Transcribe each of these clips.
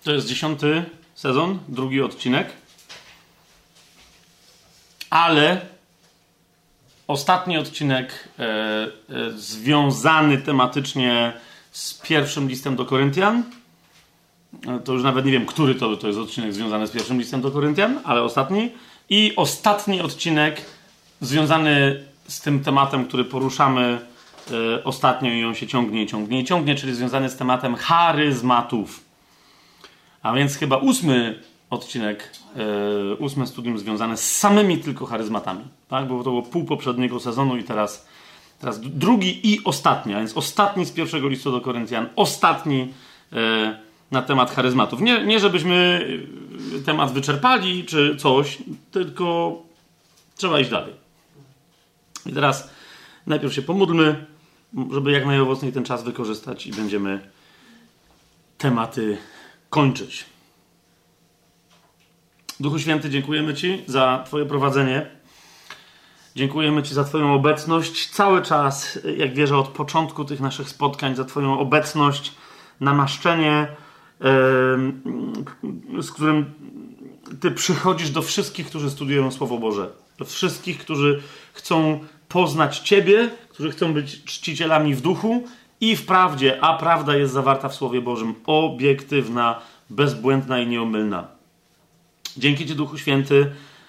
To jest 10. sezon, 2. odcinek. Ale ostatni odcinek związany tematycznie z pierwszym listem do Koryntian. To już nawet nie wiem, który to jest odcinek związany z pierwszym listem do Koryntian, ale ostatni. I ostatni odcinek związany z tym tematem, który poruszamy ostatnio i on się ciągnie, czyli związany z tematem charyzmatów. A więc chyba 8. odcinek, 8. studium związane z samymi tylko charyzmatami. Tak? Bo to było pół poprzedniego sezonu i teraz drugi i ostatni, a więc ostatni z pierwszego listu do Koryntian, ostatni na temat charyzmatów. Nie żebyśmy temat wyczerpali czy coś, tylko trzeba iść dalej. I teraz najpierw się pomódlmy, żeby jak najowocniej ten czas wykorzystać i będziemy tematy kończyć. Duchu Święty, dziękujemy Ci za Twoje prowadzenie. Dziękujemy Ci za Twoją obecność cały czas, jak wierzę, od początku tych naszych spotkań, za Twoją obecność, namaszczenie, z którym Ty przychodzisz do wszystkich, którzy studiują Słowo Boże. Do wszystkich, którzy chcą poznać Ciebie, którzy chcą być czcicielami w duchu i w prawdzie, a prawda jest zawarta w Słowie Bożym. Obiektywna, bezbłędna i nieomylna. Dzięki Ci, Duchu Święty,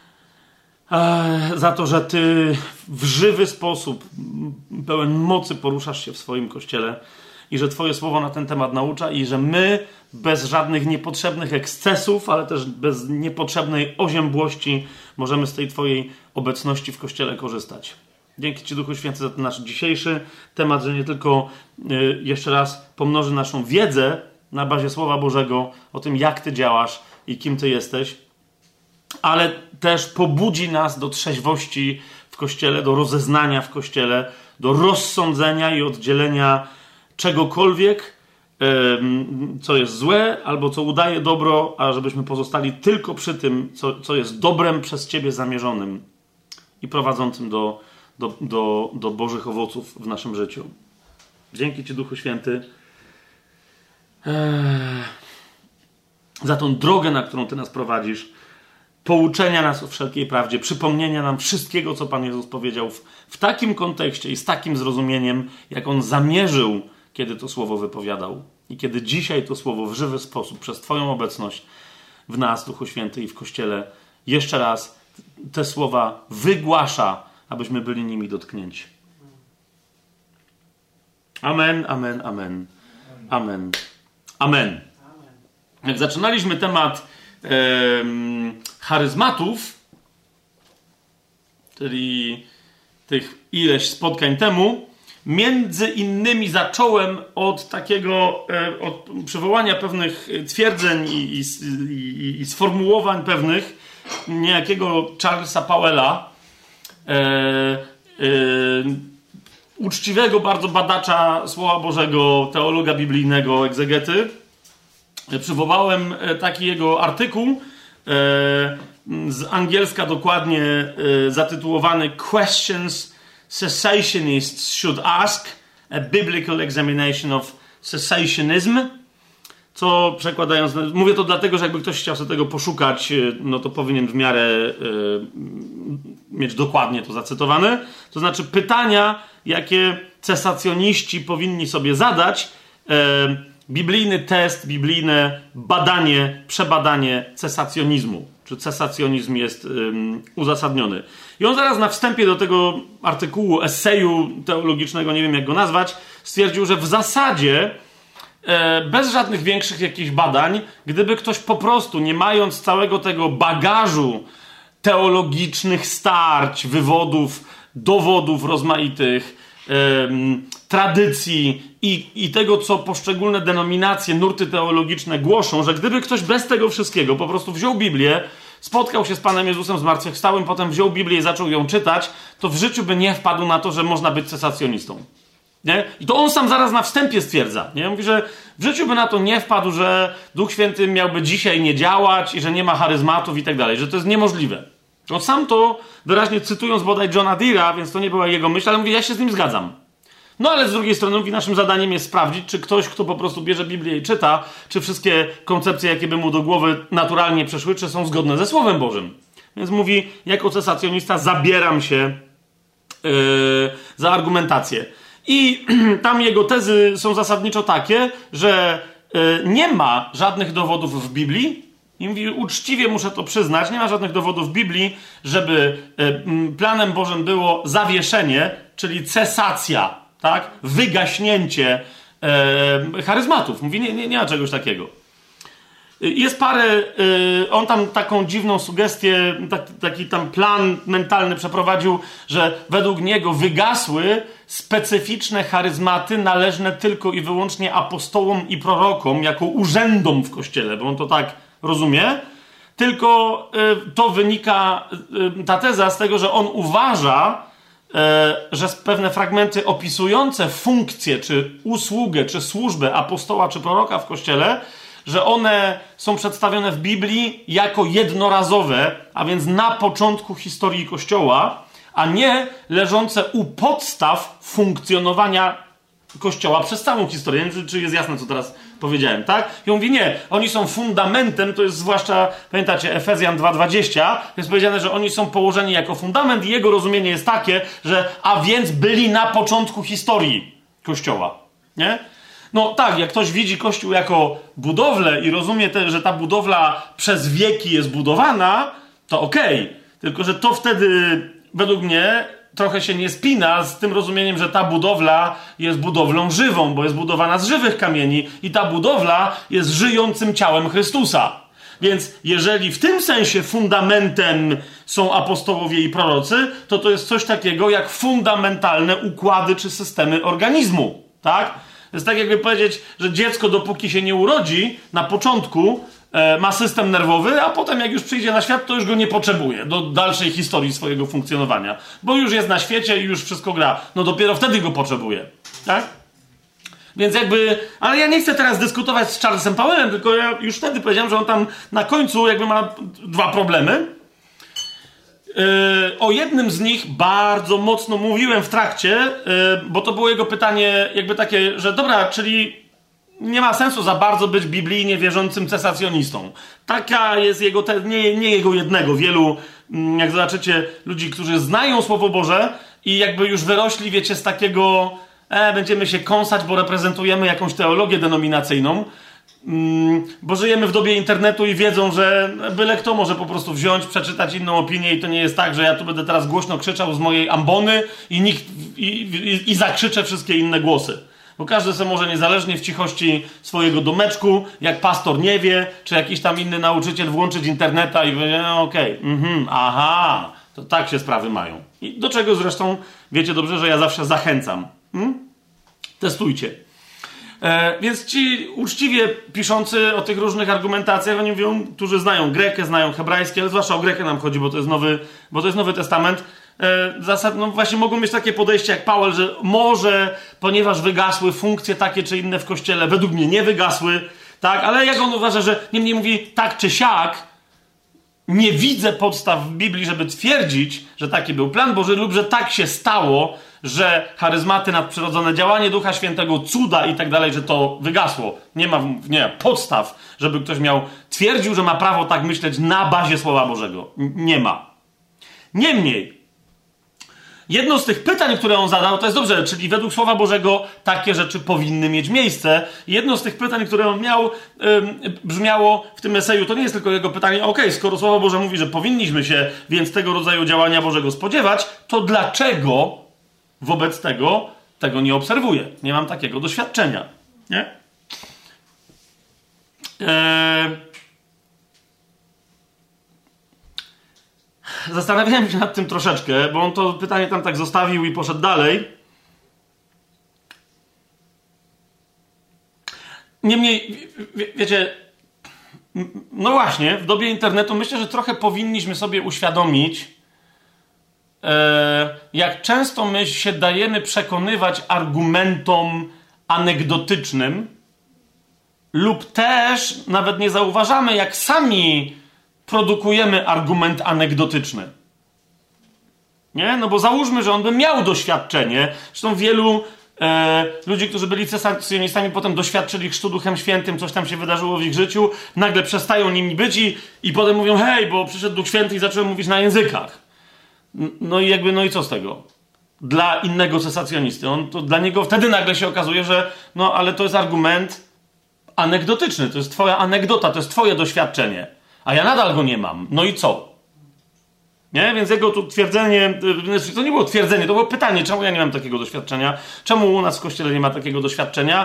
za to, że Ty w żywy sposób, pełen mocy poruszasz się w swoim Kościele i że Twoje Słowo na ten temat naucza i że my bez żadnych niepotrzebnych ekscesów, ale też bez niepotrzebnej oziębłości możemy z tej Twojej obecności w Kościele korzystać. Dzięki Ci, Duchu Święty, za ten nasz dzisiejszy temat, że nie tylko jeszcze raz pomnoży naszą wiedzę na bazie Słowa Bożego o tym, jak Ty działasz i kim Ty jesteś, ale też pobudzi nas do trzeźwości w Kościele, do rozeznania w Kościele, do rozsądzenia i oddzielenia czegokolwiek, co jest złe albo co udaje dobro, a żebyśmy pozostali tylko przy tym, co jest dobrem przez Ciebie zamierzonym i prowadzącym do Bożych owoców w naszym życiu. Dzięki Ci, Duchu Święty, za tą drogę, na którą Ty nas prowadzisz, pouczenia nas o wszelkiej prawdzie, przypomnienia nam wszystkiego, co Pan Jezus powiedział w takim kontekście i z takim zrozumieniem, jak On zamierzył, kiedy to słowo wypowiadał. I kiedy dzisiaj to słowo w żywy sposób, przez Twoją obecność w nas, Duchu Święty, i w Kościele, jeszcze raz te słowa wygłasza, abyśmy byli nimi dotknięci. Amen, amen, amen. Amen. Amen. Jak zaczynaliśmy temat charyzmatów, czyli tych ileś spotkań temu, między innymi zacząłem od takiego, od przywołania pewnych twierdzeń i sformułowań pewnych niejakiego Charlesa Powella, uczciwego bardzo badacza Słowa Bożego, teologa biblijnego, egzegety. Przywołałem taki jego artykuł, z angielska dokładnie zatytułowany Questions Cessationists Should Ask, a Biblical Examination of Cessationism, co przekładając, mówię to dlatego, że jakby ktoś chciał sobie tego poszukać, no to powinien w miarę mieć dokładnie to zacytowane. To znaczy pytania, jakie cesacjoniści powinni sobie zadać, biblijny test, biblijne badanie, przebadanie cesacjonizmu. Czy cesacjonizm jest uzasadniony. I on zaraz na wstępie do tego artykułu, eseju teologicznego, nie wiem jak go nazwać, stwierdził, że w zasadzie bez żadnych większych jakichś badań, gdyby ktoś po prostu, nie mając całego tego bagażu teologicznych starć, wywodów, dowodów rozmaitych, tradycji i tego, co poszczególne denominacje, nurty teologiczne głoszą, że gdyby ktoś bez tego wszystkiego po prostu wziął Biblię, spotkał się z Panem Jezusem zmartwychwstałym, potem wziął Biblię i zaczął ją czytać, to w życiu by nie wpadł na to, że można być cesacjonistą. Nie? I to on sam zaraz na wstępie stwierdza. Nie? Mówi, że w życiu by na to nie wpadł, że Duch Święty miałby dzisiaj nie działać i że nie ma charyzmatów i tak dalej, że to jest niemożliwe. On sam to wyraźnie cytując bodaj Johna Deera, więc to nie była jego myśl, ale mówi, ja się z nim zgadzam. No ale z drugiej strony mówi, naszym zadaniem jest sprawdzić, czy ktoś, kto po prostu bierze Biblię i czyta, czy wszystkie koncepcje, jakie by mu do głowy naturalnie przeszły, czy są zgodne ze Słowem Bożym. Więc mówi, jako cesacjonista zabieram się za argumentację. I tam jego tezy są zasadniczo takie, że nie ma żadnych dowodów w Biblii. I mówi, uczciwie muszę to przyznać, nie ma żadnych dowodów w Biblii, żeby planem Bożym było zawieszenie, czyli cesacja, tak? Wygaśnięcie charyzmatów. Mówi, nie ma czegoś takiego. Jest parę, on tam taką dziwną sugestię, taki tam plan mentalny przeprowadził, że według niego wygasły specyficzne charyzmaty należne tylko i wyłącznie apostołom i prorokom, jako urzędom w Kościele, bo on to tak rozumie. Tylko to wynika, ta teza, z tego, że on uważa, że pewne fragmenty opisujące funkcję, czy usługę, czy służbę apostoła, czy proroka w Kościele, że one są przedstawione w Biblii jako jednorazowe, a więc na początku historii Kościoła, a nie leżące u podstaw funkcjonowania Kościoła przez całą historię. Nie wiem, czy jest jasne, co teraz powiedziałem, tak? I on mówi, nie, oni są fundamentem, to jest zwłaszcza, pamiętacie, Efezjan 2:20, jest powiedziane, że oni są położeni jako fundament i jego rozumienie jest takie, że a więc byli na początku historii Kościoła, nie? No tak, jak ktoś widzi Kościół jako budowlę i rozumie że ta budowla przez wieki jest budowana, to okej. Tylko że to wtedy, według mnie, trochę się nie spina z tym rozumieniem, że ta budowla jest budowlą żywą, bo jest budowana z żywych kamieni i ta budowla jest żyjącym ciałem Chrystusa. Więc jeżeli w tym sensie fundamentem są apostołowie i prorocy, to jest coś takiego jak fundamentalne układy czy systemy organizmu, tak? To jest tak jakby powiedzieć, że dziecko dopóki się nie urodzi, na początku ma system nerwowy, a potem jak już przyjdzie na świat, to już go nie potrzebuje do dalszej historii swojego funkcjonowania. Bo już jest na świecie i już wszystko gra. No dopiero wtedy go potrzebuje. Tak? Więc jakby... Ale ja nie chcę teraz dyskutować z Charlesem Powellem, tylko ja już wtedy powiedziałem, że on tam na końcu jakby ma dwa problemy. O jednym z nich bardzo mocno mówiłem w trakcie, bo to było jego pytanie jakby takie, że dobra, czyli nie ma sensu za bardzo być biblijnie wierzącym cesacjonistą. Taka jest jego, nie jego jednego, wielu, jak zobaczycie, ludzi, którzy znają Słowo Boże i jakby już wyrośli, wiecie, z takiego będziemy się kąsać, bo reprezentujemy jakąś teologię denominacyjną, bo żyjemy w dobie internetu i wiedzą, że byle kto może po prostu wziąć, przeczytać inną opinię i to nie jest tak, że ja tu będę teraz głośno krzyczał z mojej ambony i zakrzyczę wszystkie inne głosy. Bo każdy sobie może niezależnie w cichości swojego domeczku, jak pastor nie wie, czy jakiś tam inny nauczyciel włączyć interneta i powiedzieć, no okej, aha, to tak się sprawy mają. I do czego zresztą wiecie dobrze, że ja zawsze zachęcam. Testujcie. Więc ci uczciwie piszący o tych różnych argumentacjach, oni mówią, którzy znają Grekę, znają hebrajskie, ale zwłaszcza o Grekę nam chodzi, bo to jest Nowy Testament, no właśnie mogą mieć takie podejście jak Powell, że może, ponieważ wygasły funkcje takie czy inne w Kościele, według mnie nie wygasły, tak, ale jak on uważa, że niemniej mówi tak czy siak, nie widzę podstaw w Biblii, żeby twierdzić, że taki był plan Boży lub że tak się stało, że charyzmaty, nadprzyrodzone działanie Ducha Świętego, cuda i tak dalej, że to wygasło. Nie ma podstaw, żeby ktoś twierdził, że ma prawo tak myśleć na bazie Słowa Bożego. Nie ma. Niemniej, jedno z tych pytań, które on zadał, to jest dobrze, czyli według Słowa Bożego takie rzeczy powinny mieć miejsce. Jedno z tych pytań, które on miał, brzmiało w tym eseju, to nie jest tylko jego pytanie, okej, skoro Słowo Boże mówi, że powinniśmy się więc tego rodzaju działania Bożego spodziewać, to dlaczego wobec tego nie obserwuję? Nie mam takiego doświadczenia. Nie? Zastanawiałem się nad tym troszeczkę, bo on to pytanie tam tak zostawił i poszedł dalej. Niemniej, wiecie, no właśnie, w dobie internetu myślę, że trochę powinniśmy sobie uświadomić, jak często my się dajemy przekonywać argumentom anegdotycznym lub też nawet nie zauważamy, jak sami produkujemy argument anegdotyczny. Nie? No bo załóżmy, że on by miał doświadczenie. Zresztą wielu ludzi, którzy byli cesarstwionistami, potem doświadczyli chrztu Duchem Świętym, coś tam się wydarzyło w ich życiu, nagle przestają nimi być i potem mówią, hej, bo przyszedł Duch Święty i zacząłem mówić na językach. No i co z tego? Dla innego cesarstwionisty. Dla niego wtedy nagle się okazuje, że ale to jest argument anegdotyczny, to jest twoja anegdota, to jest twoje doświadczenie, a ja nadal go nie mam. No i co? Nie? Więc jego tu twierdzenie, to nie było twierdzenie, to było pytanie, czemu ja nie mam takiego doświadczenia? Czemu u nas w Kościele nie ma takiego doświadczenia?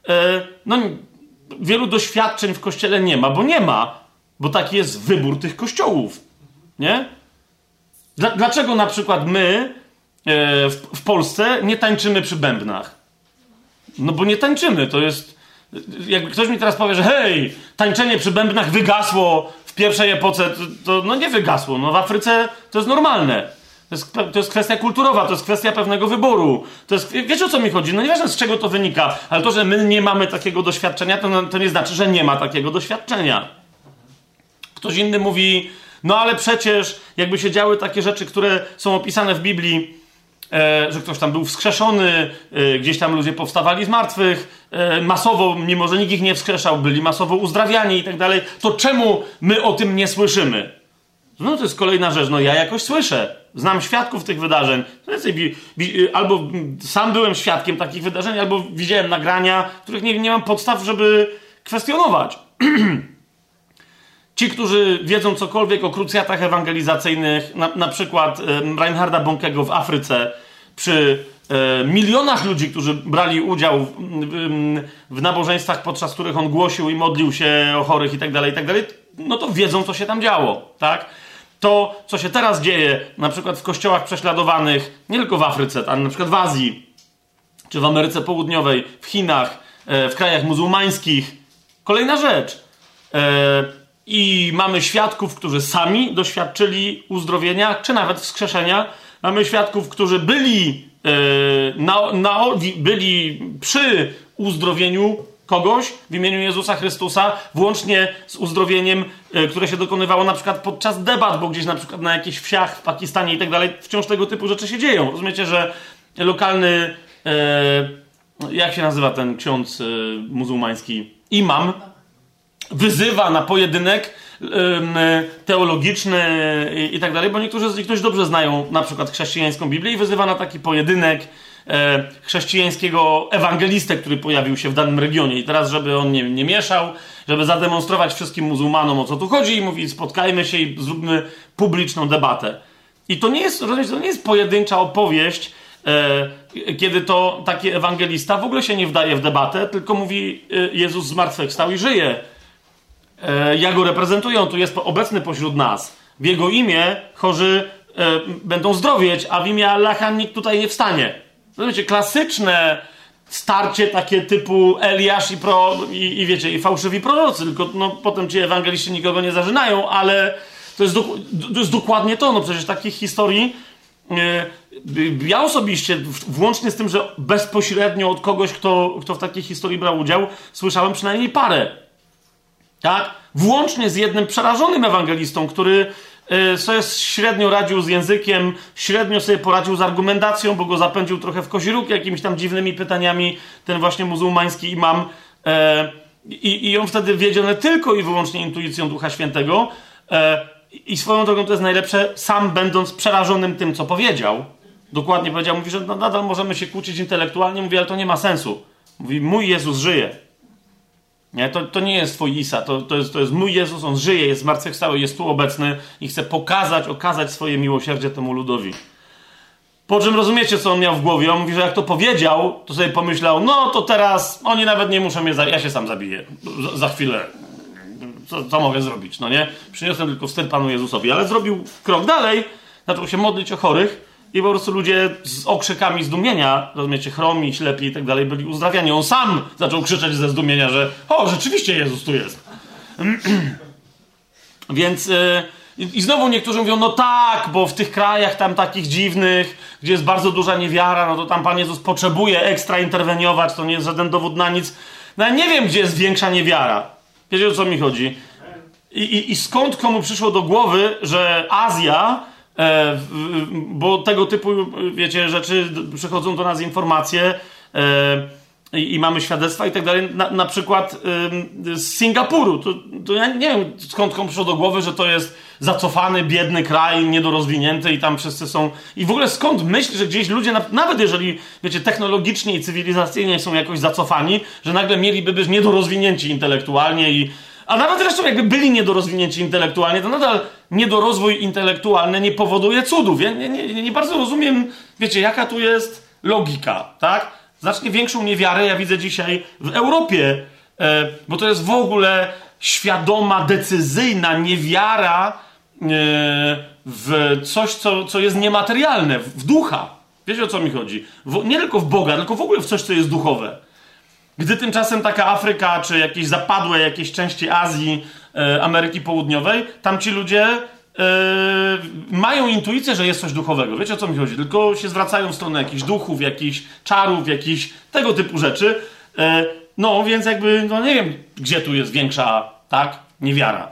Wielu doświadczeń w Kościele nie ma, bo taki jest wybór tych kościołów. Nie? Dlaczego na przykład my w Polsce nie tańczymy przy bębnach? No bo nie tańczymy, to jest... Jakby ktoś mi teraz powie, że hej, tańczenie przy bębnach wygasło w pierwszej epoce, to nie wygasło. W Afryce to jest normalne. To jest kwestia kulturowa, to jest kwestia pewnego wyboru. Wiecie, o co mi chodzi? Nieważne, z czego to wynika, ale to, że my nie mamy takiego doświadczenia, to nie znaczy, że nie ma takiego doświadczenia. Ktoś inny mówi, ale przecież jakby się działy takie rzeczy, które są opisane w Biblii, że ktoś tam był wskrzeszony, gdzieś tam ludzie powstawali z martwych, masowo, mimo że nikt ich nie wskrzeszał, byli masowo uzdrawiani i tak dalej, to czemu my o tym nie słyszymy? To jest kolejna rzecz. Ja jakoś słyszę, znam świadków tych wydarzeń. Albo sam byłem świadkiem takich wydarzeń, albo widziałem nagrania, których nie mam podstaw, żeby kwestionować. Ci, którzy wiedzą cokolwiek o krucjatach ewangelizacyjnych, na przykład Reinharda Bonnke'ego w Afryce, przy milionach ludzi, którzy brali udział w nabożeństwach, podczas których on głosił i modlił się o chorych i tak dalej, to wiedzą, co się tam działo, tak? To, co się teraz dzieje, na przykład w kościołach prześladowanych, nie tylko w Afryce, ale na przykład w Azji, czy w Ameryce Południowej, w Chinach, w krajach muzułmańskich. Kolejna rzecz. I mamy świadków, którzy sami doświadczyli uzdrowienia, czy nawet wskrzeszenia. Mamy świadków, którzy byli przy uzdrowieniu kogoś w imieniu Jezusa Chrystusa, włącznie z uzdrowieniem, które się dokonywało na przykład podczas debat, bo gdzieś na przykład na jakichś wsiach w Pakistanie i tak dalej, wciąż tego typu rzeczy się dzieją. Rozumiecie, że lokalny, jak się nazywa ten ksiądz muzułmański? Imam wyzywa na pojedynek teologiczny i tak dalej, bo niektórzy z nich dość dobrze znają na przykład chrześcijańską Biblię i wyzywa na taki pojedynek chrześcijańskiego ewangelistę, który pojawił się w danym regionie. I teraz, żeby on nie mieszał, żeby zademonstrować wszystkim muzułmanom, o co tu chodzi, i mówi, spotkajmy się i zróbmy publiczną debatę. I to nie jest pojedyncza opowieść, kiedy to taki ewangelista w ogóle się nie wdaje w debatę, tylko mówi, Jezus zmartwychwstał i żyje. Ja go reprezentuję, on tu jest obecny pośród nas. W jego imię chorzy będą zdrowieć, a w imię Allaha nikt tutaj nie wstanie. Wiecie, klasyczne starcie takie typu Eliasz i wiecie, i fałszywi prorocy, tylko potem ci ewangeliści nikogo nie zażynają, ale to jest dokładnie to. Przecież takich historii ja osobiście, włącznie z tym, że bezpośrednio od kogoś, kto w takiej historii brał udział, słyszałem przynajmniej parę. Tak? Włącznie z jednym przerażonym ewangelistą, który sobie średnio radził z językiem, średnio sobie poradził z argumentacją, bo go zapędził trochę w kozi róg jakimiś tam dziwnymi pytaniami, ten właśnie muzułmański imam. I on wtedy wiedział tylko i wyłącznie intuicją Ducha Świętego. I swoją drogą to jest najlepsze, sam będąc przerażonym tym, co powiedział. Dokładnie powiedział, mówi, że nadal możemy się kłócić intelektualnie, mówi, ale to nie ma sensu. Mówi, mój Jezus żyje. Nie, to nie jest twój Isa, to jest mój Jezus, on żyje, jest zmartwychwstały, jest tu obecny i chce okazać swoje miłosierdzie temu ludowi. Po czym rozumiecie, co on miał w głowie? On mówi, że jak to powiedział, to sobie pomyślał, to teraz oni nawet nie muszą mnie zabić, ja się sam zabiję. Za chwilę. Co mogę zrobić, nie? Przyniosłem tylko wstyd Panu Jezusowi, ale zrobił krok dalej, zaczął się modlić o chorych i po prostu ludzie z okrzykami zdumienia, rozumiecie, chromi, ślepi i tak dalej, byli uzdrawiani. On sam zaczął krzyczeć ze zdumienia, że rzeczywiście Jezus tu jest. Więc i znowu niektórzy mówią, tak, bo w tych krajach tam takich dziwnych, gdzie jest bardzo duża niewiara, to tam Pan Jezus potrzebuje ekstra interweniować, to nie jest żaden dowód na nic. Ja nie wiem, gdzie jest większa niewiara. Wiecie, o co mi chodzi? I skąd komu przyszło do głowy, że Azja, bo tego typu, wiecie, rzeczy, przychodzą do nas informacje, i mamy świadectwa i tak dalej, na przykład z Singapuru. To ja nie wiem, skąd komu przyszło do głowy, że to jest zacofany, biedny kraj, niedorozwinięty i tam wszyscy są... I w ogóle skąd myśl, że gdzieś ludzie, nawet jeżeli, wiecie, technologicznie i cywilizacyjnie są jakoś zacofani, że nagle mieliby być niedorozwinięci intelektualnie a nawet zresztą jakby byli niedorozwinięci intelektualnie, to nadal niedorozwój intelektualny nie powoduje cudów. Ja nie bardzo rozumiem, wiecie, jaka tu jest logika, tak? Znacznie większą niewiarę ja widzę dzisiaj w Europie, bo to jest w ogóle świadoma, decyzyjna niewiara w coś, co jest niematerialne, w ducha. Wiecie, o co mi chodzi? Nie tylko w Boga, tylko w ogóle w coś, co jest duchowe. Gdy tymczasem taka Afryka, czy jakieś zapadłe jakieś części Azji, Ameryki Południowej, tam ci ludzie mają intuicję, że jest coś duchowego. Wiecie, o co mi chodzi? Tylko się zwracają w stronę jakichś duchów, jakichś czarów, jakichś tego typu rzeczy. No, więc jakby, no nie wiem, gdzie tu jest większa, tak, niewiara.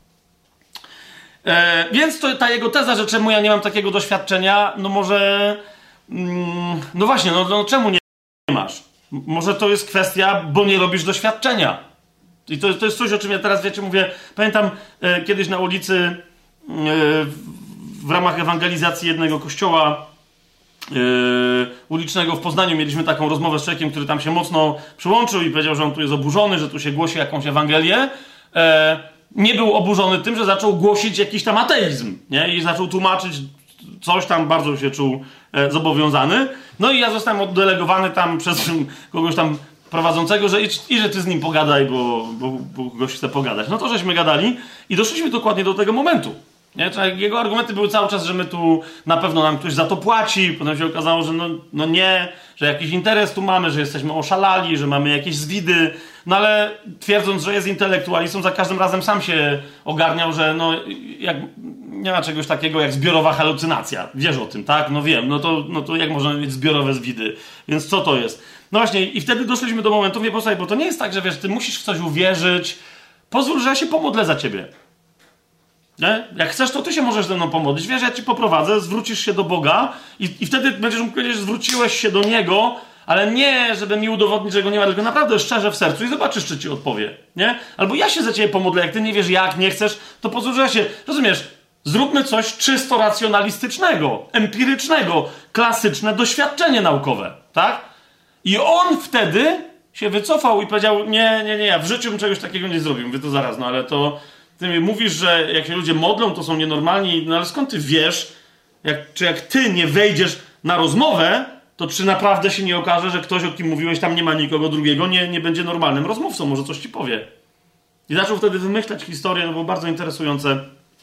Więc to ta jego teza, że czemu ja nie mam takiego doświadczenia, no może... no właśnie, no czemu nie masz? Może to jest kwestia, bo nie robisz doświadczenia. I to jest coś, o czym ja teraz, wiecie, mówię. Pamiętam kiedyś na ulicy w ramach ewangelizacji jednego kościoła ulicznego w Poznaniu mieliśmy taką rozmowę z człowiekiem, który tam się mocno przyłączył i powiedział, że on tu jest oburzony, że tu się głosi jakąś Ewangelię. Nie był oburzony tym, że zaczął głosić jakiś tam ateizm, nie? I zaczął tłumaczyć coś tam, bardzo się czuł zobowiązany. No i ja zostałem oddelegowany tam przez kogoś tam prowadzącego, że że ty z nim pogadaj, bo gość chce pogadać. No to żeśmy gadali i doszliśmy dokładnie do tego momentu. Nie? Jego argumenty były cały czas, że my tu na pewno nam ktoś za to płaci. Potem się okazało, że no nie, że jakiś interes tu mamy, że jesteśmy oszalali, że mamy jakieś zwidy. No ale twierdząc, że jest intelektualistą, za każdym razem sam się ogarniał, że no jak nie ma czegoś takiego jak zbiorowa halucynacja. Wiesz o tym, tak? No wiem, no to jak można mieć zbiorowe zwidy? Więc co to jest? No właśnie i wtedy doszliśmy do momentu, nie posłuchaj, bo to nie jest tak, że wiesz, ty musisz w coś uwierzyć. Pozwól, że ja się pomodlę za ciebie. Nie? Jak chcesz, to ty się możesz ze mną pomodlić. Wiesz, ja ci poprowadzę, zwrócisz się do Boga i wtedy będziesz mógł powiedzieć, że zwróciłeś się do Niego, ale nie, żeby mi udowodnić, że Go nie ma, tylko naprawdę szczerze w sercu i zobaczysz, czy ci odpowie. Nie? Albo ja się za ciebie pomodlę, jak ty nie wiesz jak, nie chcesz, to pozwól, że ja się... Rozumiesz? Zróbmy coś czysto racjonalistycznego, empirycznego, klasyczne doświadczenie naukowe. Tak? I on wtedy się wycofał i powiedział, nie, ja w życiu bym czegoś takiego nie zrobił. Mówię, to zaraz, no ale to... Ty mi mówisz, że jak się ludzie modlą, to są nienormalni, no ale skąd ty wiesz, jak ty nie wejdziesz na rozmowę, to czy naprawdę się nie okaże, że ktoś, o kim mówiłeś, tam nie ma nikogo drugiego, nie będzie normalnym rozmówcą, może coś ci powie. I zaczął wtedy wymyślać historię, no było bardzo interesujące,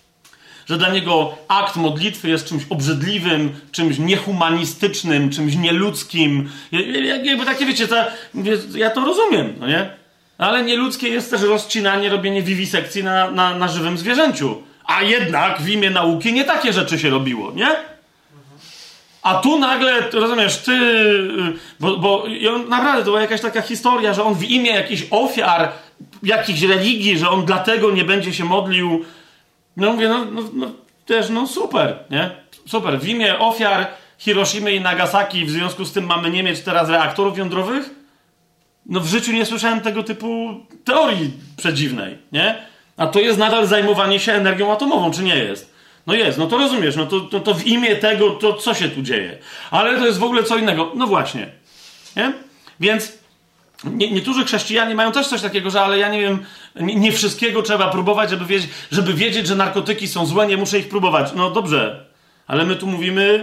że dla niego akt modlitwy jest czymś obrzydliwym, czymś niehumanistycznym, czymś nieludzkim. Jakby takie, wiecie, ja to rozumiem, no nie? Ale nieludzkie jest też rozcinanie, robienie wiwisekcji na żywym zwierzęciu. A jednak w imię nauki nie takie rzeczy się robiło, nie? A tu nagle, rozumiesz, ty... Bo naprawdę to była jakaś taka historia, że on w imię jakichś ofiar, jakichś religii, że on dlatego nie będzie się modlił. No mówię, no super, nie? Super. W imię ofiar Hiroshimy i Nagasaki, w związku z tym mamy nie mieć teraz reaktorów jądrowych? No w życiu nie słyszałem tego typu teorii przedziwnej, nie? A to jest nadal zajmowanie się energią atomową, czy nie jest? No jest, no to rozumiesz, no to w imię tego, to co się tu dzieje? Ale to jest w ogóle co innego. No właśnie, nie? Więc niektórzy chrześcijanie mają też coś takiego, że ale ja nie wiem, nie wszystkiego trzeba próbować, żeby wiedzieć, że narkotyki są złe, nie muszę ich próbować. No dobrze, ale my tu mówimy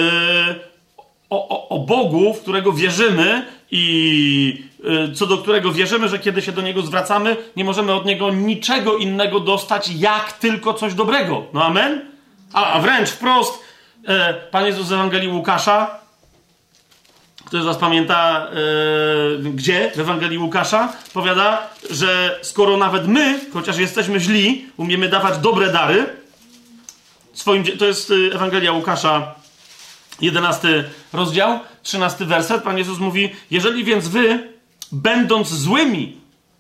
o Bogu, w którego wierzymy i co do którego wierzymy, że kiedy się do Niego zwracamy, nie możemy od Niego niczego innego dostać, jak tylko coś dobrego. No amen? A wręcz wprost Pan Jezus z Ewangelii Łukasza, ktoś z was pamięta, gdzie w Ewangelii Łukasza, powiada, że skoro nawet my, chociaż jesteśmy źli, umiemy dawać dobre dary, to jest Ewangelia Łukasza, 11 rozdział, 13 werset, Pan Jezus mówi, jeżeli więc wy, będąc złymi,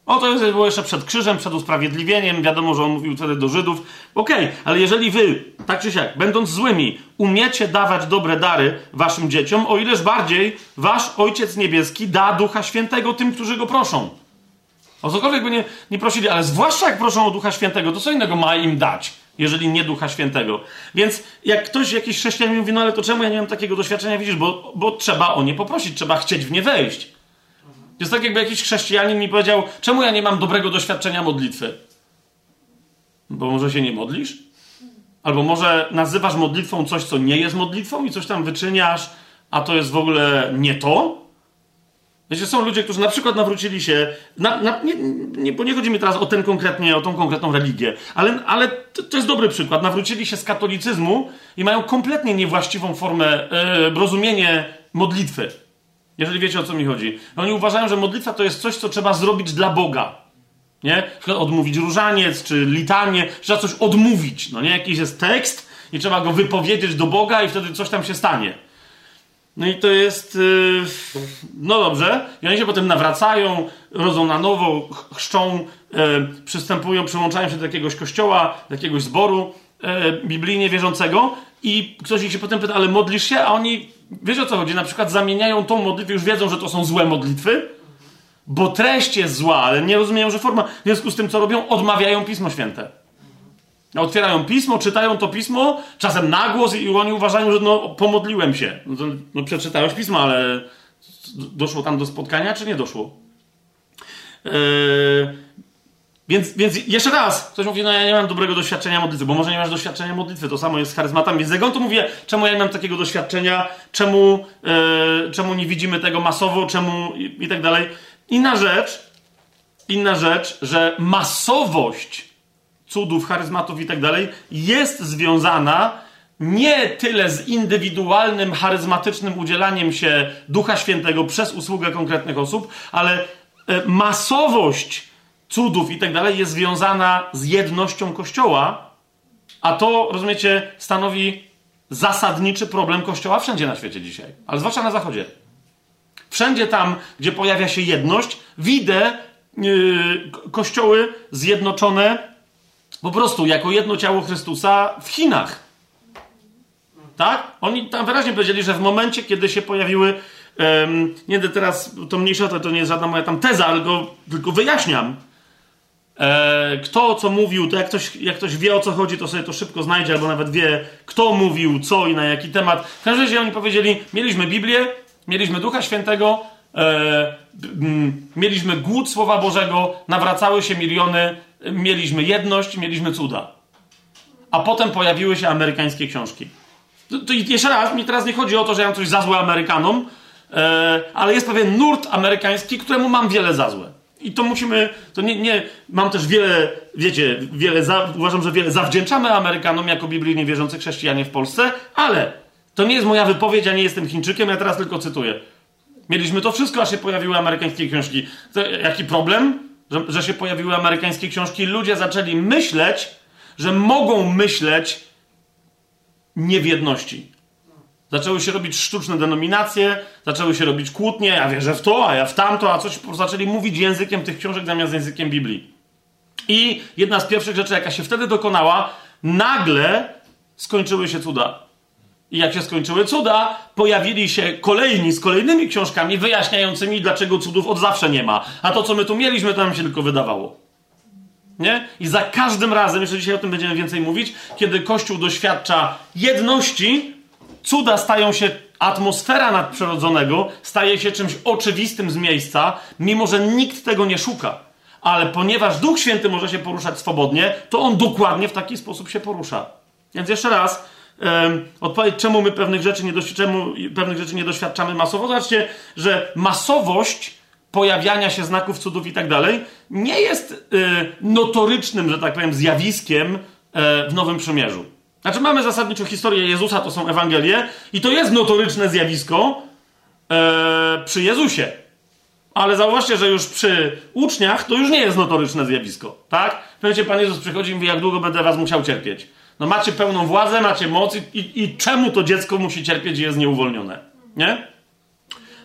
O, to jest było jeszcze przed krzyżem, przed usprawiedliwieniem. Wiadomo, że on mówił wtedy do Żydów. Okej, ale jeżeli wy, tak czy siak, będąc złymi, umiecie dawać dobre dary waszym dzieciom, o ileż bardziej wasz Ojciec Niebieski da Ducha Świętego tym, którzy go proszą. O cokolwiek by nie prosili, ale zwłaszcza jak proszą o Ducha Świętego, to co innego ma im dać, jeżeli nie Ducha Świętego. Więc jak ktoś, jakiś chrześcijanin mówi, no ale to czemu ja nie mam takiego doświadczenia? Widzisz, bo trzeba o nie poprosić, trzeba chcieć w nie wejść. To jest tak, jakby jakiś chrześcijanin mi powiedział, czemu ja nie mam dobrego doświadczenia modlitwy? Bo może się nie modlisz? Albo może nazywasz modlitwą coś, co nie jest modlitwą i coś tam wyczyniasz, a to jest w ogóle nie to? Wiecie, są ludzie, którzy na przykład nawrócili się, bo nie chodzi mi teraz o tą konkretną religię, ale to jest dobry przykład. Nawrócili się z katolicyzmu i mają kompletnie niewłaściwą formę, rozumienie modlitwy. Jeżeli wiecie, o co mi chodzi. Oni uważają, że modlitwa to jest coś, co trzeba zrobić dla Boga. Nie? Odmówić różaniec, czy litanię, trzeba coś odmówić. No nie? Jakiś jest tekst i trzeba go wypowiedzieć do Boga i wtedy coś tam się stanie. No i to jest... no dobrze. I oni się potem nawracają, rodzą na nowo, chrzczą, przystępują, przyłączają się do jakiegoś kościoła, do jakiegoś zboru biblijnie wierzącego i ktoś ich się potem pyta, ale modlisz się? A oni, wiecie o co chodzi? Na przykład zamieniają tą modlitwę, już wiedzą, że to są złe modlitwy, bo treść jest zła, ale nie rozumieją, że forma. W związku z tym, co robią? Odmawiają Pismo Święte. Otwierają pismo, czytają to pismo, czasem na głos i oni uważają, że no pomodliłem się. No przeczytałeś pismo, ale doszło tam do spotkania, czy nie doszło? Więc jeszcze raz, ktoś mówi, no ja nie mam dobrego doświadczenia modlitwy, bo może nie masz doświadczenia modlitwy, to samo jest z charyzmatami. Więc jak on to mówi, czemu ja nie mam takiego doświadczenia, czemu nie widzimy tego masowo, czemu i tak dalej. Inna rzecz, że masowość cudów, charyzmatów i tak dalej jest związana nie tyle z indywidualnym, charyzmatycznym udzielaniem się Ducha Świętego przez usługę konkretnych osób, ale masowość cudów i tak dalej jest związana z jednością Kościoła, a to, rozumiecie, stanowi zasadniczy problem Kościoła wszędzie na świecie dzisiaj, ale zwłaszcza na Zachodzie. Wszędzie tam, gdzie pojawia się jedność, widzę kościoły zjednoczone po prostu jako jedno ciało Chrystusa w Chinach. Tak? Oni tam wyraźnie powiedzieli, że w momencie, kiedy się pojawiły, nie będę teraz, to mniejsza, to nie jest żadna moja tam teza, tylko wyjaśniam. Kto co mówił, to jak ktoś wie, o co chodzi, to sobie to szybko znajdzie, albo nawet wie, kto mówił, co i na jaki temat. W każdym razie oni powiedzieli, mieliśmy Biblię, mieliśmy Ducha Świętego, mieliśmy głód Słowa Bożego, nawracały się miliony, mieliśmy jedność, mieliśmy cuda. A potem pojawiły się amerykańskie książki. To jeszcze raz, mi teraz nie chodzi o to, że ja mam coś za złe Amerykanom, ale jest pewien nurt amerykański, któremu mam wiele za złe. I to musimy, mam też wiele, wiecie, uważam, że wiele zawdzięczamy Amerykanom jako biblijnie wierzący chrześcijanie w Polsce, ale to nie jest moja wypowiedź, ja nie jestem Chińczykiem, ja teraz tylko cytuję. Mieliśmy to wszystko, aż się pojawiły amerykańskie książki. Jaki problem? Że się pojawiły amerykańskie książki? Ludzie zaczęli myśleć, że mogą myśleć nie w jedności. Zaczęły się robić sztuczne denominacje, zaczęły się robić kłótnie, ja wierzę w to, a ja w tamto, a coś zaczęli mówić językiem tych książek zamiast językiem Biblii. I jedna z pierwszych rzeczy, jaka się wtedy dokonała, nagle skończyły się cuda. I jak się skończyły cuda, pojawili się kolejni z kolejnymi książkami wyjaśniającymi, dlaczego cudów od zawsze nie ma. A to, co my tu mieliśmy, to nam się tylko wydawało. Nie? I za każdym razem, jeszcze dzisiaj o tym będziemy więcej mówić, kiedy Kościół doświadcza jedności, cuda stają się, atmosfera nadprzyrodzonego staje się czymś oczywistym z miejsca, mimo że nikt tego nie szuka. Ale ponieważ Duch Święty może się poruszać swobodnie, to on dokładnie w taki sposób się porusza. Więc jeszcze raz, odpowiedź, czemu my pewnych rzeczy nie doświadczamy masowo. Zobaczcie, że masowość pojawiania się znaków, cudów i tak dalej nie jest notorycznym, że tak powiem, zjawiskiem w Nowym Przymierzu. Znaczy mamy zasadniczo historię Jezusa, to są Ewangelie i to jest notoryczne zjawisko przy Jezusie. Ale zauważcie, że już przy uczniach to już nie jest notoryczne zjawisko. Tak? W pewnym momencie Pan Jezus przychodzi i mówi, jak długo będę was musiał cierpieć. No macie pełną władzę, macie moc i czemu to dziecko musi cierpieć i jest nieuwolnione? Nie?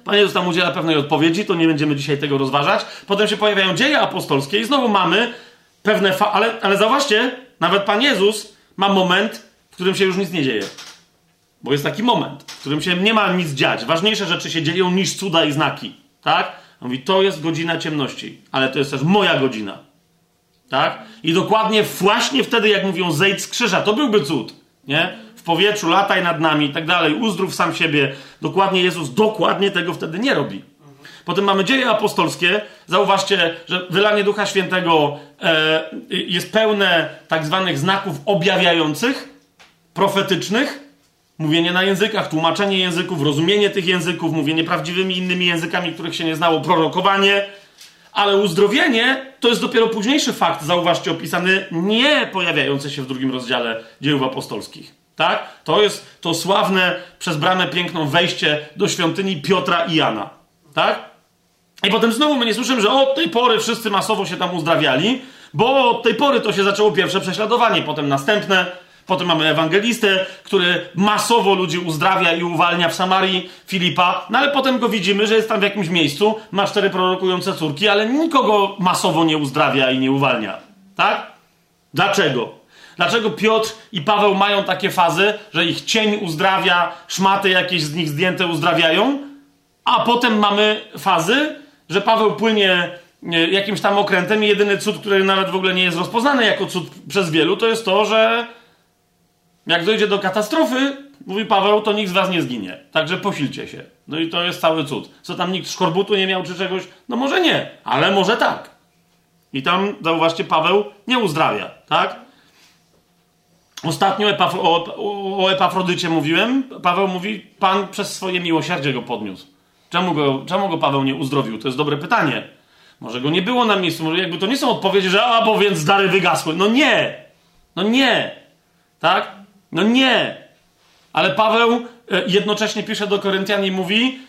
Pan Jezus tam udziela pewnej odpowiedzi, to nie będziemy dzisiaj tego rozważać. Potem się pojawiają dzieje apostolskie i znowu mamy pewne... Ale zauważcie, nawet Pan Jezus ma moment, w którym się już nic nie dzieje. Bo jest taki moment, w którym się nie ma nic dziać. Ważniejsze rzeczy się dzieją niż cuda i znaki. Tak? Mówi, to jest godzina ciemności, ale to jest też moja godzina. Tak? I dokładnie właśnie wtedy, jak mówią, zejdź z krzyża, to byłby cud. Nie? W powietrzu, lataj nad nami i tak dalej, uzdrów sam siebie. Dokładnie Jezus dokładnie tego wtedy nie robi. Potem mamy dzieje apostolskie. Zauważcie, że wylanie Ducha Świętego jest pełne tak zwanych znaków objawiających, profetycznych. Mówienie na językach, tłumaczenie języków, rozumienie tych języków, mówienie prawdziwymi innymi językami, których się nie znało, prorokowanie. Ale uzdrowienie to jest dopiero późniejszy fakt, zauważcie, opisany nie pojawiający się w 2 rozdziale Dziejów Apostolskich. Tak? To jest to sławne przez bramę piękną wejście do świątyni Piotra i Jana. Tak? I potem znowu my nie słyszymy, że od tej pory wszyscy masowo się tam uzdrawiali, bo od tej pory to się zaczęło pierwsze prześladowanie, potem następne. Potem mamy ewangelistę, który masowo ludzi uzdrawia i uwalnia w Samarii, Filipa, no ale potem go widzimy, że jest tam w jakimś miejscu, ma 4 prorokujące córki, ale nikogo masowo nie uzdrawia i nie uwalnia. Tak? Dlaczego? Dlaczego Piotr i Paweł mają takie fazy, że ich cień uzdrawia, szmaty jakieś z nich zdjęte uzdrawiają, a potem mamy fazy, że Paweł płynie jakimś tam okrętem i jedyny cud, który nawet w ogóle nie jest rozpoznany jako cud przez wielu, to jest to, że jak dojdzie do katastrofy, mówi Paweł, to nikt z was nie zginie. Także posilcie się. No i to jest cały cud. Co tam nikt szkorbutu nie miał czy czegoś? No może nie, ale może tak. I tam, zauważcie, Paweł nie uzdrawia, tak? Ostatnio o Epafrodycie mówiłem. Paweł mówi, Pan przez swoje miłosierdzie go podniósł. Czemu go Paweł nie uzdrowił? To jest dobre pytanie. Może go nie było na miejscu, może jakby to nie są odpowiedzi, że bo więc dary wygasły. No nie! No nie! Tak? No nie! Ale Paweł jednocześnie pisze do Koryntian i mówi,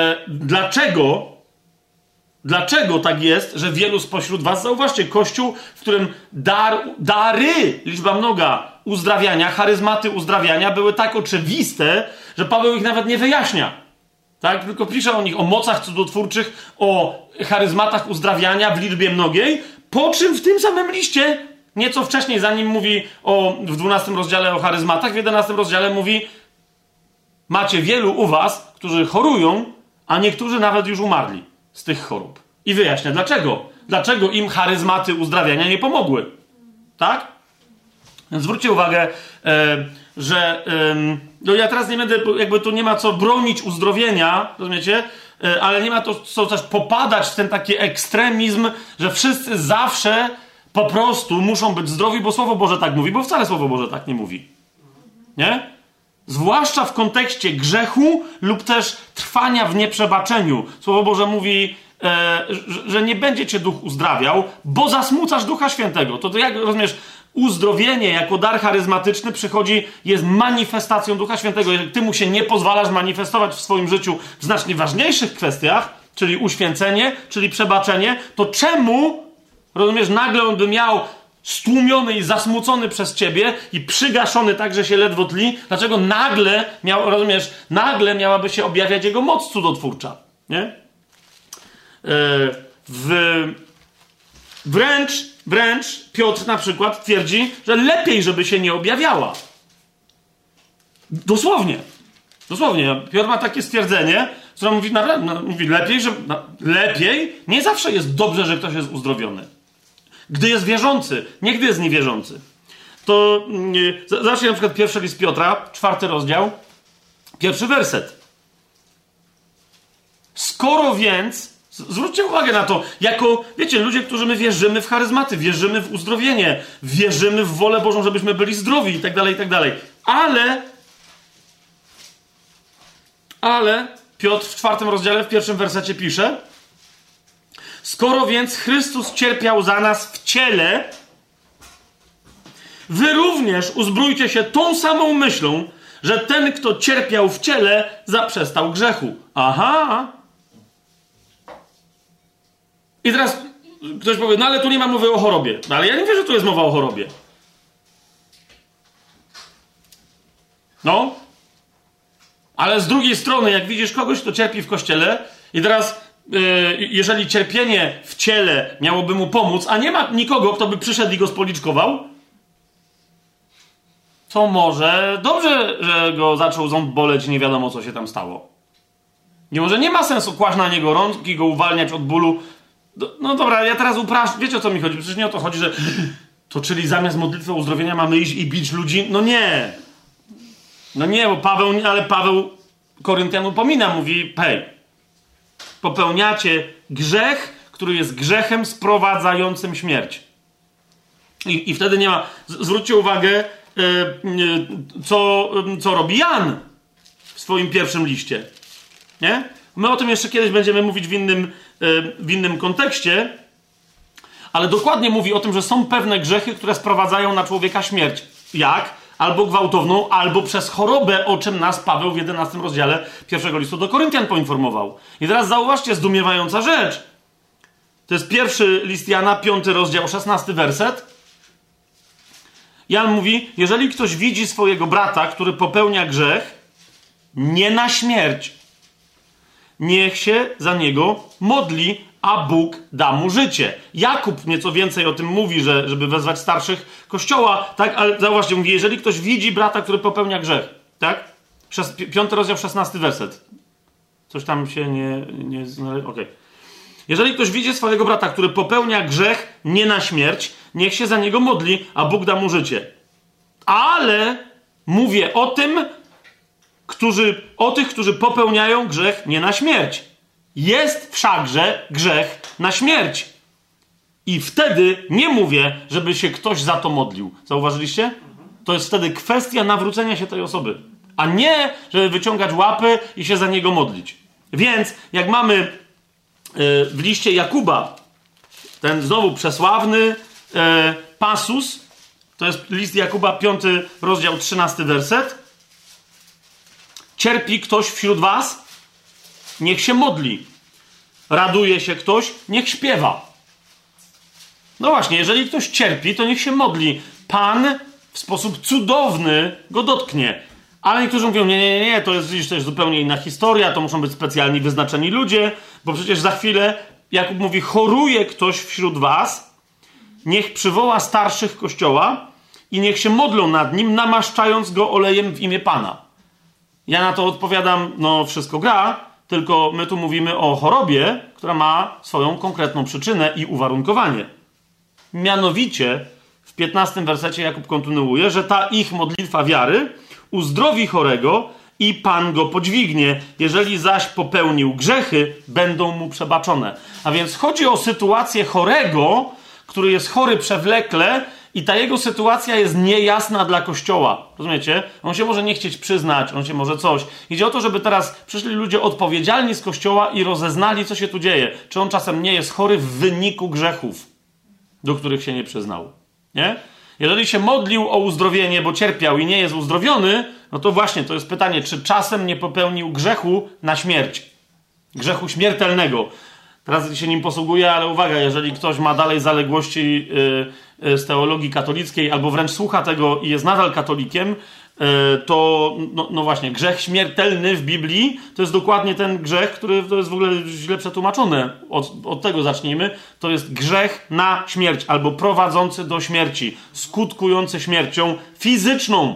dlaczego tak jest, że wielu spośród was, zauważcie, Kościół, w którym dary, liczba mnoga, uzdrawiania, charyzmaty uzdrawiania były tak oczywiste, że Paweł ich nawet nie wyjaśnia. Tak? Tylko pisze o nich, o mocach cudotwórczych, o charyzmatach uzdrawiania w liczbie mnogiej, po czym w tym samym liście, nieco wcześniej, zanim mówi w 12 rozdziale o charyzmatach, w 11 rozdziale mówi, macie wielu u was, którzy chorują, a niektórzy nawet już umarli z tych chorób. I wyjaśnia dlaczego. Dlaczego im charyzmaty uzdrawiania nie pomogły. Tak? Więc zwróćcie uwagę, że no ja teraz nie będę, jakby tu nie ma co bronić uzdrowienia, rozumiecie? Ale nie ma to co też popadać w ten taki ekstremizm, że wszyscy zawsze po prostu muszą być zdrowi, bo Słowo Boże tak mówi, bo wcale Słowo Boże tak nie mówi. Nie? Zwłaszcza w kontekście grzechu lub też trwania w nieprzebaczeniu. Słowo Boże mówi, że nie będzie cię Duch uzdrawiał, bo zasmucasz Ducha Świętego. To jak rozumiesz, uzdrowienie jako dar charyzmatyczny jest manifestacją Ducha Świętego. Jeżeli ty mu się nie pozwalasz manifestować w swoim życiu w znacznie ważniejszych kwestiach, czyli uświęcenie, czyli przebaczenie, to czemu, rozumiesz, nagle on by miał stłumiony i zasmucony przez ciebie i przygaszony tak, że się ledwo tli, dlaczego nagle miałaby się objawiać jego moc cudotwórcza, nie? Wręcz Piotr na przykład twierdzi, że lepiej, żeby się nie objawiała. Dosłownie. Piotr ma takie stwierdzenie, które mówi lepiej, nie zawsze jest dobrze, że ktoś jest uzdrowiony. Gdy jest wierzący, nie gdy jest niewierzący. To zacznij na przykład pierwszy list Piotra, 4 rozdział, 1 werset. Skoro więc, zwróćcie uwagę na to, jako, wiecie, ludzie, którzy my wierzymy w charyzmaty, wierzymy w uzdrowienie, wierzymy w wolę Bożą, żebyśmy byli zdrowi i tak dalej. Ale Piotr w 4 rozdziale, w 1 wersecie pisze, skoro więc Chrystus cierpiał za nas w ciele, wy również uzbrójcie się tą samą myślą, że ten, kto cierpiał w ciele, zaprzestał grzechu. Aha! I teraz ktoś powie, no ale tu nie ma mowy o chorobie. No ale ja nie wiem, że tu jest mowa o chorobie. No. Ale z drugiej strony, jak widzisz kogoś, kto cierpi w kościele i teraz, jeżeli cierpienie w ciele miałoby mu pomóc, a nie ma nikogo, kto by przyszedł i go spoliczkował, to może dobrze, że go zaczął ząb boleć i nie wiadomo, co się tam stało. Nie, może nie ma sensu kłaść na niego rączki, go uwalniać od bólu. No dobra, ja teraz upraszczam. Wiecie, o co mi chodzi? Przecież nie o to chodzi, że to czyli zamiast modlitwy o uzdrowienia mamy iść i bić ludzi? No nie. No nie, bo Paweł Koryntian upomina, mówi, hej, popełniacie grzech, który jest grzechem sprowadzającym śmierć. I wtedy nie ma... Zwróćcie uwagę, co robi Jan w swoim pierwszym liście. Nie? My o tym jeszcze kiedyś będziemy mówić w innym kontekście, ale dokładnie mówi o tym, że są pewne grzechy, które sprowadzają na człowieka śmierć. Jak? Albo gwałtowną, albo przez chorobę, o czym nas Paweł w 11 rozdziale pierwszego listu do Koryntian poinformował. I teraz zauważcie, zdumiewająca rzecz. To jest pierwszy list Jana, 5 rozdział, 16 werset. Jan mówi, jeżeli ktoś widzi swojego brata, który popełnia grzech, nie na śmierć, niech się za niego modli, a Bóg da mu życie. Jakub nieco więcej o tym mówi, żeby wezwać starszych Kościoła, tak? Ale zauważcie, mówi, jeżeli ktoś widzi brata, który popełnia grzech, tak? 5 rozdział, 16 werset. Coś tam się nie okej. Jeżeli ktoś widzi swojego brata, który popełnia grzech nie na śmierć, niech się za niego modli, a Bóg da mu życie. Ale mówię o tych, którzy popełniają grzech nie na śmierć. Jest wszakże grzech na śmierć. I wtedy nie mówię, żeby się ktoś za to modlił. Zauważyliście? To jest wtedy kwestia nawrócenia się tej osoby. A nie, żeby wyciągać łapy i się za niego modlić. Więc jak mamy w liście Jakuba ten znowu przesławny pasus, to jest list Jakuba, 5 rozdział, 13 werset. Cierpi ktoś wśród was? Niech się modli. Raduje się ktoś? Niech śpiewa. No właśnie, jeżeli ktoś cierpi, to niech się modli. Pan w sposób cudowny go dotknie. Ale niektórzy mówią, nie, to jest zupełnie inna historia, to muszą być specjalni, wyznaczeni ludzie, bo przecież za chwilę Jakub mówi, choruje ktoś wśród was, niech przywoła starszych Kościoła i niech się modlą nad nim, namaszczając go olejem w imię Pana. Ja na to odpowiadam, no wszystko gra, tylko my tu mówimy o chorobie, która ma swoją konkretną przyczynę i uwarunkowanie. Mianowicie w 15 wersecie Jakub kontynuuje, że ta ich modlitwa wiary uzdrowi chorego i Pan go podźwignie. Jeżeli zaś popełnił grzechy, będą mu przebaczone. A więc chodzi o sytuację chorego, który jest chory przewlekle i ta jego sytuacja jest niejasna dla Kościoła. Rozumiecie? On się może nie chcieć przyznać, on się może coś. Idzie o to, żeby teraz przyszli ludzie odpowiedzialni z Kościoła i rozeznali, co się tu dzieje. Czy on czasem nie jest chory w wyniku grzechów, do których się nie przyznał. Nie? Jeżeli się modlił o uzdrowienie, bo cierpiał i nie jest uzdrowiony, no to właśnie, to jest pytanie, czy czasem nie popełnił grzechu na śmierć. Grzechu śmiertelnego. Teraz się nim posługuję, ale uwaga, jeżeli ktoś ma dalej zaległości z teologii katolickiej, albo wręcz słucha tego i jest nadal katolikiem, to no właśnie, grzech śmiertelny w Biblii to jest dokładnie ten grzech, który to jest w ogóle źle przetłumaczone. Od tego zacznijmy. To jest grzech na śmierć, albo prowadzący do śmierci, skutkujący śmiercią fizyczną.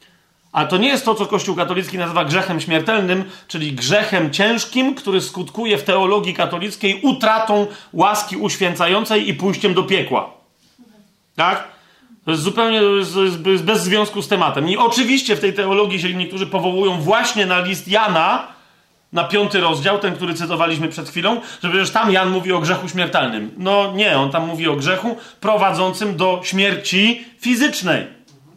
A to nie jest to, co Kościół katolicki nazywa grzechem śmiertelnym, czyli grzechem ciężkim, który skutkuje w teologii katolickiej utratą łaski uświęcającej i pójściem do piekła. Tak? To jest zupełnie bez związku z tematem. I oczywiście w tej teologii się niektórzy powołują właśnie na list Jana, na 5 rozdział, ten, który cytowaliśmy przed chwilą, że przecież tam Jan mówi o grzechu śmiertelnym. No nie, on tam mówi o grzechu prowadzącym do śmierci fizycznej.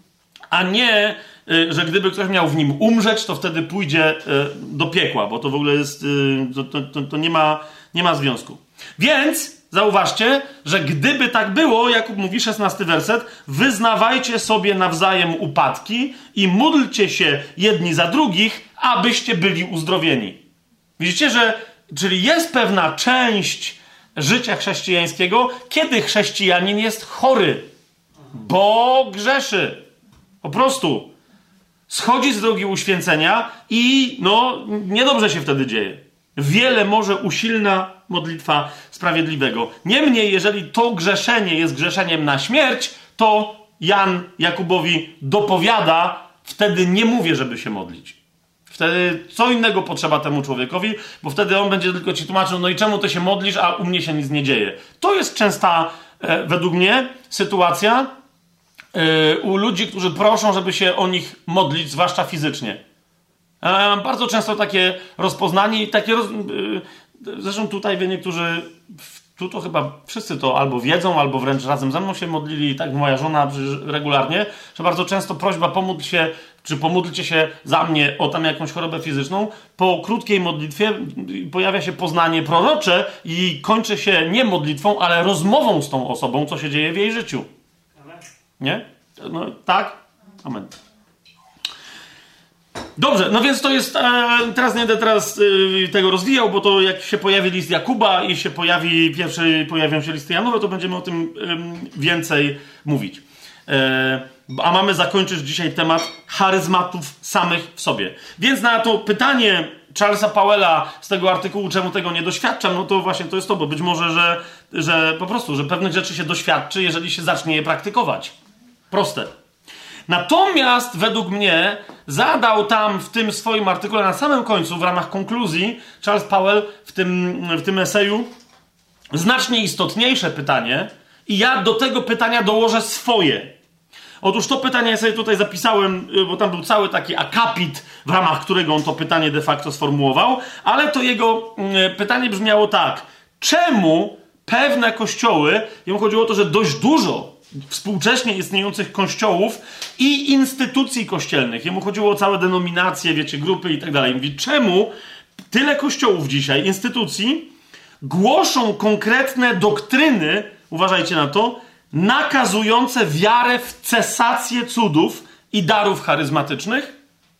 A nie, że gdyby ktoś miał w nim umrzeć, to wtedy pójdzie do piekła, bo to w ogóle jest, to nie ma związku. Więc zauważcie, że gdyby tak było, Jakub mówi, 16 werset, wyznawajcie sobie nawzajem upadki i módlcie się jedni za drugich, abyście byli uzdrowieni. Widzicie, czyli jest pewna część życia chrześcijańskiego, kiedy chrześcijanin jest chory, bo grzeszy. Po prostu. schodzi z drogi uświęcenia i niedobrze się wtedy dzieje. Wiele może usilna modlitwa sprawiedliwego. Niemniej, jeżeli to grzeszenie jest grzeszeniem na śmierć, to Jan Jakubowi dopowiada, wtedy nie mówię, żeby się modlić. Wtedy co innego potrzeba temu człowiekowi, bo wtedy on będzie tylko ci tłumaczył, no i czemu ty się modlisz, a u mnie się nic nie dzieje. To jest częsta, według mnie, sytuacja u ludzi, którzy proszą, żeby się o nich modlić, zwłaszcza fizycznie. Ja mam bardzo często takie rozpoznanie i takie... Zresztą tutaj niektórzy... Tu to chyba wszyscy to albo wiedzą, albo wręcz razem ze mną się modlili, tak moja żona regularnie, że bardzo często prośba pomódl się, czy pomódlcie się za mnie o tam jakąś chorobę fizyczną. Po krótkiej modlitwie pojawia się poznanie prorocze i kończy się nie modlitwą, ale rozmową z tą osobą, co się dzieje w jej życiu. Nie? No, tak? Amen. Dobrze, no więc to jest, teraz nie będę tego rozwijał, bo to jak się pojawi list Jakuba i pojawią się listy Janowe, to będziemy o tym więcej mówić. A mamy zakończyć dzisiaj temat charyzmatów samych w sobie. Więc na to pytanie Charlesa Powella z tego artykułu, czemu tego nie doświadczam, no to właśnie to jest to, bo być może, że po prostu, że pewnych rzeczy się doświadczy, jeżeli się zacznie je praktykować. Proste. Natomiast według mnie zadał tam w tym swoim artykule na samym końcu, w ramach konkluzji, Charles Powell w tym eseju znacznie istotniejsze pytanie i ja do tego pytania dołożę swoje. Otóż to pytanie ja sobie tutaj zapisałem, bo tam był cały taki akapit, w ramach którego on to pytanie de facto sformułował, ale to jego pytanie brzmiało tak. Czemu pewne kościoły, jemu chodziło o to, że dość dużo współcześnie istniejących kościołów i instytucji kościelnych, jemu chodziło o całe denominacje, wiecie, grupy i tak dalej. Mówi, czemu tyle kościołów dzisiaj, instytucji, głoszą konkretne doktryny, uważajcie na to, nakazujące wiarę w cesację cudów i darów charyzmatycznych,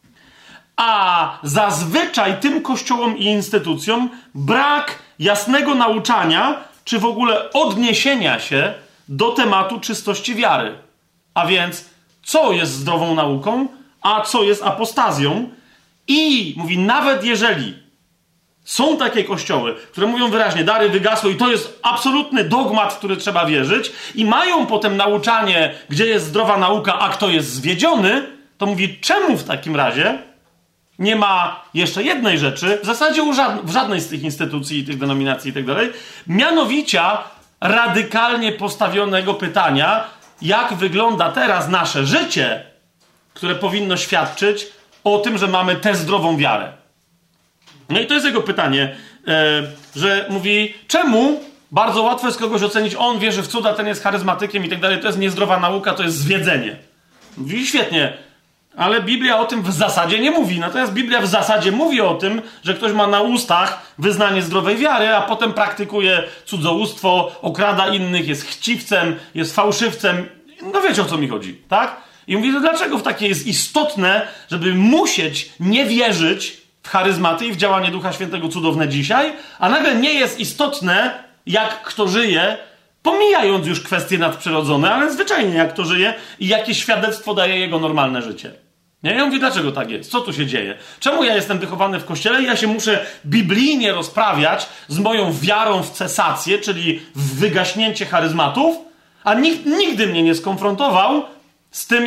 a zazwyczaj tym kościołom i instytucjom brak jasnego nauczania, czy w ogóle odniesienia się do tematu czystości wiary. A więc, co jest zdrową nauką, a co jest apostazją. I mówi, nawet jeżeli są takie kościoły, które mówią wyraźnie, dary wygasły i to jest absolutny dogmat, w który trzeba wierzyć i mają potem nauczanie, gdzie jest zdrowa nauka, a kto jest zwiedziony, to mówi, czemu w takim razie nie ma jeszcze jednej rzeczy, w zasadzie w żadnej z tych instytucji i tych denominacji i tak dalej, mianowicia radykalnie postawionego pytania, jak wygląda teraz nasze życie, które powinno świadczyć o tym, że mamy tę zdrową wiarę. No i to jest jego pytanie, że mówi, czemu bardzo łatwo jest kogoś ocenić, on wierzy w cuda, ten jest charyzmatykiem i tak dalej, to jest niezdrowa nauka, to jest zwiedzenie. Mówi, świetnie, ale Biblia o tym w zasadzie nie mówi. Natomiast Biblia w zasadzie mówi o tym, że ktoś ma na ustach wyznanie zdrowej wiary, a potem praktykuje cudzołóstwo, okrada innych, jest chciwcem, jest fałszywcem. No wiecie, o co mi chodzi, tak? I mówi, to dlaczego w takie jest istotne, żeby musieć nie wierzyć w charyzmaty i w działanie Ducha Świętego cudowne dzisiaj, a nagle nie jest istotne, jak kto żyje, pomijając już kwestie nadprzyrodzone, ale zwyczajnie jak to żyje i jakie świadectwo daje jego normalne życie. Nie? Ja mówię, dlaczego tak jest? Co tu się dzieje? Czemu ja jestem wychowany w kościele i ja się muszę biblijnie rozprawiać z moją wiarą w cesację, czyli w wygaśnięcie charyzmatów, a nikt nigdy mnie nie skonfrontował z tym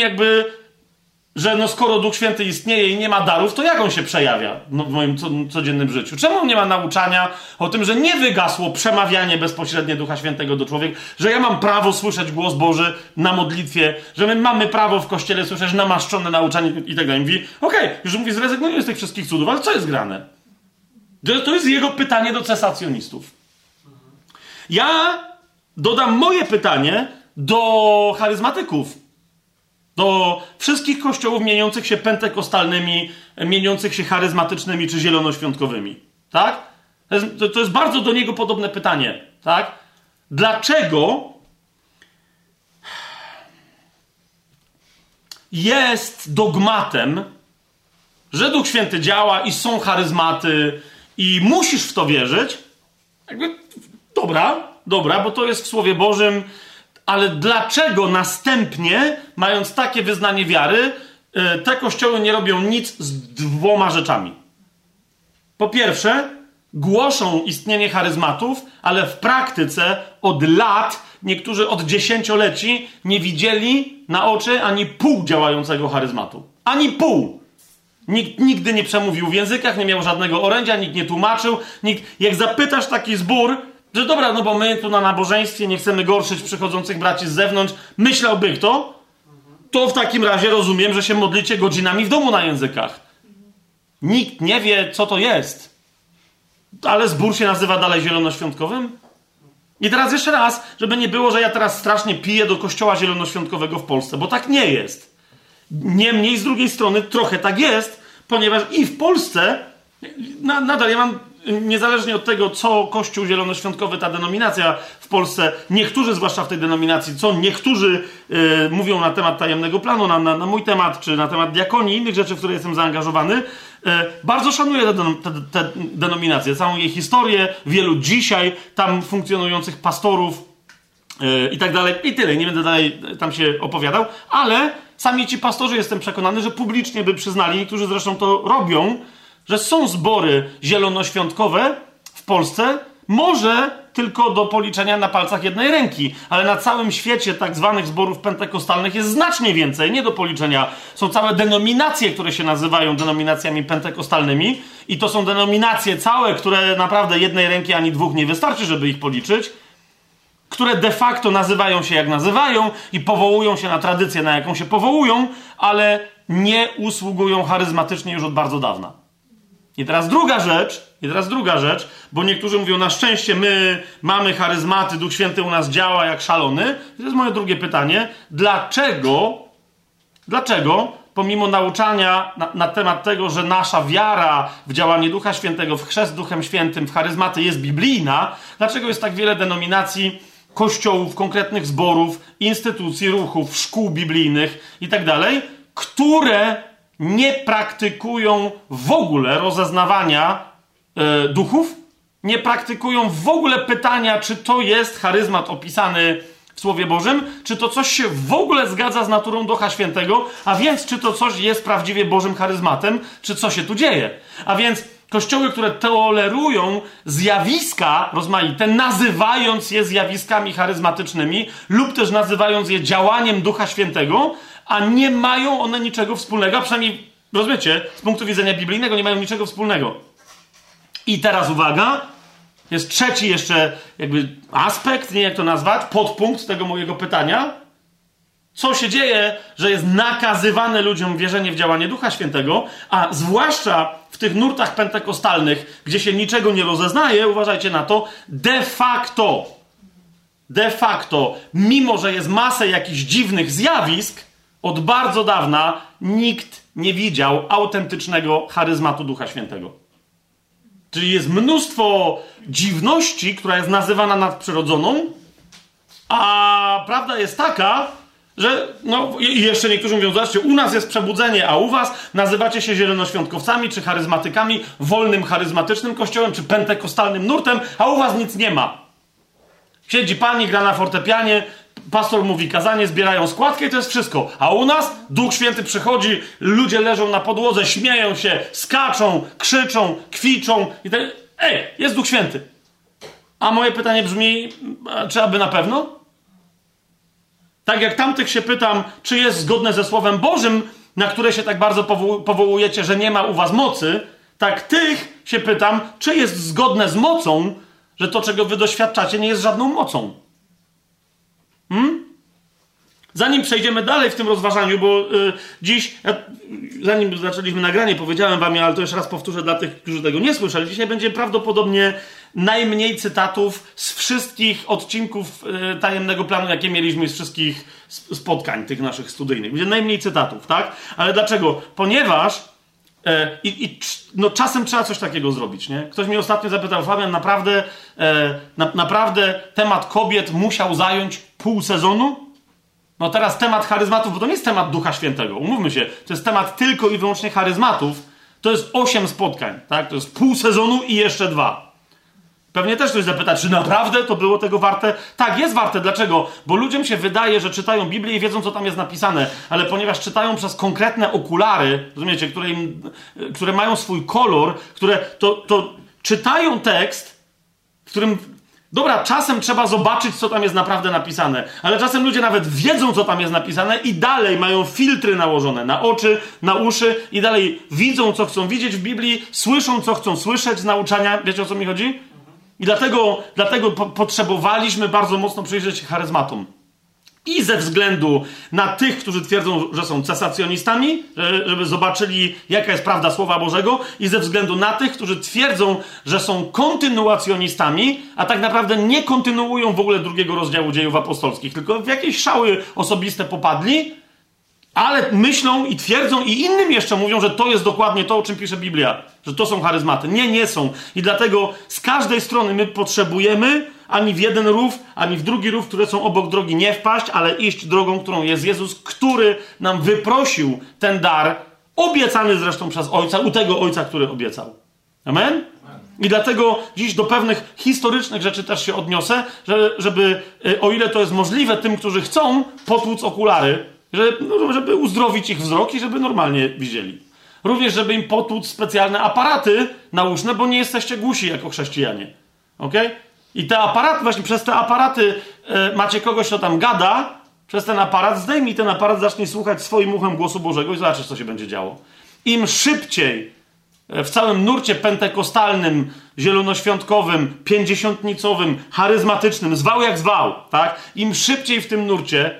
że no skoro Duch Święty istnieje i nie ma darów, to jak on się przejawia w moim codziennym życiu? Czemu nie ma nauczania o tym, że nie wygasło przemawianie bezpośrednie Ducha Świętego do człowieka, że ja mam prawo słyszeć głos Boży na modlitwie, że my mamy prawo w Kościele słyszeć namaszczone nauczanie i tak dalej. Mówi, okej, już mówi, zrezygnuję z tych wszystkich cudów, ale co jest grane? To jest jego pytanie do cesacjonistów. Ja dodam moje pytanie do charyzmatyków. Do wszystkich kościołów mieniących się pentekostalnymi, mieniących się charyzmatycznymi czy zielonoświątkowymi. Tak? To jest bardzo do niego podobne pytanie. Tak? Dlaczego jest dogmatem, że Duch Święty działa i są charyzmaty i musisz w to wierzyć? Dobra, bo to jest w Słowie Bożym. Ale dlaczego następnie, mając takie wyznanie wiary, te kościoły nie robią nic z dwoma rzeczami. Po pierwsze, głoszą istnienie charyzmatów, ale w praktyce od lat, niektórzy od dziesięcioleci, nie widzieli na oczy ani pół działającego charyzmatu. Ani pół! Nikt nigdy nie przemówił w językach, nie miał żadnego orędzia, nikt nie tłumaczył. Jak zapytasz taki zbór, że dobra, no bo my tu na nabożeństwie nie chcemy gorszyć przychodzących braci z zewnątrz, myślałby kto? To w takim razie rozumiem, że się modlicie godzinami w domu na językach. Nikt nie wie, co to jest. Ale zbór się nazywa dalej zielonoświątkowym? I teraz jeszcze raz, żeby nie było, że ja teraz strasznie piję do kościoła zielonoświątkowego w Polsce, bo tak nie jest. Niemniej z drugiej strony trochę tak jest, ponieważ i w Polsce nadal ja mam, niezależnie od tego, co Kościół Zielonoświątkowy, ta denominacja w Polsce, niektórzy zwłaszcza w tej denominacji, co niektórzy mówią na temat tajemnego planu, na mój temat, czy na temat diakonii, innych rzeczy, w które jestem zaangażowany, bardzo szanuję tę denominację, całą jej historię, wielu dzisiaj tam funkcjonujących pastorów i tak dalej, i tyle. Nie będę dalej tam się opowiadał, ale sami ci pastorzy, jestem przekonany, że publicznie by przyznali, niektórzy zresztą to robią, że są zbory zielonoświątkowe w Polsce, może tylko do policzenia na palcach jednej ręki, ale na całym świecie tak zwanych zborów pentekostalnych jest znacznie więcej, nie do policzenia. Są całe denominacje, które się nazywają denominacjami pentekostalnymi i to są denominacje całe, które naprawdę jednej ręki ani dwóch nie wystarczy, żeby ich policzyć, które de facto nazywają się jak nazywają i powołują się na tradycję, na jaką się powołują, ale nie usługują charyzmatycznie już od bardzo dawna. I teraz druga rzecz, bo niektórzy mówią, na szczęście my mamy charyzmaty, Duch Święty u nas działa jak szalony. To jest moje drugie pytanie. Dlaczego pomimo nauczania na temat tego, że nasza wiara w działanie Ducha Świętego, w chrzest Duchem Świętym, w charyzmaty jest biblijna, dlaczego jest tak wiele denominacji, kościołów, konkretnych zborów, instytucji, ruchów, szkół biblijnych i tak dalej, które nie praktykują w ogóle rozeznawania duchów, nie praktykują w ogóle pytania, czy to jest charyzmat opisany w Słowie Bożym, czy to coś się w ogóle zgadza z naturą Ducha Świętego, a więc czy to coś jest prawdziwie Bożym charyzmatem, czy co się tu dzieje. A więc kościoły, które tolerują zjawiska rozmaite, nazywając je zjawiskami charyzmatycznymi lub też nazywając je działaniem Ducha Świętego, a nie mają one niczego wspólnego, a przynajmniej, rozumiecie, z punktu widzenia biblijnego nie mają niczego wspólnego. I teraz uwaga, jest trzeci jeszcze jakby aspekt, nie jak to nazwać, podpunkt tego mojego pytania. Co się dzieje, że jest nakazywane ludziom wierzenie w działanie Ducha Świętego, a zwłaszcza w tych nurtach pentekostalnych, gdzie się niczego nie rozeznaje, uważajcie na to, de facto, mimo że jest masę jakichś dziwnych zjawisk, od bardzo dawna nikt nie widział autentycznego charyzmatu Ducha Świętego. Czyli jest mnóstwo dziwności, która jest nazywana nadprzyrodzoną, a prawda jest taka, że, no i jeszcze niektórzy mówią, zobaczcie, u nas jest przebudzenie, a u was nazywacie się zielonoświątkowcami, czy charyzmatykami, wolnym charyzmatycznym kościołem, czy pentekostalnym nurtem, a u was nic nie ma. Siedzi pani, gra na fortepianie, pastor mówi kazanie, zbierają składkę i to jest wszystko. A u nas Duch Święty przychodzi, ludzie leżą na podłodze, śmieją się, skaczą, krzyczą, kwiczą i tak. Ej, jest Duch Święty. A moje pytanie brzmi, czy aby na pewno? Tak jak tamtych się pytam, czy jest zgodne ze Słowem Bożym, na które się tak bardzo powołujecie, że nie ma u was mocy, tak tych się pytam, czy jest zgodne z mocą, że to, czego wy doświadczacie, nie jest żadną mocą. Zanim przejdziemy dalej w tym rozważaniu, bo dziś, zanim zaczęliśmy nagranie, powiedziałem wam, ale to jeszcze raz powtórzę dla tych, którzy tego nie słyszeli, dzisiaj będzie prawdopodobnie najmniej cytatów z wszystkich odcinków tajemnego planu, jakie mieliśmy z wszystkich spotkań tych naszych studyjnych. Będzie najmniej cytatów, tak? Ale dlaczego? Ponieważ no czasem trzeba coś takiego zrobić, nie? Ktoś mnie ostatnio zapytał, Fabian, naprawdę temat kobiet musiał zająć pół sezonu? No teraz temat charyzmatów, bo to nie jest temat Ducha Świętego, umówmy się, to jest temat tylko i wyłącznie charyzmatów, to jest 8 spotkań, tak? To jest pół sezonu i jeszcze 2. Pewnie też ktoś zapyta, czy naprawdę to było tego warte? Tak, jest warte. Dlaczego? Bo ludziom się wydaje, że czytają Biblię i wiedzą, co tam jest napisane, ale ponieważ czytają przez konkretne okulary, rozumiecie, które mają swój kolor, które to czytają tekst, w którym, dobra, czasem trzeba zobaczyć, co tam jest naprawdę napisane, ale czasem ludzie nawet wiedzą, co tam jest napisane i dalej mają filtry nałożone na oczy, na uszy i dalej widzą, co chcą widzieć w Biblii, słyszą, co chcą słyszeć z nauczania. Wiecie, o co mi chodzi? I dlatego potrzebowaliśmy bardzo mocno przyjrzeć się charyzmatom. I ze względu na tych, którzy twierdzą, że są cesacjonistami, żeby zobaczyli, jaka jest prawda Słowa Bożego, i ze względu na tych, którzy twierdzą, że są kontynuacjonistami, a tak naprawdę nie kontynuują w ogóle 2 rozdziału Dziejów Apostolskich, tylko w jakieś szały osobiste popadli, ale myślą i twierdzą i innym jeszcze mówią, że to jest dokładnie to, o czym pisze Biblia, że to są charyzmaty. Nie, nie są. I dlatego z każdej strony my potrzebujemy ani w jeden rów, ani w drugi rów, które są obok drogi, nie wpaść, ale iść drogą, którą jest Jezus, który nam wyprosił ten dar, obiecany zresztą przez Ojca, u tego Ojca, który obiecał. Amen? I dlatego dziś do pewnych historycznych rzeczy też się odniosę, żeby, o ile to jest możliwe, tym, którzy chcą, potłuc okulary, żeby uzdrowić ich wzrok i żeby normalnie widzieli. Również, żeby im potłuc specjalne aparaty nauszne, bo nie jesteście głusi jako chrześcijanie. Okej? I te aparaty, właśnie przez te aparaty macie kogoś, kto tam gada, przez ten aparat, zdejmij ten aparat, zacznij słuchać swoim uchem głosu Bożego i zobaczysz, co się będzie działo. Im szybciej w całym nurcie pentekostalnym, zielonoświątkowym, pięćdziesiątnicowym, charyzmatycznym, zwał jak zwał, tak? Im szybciej w tym nurcie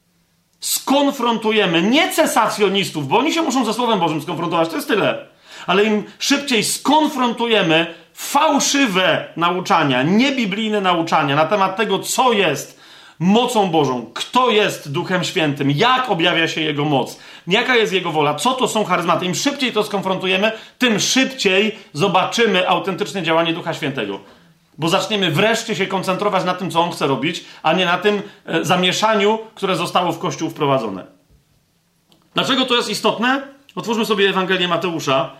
skonfrontujemy nie cesacjonistów, bo oni się muszą ze Słowem Bożym skonfrontować, to jest tyle. Ale im szybciej skonfrontujemy fałszywe nauczania, niebiblijne nauczania na temat tego, co jest mocą Bożą, kto jest Duchem Świętym, jak objawia się Jego moc, jaka jest Jego wola, co to są charyzmaty. Im szybciej to skonfrontujemy, tym szybciej zobaczymy autentyczne działanie Ducha Świętego. Bo zaczniemy wreszcie się koncentrować na tym, co On chce robić, a nie na tym zamieszaniu, które zostało w Kościół wprowadzone. Dlaczego to jest istotne? Otwórzmy sobie Ewangelię Mateusza,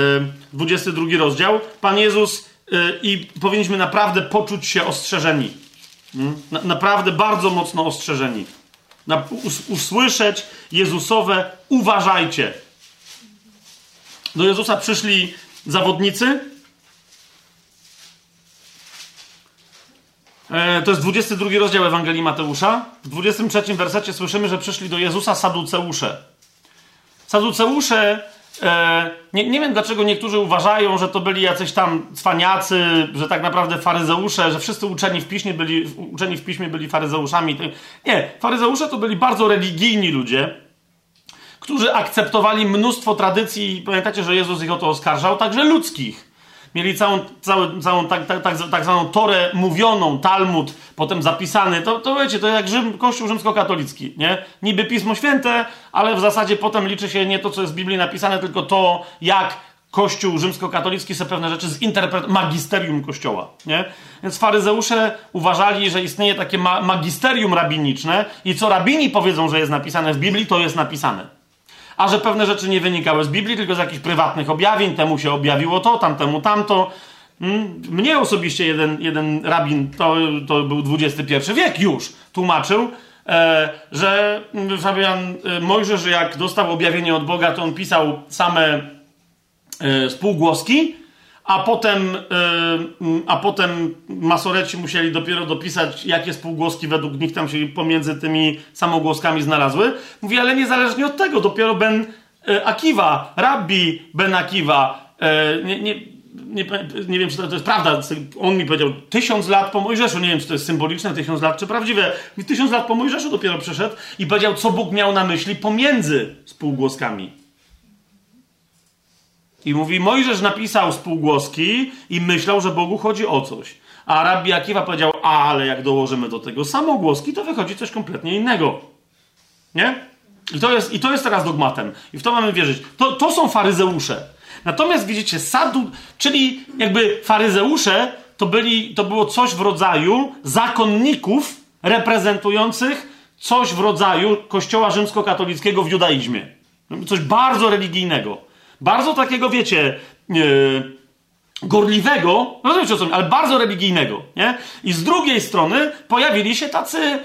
22 rozdział. Pan Jezus i powinniśmy naprawdę poczuć się ostrzeżeni. Naprawdę bardzo mocno ostrzeżeni. Usłyszeć Jezusowe uważajcie. Do Jezusa przyszli zawodnicy. To jest 22 rozdział Ewangelii Mateusza. W 23 wersecie słyszymy, że przyszli do Jezusa saduceusze. Saduceusze, nie wiem dlaczego niektórzy uważają, że to byli jacyś tam cwaniacy, że tak naprawdę faryzeusze, że wszyscy uczeni w piśmie byli faryzeuszami. Nie, faryzeusze to byli bardzo religijni ludzie, którzy akceptowali mnóstwo tradycji. Pamiętacie, że Jezus ich o to oskarżał, także ludzkich. Mieli całą tak zwaną Torę mówioną, Talmud, potem zapisany. To wiecie, to jak Kościół rzymskokatolicki, nie? Niby Pismo Święte, ale w zasadzie potem liczy się nie to, co jest w Biblii napisane, tylko to, jak Kościół rzymskokatolicki sobie pewne rzeczy zinterpretuje, magisterium Kościoła, nie? Więc faryzeusze uważali, że istnieje takie magisterium rabiniczne i co rabini powiedzą, że jest napisane w Biblii, to jest napisane. A że pewne rzeczy nie wynikały z Biblii, tylko z jakichś prywatnych objawień, temu się objawiło to, tamtemu tamto. Mnie osobiście jeden rabin, to był XXI wiek już, tłumaczył, że Fabian Mojżesz, jak dostał objawienie od Boga, to on pisał same spółgłoski, a potem masoreci musieli dopiero dopisać, jakie spółgłoski według nich tam się pomiędzy tymi samogłoskami znalazły. Mówi, ale niezależnie od tego, dopiero Ben Akiwa, rabbi Ben Akiwa, nie wiem, czy to jest prawda, on mi powiedział 1000 lat po Mojżeszu, nie wiem, czy to jest symboliczne 1000 lat, czy prawdziwe. 1000 lat po Mojżeszu dopiero przyszedł i powiedział, co Bóg miał na myśli pomiędzy spółgłoskami. I mówi, Mojżesz napisał spółgłoski i myślał, że Bogu chodzi o coś. A rabbi Akiwa powiedział, ale jak dołożymy do tego samogłoski, to wychodzi coś kompletnie innego. Nie? I to jest teraz dogmatem. I w to mamy wierzyć. To są faryzeusze. Natomiast widzicie, czyli jakby faryzeusze to było coś w rodzaju zakonników reprezentujących coś w rodzaju Kościoła rzymskokatolickiego w judaizmie. Coś bardzo religijnego. Bardzo takiego, wiecie, gorliwego, rozumiecie o co mi, ale bardzo religijnego, nie? I z drugiej strony pojawili się tacy,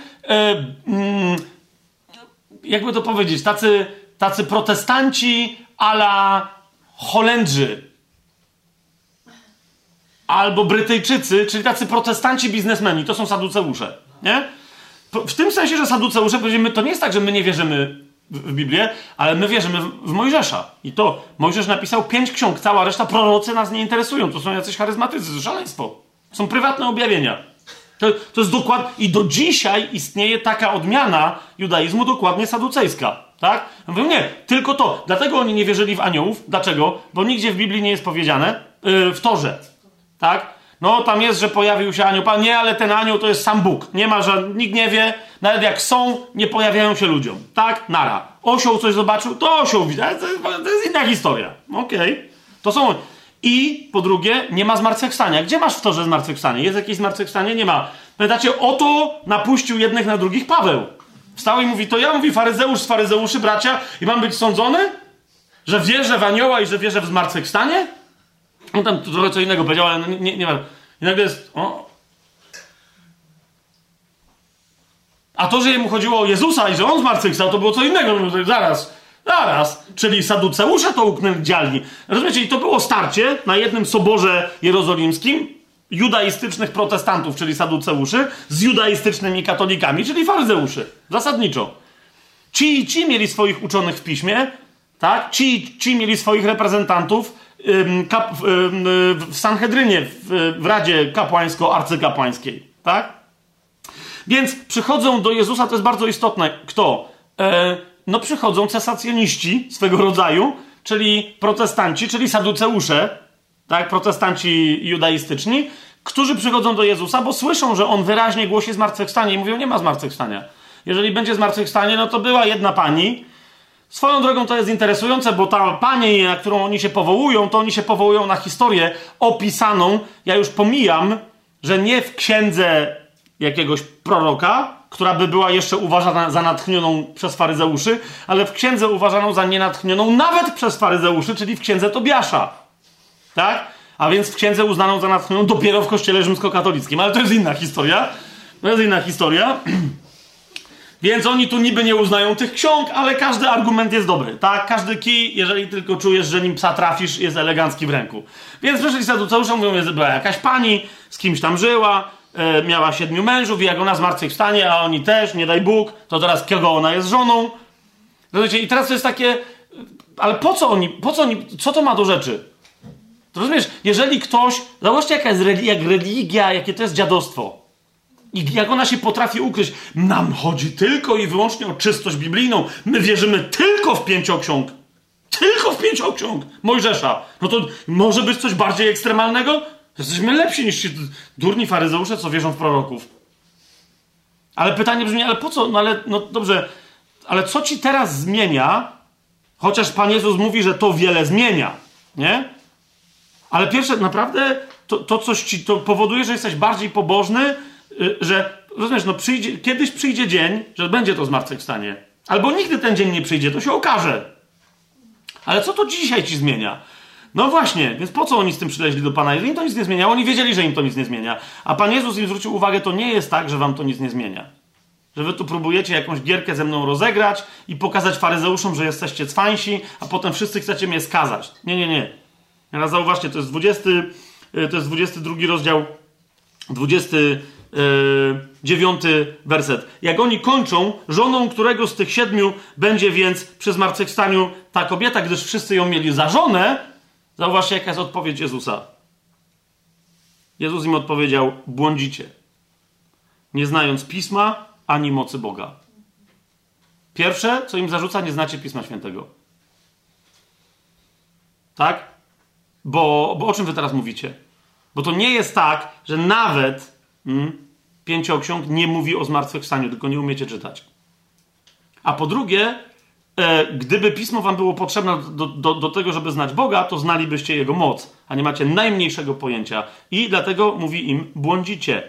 jakby to powiedzieć, tacy protestanci a la Holendrzy albo Brytyjczycy, czyli tacy protestanci biznesmeni, to są saduceusze, nie? W tym sensie, że saduceusze, powiedzmy, to nie jest tak, że my nie wierzymy w Biblię, ale my wierzymy w Mojżesza. I to Mojżesz napisał 5 ksiąg, cała reszta prorocy nas nie interesują. To są jacyś charyzmatycy, to szaleństwo. Są prywatne objawienia. To jest dokładnie... I do dzisiaj istnieje taka odmiana judaizmu dokładnie saducejska. Tak? Mówią, nie, tylko to. Dlatego oni nie wierzyli w aniołów. Dlaczego? Bo nigdzie w Biblii nie jest powiedziane, w Torze. Tak? No, tam jest, że pojawił się anioł. Nie, ale ten anioł to jest sam Bóg. Nie ma żadnych, nikt nie wie. Nawet jak są, nie pojawiają się ludziom. Tak? Nara. Osioł coś zobaczył, to osioł widać. To jest inna historia. Okej. To są... I po drugie, nie ma zmartwychwstania. Gdzie masz w Torze zmartwychwstanie? Jest jakieś zmartwychwstanie? Nie ma. Pamiętacie, oto napuścił jednych na drugich Paweł. Wstał i mówi, to ja, mówi, faryzeusz z faryzeuszy, bracia, i mam być sądzony? Że wierzę w anioła i że wierzę w zmartwychwstanie? On tam trochę co innego powiedział, ale nie ma. I nagle jest... A to, że jemu chodziło o Jezusa i że on zmartwychwstał, to było co innego. Zaraz. Czyli saduceusze to uknędzialni. Rozumiecie? I to było starcie na jednym soborze jerozolimskim judaistycznych protestantów, czyli saduceuszy, z judaistycznymi katolikami, czyli faryzeuszy. Zasadniczo. Ci mieli swoich uczonych w piśmie, tak? Ci mieli swoich reprezentantów w Sanhedrynie, w Radzie Kapłańsko-Arcykapłańskiej, tak? Więc przychodzą do Jezusa, to jest bardzo istotne. Kto? No przychodzą cesacjoniści swego rodzaju, czyli protestanci, czyli saduceusze, tak? Protestanci judaistyczni, którzy przychodzą do Jezusa, bo słyszą, że On wyraźnie głosi zmartwychwstanie i mówią, nie ma zmartwychwstania. Jeżeli będzie zmartwychwstanie, no to była jedna pani. Swoją drogą to jest interesujące, bo ta pani, na którą oni się powołują, to oni się powołują na historię opisaną, ja już pomijam, że nie w księdze jakiegoś proroka, która by była jeszcze uważana za natchnioną przez faryzeuszy, ale w księdze uważaną za nienatchnioną nawet przez faryzeuszy, czyli w księdze Tobiasza. Tak? A więc w księdze uznaną za natchnioną dopiero w kościele rzymskokatolickim. Ale to jest inna historia. Więc oni tu niby nie uznają tych ksiąg, ale każdy argument jest dobry, tak? Każdy kij, jeżeli tylko czujesz, że nim psa trafisz, jest elegancki w ręku. Więc przyszli saduceusze, mówią, że była jakaś pani, z kimś tam żyła, miała 7 mężów i jak ona zmartwychwstanie, a oni też, nie daj Bóg, to teraz kogo ona jest żoną? Rozumiecie? I teraz to jest takie... Ale po co oni, co to ma do rzeczy? To rozumiesz, jeżeli ktoś... Zobaczcie, jaka jest religia, jakie to jest dziadostwo. I jak ona się potrafi ukryć. Nam chodzi tylko i wyłącznie o czystość biblijną. My wierzymy tylko w 5 ksiąg. Tylko w 5 ksiąg Mojżesza. No to może być coś bardziej ekstremalnego? Jesteśmy lepsi niż ci durni faryzeusze, co wierzą w proroków. Ale pytanie brzmi, ale po co? No dobrze, ale co ci teraz zmienia? Chociaż Pan Jezus mówi, że to wiele zmienia. Nie? Ale pierwsze, naprawdę to coś ci to powoduje, że jesteś bardziej pobożny, że, rozumiesz, no kiedyś przyjdzie dzień, że będzie to zmartwychwstanie. Albo nigdy ten dzień nie przyjdzie, to się okaże. Ale co to dzisiaj ci zmienia? No właśnie, więc po co oni z tym przyleźli do Pana? Jeżeli im to nic nie zmienia, oni wiedzieli, że im to nic nie zmienia. A Pan Jezus im zwrócił uwagę, to nie jest tak, że wam to nic nie zmienia. Że wy tu próbujecie jakąś gierkę ze mną rozegrać i pokazać faryzeuszom, że jesteście cwańsi, a potem wszyscy chcecie mnie skazać. Nie. Teraz zauważcie, to jest 22 rozdział, 29 werset. Jak oni kończą, żoną którego z tych 7 będzie więc przy zmartwychwstaniu ta kobieta, gdyż wszyscy ją mieli za żonę. Zauważcie, jaka jest odpowiedź Jezusa. Jezus im odpowiedział, błądzicie, nie znając Pisma ani mocy Boga. Pierwsze, co im zarzuca, nie znacie Pisma Świętego. Tak? Bo o czym wy teraz mówicie? Bo to nie jest tak, że nawet 5 ksiąg nie mówi o zmartwychwstaniu, tylko nie umiecie czytać. A po drugie, gdyby Pismo wam było potrzebne do tego, żeby znać Boga, to znalibyście Jego moc, a nie macie najmniejszego pojęcia. I dlatego mówi im, błądzicie.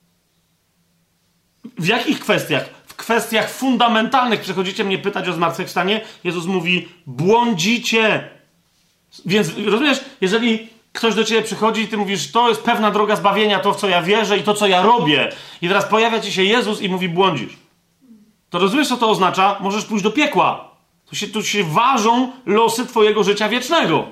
W jakich kwestiach? W kwestiach fundamentalnych przychodzicie mnie pytać o zmartwychwstanie. Jezus mówi, błądzicie. Więc rozumiesz, jeżeli Ktoś do ciebie przychodzi i ty mówisz, to jest pewna droga zbawienia, to w co ja wierzę i to co ja robię. I teraz pojawia ci się Jezus i mówi, błądzisz. To rozumiesz, co to oznacza? Możesz pójść do piekła. Tu się ważą losy twojego życia wiecznego.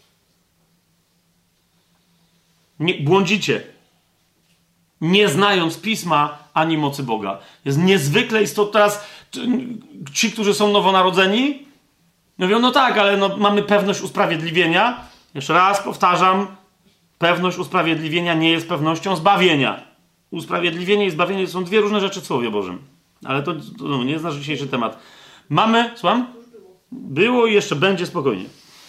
Nie, błądzicie. Nie znając Pisma ani mocy Boga. Jest niezwykle istotne. Teraz ci, którzy są nowonarodzeni, mówią, no tak, ale no, mamy pewność usprawiedliwienia. Jeszcze raz powtarzam, pewność usprawiedliwienia nie jest pewnością zbawienia. Usprawiedliwienie i zbawienie są dwie różne rzeczy w Słowie Bożym. Ale to nie jest nasz dzisiejszy temat. Słucham? Było i jeszcze będzie, spokojnie.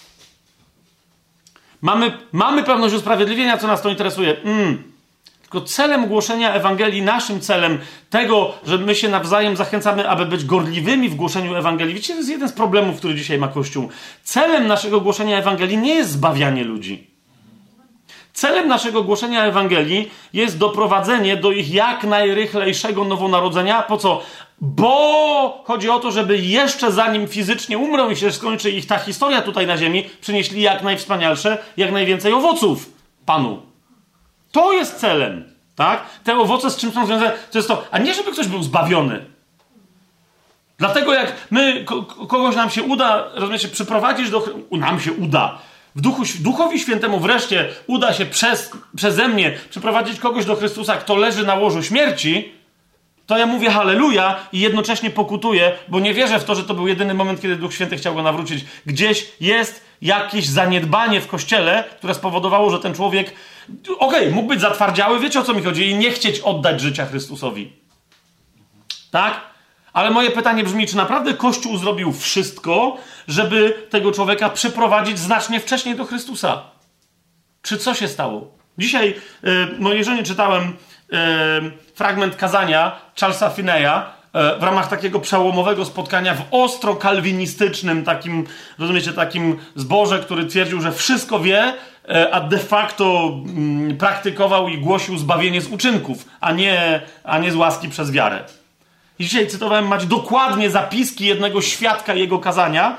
Mamy pewność usprawiedliwienia, co nas to interesuje. Tylko celem głoszenia Ewangelii, naszym celem tego, że my się nawzajem zachęcamy, aby być gorliwymi w głoszeniu Ewangelii. Wiecie, to jest jeden z problemów, który dzisiaj ma Kościół. Celem naszego głoszenia Ewangelii nie jest zbawianie ludzi. Celem naszego głoszenia Ewangelii jest doprowadzenie do ich jak najrychlejszego nowonarodzenia. Po co? Bo chodzi o to, żeby jeszcze zanim fizycznie umrą i się skończy ich ta historia tutaj na ziemi, przynieśli jak najwspanialsze, jak najwięcej owoców Panu. To jest celem, tak? Te owoce z czym są związane, to jest to, a nie żeby ktoś był zbawiony. Dlatego jak my, kogoś nam się uda, rozumiecie, przyprowadzić nam się uda, Duchowi Świętemu wreszcie uda się przeze mnie przyprowadzić kogoś do Chrystusa, kto leży na łożu śmierci, to ja mówię halleluja i jednocześnie pokutuję, bo nie wierzę w to, że to był jedyny moment, kiedy Duch Święty chciał go nawrócić. Gdzieś jest jakieś zaniedbanie w Kościele, które spowodowało, że ten człowiek mógł być zatwardziały, wiecie o co mi chodzi, i nie chcieć oddać życia Chrystusowi. Tak? Ale moje pytanie brzmi, czy naprawdę Kościół zrobił wszystko, żeby tego człowieka przyprowadzić znacznie wcześniej do Chrystusa? Czy co się stało? Dzisiaj mojej żonie czytałem fragment kazania Charlesa Finney'a w ramach takiego przełomowego spotkania w ostro kalwinistycznym takim, rozumiecie, takim zborze, który twierdził, że wszystko wie, a de facto praktykował i głosił zbawienie z uczynków, a nie z łaski przez wiarę. I dzisiaj cytowałem, macie dokładnie zapiski jednego świadka jego kazania.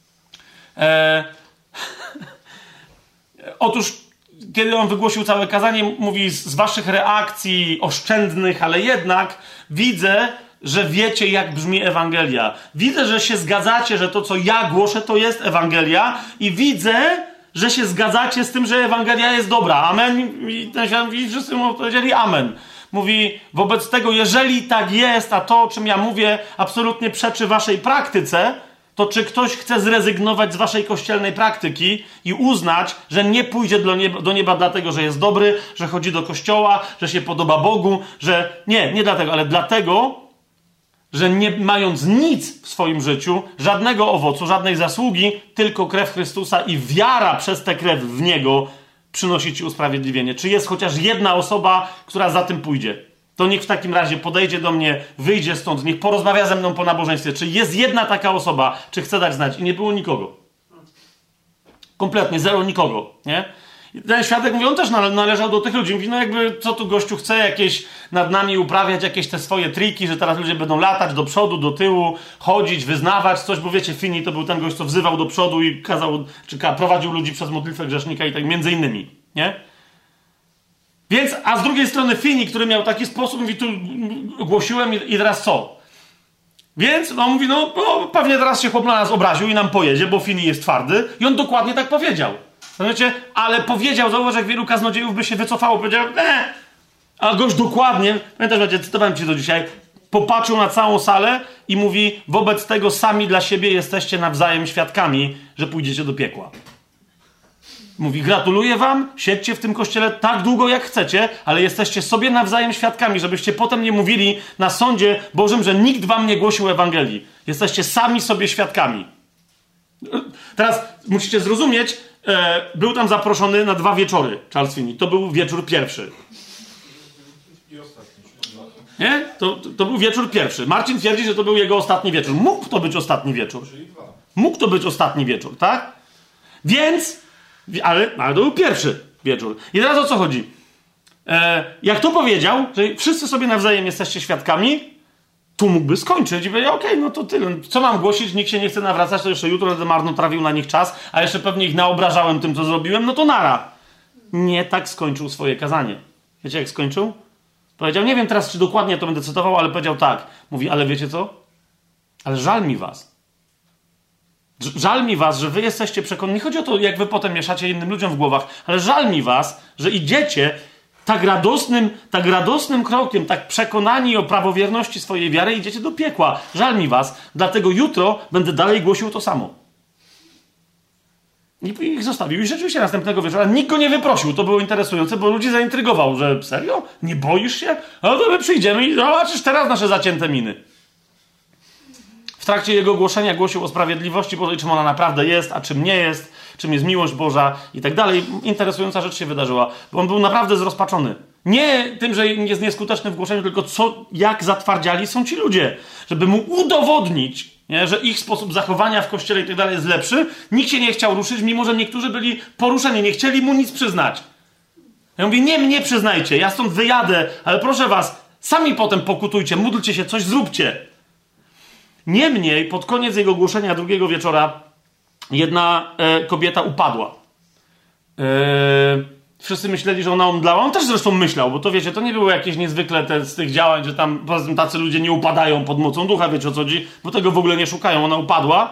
Otóż, kiedy on wygłosił całe kazanie, mówi, z waszych reakcji oszczędnych, ale jednak widzę, że wiecie, jak brzmi Ewangelia. Widzę, że się zgadzacie, że to, co ja głoszę, to jest Ewangelia i widzę, że się zgadzacie z tym, że Ewangelia jest dobra. Amen. I ten świat mówi, wszyscy mu powiedzieli amen. Mówi, wobec tego, jeżeli tak jest, a to, o czym ja mówię, absolutnie przeczy waszej praktyce, to czy ktoś chce zrezygnować z waszej kościelnej praktyki i uznać, że nie pójdzie do nieba dlatego, że jest dobry, że chodzi do kościoła, że się podoba Bogu, że... Nie dlatego, ale dlatego, że nie mając nic w swoim życiu, żadnego owocu, żadnej zasługi, tylko krew Chrystusa i wiara przez tę krew w Niego przynosi ci usprawiedliwienie. Czy jest chociaż jedna osoba, która za tym pójdzie? To niech w takim razie podejdzie do mnie, wyjdzie stąd, niech porozmawia ze mną po nabożeństwie. Czy jest jedna taka osoba, czy chce dać znać? I nie było nikogo. Kompletnie, zero nikogo, nie? I ten świadek mówi, on też należał do tych ludzi. Mówi, no jakby, co tu gościu chce, jakieś nad nami uprawiać jakieś te swoje triki, że teraz ludzie będą latać do przodu, do tyłu, chodzić, wyznawać coś, bo wiecie, Finney to był ten gość, co wzywał do przodu i kazał, czy prowadził ludzi przez modlitwę grzesznika i tak między innymi, nie? Więc, a z drugiej strony Finney, który miał taki sposób, mówi, tu głosiłem i teraz co? Więc on mówi, no pewnie teraz się chłop na nas obraził i nam pojedzie, bo Finney jest twardy i on dokładnie tak powiedział. Znaczy, ale powiedział, zauważ, jak wielu kaznodziejów by się wycofało, powiedział, a gość dokładnie, pamiętasz, cytowałem ci to dzisiaj, popatrzył na całą salę i mówi, wobec tego sami dla siebie jesteście nawzajem świadkami, że pójdziecie do piekła. Mówi, gratuluję wam, siedźcie w tym kościele tak długo jak chcecie, ale jesteście sobie nawzajem świadkami, żebyście potem nie mówili na sądzie Bożym, że nikt wam nie głosił Ewangelii. Jesteście sami sobie świadkami. Teraz musicie zrozumieć, był tam zaproszony na 2 wieczory Charles Finney. To był wieczór pierwszy. Nie? To był wieczór pierwszy. Marcin twierdzi, że to był jego ostatni wieczór. Mógł to być ostatni wieczór. Mógł to być ostatni wieczór, tak? Więc, ale to był pierwszy wieczór. I teraz o co chodzi? Jak to powiedział, że wszyscy sobie nawzajem jesteście świadkami, tu mógłby skończyć i powiedzieć, okej, no to tyle. Co mam głosić? Nikt się nie chce nawracać, to jeszcze jutro będę marnotrawił na nich czas, a jeszcze pewnie ich naobrażałem tym, co zrobiłem, no to nara. nie tak skończył swoje kazanie. Wiecie, jak skończył? Powiedział, nie wiem teraz, czy dokładnie to będę cytował, ale powiedział tak. Mówi, ale wiecie co? Ale żal mi was. Żal mi was, że wy jesteście przekonani. Nie chodzi o to, jak wy potem mieszacie innym ludziom w głowach, ale żal mi was, że idziecie tak radosnym krokiem, tak przekonani o prawowierności swojej wiary, idziecie do piekła. Żal mi was, dlatego jutro będę dalej głosił to samo. I ich zostawił. I rzeczywiście następnego wieczora nikt go nie wyprosił. To było interesujące, bo ludzi zaintrygował, że serio? Nie boisz się? No to my przyjdziemy i zobaczysz teraz nasze zacięte miny. W trakcie jego głoszenia głosił o sprawiedliwości Bożej, czym ona naprawdę jest, a czym nie jest, czym jest miłość Boża i tak dalej. Interesująca rzecz się wydarzyła, bo on był naprawdę zrozpaczony. Nie tym, że jest nieskuteczny w głoszeniu, tylko jak zatwardziali są ci ludzie. Żeby mu udowodnić, nie, że ich sposób zachowania w kościele i tak dalej jest lepszy, nikt się nie chciał ruszyć, mimo że niektórzy byli poruszeni, nie chcieli mu nic przyznać. Ja mówię, nie mnie przyznajcie, ja stąd wyjadę, ale proszę was, sami potem pokutujcie, módlcie się, coś zróbcie. Niemniej, pod koniec jego głoszenia drugiego wieczora jedna kobieta upadła. Wszyscy myśleli, że ona omdlała. On też zresztą myślał, bo to wiecie, to nie było jakieś niezwykle z tych działań, że tam poza tym tacy ludzie nie upadają pod mocą ducha, wiecie o co chodzi, bo tego w ogóle nie szukają. Ona upadła.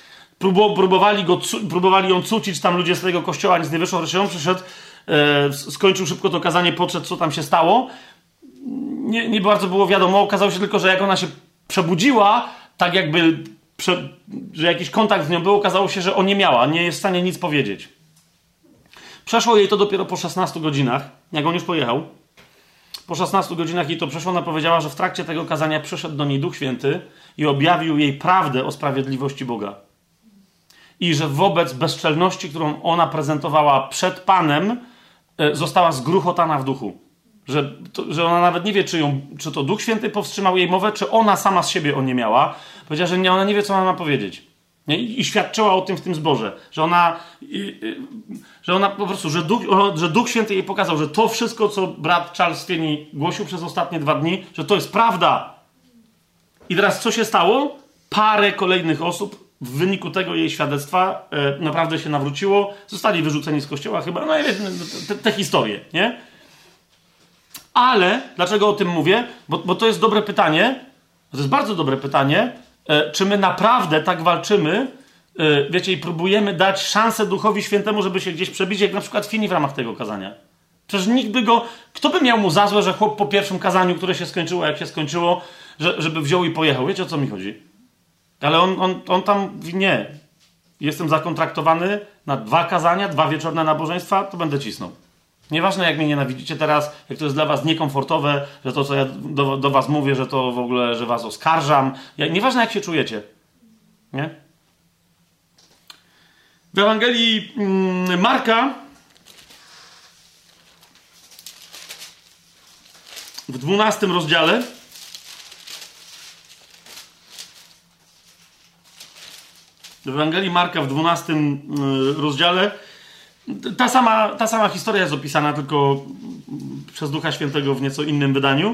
Próbowali ją cucić tam ludzie z tego kościoła, nic nie wyszło. Wreszcie on przyszedł, skończył szybko to kazanie, podszedł, co tam się stało. Nie bardzo było wiadomo. Okazało się tylko, że jak ona się przebudziła, tak jakby, że jakiś kontakt z nią był, okazało się, że oniemiała, nie jest w stanie nic powiedzieć. Przeszło jej to dopiero po 16 godzinach, jak on już pojechał. Po 16 godzinach jej to przeszło, ona powiedziała, że w trakcie tego kazania przyszedł do niej Duch Święty i objawił jej prawdę o sprawiedliwości Boga. I że wobec bezczelności, którą ona prezentowała przed Panem, została zgruchotana w duchu. Że ona nawet nie wie, czy to Duch Święty powstrzymał jej mowę, czy ona sama z siebie oniemiała. Powiedziała, że ona nie wie, co ona ma powiedzieć. I świadczyła o tym w tym zborze. Że ona po prostu, że Duch Święty jej pokazał, że to wszystko, co brat Charles Finney głosił przez ostatnie 2 dni, że to jest prawda. I teraz co się stało? Parę kolejnych osób w wyniku tego jej świadectwa naprawdę się nawróciło. Zostali wyrzuceni z kościoła chyba. No i te historie, nie? Ale, dlaczego o tym mówię? Bo to jest dobre pytanie. To jest bardzo dobre pytanie. Czy my naprawdę tak walczymy, wiecie, i próbujemy dać szansę Duchowi Świętemu, żeby się gdzieś przebić, jak na przykład Finney w ramach tego kazania. Przecież nikt by go... Kto by miał mu za złe, że chłop po pierwszym kazaniu, które się skończyło, jak się skończyło, żeby wziął i pojechał. Wiecie, o co mi chodzi? Ale on tam mówi, nie. Jestem zakontraktowany na 2 kazania, 2 wieczorne nabożeństwa, to będę cisnął. Nieważne, jak mnie nienawidzicie teraz, jak to jest dla was niekomfortowe, że to, co ja do was mówię, że to w ogóle, że was oskarżam. Nieważne, jak się czujecie. Nie? W Ewangelii Marka w 12 rozdziale w Ewangelii Marka w 12 rozdziale ta sama historia jest opisana, tylko przez Ducha Świętego w nieco innym wydaniu.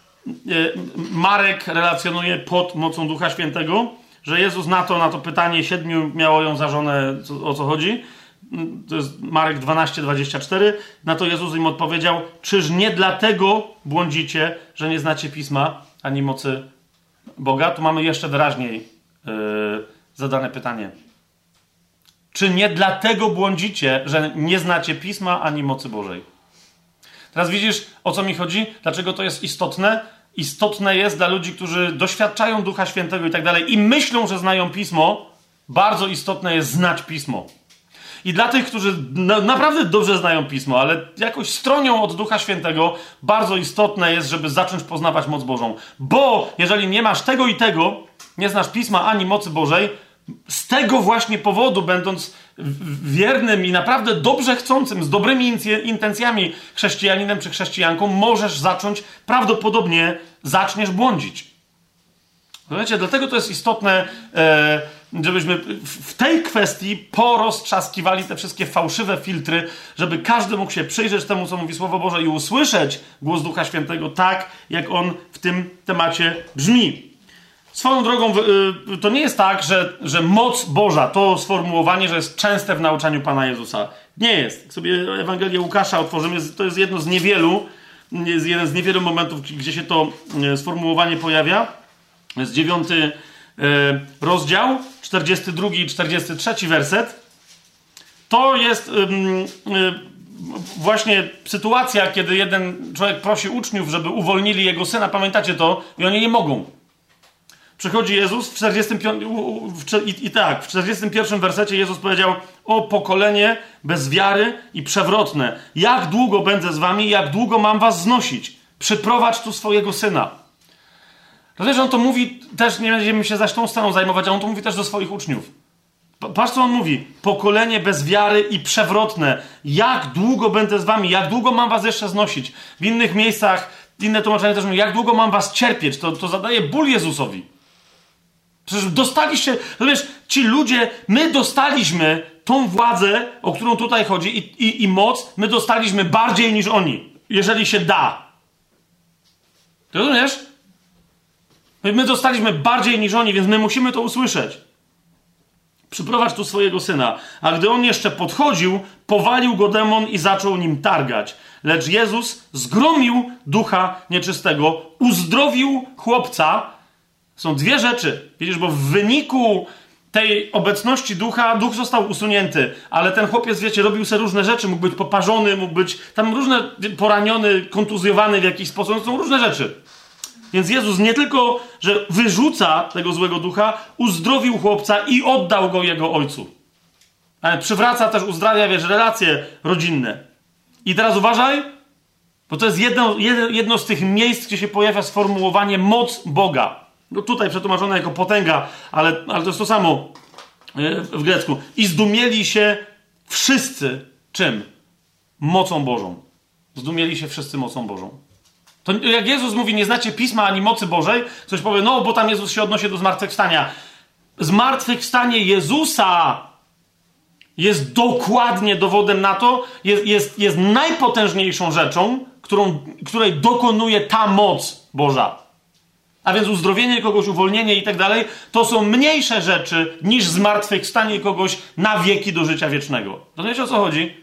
Marek relacjonuje pod mocą Ducha Świętego, że Jezus na to pytanie 7 miało ją za żonę, o co chodzi. To jest Marek 12:24. Na to Jezus im odpowiedział: czyż nie dlatego błądzicie, że nie znacie Pisma ani mocy Boga? Tu mamy jeszcze wyraźniej zadane pytanie. Czy nie dlatego błądzicie, że nie znacie Pisma ani mocy Bożej? Teraz widzisz, o co mi chodzi? Dlaczego to jest istotne? Istotne jest dla ludzi, którzy doświadczają Ducha Świętego i tak dalej i myślą, że znają Pismo. Bardzo istotne jest znać Pismo. I dla tych, którzy naprawdę dobrze znają Pismo, ale jakoś stronią od Ducha Świętego, bardzo istotne jest, żeby zacząć poznawać moc Bożą. Bo jeżeli nie masz tego i tego, nie znasz Pisma ani mocy Bożej, z tego właśnie powodu, będąc wiernym i naprawdę dobrze chcącym, z dobrymi intencjami chrześcijaninem czy chrześcijanką, możesz prawdopodobnie zaczniesz błądzić. Wiecie, dlatego to jest istotne, żebyśmy w tej kwestii poroztrzaskiwali te wszystkie fałszywe filtry, żeby każdy mógł się przyjrzeć temu, co mówi Słowo Boże i usłyszeć głos Ducha Świętego tak, jak on w tym temacie brzmi. Swoją drogą, to nie jest tak, że moc Boża, to sformułowanie, że jest częste w nauczaniu Pana Jezusa. Nie jest. Jak sobie Ewangelię Łukasza otworzymy, to jest jedno z niewielu, jest jeden z niewielu momentów, gdzie się to sformułowanie pojawia. Jest 9 rozdział, 42 i 43 werset. To jest właśnie sytuacja, kiedy jeden człowiek prosi uczniów, żeby uwolnili jego syna. Pamiętacie to? I oni nie mogą. Przychodzi Jezus w 45, w 41 wersecie Jezus powiedział: o pokolenie bez wiary i przewrotne, jak długo będę z wami, jak długo mam was znosić? Przyprowadź tu swojego syna. Rozumiesz, on to mówi też, nie będziemy się zaś tą sceną zajmować, a on to mówi też do swoich uczniów. Patrz, co on mówi. Pokolenie bez wiary i przewrotne, jak długo będę z wami, jak długo mam was jeszcze znosić? W innych miejscach, inne tłumaczenia też mówią, jak długo mam was cierpieć? To zadaje ból Jezusowi. Przecież dostaliście, wiesz, ci ludzie, my dostaliśmy tą władzę, o którą tutaj chodzi i moc, my dostaliśmy bardziej niż oni, jeżeli się da. Ty rozumiesz? My dostaliśmy bardziej niż oni, więc my musimy to usłyszeć. Przyprowadź tu swojego syna. A gdy on jeszcze podchodził, powalił go demon i zaczął nim targać. Lecz Jezus zgromił ducha nieczystego, uzdrowił chłopca. Są dwie rzeczy. Widzisz, bo w wyniku tej obecności ducha, duch został usunięty, ale ten chłopiec, wiecie, robił sobie różne rzeczy, mógł być poparzony, mógł być tam różne, poraniony, kontuzjowany w jakiś sposób, to są różne rzeczy. Więc Jezus nie tylko, że wyrzuca tego złego ducha, uzdrowił chłopca i oddał go jego ojcu. Ale przywraca też, uzdrawia, wiesz, relacje rodzinne. I teraz uważaj, bo to jest jedno z tych miejsc, gdzie się pojawia sformułowanie moc Boga. No tutaj przetłumaczone jako potęga, ale to jest to samo w grecku. I zdumieli się wszyscy czym? Mocą Bożą. Zdumieli się wszyscy mocą Bożą. To jak Jezus mówi, nie znacie Pisma ani mocy Bożej, ktoś powie, no bo tam Jezus się odnosi do zmartwychwstania. Zmartwychwstanie Jezusa jest dokładnie dowodem na to, jest najpotężniejszą rzeczą, której dokonuje ta moc Boża. A więc uzdrowienie kogoś, uwolnienie i tak dalej, to są mniejsze rzeczy niż zmartwychwstanie kogoś na wieki do życia wiecznego. Rozumiecie, o co chodzi?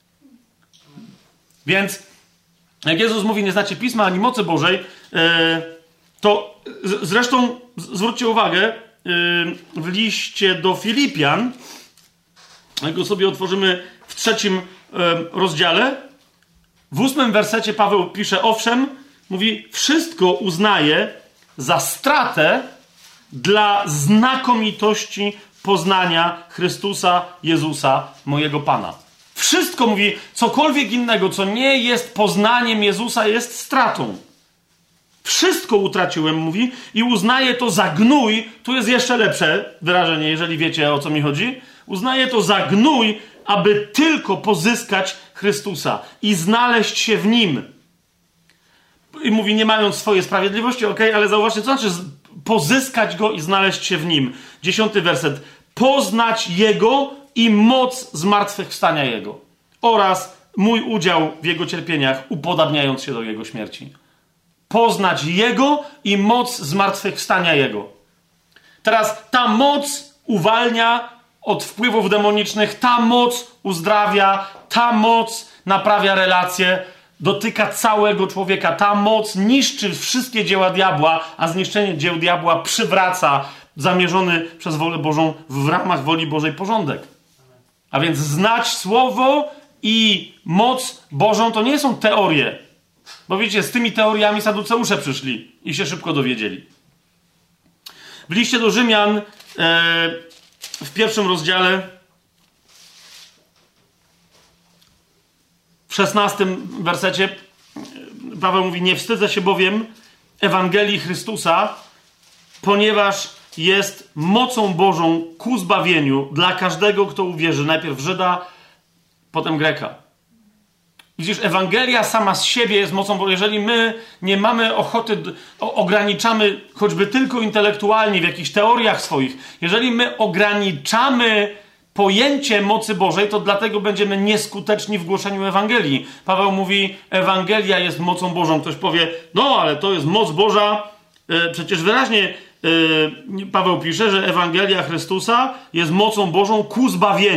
Więc jak Jezus mówi, nie znacie Pisma ani mocy Bożej, to zresztą zwróćcie uwagę, w liście do Filipian, jak go sobie otworzymy w 3 rozdziale, w 8 wersecie Paweł pisze, owszem, mówi, wszystko uznaje za stratę dla znakomitości poznania Chrystusa Jezusa, mojego Pana. Wszystko, mówi, cokolwiek innego, co nie jest poznaniem Jezusa, jest stratą. Wszystko utraciłem, mówi, i uznaję to za gnój. Tu jest jeszcze lepsze wyrażenie, jeżeli wiecie, o co mi chodzi. Uznaję to za gnój, aby tylko pozyskać Chrystusa i znaleźć się w Nim. I mówi, nie mając swojej sprawiedliwości, ale zauważcie, co znaczy pozyskać Go i znaleźć się w Nim. 10 werset. Poznać Jego i moc zmartwychwstania Jego oraz mój udział w Jego cierpieniach, upodabniając się do Jego śmierci. Poznać Jego i moc zmartwychwstania Jego. Teraz ta moc uwalnia od wpływów demonicznych, ta moc uzdrawia, ta moc naprawia relacje, dotyka całego człowieka. Ta moc niszczy wszystkie dzieła diabła, a zniszczenie dzieł diabła przywraca zamierzony przez wolę Bożą w ramach woli Bożej porządek. A więc znać Słowo i moc Bożą to nie są teorie. Bo wiecie, z tymi teoriami saduceusze przyszli i się szybko dowiedzieli. W liście do Rzymian w 1 rozdziale w 16 wersecie Paweł mówi, nie wstydzę się bowiem Ewangelii Chrystusa, ponieważ jest mocą Bożą ku zbawieniu dla każdego, kto uwierzy. Najpierw Żyda, potem Greka. Widzisz, Ewangelia sama z siebie jest mocą Bożą. Jeżeli my nie mamy ochoty, ograniczamy choćby tylko intelektualnie w jakichś teoriach swoich, jeżeli my ograniczamy pojęcie mocy Bożej, to dlatego będziemy nieskuteczni w głoszeniu Ewangelii. Paweł mówi, Ewangelia jest mocą Bożą. Ktoś powie, no ale to jest moc Boża. Przecież wyraźnie Paweł pisze, że Ewangelia Chrystusa jest mocą Bożą ku zbawieniu.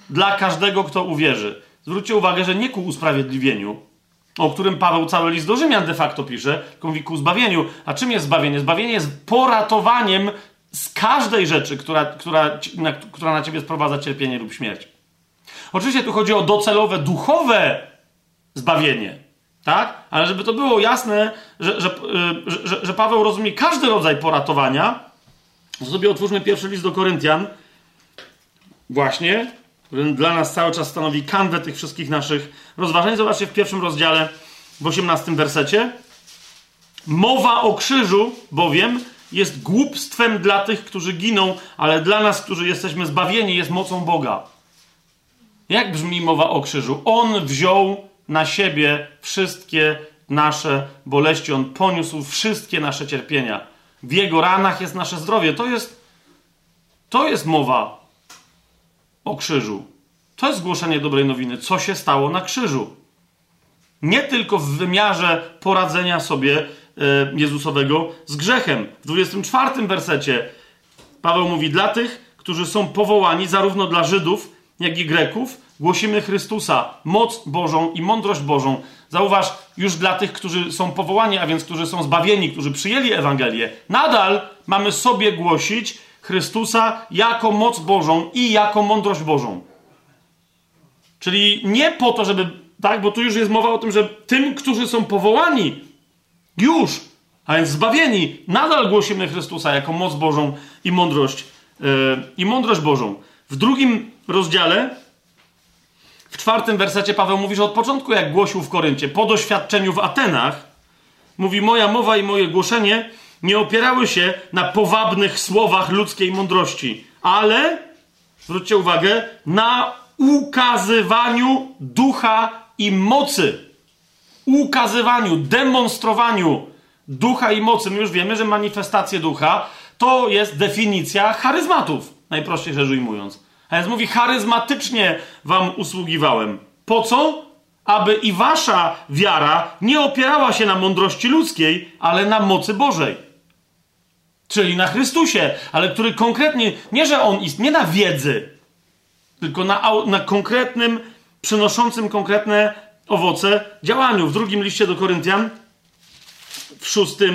dla każdego, kto uwierzy. Zwróćcie uwagę, że nie ku usprawiedliwieniu, o którym Paweł cały list do Rzymian de facto pisze, tylko mówi ku zbawieniu. A czym jest zbawienie? Zbawienie jest poratowaniem z każdej rzeczy, która na ciebie sprowadza cierpienie lub śmierć. Oczywiście tu chodzi o docelowe, duchowe zbawienie, tak? Ale żeby to było jasne, że Paweł rozumie każdy rodzaj poratowania, to sobie otwórzmy pierwszy list do Koryntian, właśnie, który dla nas cały czas stanowi kanwę tych wszystkich naszych rozważań. Zobaczcie w pierwszym rozdziale, w 18 wersecie. Mowa o krzyżu bowiem jest głupstwem dla tych, którzy giną, ale dla nas, którzy jesteśmy zbawieni, jest mocą Boga. Jak brzmi mowa o krzyżu? On wziął na siebie wszystkie nasze boleści. On poniósł wszystkie nasze cierpienia. W Jego ranach jest nasze zdrowie. To jest mowa o krzyżu. To jest głoszenie dobrej nowiny. Co się stało na krzyżu? Nie tylko w wymiarze poradzenia sobie Jezusowego z grzechem. W 24 wersecie Paweł mówi: dla tych, którzy są powołani, zarówno dla Żydów, jak i Greków, głosimy Chrystusa, moc Bożą i mądrość Bożą. Zauważ, już dla tych, którzy są powołani, a więc którzy są zbawieni, którzy przyjęli Ewangelię, nadal mamy sobie głosić Chrystusa jako moc Bożą i jako mądrość Bożą. Czyli nie po to, żeby, tak, bo tu już jest mowa o tym, że tym, którzy są powołani już, a więc zbawieni, nadal głosimy Chrystusa jako moc Bożą i mądrość Bożą. W drugim rozdziale, w 4 wersecie Paweł mówi, że od początku, jak głosił w Koryncie, po doświadczeniu w Atenach, mówi: moja mowa i moje głoszenie nie opierały się na powabnych słowach ludzkiej mądrości, ale, zwróćcie uwagę, na ukazywaniu ducha i mocy. Ukazywaniu, demonstrowaniu ducha i mocy. My już wiemy, że manifestacje ducha to jest definicja charyzmatów, najprościej rzecz ujmując. A więc mówi: charyzmatycznie wam usługiwałem. Po co? Aby i wasza wiara nie opierała się na mądrości ludzkiej, ale na mocy Bożej. Czyli na Chrystusie, ale który konkretnie, nie że On istnieje, nie na wiedzy, tylko na konkretnym, przynoszącym konkretne owoce działaniu. W drugim liście do Koryntian, w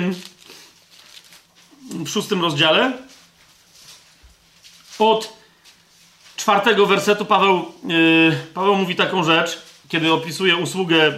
szóstym rozdziale, od 4 wersetu Paweł mówi taką rzecz, kiedy opisuje usługę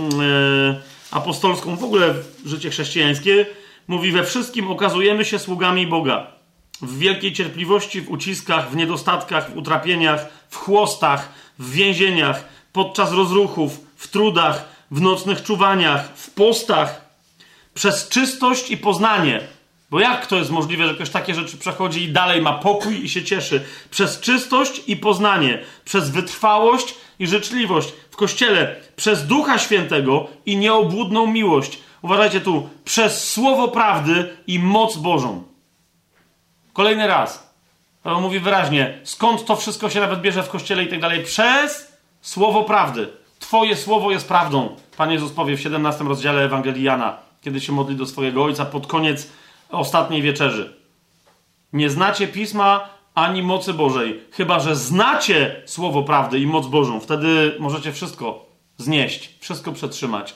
apostolską, w ogóle życie chrześcijańskie. Mówi: we wszystkim okazujemy się sługami Boga. W wielkiej cierpliwości, w uciskach, w niedostatkach, w utrapieniach, w chłostach, w więzieniach, podczas rozruchów, w trudach, w nocnych czuwaniach, w postach, przez czystość i poznanie. Bo jak to jest możliwe, że ktoś takie rzeczy przechodzi i dalej ma pokój i się cieszy? Przez czystość i poznanie, przez wytrwałość i życzliwość w Kościele, przez Ducha Świętego i nieobłudną miłość. Uważajcie tu, przez słowo prawdy i moc Bożą. Kolejny raz. Paweł mówi wyraźnie, skąd to wszystko się nawet bierze w Kościele i tak dalej. Przez słowo prawdy. Twoje słowo jest prawdą. Pan Jezus powie w 17 rozdziale Ewangelii Jana, kiedy się modli do swojego Ojca pod koniec ostatniej wieczerzy. Nie znacie Pisma ani mocy Bożej, chyba że znacie słowo prawdy i moc Bożą. Wtedy możecie wszystko znieść, wszystko przetrzymać.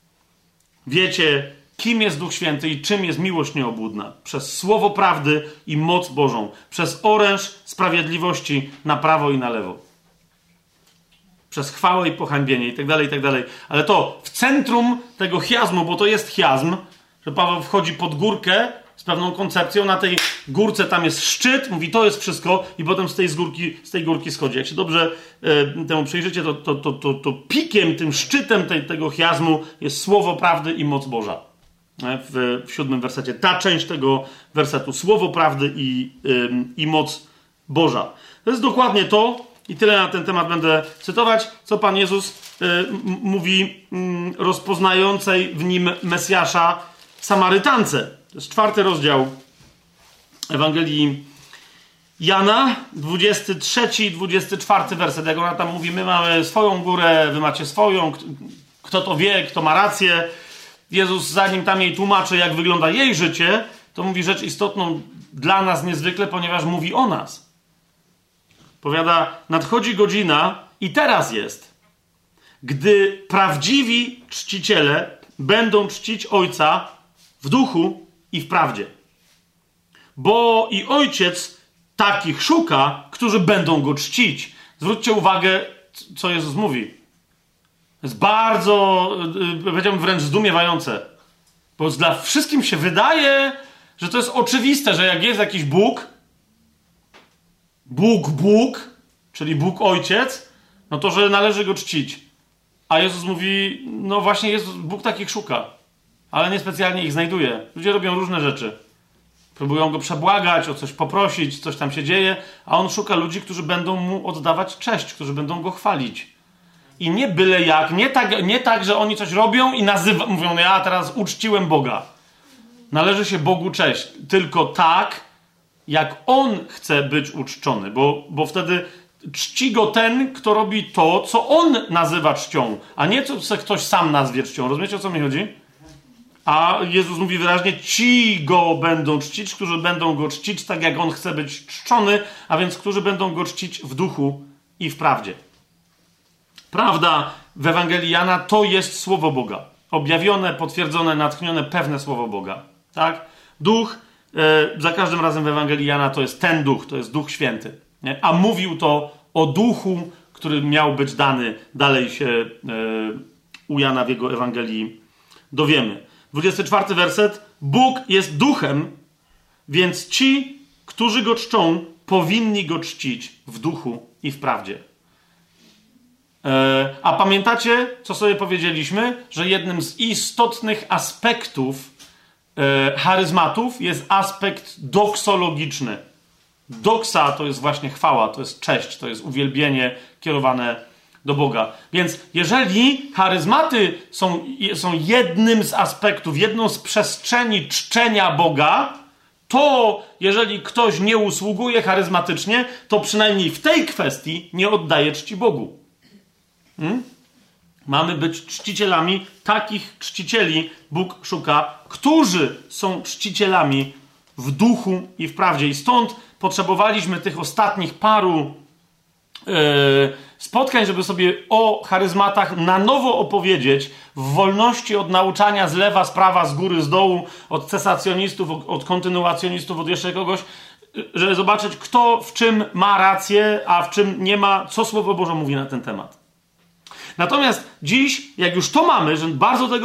Wiecie, kim jest Duch Święty i czym jest miłość nieobłudna. Przez słowo prawdy i moc Bożą. Przez oręż sprawiedliwości na prawo i na lewo. Przez chwałę i pohańbienie i tak dalej, i tak dalej. Ale to w centrum tego chiazmu, bo to jest chiazm, że Paweł wchodzi pod górkę z pewną koncepcją, na tej górce tam jest szczyt, mówi to jest wszystko i potem z tej górki schodzi. Jak się dobrze temu przyjrzycie, to pikiem, tym szczytem tego chiazmu jest słowo prawdy i moc Boża. W 7 wersecie. Ta część tego wersetu. Słowo prawdy i moc Boża. To jest dokładnie to i tyle na ten temat będę cytować, co Pan Jezus mówi rozpoznającej w nim Mesjasza Samarytance. To jest 4 rozdział Ewangelii Jana, 23 i 24 werset. Jak ona tam mówi, my mamy swoją górę, wy macie swoją, kto to wie, kto ma rację. Jezus, zanim tam jej tłumaczy, jak wygląda jej życie, to mówi rzecz istotną dla nas niezwykle, ponieważ mówi o nas. Powiada, nadchodzi godzina i teraz jest, gdy prawdziwi czciciele będą czcić Ojca w duchu i w prawdzie. Bo i Ojciec takich szuka, którzy będą Go czcić. Zwróćcie uwagę, co Jezus mówi. To jest bardzo, powiedziałbym, wręcz zdumiewające. Bo dla wszystkim się wydaje, że to jest oczywiste, że jak jest jakiś Bóg, czyli Bóg Ojciec, no to, że należy Go czcić. A Jezus mówi, no właśnie Bóg takich szuka, ale niespecjalnie ich znajduje. Ludzie robią różne rzeczy. Próbują Go przebłagać, o coś poprosić, coś tam się dzieje, a On szuka ludzi, którzy będą Mu oddawać cześć, którzy będą Go chwalić. I nie byle jak, nie tak, że oni coś robią i mówią, ja teraz uczciłem Boga. Należy się Bogu cześć, tylko tak, jak On chce być uczczony, bo wtedy czci Go ten, kto robi to, co On nazywa czcią, a nie co ktoś sam nazwie czcią. Rozumiecie, o co mi chodzi? A Jezus mówi wyraźnie, ci Go będą czcić, którzy będą Go czcić tak, jak On chce być czczony, a więc którzy będą Go czcić w duchu i w prawdzie. Prawda w Ewangelii Jana to jest Słowo Boga. Objawione, potwierdzone, natchnione, pewne Słowo Boga. Tak? Duch, za każdym razem w Ewangelii Jana to jest ten Duch, to jest Duch Święty. Nie? A mówił to o Duchu, który miał być dany. Dalej się u Jana w jego Ewangelii dowiemy. 24 werset. Bóg jest Duchem, więc ci, którzy Go czczą, powinni Go czcić w duchu i w prawdzie. A pamiętacie, co sobie powiedzieliśmy? Że jednym z istotnych aspektów charyzmatów jest aspekt doksologiczny. Doksa to jest właśnie chwała, to jest cześć, to jest uwielbienie kierowane do Boga. Więc jeżeli charyzmaty są jednym z aspektów, jedną z przestrzeni czczenia Boga, to jeżeli ktoś nie usługuje charyzmatycznie, to przynajmniej w tej kwestii nie oddaje czci Bogu. Mamy być czcicielami, takich czcicieli Bóg szuka, którzy są czcicielami w duchu i w prawdzie. I stąd potrzebowaliśmy tych ostatnich paru spotkań, żeby sobie o charyzmatach na nowo opowiedzieć, w wolności od nauczania z lewa, z prawa, z góry, z dołu, od cesacjonistów, od kontynuacjonistów, od jeszcze kogoś, żeby zobaczyć, kto w czym ma rację, a w czym nie ma, co Słowo Boże mówi na ten temat. Natomiast dziś, jak już to mamy, że bardzo tego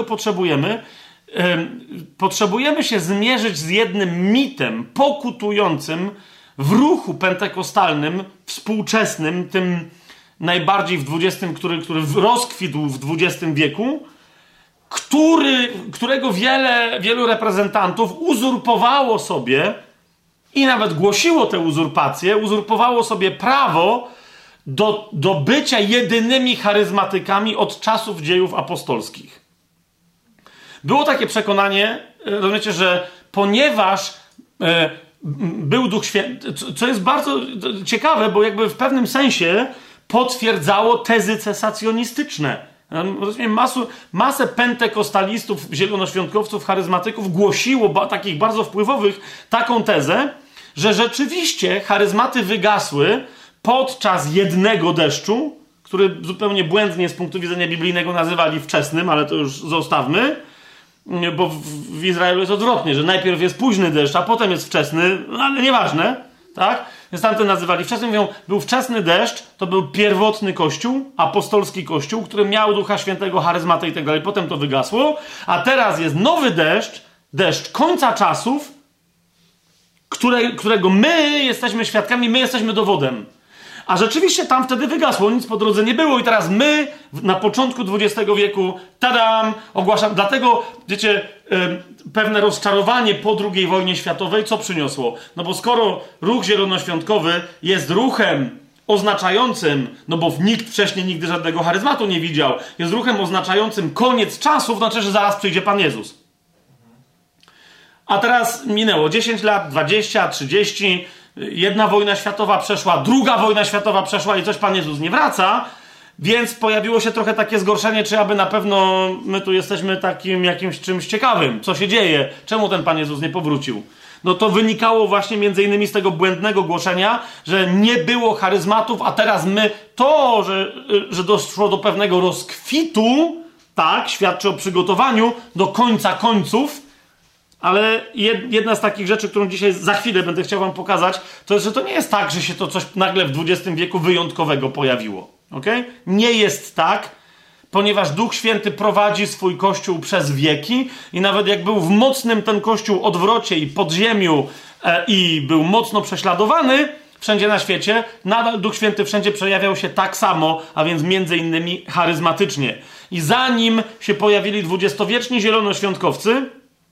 potrzebujemy się zmierzyć z jednym mitem pokutującym w ruchu pentekostalnym, współczesnym, tym najbardziej w XX, który rozkwitł w XX wieku, którego wielu reprezentantów uzurpowało sobie i nawet głosiło tę uzurpację, uzurpowało sobie prawo do bycia jedynymi charyzmatykami od czasów dziejów apostolskich. Było takie przekonanie, rozumiecie, że ponieważ był Duch Święty, co jest bardzo ciekawe, bo jakby w pewnym sensie potwierdzało tezy cesacjonistyczne. Rozumiem, masę pentekostalistów, zielonoświątkowców, charyzmatyków głosiło, takich bardzo wpływowych, taką tezę, że rzeczywiście charyzmaty wygasły podczas jednego deszczu, który zupełnie błędnie z punktu widzenia biblijnego nazywali wczesnym, ale to już zostawmy, bo w Izraelu jest odwrotnie, że najpierw jest późny deszcz, a potem jest wczesny, ale nieważne, tak? Więc tamten nazywali wczesnym, mówią, był wczesny deszcz, to był pierwotny kościół, apostolski kościół, który miał Ducha Świętego, charyzmatę i tak dalej, potem to wygasło, a teraz jest nowy deszcz końca czasów, którego my jesteśmy świadkami, my jesteśmy dowodem. A rzeczywiście tam wtedy wygasło, nic po drodze nie było i teraz my na początku XX wieku, tadam, ogłaszam. Dlatego, wiecie, pewne rozczarowanie po II wojnie światowej co przyniosło? No bo skoro ruch zielonoświątkowy jest ruchem oznaczającym, no bo nikt wcześniej nigdy żadnego charyzmatu nie widział, jest ruchem oznaczającym koniec czasów, znaczy, że zaraz przyjdzie Pan Jezus. A teraz minęło 10 lat, 20, 30, jedna wojna światowa przeszła, druga wojna światowa przeszła i coś Pan Jezus nie wraca, więc pojawiło się trochę takie zgorszenie, czy aby na pewno my tu jesteśmy takim jakimś czymś ciekawym, co się dzieje, czemu ten Pan Jezus nie powrócił. no to wynikało właśnie między innymi z tego błędnego głoszenia, że nie było charyzmatów, a teraz my to, że doszło do pewnego rozkwitu, tak, świadczy o przygotowaniu do końca końców, ale jedna z takich rzeczy, którą dzisiaj za chwilę będę chciał wam pokazać, to jest, że to nie jest tak, że się to coś nagle w XX wieku wyjątkowego pojawiło. Okay? Nie jest tak, ponieważ Duch Święty prowadzi swój Kościół przez wieki i nawet jak był w mocnym ten Kościół odwrocie i podziemiu i był mocno prześladowany wszędzie na świecie, nadal Duch Święty wszędzie przejawiał się tak samo, a więc między innymi charyzmatycznie. I zanim się pojawili dwudziestowieczni zielonoświątkowcy,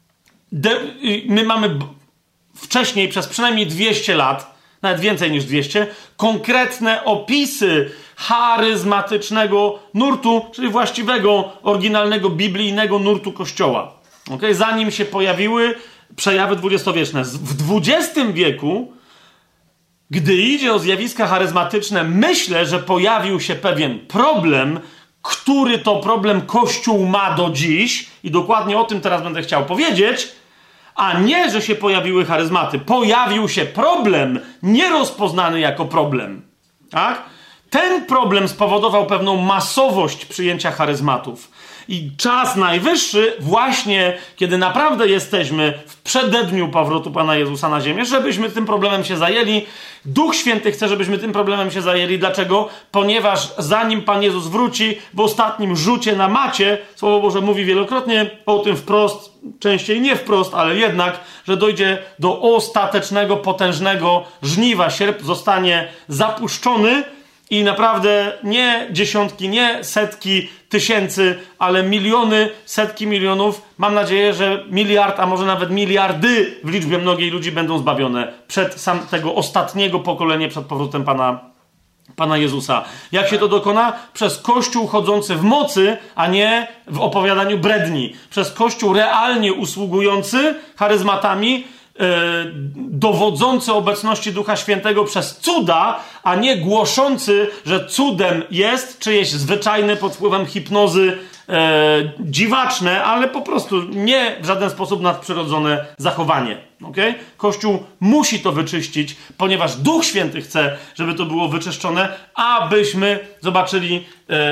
my mamy wcześniej przez przynajmniej 200 lat, nawet więcej niż 200, konkretne opisy charyzmatycznego nurtu, czyli właściwego, oryginalnego, biblijnego nurtu Kościoła. Okay? Zanim się pojawiły przejawy dwudziestowieczne. W XX wieku, gdy idzie o zjawiska charyzmatyczne, myślę, że pojawił się pewien problem, który to problem Kościół ma do dziś i dokładnie o tym teraz będę chciał powiedzieć, a nie, że się pojawiły charyzmaty. Pojawił się problem, nierozpoznany jako problem. Tak? Ten problem spowodował pewną masowość przyjęcia charyzmatów. I czas najwyższy, właśnie kiedy naprawdę jesteśmy w przededniu powrotu Pana Jezusa na ziemię, żebyśmy tym problemem się zajęli. Duch Święty chce, żebyśmy tym problemem się zajęli. Dlaczego? Ponieważ zanim Pan Jezus wróci, w ostatnim rzucie na macie, Słowo Boże mówi wielokrotnie o tym wprost, częściej nie wprost, ale jednak, że dojdzie do ostatecznego, potężnego żniwa. Sierp zostanie zapuszczony i naprawdę nie dziesiątki, nie setki tysięcy, ale miliony, setki milionów, mam nadzieję, że miliard, a może nawet miliardy w liczbie mnogiej ludzi będą zbawione przed tego ostatniego pokolenia, przed powrotem Pana Jezusa. Jak się to dokona? Przez Kościół chodzący w mocy, a nie w opowiadaniu bredni. Przez Kościół realnie usługujący charyzmatami, dowodzący obecności Ducha Świętego przez cuda, a nie głoszący, że cudem jest czyjeś zwyczajne pod wpływem hipnozy dziwaczne, ale po prostu nie w żaden sposób nadprzyrodzone zachowanie. Okay? Kościół musi to wyczyścić, ponieważ Duch Święty chce, żeby to było wyczyszczone, abyśmy zobaczyli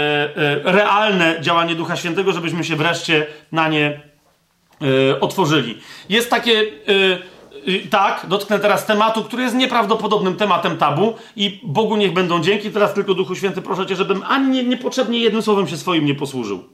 realne działanie Ducha Świętego, żebyśmy się wreszcie na nie otworzyli. Jest takie... Tak, dotknę teraz tematu, który jest nieprawdopodobnym tematem tabu i Bogu niech będą dzięki. Teraz tylko Duchu Święty proszę Cię, żebym ani niepotrzebnie jednym słowem się swoim nie posłużył.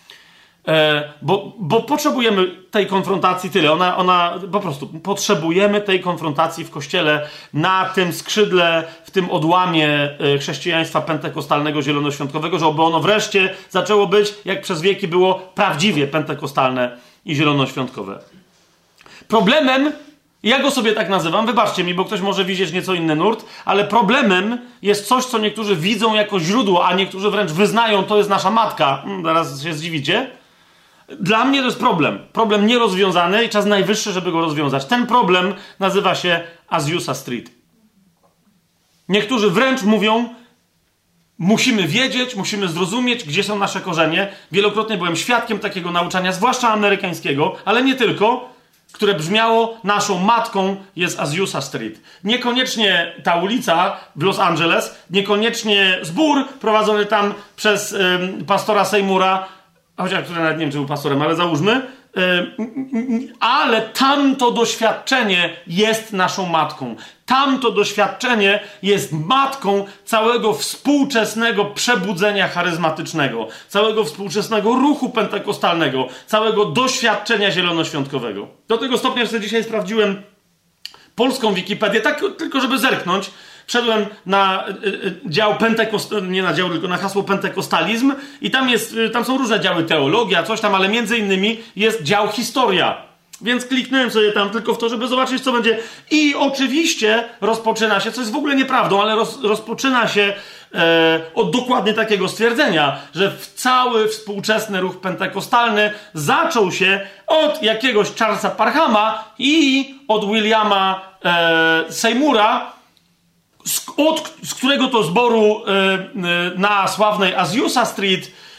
Bo potrzebujemy tej konfrontacji tyle. Ona po prostu potrzebujemy tej konfrontacji w Kościele na tym skrzydle, w tym odłamie chrześcijaństwa pentekostalnego, zielonoświątkowego, żeby ono wreszcie zaczęło być, jak przez wieki było, prawdziwie pentekostalne i zielonoświątkowe. Problemem, ja go sobie tak nazywam, wybaczcie mi, bo ktoś może widzieć nieco inny nurt, ale problemem jest coś, co niektórzy widzą jako źródło, a niektórzy wręcz wyznają, to jest nasza matka. Zaraz się zdziwicie. Dla mnie to jest problem. Problem nierozwiązany i czas najwyższy, żeby go rozwiązać. Ten problem nazywa się Azusa Street. Niektórzy wręcz mówią, musimy wiedzieć, musimy zrozumieć, gdzie są nasze korzenie. Wielokrotnie byłem świadkiem takiego nauczania, zwłaszcza amerykańskiego, ale nie tylko, które brzmiało, naszą matką jest Azusa Street. Niekoniecznie ta ulica w Los Angeles, niekoniecznie zbór prowadzony tam przez pastora Seymoura, chociaż który nawet nie wiem, czy był pastorem, ale załóżmy, ale tamto doświadczenie jest naszą matką. Tamto doświadczenie jest matką całego współczesnego przebudzenia charyzmatycznego, całego współczesnego ruchu pentekostalnego, całego doświadczenia zielonoświątkowego. Do tego stopnia, że dzisiaj sprawdziłem polską Wikipedię, tak tylko żeby zerknąć. Wszedłem na dział nie na dział, tylko na hasło pentekostalizm i tam są różne działy teologia, coś tam, ale między innymi jest dział historia. Więc kliknąłem sobie tam tylko w to, żeby zobaczyć, co będzie. I oczywiście rozpoczyna się, co jest w ogóle nieprawdą, ale rozpoczyna się od dokładnie takiego stwierdzenia, że cały współczesny ruch pentekostalny zaczął się od jakiegoś Charlesa Parhama i od Williama Seymoura, z którego to zboru na sławnej Azusa Street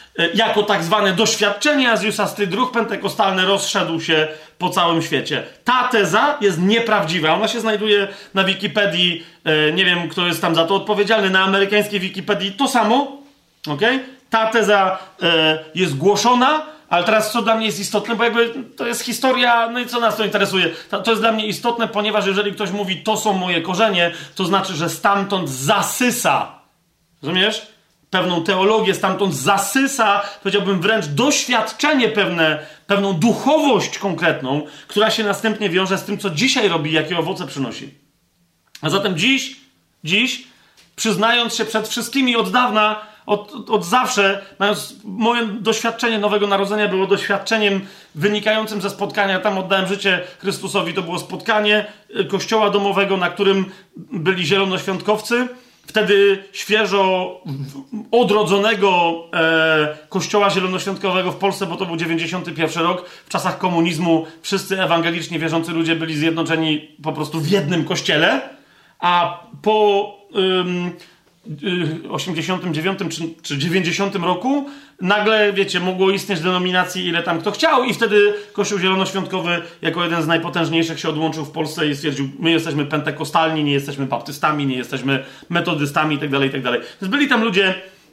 jako tak zwane doświadczenie Aziusa Street, ruch pentekostalny rozszedł się po całym świecie. Ta teza jest nieprawdziwa. Ona się znajduje na Wikipedii, nie wiem, kto jest tam za to odpowiedzialny, na amerykańskiej Wikipedii to samo, okej? Ta teza jest głoszona, ale teraz co dla mnie jest istotne, bo jakby to jest historia, no i co nas to interesuje? To jest dla mnie istotne, ponieważ jeżeli ktoś mówi, to są moje korzenie, to znaczy, że stamtąd zasysa, rozumiesz? Pewną teologię, stamtąd zasysa, powiedziałbym wręcz doświadczenie pewną duchowość konkretną, która się następnie wiąże z tym, co dzisiaj robi, jakie owoce przynosi. A zatem dziś, przyznając się przed wszystkimi od dawna, od zawsze, mając moje doświadczenie Nowego Narodzenia było doświadczeniem wynikającym ze spotkania, tam oddałem życie Chrystusowi, to było spotkanie kościoła domowego, na którym byli zielonoświątkowcy, wtedy świeżo odrodzonego kościoła zielonoświątkowego w Polsce, bo to był 91 rok, w czasach komunizmu wszyscy ewangelicznie wierzący ludzie byli zjednoczeni po prostu w jednym kościele, a po 89 czy 90 roku nagle, wiecie, mogło istnieć denominacji ile tam kto chciał i wtedy Kościół Zielonoświątkowy jako jeden z najpotężniejszych się odłączył w Polsce i stwierdził, my jesteśmy pentekostalni, nie jesteśmy baptystami, nie jesteśmy metodystami itd., itd. Więc byli tam ludzie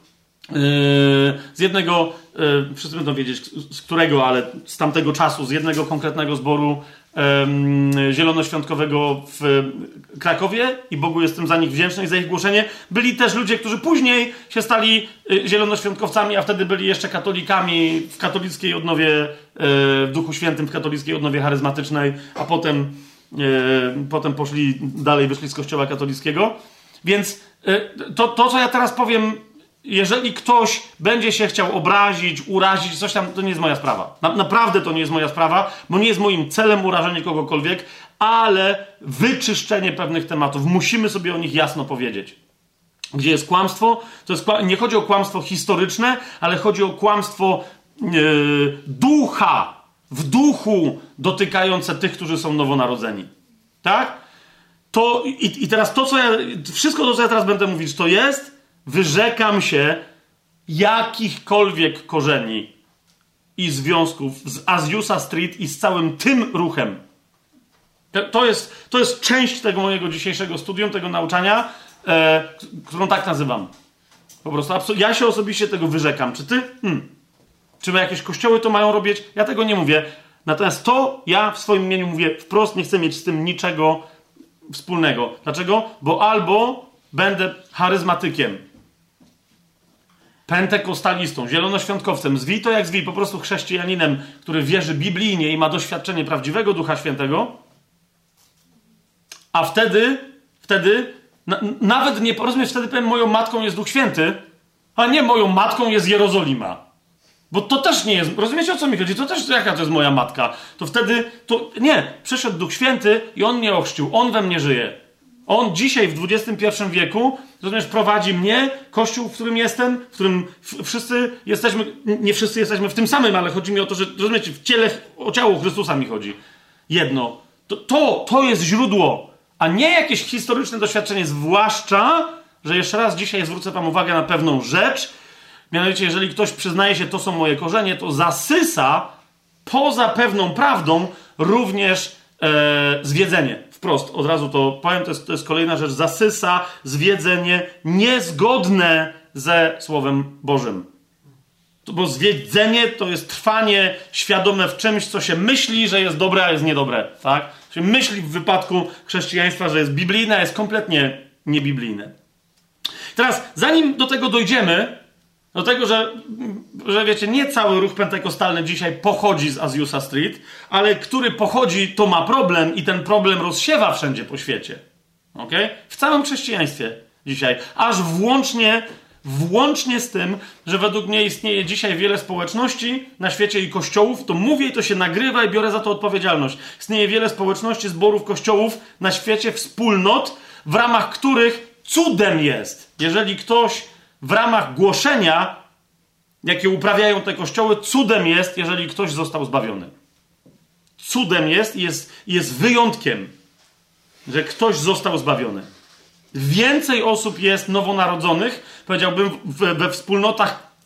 z jednego, wszyscy będą wiedzieć z którego, ale z tamtego czasu, z jednego konkretnego zboru zielonoświątkowego w Krakowie i Bogu jestem za nich wdzięczny i za ich głoszenie. Byli też ludzie, którzy później się stali zielonoświątkowcami, a wtedy byli jeszcze katolikami w katolickiej odnowie, w Duchu Świętym, w katolickiej odnowie charyzmatycznej, a potem poszli dalej, wyszli z kościoła katolickiego. Więc to co ja teraz powiem, jeżeli ktoś będzie się chciał obrazić, urazić, coś tam, to nie jest moja sprawa. Naprawdę to nie jest moja sprawa, bo nie jest moim celem urażenie kogokolwiek, ale wyczyszczenie pewnych tematów. Musimy sobie o nich jasno powiedzieć. Gdzie jest kłamstwo? Nie chodzi o kłamstwo historyczne, ale chodzi o kłamstwo ducha, w duchu dotykające tych, którzy są nowonarodzeni. Tak? I teraz wszystko to, co ja teraz będę mówić, to jest wyrzekam się jakichkolwiek korzeni i związków z Aziusa Street i z całym tym ruchem. To jest część tego mojego dzisiejszego studium, tego nauczania, którą tak nazywam. Po prostu ja się osobiście tego wyrzekam. Czy ty? Czy jakieś kościoły to mają robić? Ja tego nie mówię. Natomiast to ja w swoim imieniu mówię wprost, nie chcę mieć z tym niczego wspólnego. Dlaczego? Bo albo będę charyzmatykiem, pentekostalistą, zielonoświątkowcem, zwij to jak zwij, po prostu chrześcijaninem, który wierzy biblijnie i ma doświadczenie prawdziwego Ducha Świętego, a wtedy nawet nie, rozumiesz, wtedy powiem, moją matką jest Duch Święty, a nie moją matką jest Jerozolima. Bo to też nie jest, rozumiecie, o co mi chodzi? To też, jaka to jest moja matka? To wtedy, nie, przyszedł Duch Święty i On mnie ochrzcił, On we mnie żyje. On dzisiaj w XXI wieku, rozumiesz, prowadzi mnie, Kościół, w którym jestem, w którym wszyscy jesteśmy, nie wszyscy jesteśmy w tym samym, ale chodzi mi o to, że, rozumiecie, o ciało Chrystusa mi chodzi. Jedno. To jest źródło, a nie jakieś historyczne doświadczenie, zwłaszcza, że jeszcze raz dzisiaj zwrócę wam uwagę na pewną rzecz, mianowicie, jeżeli ktoś przyznaje się, to są moje korzenie, to zasysa poza pewną prawdą również zwiedzenie. Wprost, od razu to powiem, to jest kolejna rzecz. Zasysa zwiedzenie niezgodne ze Słowem Bożym. Bo zwiedzenie to jest trwanie świadome w czymś, co się myśli, że jest dobre, a jest niedobre. Tak? Się myśli w wypadku chrześcijaństwa, że jest biblijne, a jest kompletnie niebiblijne. Teraz, zanim do tego dojdziemy, do tego, że wiecie, nie cały ruch pentekostalny dzisiaj pochodzi z Aziusa Street, ale który pochodzi, to ma problem i ten problem rozsiewa wszędzie po świecie. Okay? W całym chrześcijaństwie dzisiaj. Aż włącznie z tym, że według mnie istnieje dzisiaj wiele społeczności na świecie i kościołów, to mówię i to się nagrywa i biorę za to odpowiedzialność. Istnieje wiele społeczności, zborów, kościołów na świecie, wspólnot, w ramach których cudem jest, jeżeli ktoś w ramach głoszenia, jakie uprawiają te kościoły, cudem jest, jeżeli ktoś został zbawiony. Cudem jest i jest wyjątkiem, że ktoś został zbawiony. Więcej osób jest nowonarodzonych, powiedziałbym, we wspólnotach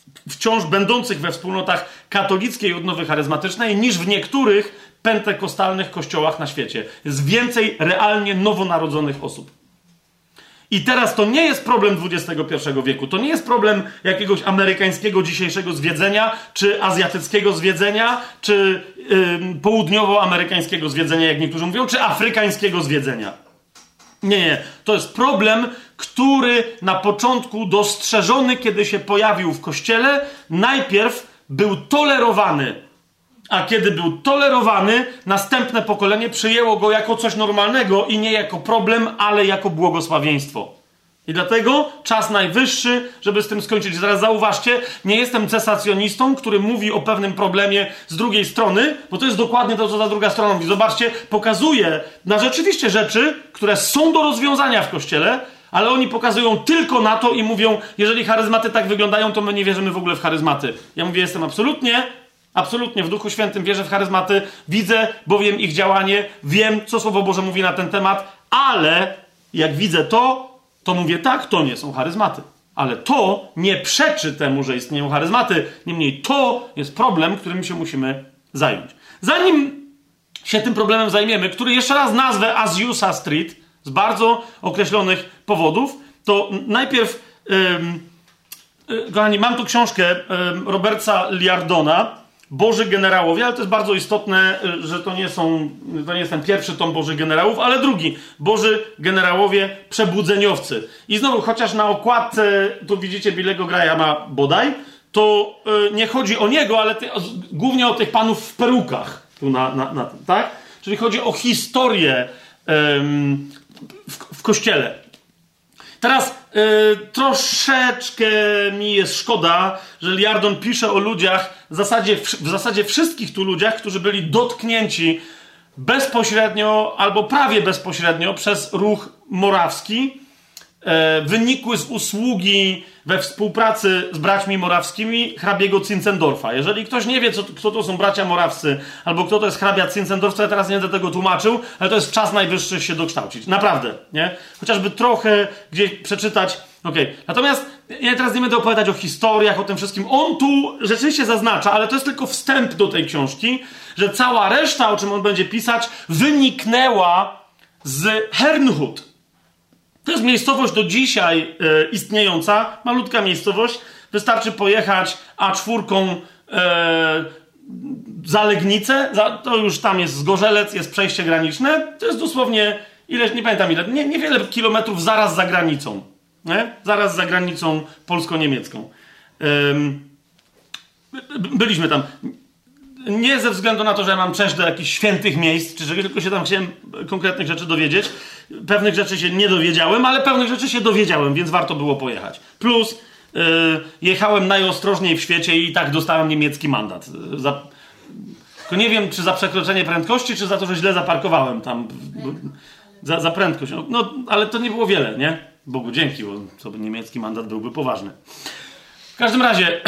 wciąż będących we wspólnotach katolickiej odnowy charyzmatycznej niż w niektórych pentekostalnych kościołach na świecie. Jest więcej realnie nowonarodzonych osób. I teraz to nie jest problem XXI wieku. To nie jest problem jakiegoś amerykańskiego dzisiejszego zwiedzenia, czy azjatyckiego zwiedzenia, czy południowoamerykańskiego zwiedzenia, jak niektórzy mówią, czy afrykańskiego zwiedzenia. Nie. To jest problem, który na początku dostrzeżony, kiedy się pojawił w Kościele, najpierw był tolerowany. A kiedy był tolerowany, następne pokolenie przyjęło go jako coś normalnego i nie jako problem, ale jako błogosławieństwo. I dlatego czas najwyższy, żeby z tym skończyć. Zaraz zauważcie, nie jestem cesacjonistą, który mówi o pewnym problemie z drugiej strony, bo to jest dokładnie to, co ta druga strona mówi. Zobaczcie, pokazuje na rzeczywiście rzeczy, które są do rozwiązania w Kościele, ale oni pokazują tylko na to i mówią, jeżeli charyzmaty tak wyglądają, to my nie wierzymy w ogóle w charyzmaty. Ja mówię, jestem absolutnie w Duchu Świętym wierzę w charyzmaty, widzę bowiem ich działanie, wiem, co Słowo Boże mówi na ten temat, ale jak widzę to mówię tak, to nie są charyzmaty. Ale to nie przeczy temu, że istnieją charyzmaty. Niemniej to jest problem, którym się musimy zająć. Zanim się tym problemem zajmiemy, który jeszcze raz nazwę Azusa Street z bardzo określonych powodów, to najpierw, kochani, mam tu książkę Roberta Liardona, Boży Generałowie, ale to jest bardzo istotne, że to nie jest ten pierwszy tom Bożych Generałów, ale drugi. Boży Generałowie Przebudzeniowcy. I znowu, chociaż na okładce, tu widzicie Billego Grahama bodaj, to nie chodzi o niego, ale głównie o tych panów w perukach. Tu na tym, tak? Czyli chodzi o historię w Kościele. Teraz troszeczkę mi jest szkoda, że Liardon pisze o ludziach, w zasadzie wszystkich tu ludziach, którzy byli dotknięci bezpośrednio albo prawie bezpośrednio przez ruch morawski, wynikły z usługi we współpracy z braćmi morawskimi hrabiego Zinzendorfa. Jeżeli ktoś nie wie, kto to są bracia morawscy, albo kto to jest hrabia Zinzendorf, to ja teraz nie będę tego tłumaczył, ale to jest czas najwyższy się dokształcić. Naprawdę, nie? Chociażby trochę gdzieś przeczytać. Okej. Natomiast ja teraz nie będę opowiadać o historiach, o tym wszystkim. On tu rzeczywiście zaznacza, ale to jest tylko wstęp do tej książki, że cała reszta, o czym on będzie pisać, wyniknęła z Herrnhut. To jest miejscowość do dzisiaj istniejąca, malutka miejscowość. Wystarczy pojechać A4 za Legnicę, to już tam jest Zgorzelec, jest przejście graniczne. To jest dosłownie, nie pamiętam ile, niewiele kilometrów zaraz za granicą. Nie? Zaraz za granicą polsko-niemiecką. Byliśmy tam. Nie ze względu na to, że ja mam cześć do jakichś świętych miejsc, czy czegoś, tylko się tam chciałem konkretnych rzeczy dowiedzieć. Pewnych rzeczy się nie dowiedziałem, ale pewnych rzeczy się dowiedziałem, więc warto było pojechać. Plus jechałem najostrożniej w świecie i tak dostałem niemiecki mandat. Tylko nie wiem, czy za przekroczenie prędkości, czy za to, że źle zaparkowałem tam. Za prędkość. No, ale to nie było wiele, nie? Bogu dzięki, bo to niemiecki mandat byłby poważny. W każdym razie...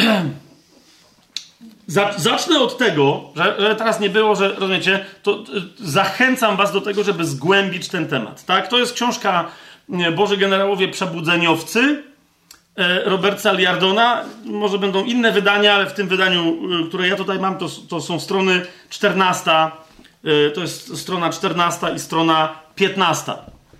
Zacznę od tego, że teraz nie było, że rozumiecie, to zachęcam was do tego, żeby zgłębić ten temat. Tak? To jest książka Boży Generałowie Przebudzeniowcy Roberta Liardona. Może będą inne wydania, ale w tym wydaniu, które ja tutaj mam, to są strony 14. To jest strona 14 i strona 15.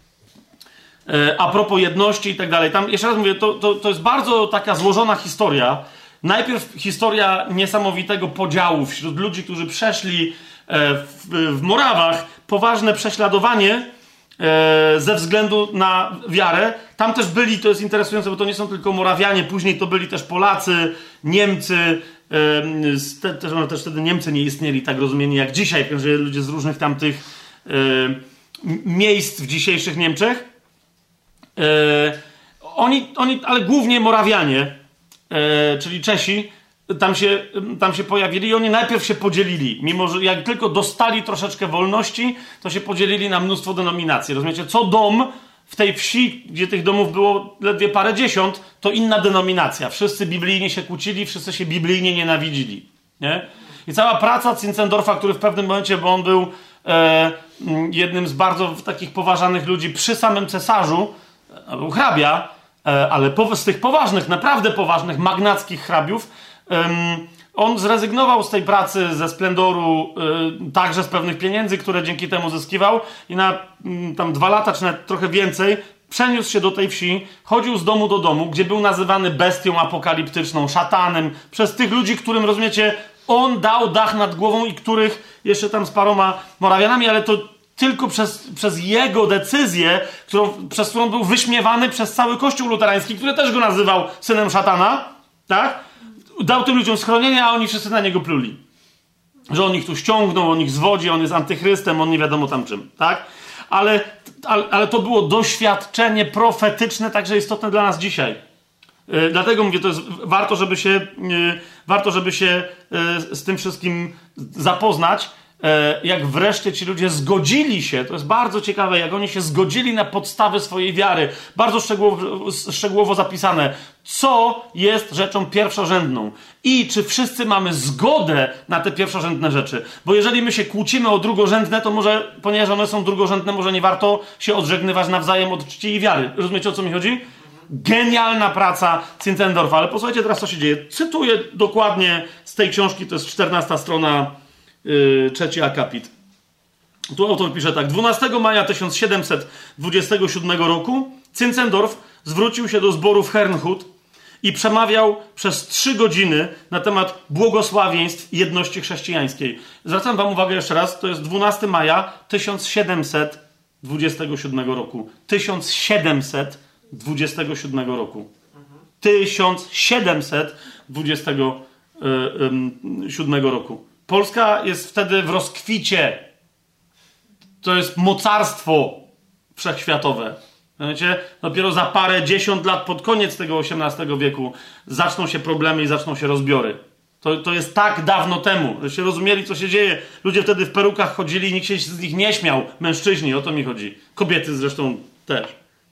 A propos jedności i tak dalej. Tam, jeszcze raz mówię, to jest bardzo taka złożona historia. Najpierw historia niesamowitego podziału wśród ludzi, którzy przeszli w Morawach poważne prześladowanie ze względu na wiarę. Tam też byli, to jest interesujące, bo to nie są tylko Morawianie, później to byli też Polacy, Niemcy, też wtedy Niemcy nie istnieli tak rozumieni jak dzisiaj, że ludzie z różnych tamtych miejsc w dzisiejszych Niemczech. Oni, ale głównie Morawianie, czyli Czesi, tam się pojawili i oni najpierw się podzielili. Mimo że jak tylko dostali troszeczkę wolności, to się podzielili na mnóstwo denominacji. Rozumiecie? Co dom w tej wsi, gdzie tych domów było ledwie parędziesiąt, to inna denominacja. Wszyscy biblijnie się kłócili, wszyscy się biblijnie nienawidzili. Nie? I cała praca Zinzendorfa, który w pewnym momencie, bo on był jednym z bardzo takich poważanych ludzi przy samym cesarzu, był hrabia, ale z tych poważnych, naprawdę poważnych, magnackich hrabiów, on zrezygnował z tej pracy, ze splendoru, także z pewnych pieniędzy, które dzięki temu zyskiwał i na tam 2 lata, czy nawet trochę więcej, przeniósł się do tej wsi, chodził z domu do domu, gdzie był nazywany bestią apokaliptyczną, szatanem, przez tych ludzi, którym, rozumiecie, on dał dach nad głową i których jeszcze tam z paroma Morawianami, ale to tylko przez jego decyzję, przez którą był wyśmiewany przez cały Kościół luterański, który też go nazywał synem szatana, tak? Dał tym ludziom schronienie, a oni wszyscy na niego pluli. Że on ich tu ściągnął, on ich zwodzi, on jest antychrystem, on nie wiadomo tam czym, tak? Ale to było doświadczenie profetyczne, także istotne dla nas dzisiaj. Dlatego mówię, to jest warto, żeby się z tym wszystkim zapoznać, jak wreszcie ci ludzie zgodzili się, to jest bardzo ciekawe, jak oni się zgodzili na podstawy swojej wiary, bardzo szczegółowo zapisane, co jest rzeczą pierwszorzędną i czy wszyscy mamy zgodę na te pierwszorzędne rzeczy. Bo jeżeli my się kłócimy o drugorzędne, to może, ponieważ one są drugorzędne, może nie warto się odżegnywać nawzajem od czci i wiary. Rozumiecie, o co mi chodzi? Genialna praca Zinzendorfa, ale posłuchajcie teraz, co się dzieje. Cytuję dokładnie z tej książki, to jest 14 strona, 3 akapit. Tu autor pisze tak. 12 maja 1727 roku Zinzendorf zwrócił się do zboru w Herrnhut i przemawiał przez 3 godziny na temat błogosławieństw jedności chrześcijańskiej. Zwracam wam uwagę jeszcze raz, to jest 12 maja 1727 roku. 1727 roku. 1727 roku. Polska jest wtedy w rozkwicie. To jest mocarstwo wszechświatowe. Wiecie? Dopiero za parę dziesiąt lat pod koniec tego XVIII wieku zaczną się problemy i zaczną się rozbiory. To jest tak dawno temu, żeście rozumieli, co się dzieje. Ludzie wtedy w perukach chodzili i nikt się z nich nie śmiał. Mężczyźni, o to mi chodzi. Kobiety zresztą też.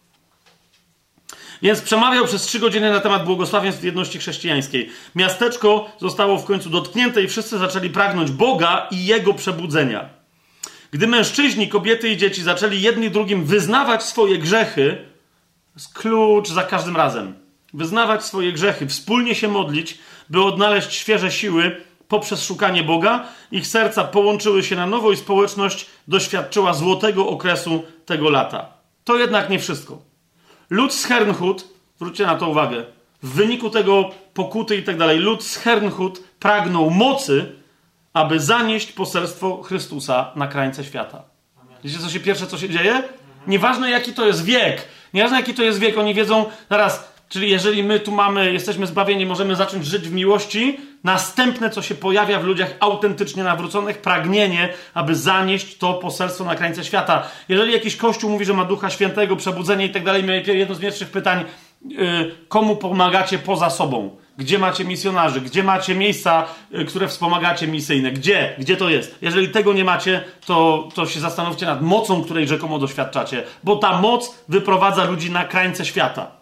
Więc przemawiał przez 3 godziny na temat błogosławieństw jedności chrześcijańskiej. Miasteczko zostało w końcu dotknięte i wszyscy zaczęli pragnąć Boga i Jego przebudzenia. Gdy mężczyźni, kobiety i dzieci zaczęli jedni drugim wyznawać swoje grzechy, to jest klucz za każdym razem, wyznawać swoje grzechy, wspólnie się modlić, by odnaleźć świeże siły poprzez szukanie Boga, ich serca połączyły się na nowo i społeczność doświadczyła złotego okresu tego lata. To jednak nie wszystko. Lud z Herrnhut, zwróćcie na to uwagę, w wyniku tego pokuty i tak dalej, lud z Herrnhut pragnął mocy, aby zanieść poselstwo Chrystusa na krańce świata. Wiecie, co się dzieje? Nieważne, jaki to jest wiek. Oni wiedzą, zaraz, czyli jeżeli my tu jesteśmy zbawieni, możemy zacząć żyć w miłości, następne, co się pojawia w ludziach autentycznie nawróconych, pragnienie, aby zanieść to poselstwo na krańce świata. Jeżeli jakiś kościół mówi, że ma Ducha Świętego, przebudzenie i tak dalej, jedno z pierwszych pytań, komu pomagacie poza sobą? Gdzie macie misjonarzy? Gdzie macie miejsca, które wspomagacie misyjne? Gdzie to jest? Jeżeli tego nie macie, to się zastanówcie nad mocą, której rzekomo doświadczacie. Bo ta moc wyprowadza ludzi na krańce świata.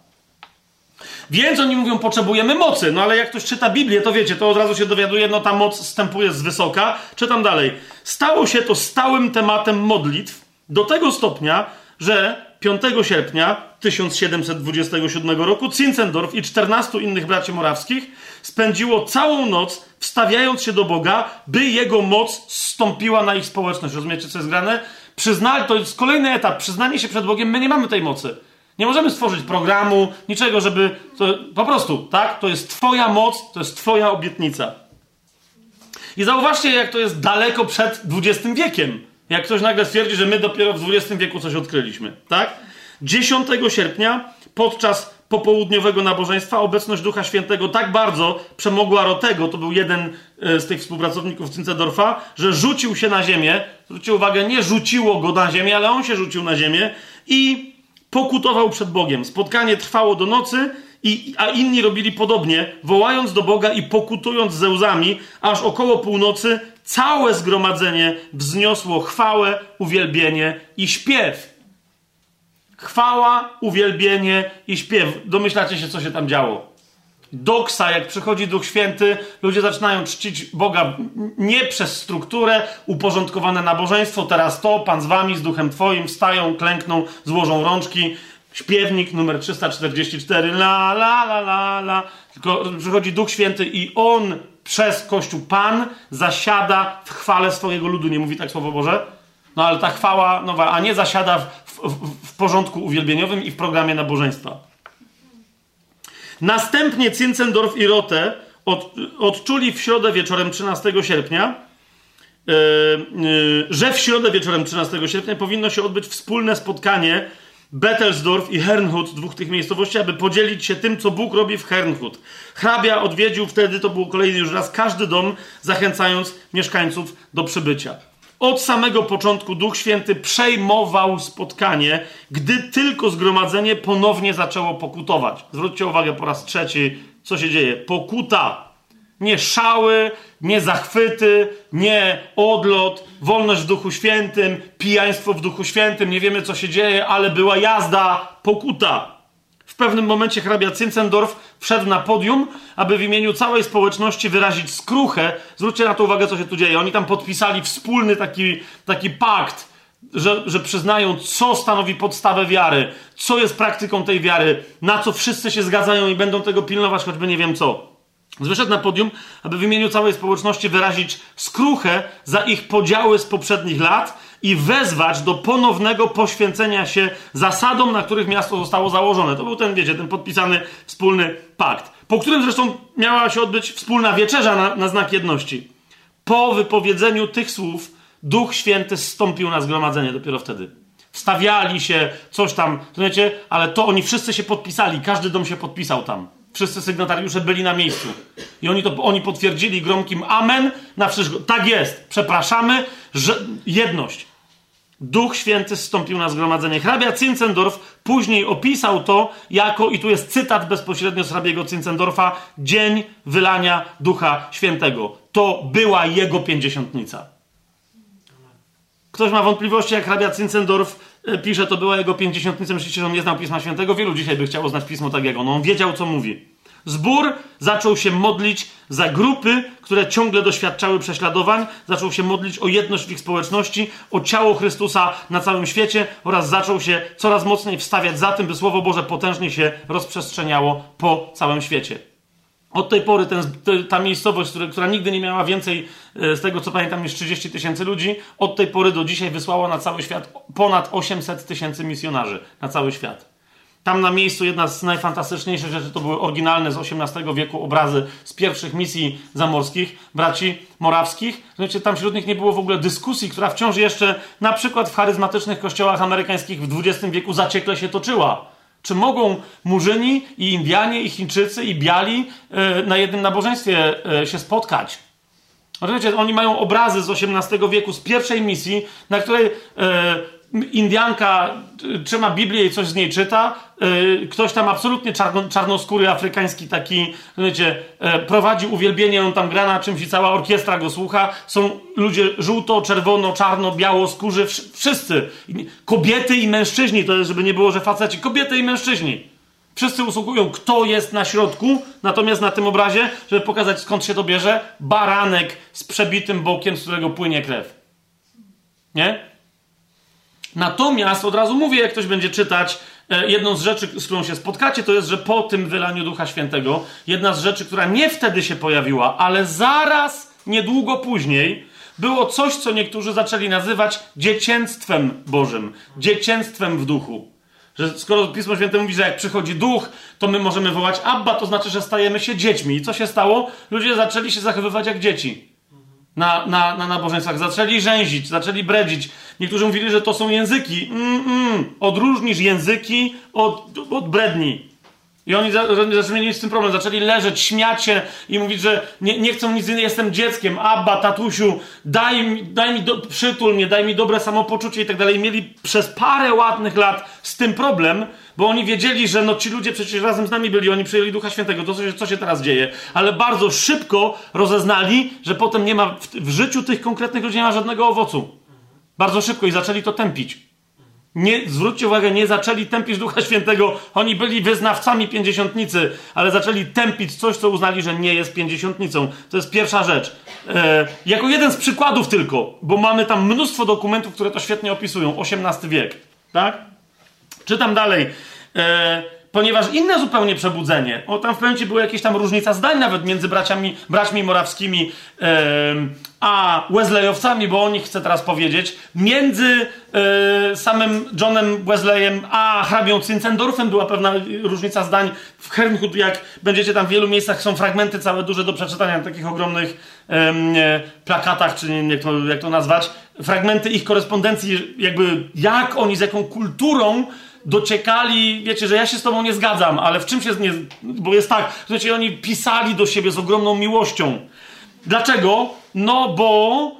Więc oni mówią, potrzebujemy mocy. No ale jak ktoś czyta Biblię, to wiecie, to od razu się dowiaduje, no ta moc zstępuje z wysoka. Czytam dalej. Stało się to stałym tematem modlitw do tego stopnia, że 5 sierpnia 1727 roku Zinzendorf i 14 innych braci morawskich spędziło całą noc wstawiając się do Boga, by jego moc zstąpiła na ich społeczność. Rozumiecie, co jest grane? To jest kolejny etap. Przyznanie się przed Bogiem, my nie mamy tej mocy. Nie możemy stworzyć programu, niczego, żeby... po prostu, tak? To jest twoja moc, to jest twoja obietnica. I zauważcie, jak to jest daleko przed XX wiekiem. Jak ktoś nagle stwierdzi, że my dopiero w XX wieku coś odkryliśmy, tak? 10 sierpnia, podczas popołudniowego nabożeństwa, obecność Ducha Świętego tak bardzo przemogła Rotego, to był jeden z tych współpracowników Zinzendorfa, że rzucił się na ziemię. Zwróćcie uwagę, nie rzuciło go na ziemię, ale on się rzucił na ziemię i pokutował przed Bogiem. Spotkanie trwało do nocy, a inni robili podobnie, wołając do Boga i pokutując ze łzami, aż około północy całe zgromadzenie wzniosło chwałę, uwielbienie i śpiew. Chwała, uwielbienie i śpiew. Domyślacie się, co się tam działo. Doksa, jak przychodzi Duch Święty, ludzie zaczynają czcić Boga nie przez strukturę, uporządkowane nabożeństwo, teraz to, Pan z wami, z Duchem Twoim, wstają, klękną, złożą rączki Śpiewnik numer 344, la, la, la, la, la. Tylko przychodzi Duch Święty i On przez Kościół Pan zasiada w chwale swojego ludu. Nie mówi tak Słowo Boże? No ale ta chwała nowa, a nie zasiada w porządku uwielbieniowym i w programie nabożeństwa. Następnie Zinzendorf i Rothe odczuli w środę wieczorem 13 sierpnia, że w środę wieczorem 13 sierpnia powinno się odbyć wspólne spotkanie Bettelsdorf i Herrnhut, dwóch tych miejscowości, aby podzielić się tym, co Bóg robi w Herrnhut. Hrabia odwiedził wtedy, to był kolejny już raz, każdy dom, zachęcając mieszkańców do przybycia. Od samego początku Duch Święty przejmował spotkanie, gdy tylko zgromadzenie ponownie zaczęło pokutować. Zwróćcie uwagę po raz trzeci, co się dzieje. Pokuta. Nie szały, nie zachwyty, nie odlot, wolność w Duchu Świętym, pijaństwo w Duchu Świętym, nie wiemy co się dzieje, ale była jazda, pokuta. W pewnym momencie hrabia Zinzendorf wszedł na podium, aby w imieniu całej społeczności wyrazić skruchę. Zwróćcie na to uwagę, co się tu dzieje. Oni tam podpisali wspólny taki pakt, że przyznają, co stanowi podstawę wiary, co jest praktyką tej wiary, na co wszyscy się zgadzają i będą tego pilnować, choćby nie wiem co. Wyszedł na podium, aby w imieniu całej społeczności wyrazić skruchę za ich podziały z poprzednich lat i wezwać do ponownego poświęcenia się zasadom, na których miasto zostało założone. To był ten, wiecie, ten podpisany wspólny pakt, po którym zresztą miała się odbyć wspólna wieczerza na znak jedności. Po wypowiedzeniu tych słów Duch Święty zstąpił na zgromadzenie dopiero wtedy. Wstawiali się, coś tam, wiecie, ale to oni wszyscy się podpisali, każdy dom się podpisał tam. Wszyscy sygnatariusze byli na miejscu. I oni potwierdzili gromkim amen na wszystko. Tak jest, przepraszamy, że jedność. Duch Święty zstąpił na zgromadzenie. Hrabia Zinzendorf później opisał to jako, i tu jest cytat bezpośrednio z hrabiego Zinzendorfa, dzień wylania Ducha Świętego. To była jego pięćdziesiątnica. Ktoś ma wątpliwości, jak hrabia Zinzendorf pisze, to była jego pięćdziesiątnica. Myślicie, że on nie znał Pisma Świętego? Wielu dzisiaj by chciało znać Pismo tak jak on. On wiedział, co mówi. Zbór zaczął się modlić za grupy, które ciągle doświadczały prześladowań. Zaczął się modlić o jedność w ich społeczności, o ciało Chrystusa na całym świecie oraz zaczął się coraz mocniej wstawiać za tym, by Słowo Boże potężnie się rozprzestrzeniało po całym świecie. Od tej pory ta miejscowość, która nigdy nie miała więcej, z tego co pamiętam, niż 30 000 ludzi, od tej pory do dzisiaj wysłała na cały świat ponad 800 000 misjonarzy na cały świat. Tam na miejscu jedna z najfantastyczniejszych rzeczy to były oryginalne z XVIII wieku obrazy z pierwszych misji zamorskich, braci morawskich. Znaczy, tam wśród nich nie było w ogóle dyskusji, która wciąż jeszcze na przykład w charyzmatycznych kościołach amerykańskich w XX wieku zaciekle się toczyła. Czy mogą Murzyni i Indianie, i Chińczycy, i Biali na jednym nabożeństwie się spotkać? Rozumiecie, oni mają obrazy z XVIII wieku, z pierwszej misji, na której Indianka trzyma Biblię i coś z niej czyta. Ktoś tam absolutnie czarnoskóry, afrykański taki, wiecie, prowadzi uwielbienie, on tam gra na czymś i cała orkiestra go słucha. Są ludzie żółto, czerwono, czarno, biało skórzy, wszyscy. Kobiety i mężczyźni, to jest, żeby nie było, że faceci. Kobiety i mężczyźni. Wszyscy usługują, kto jest na środku, natomiast na tym obrazie, żeby pokazać, skąd się to bierze, baranek z przebitym bokiem, z którego płynie krew. Nie? Natomiast od razu mówię, jak ktoś będzie czytać, jedną z rzeczy, z którą się spotkacie, to jest, że po tym wylaniu Ducha Świętego, jedna z rzeczy, która nie wtedy się pojawiła, ale zaraz, niedługo później, było coś, co niektórzy zaczęli nazywać dziecięctwem Bożym, dziecięctwem w duchu. Że skoro Pismo Święte mówi, że jak przychodzi Duch, to my możemy wołać Abba, to znaczy, że stajemy się dziećmi. I co się stało? Ludzie zaczęli się zachowywać jak dzieci. Na nabożeństwach. Zaczęli rzęzić, zaczęli bredzić. Niektórzy mówili, że to są języki. Odróżnisz języki od bredni. I oni zaczęli mieć z tym problem. Zaczęli leżeć, śmiać się i mówić, że nie chcą nic innego. Jestem dzieckiem. Abba, tatusiu, przytul mnie, daj mi dobre samopoczucie i tak dalej. Mieli przez parę ładnych lat z tym problem, bo oni wiedzieli, że no ci ludzie przecież razem z nami byli, oni przyjęli Ducha Świętego, to co się teraz dzieje. Ale bardzo szybko rozeznali, że potem nie ma w życiu tych konkretnych ludzi nie ma żadnego owocu. Bardzo szybko i zaczęli to tępić. Zwróćcie uwagę, nie zaczęli tępić Ducha Świętego, oni byli wyznawcami pięćdziesiątnicy, ale zaczęli tępić coś, co uznali, że nie jest pięćdziesiątnicą. To jest pierwsza rzecz. Jako jeden z przykładów tylko, bo mamy tam mnóstwo dokumentów, które to świetnie opisują. XVIII wiek, tak? Czytam dalej. Ponieważ inne zupełnie przebudzenie, tam w pewnym momencie była jakaś tam różnica zdań nawet między braćmi morawskimi a Wesleyowcami, bo o nich chcę teraz powiedzieć, między samym Johnem Wesleyem a hrabią Zinzendorfem była pewna różnica zdań. W Herrnhut, jak będziecie tam w wielu miejscach, są fragmenty całe duże do przeczytania na takich ogromnych plakatach, czy nie wiem jak to nazwać, fragmenty ich korespondencji, jakby jak oni z jaką kulturą dociekali, wiecie, że ja się z tobą nie zgadzam, ale w czym się nie... Bo jest tak, słuchajcie, oni pisali do siebie z ogromną miłością. Dlaczego? No bo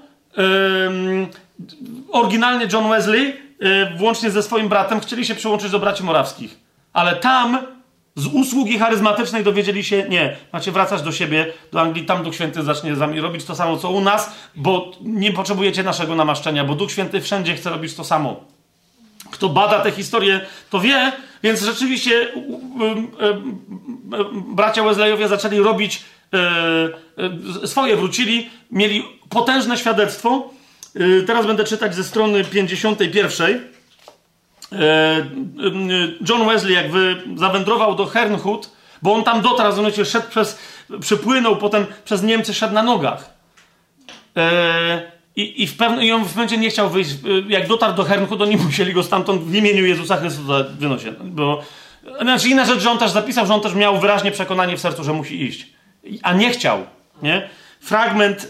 oryginalnie John Wesley włącznie ze swoim bratem chcieli się przyłączyć do braci morawskich. Ale tam z usługi charyzmatycznej dowiedzieli się, nie, macie wracać do siebie, do Anglii, tam Duch Święty zacznie z wami robić to samo, co u nas, bo nie potrzebujecie naszego namaszczenia, bo Duch Święty wszędzie chce robić to samo. Kto bada tę historię, to wie, więc rzeczywiście bracia Wesleyowie zaczęli robić swoje, wrócili, mieli potężne świadectwo. Teraz będę czytać ze strony 51. John Wesley zawędrował do Herrnhut, bo on tam dotarł, rozumiecie, przypłynął, potem przez Niemcy szedł na nogach. I on w pewnym momencie nie chciał wyjść. Jak dotarł do Herrnhut, oni musieli go stamtąd w imieniu Jezusa Chrystusa wynosić. Znaczy inna rzecz, że on też zapisał, że on też miał wyraźnie przekonanie w sercu, że musi iść. A nie chciał. Nie? Fragment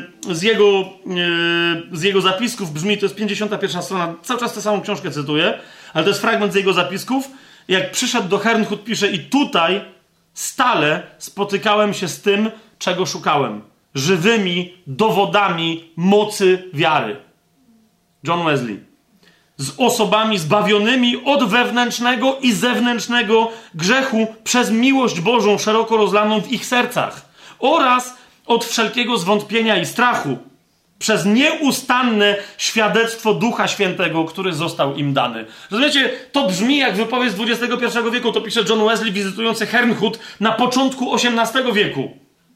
z jego zapisków brzmi, to jest 51 strona, cały czas tę samą książkę cytuję, ale to jest fragment z jego zapisków. Jak przyszedł do Herrnhut, pisze, i tutaj stale spotykałem się z tym, czego szukałem. Żywymi dowodami mocy wiary. John Wesley. Z osobami zbawionymi od wewnętrznego i zewnętrznego grzechu przez miłość Bożą szeroko rozlaną w ich sercach oraz od wszelkiego zwątpienia i strachu przez nieustanne świadectwo Ducha Świętego, który został im dany. Rozumiecie? To brzmi jak wypowiedź z XXI wieku. To pisze John Wesley wizytujący Herrnhut na początku XVIII wieku.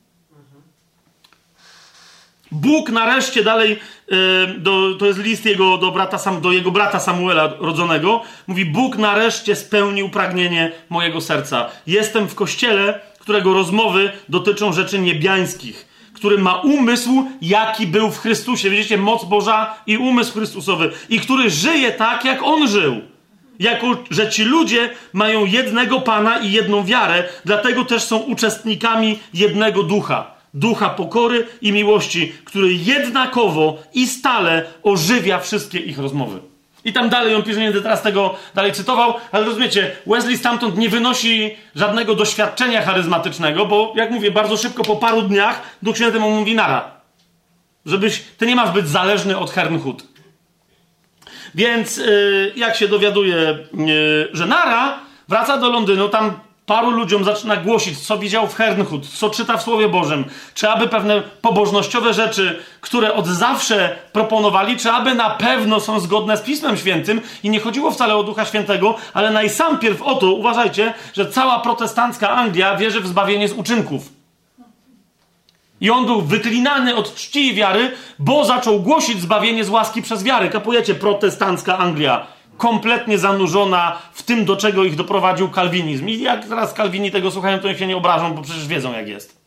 Bóg nareszcie dalej, to jest list do jego brata Samuela rodzonego, mówi: Bóg nareszcie spełnił pragnienie mojego serca. Jestem w kościele, którego rozmowy dotyczą rzeczy niebiańskich, który ma umysł, jaki był w Chrystusie. Widzicie, moc Boża i umysł Chrystusowy. I który żyje tak, jak On żył. Jako, że ci ludzie mają jednego Pana i jedną wiarę, dlatego też są uczestnikami jednego ducha. Ducha pokory i miłości, który jednakowo i stale ożywia wszystkie ich rozmowy. I tam dalej on pisze, nie będę teraz tego dalej cytował, ale rozumiecie, Wesley stamtąd nie wynosi żadnego doświadczenia charyzmatycznego, bo jak mówię, bardzo szybko po paru dniach Duch Święty mu mówi nara. Ty nie masz być zależny od Herrnhut. Więc jak się dowiaduje, że nara, wraca do Londynu, tam paru ludziom zaczyna głosić, co widział w Herrnhut, co czyta w Słowie Bożym, czy aby pewne pobożnościowe rzeczy, które od zawsze proponowali, czy aby na pewno są zgodne z Pismem Świętym i nie chodziło wcale o Ducha Świętego, ale najsampierw o to, uważajcie, że cała protestancka Anglia wierzy w zbawienie z uczynków. I on był wyklinany od czci i wiary, bo zaczął głosić zbawienie z łaski przez wiarę. Kapujecie? Protestancka Anglia. Kompletnie zanurzona w tym, do czego ich doprowadził kalwinizm. I jak teraz Kalwini tego słuchają, to niech się nie obrażą, bo przecież wiedzą, jak jest.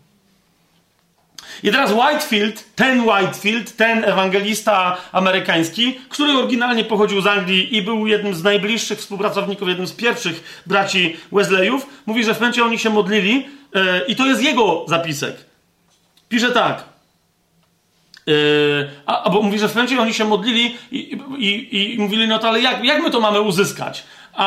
I teraz Whitefield, ten ewangelista amerykański, który oryginalnie pochodził z Anglii i był jednym z najbliższych współpracowników, jednym z pierwszych braci Wesleyów, mówi, że w momencie oni się modlili i to jest jego zapisek. Pisze tak. Bo mówi, że w pewnym momencie oni się modlili i mówili, no to ale jak my to mamy uzyskać?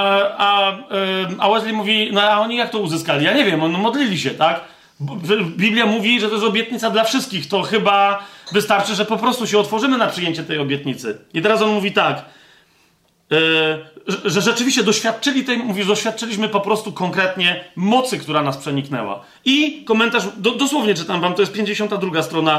A Wesley mówi, no a oni jak to uzyskali? Ja nie wiem, no modlili się, tak? Biblia mówi, że to jest obietnica dla wszystkich, to chyba wystarczy, że po prostu się otworzymy na przyjęcie tej obietnicy. I teraz on mówi tak, że rzeczywiście doświadczyliśmy po prostu konkretnie mocy, która nas przeniknęła. I komentarz, dosłownie czytam wam, to jest 52 strona,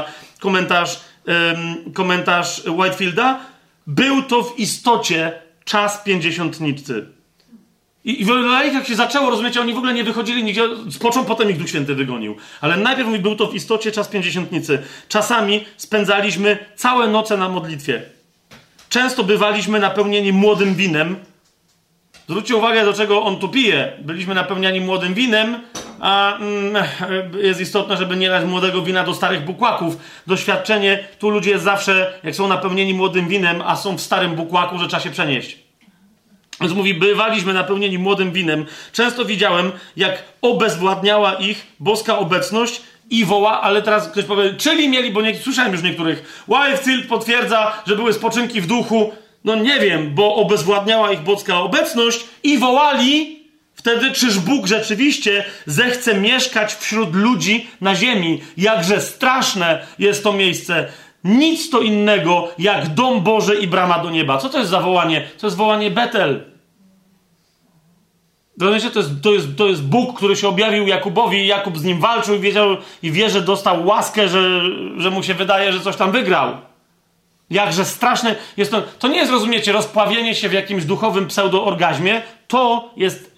komentarz Whitefielda. Był to w istocie czas pięćdziesiątnicy. I w jak się zaczęło, rozumiecie, oni w ogóle nie wychodzili nigdzie, potem ich Duch Święty wygonił. Ale najpierw był to w istocie czas pięćdziesiątnicy. Czasami spędzaliśmy całe noce na modlitwie. Często bywaliśmy napełnieni młodym winem Zwróćcie uwagę, do czego on tu pije. Byliśmy napełniani młodym winem, a jest istotne, żeby nie dać młodego wina do starych bukłaków. Doświadczenie, tu ludzie jest zawsze, jak są napełnieni młodym winem, a są w starym bukłaku, że trzeba się przenieść. Więc mówi, bywaliśmy napełnieni młodym winem. Często widziałem, jak obezwładniała ich boska obecność i woła, ale teraz ktoś powie, czyli mieli, bo nie słyszałem już niektórych. Whitefield potwierdza, że były spoczynki w duchu. No nie wiem, bo obezwładniała ich boska obecność i wołali wtedy, czyż Bóg rzeczywiście zechce mieszkać wśród ludzi na ziemi. Jakże straszne jest to miejsce. Nic to innego jak dom Boży i brama do nieba. Co to jest za wołanie? To jest wołanie Betel. Rozumiecie? To jest Bóg, który się objawił Jakubowi i Jakub z nim walczył i wiedział i wie, że dostał łaskę, że mu się wydaje, że coś tam wygrał. Jakże straszne jest to. To nie jest, rozumiecie, rozpławienie się w jakimś duchowym pseudoorgazmie. To jest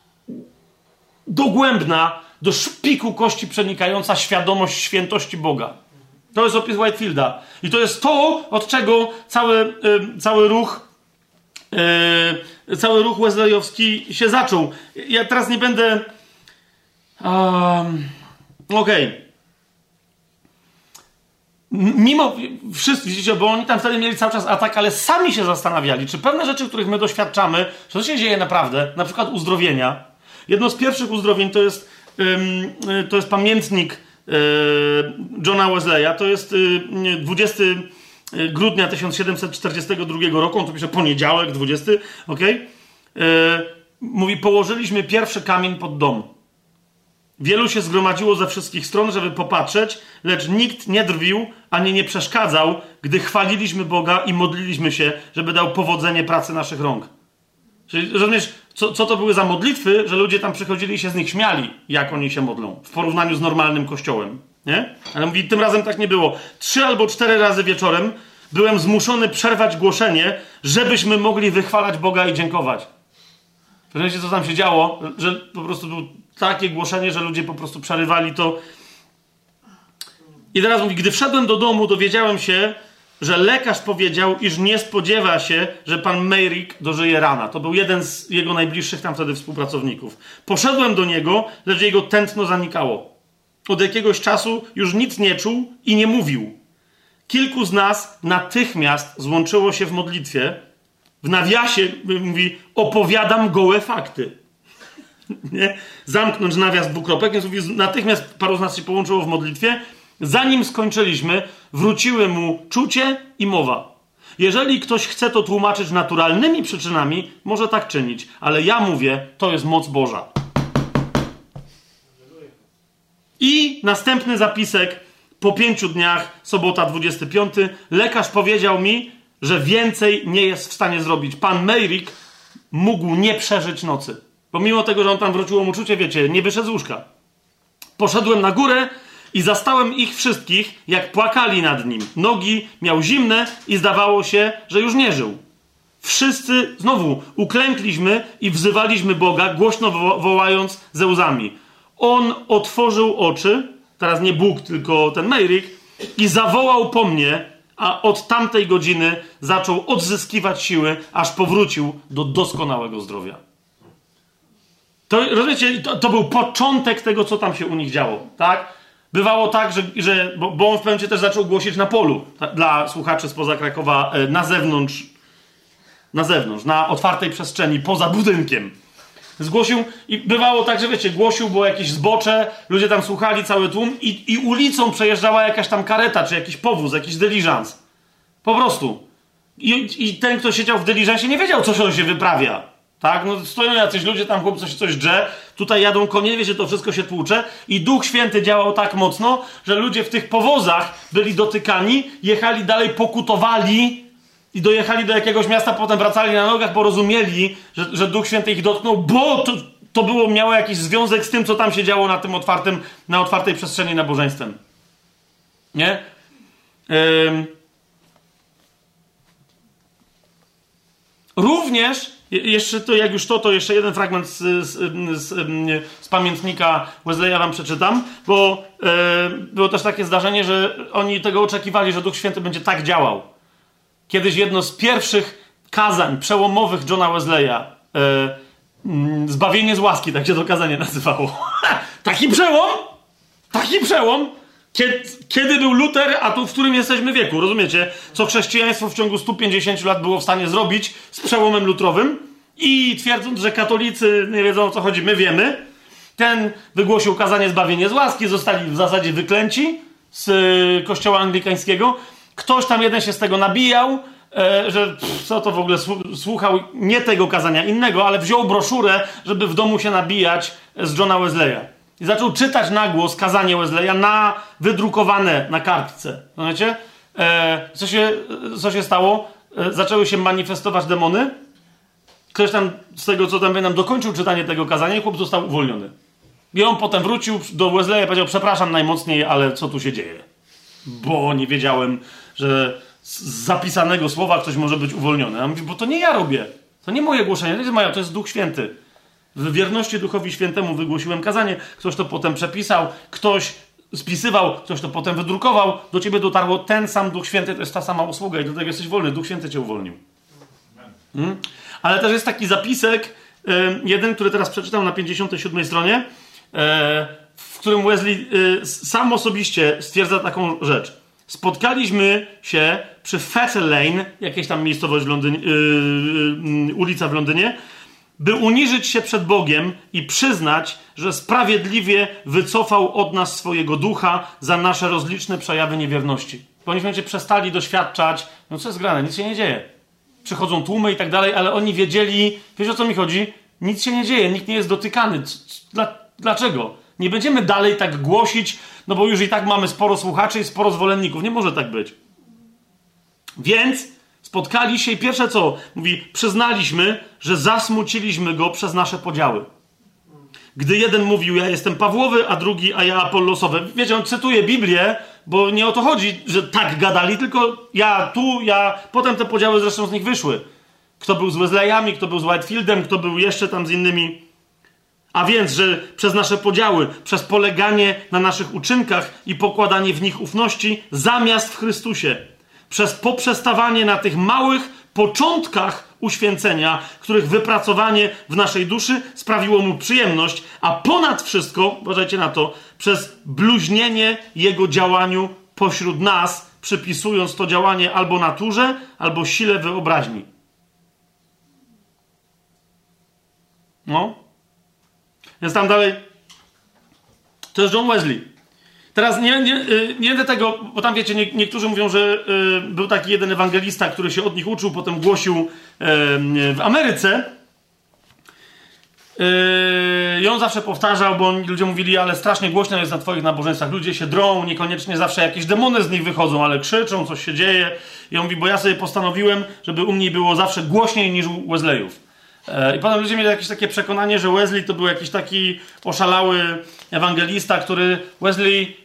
dogłębna, do szpiku kości przenikająca świadomość świętości Boga. To jest opis Whitefielda. I to jest to, od czego cały ruch wesleyowski się zaczął. Ja teraz nie będę... Okej. Mimo wszystko, widzicie, bo oni tam wtedy mieli cały czas atak, ale sami się zastanawiali, czy pewne rzeczy, których my doświadczamy, co się dzieje naprawdę, na przykład uzdrowienia. Jedno z pierwszych uzdrowień to jest pamiętnik Johna Wesleya, to jest 20 grudnia 1742 roku, on tu pisze poniedziałek, 20, okej? Mówi, położyliśmy pierwszy kamień pod dom. Wielu się zgromadziło ze wszystkich stron, żeby popatrzeć, lecz nikt nie drwił, ani nie przeszkadzał, gdy chwaliliśmy Boga i modliliśmy się, żeby dał powodzenie pracy naszych rąk. Czyli rozumiesz, co to były za modlitwy, że ludzie tam przychodzili i się z nich śmiali, jak oni się modlą, w porównaniu z normalnym kościołem, nie? Ale mówi, tym razem tak nie było. 3 albo 4 razy wieczorem byłem zmuszony przerwać głoszenie, żebyśmy mogli wychwalać Boga i dziękować. Wiecie, co tam się działo? Że po prostu było takie głoszenie, że ludzie po prostu przerywali to. I teraz mówi, gdy wszedłem do domu, dowiedziałem się, że lekarz powiedział, iż nie spodziewa się, że pan Meyrick dożyje rana. To był jeden z jego najbliższych tam wtedy współpracowników. Poszedłem do niego, lecz jego tętno zanikało. Od jakiegoś czasu już nic nie czuł i nie mówił. Kilku z nas natychmiast złączyło się w modlitwie. W nawiasie mówi, opowiadam gołe fakty. Nie? Zamknąć nawias dwukropek, więc mówi, natychmiast paru z nas się połączyło w modlitwie. Zanim skończyliśmy, wróciły mu czucie i mowa. Jeżeli ktoś chce to tłumaczyć naturalnymi przyczynami, może tak czynić, ale ja mówię, to jest moc Boża. I następny zapisek po 5 dniach, sobota 25, lekarz powiedział mi, że więcej nie jest w stanie zrobić. Pan Meyrick mógł nie przeżyć nocy. Bo mimo tego, że on tam wróciło mu czucie, wiecie, nie wyszedł z łóżka. Poszedłem na górę i zastałem ich wszystkich, jak płakali nad nim. Nogi miał zimne i zdawało się, że już nie żył. Wszyscy znowu uklękliśmy i wzywaliśmy Boga, głośno wołając ze łzami. On otworzył oczy, teraz nie Bóg, tylko ten Meyrick, i zawołał po mnie, a od tamtej godziny zaczął odzyskiwać siły, aż powrócił do doskonałego zdrowia. To, rozumiecie, to był początek tego, co tam się u nich działo, tak? Bywało tak, bo on w pewnym momencie też zaczął głosić na polu, dla słuchaczy spoza Krakowa, na zewnątrz, na otwartej przestrzeni, poza budynkiem. Zgłosił i bywało tak, że wiecie, głosił, było jakieś zbocze, ludzie tam słuchali, cały tłum i ulicą przejeżdżała jakaś tam kareta, czy jakiś powóz, jakiś dyliżans. Po prostu. I ten, kto siedział w dyliżansie, nie wiedział, co się wyprawia. Tak? No, stoją jacyś ludzie, tam chłop coś drze, tutaj jadą konie, wiecie, to wszystko się tłucze i Duch Święty działał tak mocno, że ludzie w tych powozach byli dotykani, jechali dalej, pokutowali i dojechali do jakiegoś miasta, potem wracali na nogach, bo rozumieli, że Duch Święty ich dotknął, bo to miało jakiś związek z tym, co tam się działo na otwartej przestrzeni nabożeństwem. Nie? Również, jeszcze to, jak już to jeszcze jeden fragment z pamiętnika Wesleya wam przeczytam, bo było też takie zdarzenie, że oni tego oczekiwali, że Duch Święty będzie tak działał. Kiedyś jedno z pierwszych kazań przełomowych Johna Wesleya Zbawienie z łaski, tak się to kazanie nazywało. Taki przełom! Taki przełom! Kiedy był Luter, a tu w którym jesteśmy wieku, rozumiecie? Co chrześcijaństwo w ciągu 150 lat było w stanie zrobić z przełomem lutrowym i twierdząc, że katolicy nie wiedzą, o co chodzi, my wiemy. Ten wygłosił kazanie zbawienie z łaski, zostali w zasadzie wyklęci z kościoła anglikańskiego. Ktoś tam jeden się z tego nabijał, że co to w ogóle słuchał nie tego kazania, innego, ale wziął broszurę, żeby w domu się nabijać z Johna Wesleya. I zaczął czytać na głos kazanie Wesleya wydrukowane na kartce. Rozumiecie? Co się stało? Zaczęły się manifestować demony. Ktoś tam, z tego co tam pamiętam, dokończył czytanie tego kazania i chłop został uwolniony. I on potem wrócił do Wesleya i powiedział: przepraszam najmocniej, ale co tu się dzieje? Bo nie wiedziałem, że z zapisanego słowa ktoś może być uwolniony. A mówi: bo to nie ja robię. To nie moje głoszenie, to jest Duch Święty. W wierności Duchowi Świętemu wygłosiłem kazanie, ktoś to potem przepisał, ktoś spisywał, ktoś to potem wydrukował, do ciebie dotarło ten sam Duch Święty, to jest ta sama usługa i do tego jesteś wolny, Duch Święty cię uwolnił. Ale też jest taki zapisek, jeden, który teraz przeczytam na 57 stronie, w którym Wesley sam osobiście stwierdza taką rzecz. Spotkaliśmy się przy Fetter Lane, jakieś tam miejscowość w Londynie, ulica w Londynie, by uniżyć się przed Bogiem i przyznać, że sprawiedliwie wycofał od nas swojego ducha za nasze rozliczne przejawy niewierności. Bo oni przestali doświadczać, no co jest grane, nic się nie dzieje. Przychodzą tłumy i tak dalej, ale oni wiedzieli, wiesz o co mi chodzi? Nic się nie dzieje, nikt nie jest dotykany. Dlaczego? Nie będziemy dalej tak głosić, no bo już i tak mamy sporo słuchaczy i sporo zwolenników. Nie może tak być. Więc spotkali się i pierwsze co? Mówi, przyznaliśmy, że zasmuciliśmy go przez nasze podziały. Gdy jeden mówił, ja jestem Pawłowy, a drugi, a ja Apollosowy. Wiecie, on cytuje Biblię, bo nie o to chodzi, że tak gadali, tylko ja tu, ja... Potem te podziały zresztą z nich wyszły. Kto był z Wesleyami, kto był z Whitefieldem, kto był jeszcze tam z innymi. A więc, że przez nasze podziały, przez poleganie na naszych uczynkach i pokładanie w nich ufności, zamiast w Chrystusie. Przez poprzestawanie na tych małych początkach uświęcenia, których wypracowanie w naszej duszy sprawiło mu przyjemność, a ponad wszystko, uważajcie na to, przez bluźnienie jego działaniu pośród nas, przypisując to działanie albo naturze, albo sile wyobraźni. No. Więc tam dalej. To jest John Wesley. Teraz nie będę tego, bo tam wiecie, niektórzy mówią, że był taki jeden ewangelista, który się od nich uczył, potem głosił w Ameryce. I on zawsze powtarzał, bo ludzie mówili, ale strasznie głośno jest na twoich nabożeństwach. Ludzie się drą, niekoniecznie zawsze jakieś demony z nich wychodzą, ale krzyczą, coś się dzieje. I on mówi, bo ja sobie postanowiłem, żeby u mnie było zawsze głośniej niż u Wesleyów. I potem ludzie mieli jakieś takie przekonanie, że Wesley to był jakiś taki oszalały ewangelista, który Wesley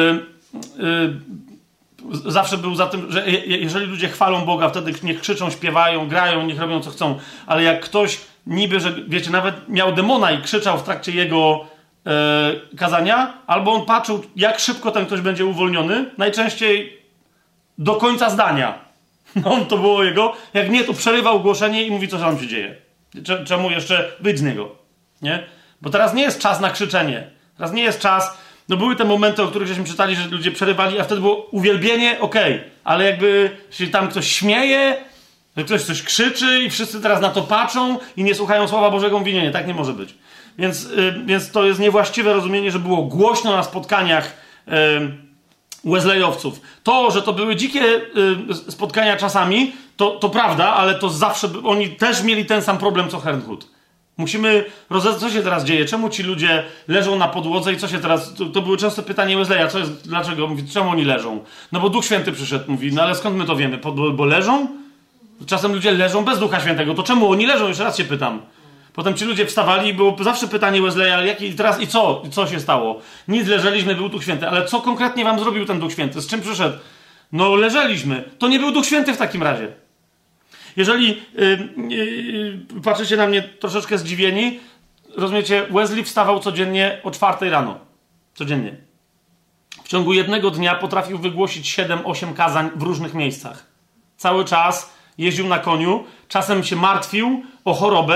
zawsze był za tym, że jeżeli ludzie chwalą Boga, wtedy niech krzyczą, śpiewają, grają, niech robią co chcą. Ale jak ktoś niby, że wiecie, nawet miał demona i krzyczał w trakcie jego kazania, albo on patrzył, jak szybko ten ktoś będzie uwolniony, najczęściej do końca zdania. No, to było jego. Jak nie, to przerywał głoszenie i mówi, co tam się dzieje. Czemu jeszcze być z niego? Nie? Bo teraz nie jest czas na krzyczenie. Teraz nie jest czas... No były te momenty, o których żeśmy czytali, że ludzie przerywali, a wtedy było uwielbienie, okej. Ale jakby się tam ktoś śmieje, że ktoś coś krzyczy i wszyscy teraz na to patrzą i nie słuchają Słowa Bożego, mówi, nie, tak nie może być. Więc to jest niewłaściwe rozumienie, że było głośno na spotkaniach Wesleyowców. To, że to były dzikie spotkania czasami, to prawda, ale to zawsze... Oni też mieli ten sam problem, co Hernhut. Musimy co się teraz dzieje? Czemu ci ludzie leżą na podłodze i co się teraz... To były często pytanie Wesleya, co jest, dlaczego? Mówi, czemu oni leżą? No bo Duch Święty przyszedł, mówi, no ale skąd my to wiemy? Bo leżą? Czasem ludzie leżą bez Ducha Świętego, to czemu oni leżą? Jeszcze raz się pytam. Potem ci ludzie wstawali i było zawsze pytanie Wesleya, jaki teraz i co? I co się stało? Nic, leżeliśmy, był Duch Święty, ale co konkretnie wam zrobił ten Duch Święty? Z czym przyszedł? No leżeliśmy. To nie był Duch Święty w takim razie. Jeżeli patrzycie na mnie troszeczkę zdziwieni, rozumiecie, Wesley wstawał codziennie o 4 rano. Codziennie. W ciągu jednego dnia potrafił wygłosić 7-8 kazań w różnych miejscach. Cały czas jeździł na koniu, czasem się martwił o chorobę,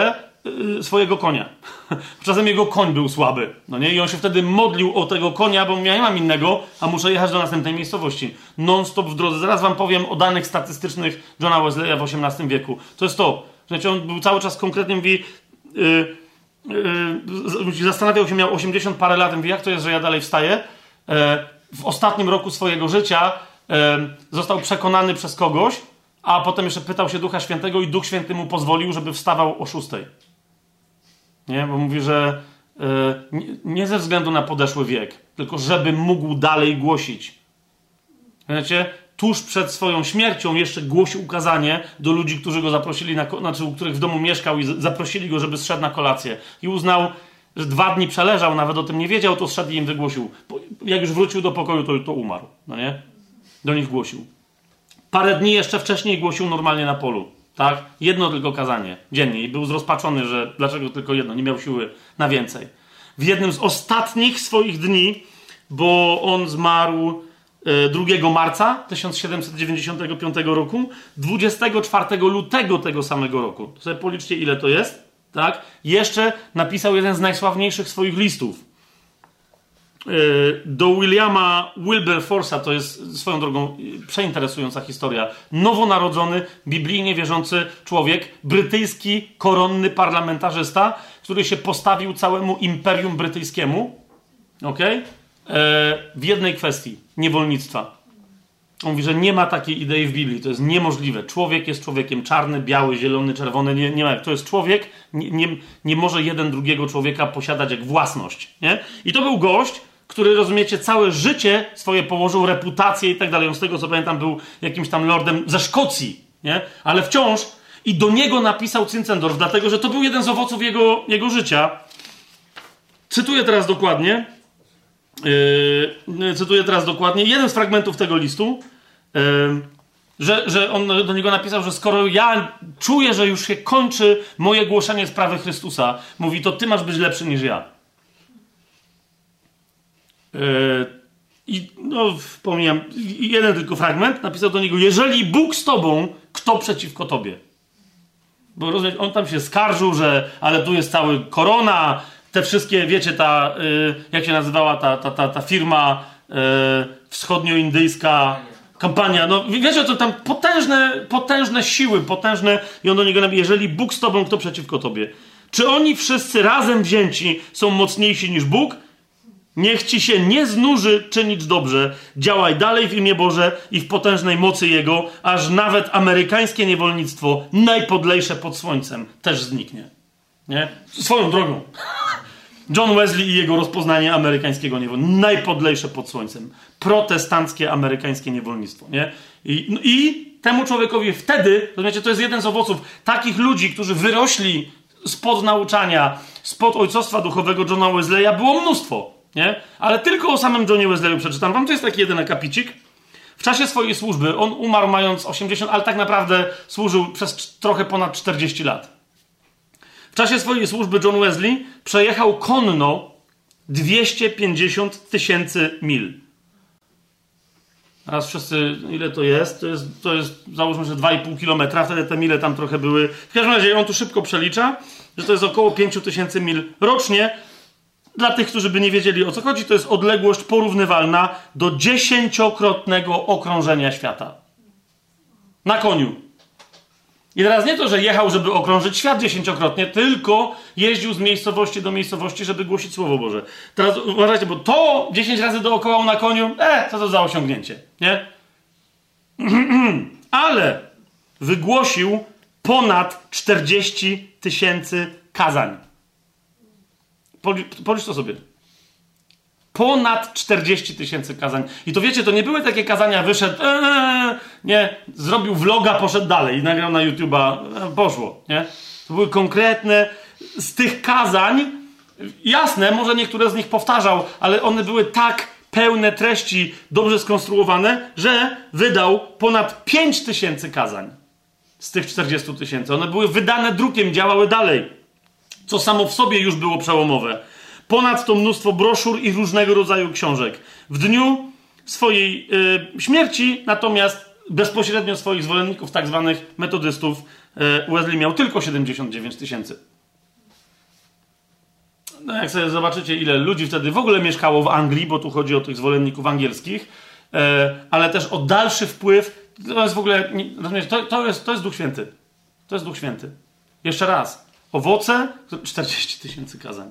swojego konia. Czasem jego koń był słaby, no nie? I on się wtedy modlił o tego konia, bo ja nie mam innego, a muszę jechać do następnej miejscowości. Non-stop w drodze. Zaraz wam powiem o danych statystycznych Johna Wesleya w XVIII wieku. To jest to. Znaczy on był cały czas konkretnie, mówi, zastanawiał się, miał 80 parę lat, mówi, jak to jest, że ja dalej wstaję? W ostatnim roku swojego życia został przekonany przez kogoś, a potem jeszcze pytał się Ducha Świętego i Duch Święty mu pozwolił, żeby wstawał o 6. Nie? Bo mówi, że nie ze względu na podeszły wiek, tylko żeby mógł dalej głosić. Wiecie? Tuż przed swoją śmiercią jeszcze głosił kazanie do ludzi, którzy go zaprosili, znaczy u których w domu mieszkał i zaprosili go, żeby zszedł na kolację. I uznał, że 2 dni przeleżał, nawet o tym nie wiedział, to zszedł i im wygłosił. Jak już wrócił do pokoju, to umarł. No nie? Do nich głosił. Parę dni jeszcze wcześniej głosił normalnie na polu. Tak? Jedno tylko kazanie dziennie. I był zrozpaczony, że dlaczego tylko jedno, nie miał siły na więcej. W jednym z ostatnich swoich dni, bo on zmarł 2 marca 1795 roku, 24 lutego tego samego roku. To sobie policzcie, ile to jest. Tak? Jeszcze napisał jeden z najsławniejszych swoich listów. Do Williama Wilberforce'a, to jest swoją drogą przeinteresująca historia. Nowonarodzony, biblijnie wierzący człowiek, brytyjski, koronny parlamentarzysta, który się postawił całemu imperium brytyjskiemu, okay? W jednej kwestii, niewolnictwa. On mówi, że nie ma takiej idei w Biblii, to jest niemożliwe. Człowiek jest człowiekiem, czarny, biały, zielony, czerwony, nie ma. To jest człowiek, nie może jeden drugiego człowieka posiadać jak własność. Nie? I to był gość, który, rozumiecie, całe życie swoje położył, reputację i tak dalej. On z tego, co pamiętam, był jakimś tam lordem ze Szkocji, nie? Ale wciąż i do niego napisał Zinzendorf, dlatego, że to był jeden z owoców jego życia. Cytuję teraz dokładnie, jeden z fragmentów tego listu, że on do niego napisał, że skoro ja czuję, że już się kończy moje głoszenie sprawy Chrystusa, mówi, to ty masz być lepszy niż ja. I pomijam, jeden tylko fragment, napisał do niego, jeżeli Bóg z tobą, kto przeciwko tobie? Bo rozumiecie, on tam się skarżył, że ale tu jest cały korona, te wszystkie, wiecie, jak się nazywała ta firma wschodnioindyjska kampania, no wiecie, to tam potężne siły, i on do niego napisał, jeżeli Bóg z tobą, kto przeciwko tobie? Czy oni wszyscy razem wzięci są mocniejsi niż Bóg? Niech ci się nie znuży czynić dobrze, działaj dalej w imię Boże i w potężnej mocy Jego, aż nawet amerykańskie niewolnictwo, najpodlejsze pod słońcem, też zniknie. Nie? Swoją drogą. John Wesley i jego rozpoznanie amerykańskiego niewolnictwa, najpodlejsze pod słońcem. Protestanckie amerykańskie niewolnictwo. Nie? I temu człowiekowi wtedy, rozumiecie, to jest jeden z owoców takich ludzi, którzy wyrośli spod nauczania, spod ojcostwa duchowego Johna Wesleya, było mnóstwo. Nie? Ale tylko o samym Johnie Wesleyu przeczytam wam. To jest taki jeden akapicik. W czasie swojej służby, on umarł mając 80, ale tak naprawdę służył przez trochę ponad 40 lat. W czasie swojej służby John Wesley przejechał konno 250 000 mil. Teraz wszyscy, ile to jest? To jest załóżmy, że 2,5 kilometra, wtedy te mile tam trochę były. W każdym razie on tu szybko przelicza, że to jest około 5000 mil rocznie. Dla tych, którzy by nie wiedzieli, o co chodzi, to jest odległość porównywalna do 10-krotnego okrążenia świata. Na koniu. I teraz nie to, że jechał, żeby okrążyć świat 10-krotnie, tylko jeździł z miejscowości do miejscowości, żeby głosić Słowo Boże. Teraz uważajcie, bo to 10 razy dookoła na koniu, co to za osiągnięcie, nie? Ale wygłosił ponad 40 000 kazań. Policz to sobie. Ponad 40 000 kazań. I to wiecie, to nie były takie kazania, wyszedł, nie, zrobił vloga, poszedł dalej i nagrał na YouTube'a, poszło, nie? To były konkretne, z tych kazań, jasne, może niektóre z nich powtarzał, ale one były tak pełne treści, dobrze skonstruowane, że wydał ponad 5000 kazań z tych 40 000. One były wydane drukiem, działały dalej. Co samo w sobie już było przełomowe. Ponadto mnóstwo broszur i różnego rodzaju książek. W dniu swojej śmierci, natomiast bezpośrednio swoich zwolenników, tak zwanych metodystów, Wesley miał tylko 79 000. jak sobie zobaczycie, ile ludzi wtedy w ogóle mieszkało w Anglii, bo tu chodzi o tych zwolenników angielskich, ale też o dalszy wpływ, to jest w ogóle, rozumiecie, to jest Duch Święty. To jest Duch Święty. Jeszcze raz. Owoce, 40 000 kazań.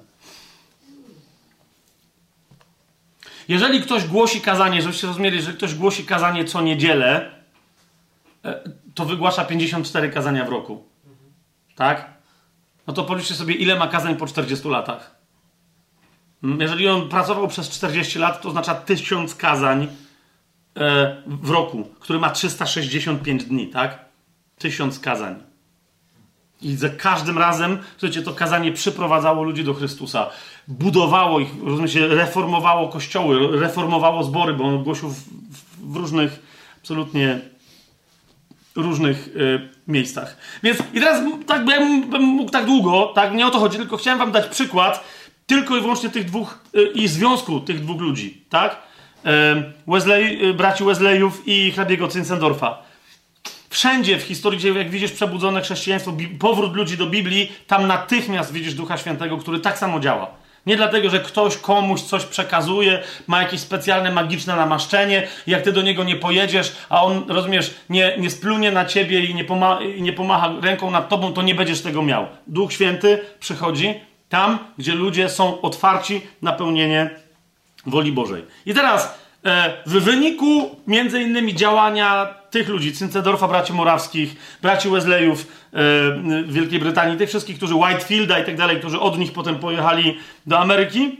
Jeżeli ktoś głosi kazanie, żebyście rozumieli, jeżeli ktoś głosi kazanie co niedzielę, to wygłasza 54 kazania w roku. Tak? No to policzcie sobie, ile ma kazań po 40 latach. Jeżeli on pracował przez 40 lat, to oznacza 1000 kazań w roku, który ma 365 dni, tak? 1000 kazań. I za każdym razem, słuchajcie, to kazanie przyprowadzało ludzi do Chrystusa. Budowało ich, rozumiecie, reformowało kościoły, reformowało zbory, bo on głosił w różnych, absolutnie różnych miejscach. Więc i teraz tak bym mógł tak długo, tak, nie o to chodzi, tylko chciałem wam dać przykład tylko i wyłącznie tych dwóch i związku tych dwóch ludzi, tak? Braci Wesleyów i hrabiego Zinzendorfa. Wszędzie w historii, jak widzisz przebudzone chrześcijaństwo, powrót ludzi do Biblii, tam natychmiast widzisz Ducha Świętego, który tak samo działa. Nie dlatego, że ktoś komuś coś przekazuje, ma jakieś specjalne, magiczne namaszczenie, jak ty do niego nie pojedziesz, a on, rozumiesz, nie splunie na ciebie i nie pomacha ręką nad tobą, to nie będziesz tego miał. Duch Święty przychodzi tam, gdzie ludzie są otwarci na pełnienie woli Bożej. I teraz w wyniku między innymi działania tych ludzi, Zinzendorfa, braci Morawskich, braci Wesleyów w Wielkiej Brytanii, tych wszystkich, którzy Whitefielda i tak dalej, którzy od nich potem pojechali do Ameryki,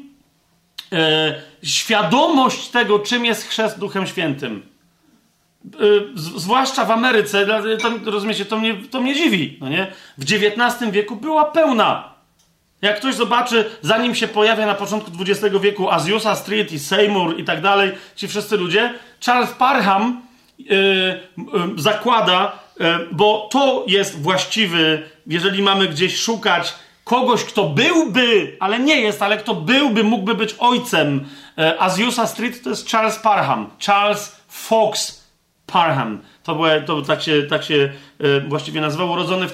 świadomość tego, czym jest chrzest Duchem Świętym, zwłaszcza w Ameryce, rozumiecie, to mnie dziwi, no nie? W XIX wieku była pełna. Jak ktoś zobaczy, zanim się pojawia na początku XX wieku Azusa Street i Seymour i tak dalej, ci wszyscy ludzie, Charles Parham zakłada, bo to jest właściwy, jeżeli mamy gdzieś szukać kogoś, kto byłby, ale nie jest, ale kto byłby, mógłby być ojcem Azusa Street, to jest Charles Parham. Charles Fox Parham. To tak się właściwie nazywał. Urodzony w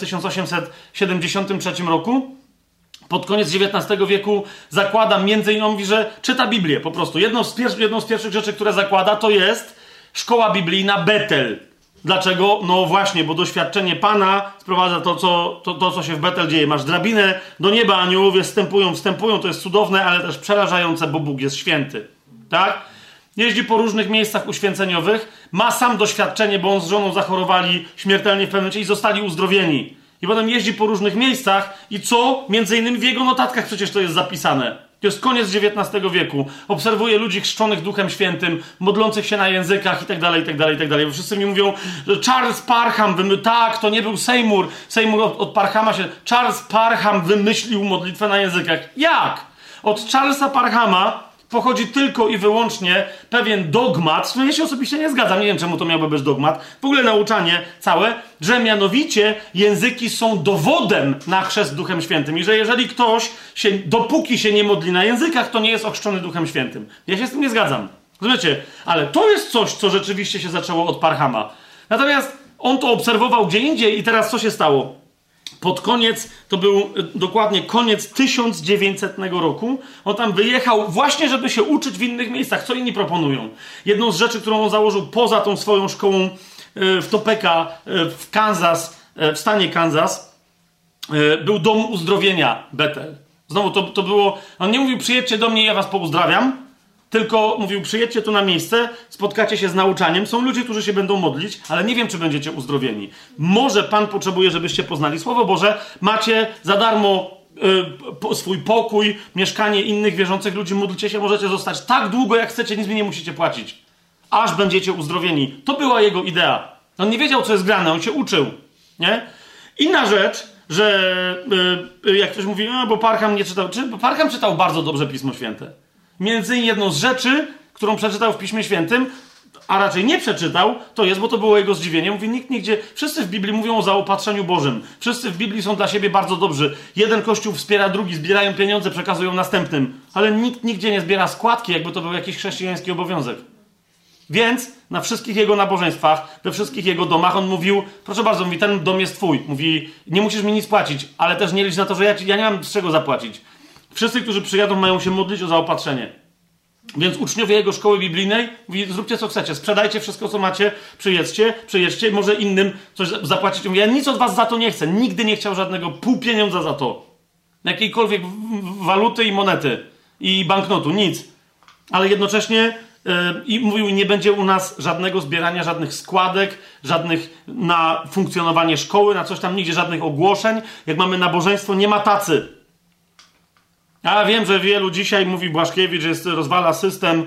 1873 roku. Pod koniec XIX wieku zakłada między innymi, mówi, że czyta Biblię po prostu. Jedną z pierwszych rzeczy, które zakłada, to jest szkoła biblijna Betel. Dlaczego? No właśnie, bo doświadczenie Pana sprowadza to, co się w Betel dzieje. Masz drabinę do nieba, aniołowie wstępują, to jest cudowne, ale też przerażające, bo Bóg jest święty. Tak? Jeździ po różnych miejscach uświęceniowych, ma sam doświadczenie, bo on z żoną zachorowali śmiertelnie w pewnym momencie i zostali uzdrowieni. I potem jeździ po różnych miejscach i co? Między innymi w jego notatkach przecież to jest zapisane. To jest koniec XIX wieku. Obserwuje ludzi chrzczonych Duchem Świętym, modlących się na językach i tak dalej, i tak dalej, i tak dalej. Bo wszyscy mi mówią, że Charles Parham tak, to nie był Seymour. Seymour od Parhama się... Charles Parham wymyślił modlitwę na językach. Jak? Od Charlesa Parhama pochodzi tylko i wyłącznie pewien dogmat, z którym ja się osobiście nie zgadzam, nie wiem czemu to miałby być dogmat, w ogóle nauczanie całe, że mianowicie języki są dowodem na chrzest Duchem Świętym i że jeżeli ktoś dopóki się nie modli na językach, to nie jest ochrzczony Duchem Świętym. Ja się z tym nie zgadzam. Rozumiecie? Ale to jest coś, co rzeczywiście się zaczęło od Parhama. Natomiast on to obserwował gdzie indziej i teraz co się stało? Pod koniec, to był dokładnie koniec 1900 roku, on tam wyjechał właśnie, żeby się uczyć w innych miejscach, co inni proponują. Jedną z rzeczy, którą on założył poza tą swoją szkołą w Topeka, w Kansas, w stanie Kansas, był dom uzdrowienia Bethel. Znowu to było, on nie mówił przyjedźcie do mnie, ja was pouzdrawiam, tylko mówił, przyjedźcie tu na miejsce, spotkacie się z nauczaniem. Są ludzie, którzy się będą modlić, ale nie wiem, czy będziecie uzdrowieni. Może Pan potrzebuje, żebyście poznali Słowo Boże. Macie za darmo swój pokój, mieszkanie innych wierzących ludzi. Módlcie się, możecie zostać tak długo, jak chcecie, nic mi nie musicie płacić. Aż będziecie uzdrowieni. To była jego idea. On nie wiedział, co jest grane, on się uczył. Nie? Inna rzecz, że jak ktoś mówi, bo Parham nie czytał. Parham czytał bardzo dobrze Pismo Święte. Między innymi jedną z rzeczy, którą przeczytał w Piśmie Świętym, a raczej nie przeczytał, to jest, bo to było jego zdziwienie. Mówi, nikt nigdzie, wszyscy w Biblii mówią o zaopatrzeniu Bożym. Wszyscy w Biblii są dla siebie bardzo dobrzy. Jeden kościół wspiera drugi, zbierają pieniądze, przekazują następnym. Ale nikt nigdzie nie zbiera składki, jakby to był jakiś chrześcijański obowiązek. Więc na wszystkich jego nabożeństwach, we wszystkich jego domach on mówił, proszę bardzo, mówi, ten dom jest twój. Mówi, nie musisz mi nic płacić, ale też nie licz na to, że ja nie mam z czego zapłacić. Wszyscy, którzy przyjadą, mają się modlić o zaopatrzenie. Więc uczniowie jego szkoły biblijnej mówi, zróbcie co chcecie, sprzedajcie wszystko, co macie, przyjedźcie, może innym coś zapłacić. Mówi, ja nic od was za to nie chcę. Nigdy nie chciał żadnego pół pieniądza za to. Jakiejkolwiek waluty i monety i banknotu, nic. Ale jednocześnie i mówił, nie będzie u nas żadnego zbierania, żadnych składek, żadnych na funkcjonowanie szkoły, na coś tam, nigdzie żadnych ogłoszeń. Jak mamy nabożeństwo, nie ma tacy. Ja wiem, że wielu dzisiaj mówi Błaszkiewicz, że rozwala system,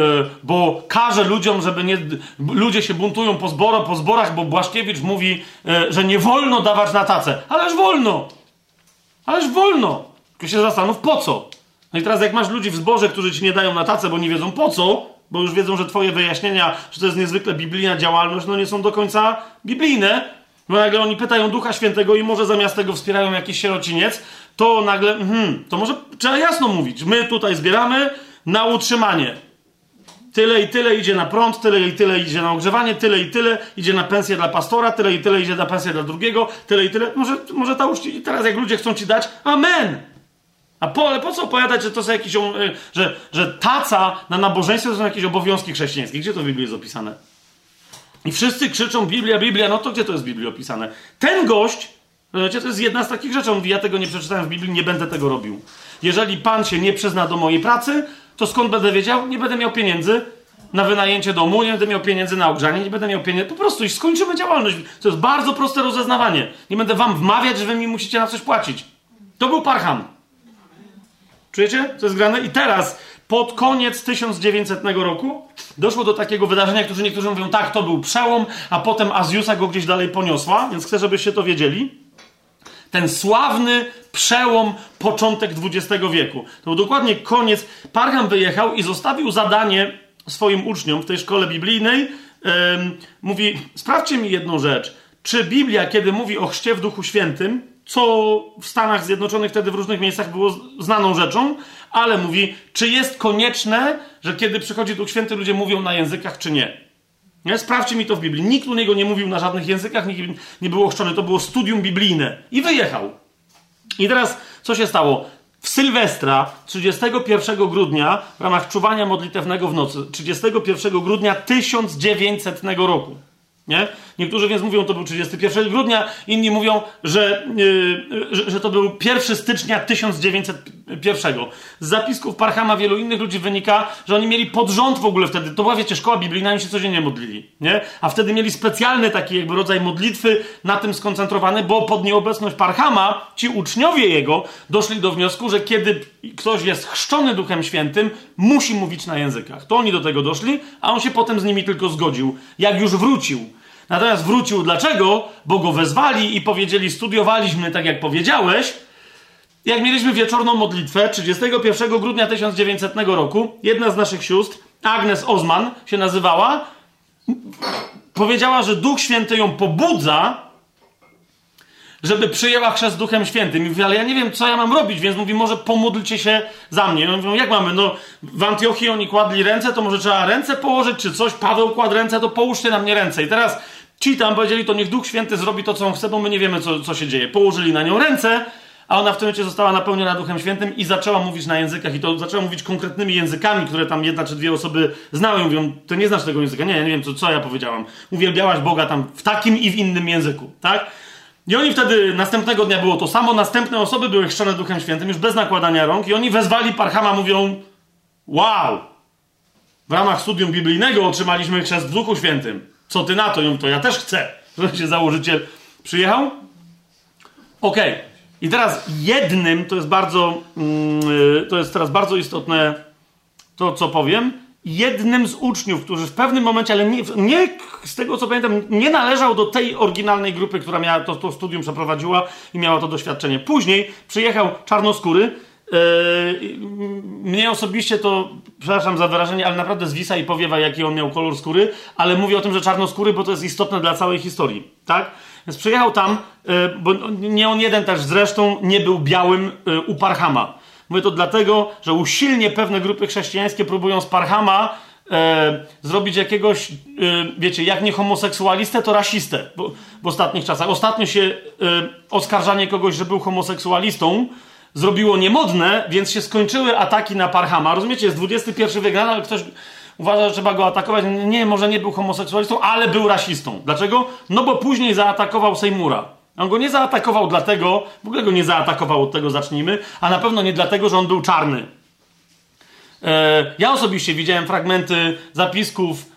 bo każe ludziom, żeby nie... Ludzie się buntują po zborach, bo Błaszkiewicz mówi, że nie wolno dawać na tacę. Ależ wolno! Ależ wolno! Tylko się zastanów, po co? No i teraz jak masz ludzi w zborze, którzy ci nie dają na tacę, bo nie wiedzą po co, bo już wiedzą, że twoje wyjaśnienia, że to jest niezwykle biblijna działalność, no nie są do końca biblijne, bo nagle oni pytają Ducha Świętego i może zamiast tego wspierają jakiś sierociniec, to nagle, to może trzeba jasno mówić. My tutaj zbieramy na utrzymanie. Tyle i tyle idzie na prąd, tyle i tyle idzie na ogrzewanie, tyle i tyle idzie na pensję dla pastora, tyle i tyle idzie na pensję dla drugiego, tyle i tyle. Może ta uczci... I teraz jak ludzie chcą ci dać, amen! Ale po co opowiadać, że to są jakieś... Że taca na nabożeństwie to są jakieś obowiązki chrześcijańskie. Gdzie to w Biblii jest opisane? I wszyscy krzyczą Biblia, Biblia, no to gdzie to jest w Biblii opisane? Ten gość, wiecie, to jest jedna z takich rzeczy. On mówi, ja tego nie przeczytałem w Biblii, nie będę tego robił. Jeżeli Pan się nie przyzna do mojej pracy, to skąd będę wiedział? Nie będę miał pieniędzy na wynajęcie domu, nie będę miał pieniędzy na ogrzanie, nie będę miał pieniędzy... Po prostu i skończymy działalność. To jest bardzo proste rozeznawanie. Nie będę wam wmawiać, że wy mi musicie na coś płacić. To był Parcham. Czujecie? Co jest grane? I teraz, pod koniec 1900 roku, doszło do takiego wydarzenia, którzy niektórzy mówią, tak, to był przełom, a potem Azjusa go gdzieś dalej poniosła, więc chcę, żebyście to wiedzieli. Ten sławny przełom, początek XX wieku. To był dokładnie koniec. Parcham wyjechał i zostawił zadanie swoim uczniom w tej szkole biblijnej. Mówi, sprawdźcie mi jedną rzecz. Czy Biblia, kiedy mówi o chrzcie w Duchu Świętym, co w Stanach Zjednoczonych wtedy w różnych miejscach było znaną rzeczą, ale mówi, czy jest konieczne, że kiedy przychodzi Duch Święty, ludzie mówią na językach, czy nie? Nie? Sprawdźcie mi to w Biblii. Nikt u niego nie mówił na żadnych językach, nikt nie był ochrzczony. To było studium biblijne. I wyjechał. I teraz, co się stało? W Sylwestra, 31 grudnia, w ramach czuwania modlitewnego w nocy, 31 grudnia 1900 roku. Nie? Niektórzy więc mówią, to był 31 grudnia, inni mówią, że to był 1 stycznia 1901. Z zapisków Parchama wielu innych ludzi wynika, że oni mieli pod rząd w ogóle wtedy, to była, wiecie, szkoła biblijna, oni się codziennie modlili, nie? A wtedy mieli specjalny taki jakby rodzaj modlitwy na tym skoncentrowany, bo pod nieobecność Parchama ci uczniowie jego doszli do wniosku, że kiedy ktoś jest chrzczony Duchem Świętym, musi mówić na językach. To oni do tego doszli, a on się potem z nimi tylko zgodził, jak już wrócił. Natomiast wrócił dlaczego? Bo go wezwali i powiedzieli, studiowaliśmy tak jak powiedziałeś. Jak mieliśmy wieczorną modlitwę 31 grudnia 1900 roku, jedna z naszych sióstr, Agnes Ozman się nazywała, powiedziała, że Duch Święty ją pobudza, żeby przyjęła chrzest Duchem Świętym. I mówi, ale ja nie wiem, co ja mam robić, więc mówi, może pomódlcie się za mnie. No mówią, jak mamy? No, w Antiochii oni kładli ręce, to może trzeba ręce położyć, czy coś? Paweł kładł ręce, to połóżcie na mnie ręce. I teraz ci tam powiedzieli, to niech Duch Święty zrobi to, co on chce, bo my nie wiemy, co się dzieje. Położyli na nią ręce, a ona w tym momencie została napełniona Duchem Świętym i zaczęła mówić na językach. I to zaczęła mówić konkretnymi językami, które tam jedna czy dwie osoby znały. Mówią, ty nie znasz tego języka. Nie wiem, co ja powiedziałam. Uwielbiałaś Boga tam w takim i w innym języku, tak? I oni wtedy, następnego dnia było to samo, następne osoby były chrzczone Duchem Świętym, już bez nakładania rąk i oni wezwali Parchama, mówią, wow, w ramach studium biblijnego otrzymaliśmy chrzest w Duchu Świętym. Co ty na to? To ja też chcę. Że się założyciel przyjechał? Okej. I teraz jednym, to jest teraz bardzo istotne to, co powiem, jednym z uczniów, którzy w pewnym momencie, ale nie z tego co pamiętam, nie należał do tej oryginalnej grupy, która miała to studium przeprowadziła i miała to doświadczenie. Później przyjechał czarnoskóry. Mnie osobiście to, przepraszam za wyrażenie, ale naprawdę zwisa i powiewa, jaki on miał kolor skóry, ale mówię o tym, że czarnoskóry, bo to jest istotne dla całej historii, tak? Więc przyjechał tam, bo nie on jeden też zresztą nie był białym u Parchama. Mówię to dlatego, że usilnie pewne grupy chrześcijańskie próbują z Parchama zrobić jakiegoś, wiecie, jak nie homoseksualistę, to rasistę w ostatnich czasach. Ostatnio się oskarżanie kogoś, że był homoseksualistą, zrobiło niemodne, więc się skończyły ataki na Parhama. Rozumiecie, jest XXI wiek, ale ktoś uważa, że trzeba go atakować. Nie, może nie był homoseksualistą, ale był rasistą. Dlaczego? No bo później zaatakował Seymoura. On go nie zaatakował dlatego, w ogóle go nie zaatakował, od tego zacznijmy, a na pewno nie dlatego, że on był czarny. Ja osobiście widziałem fragmenty zapisków,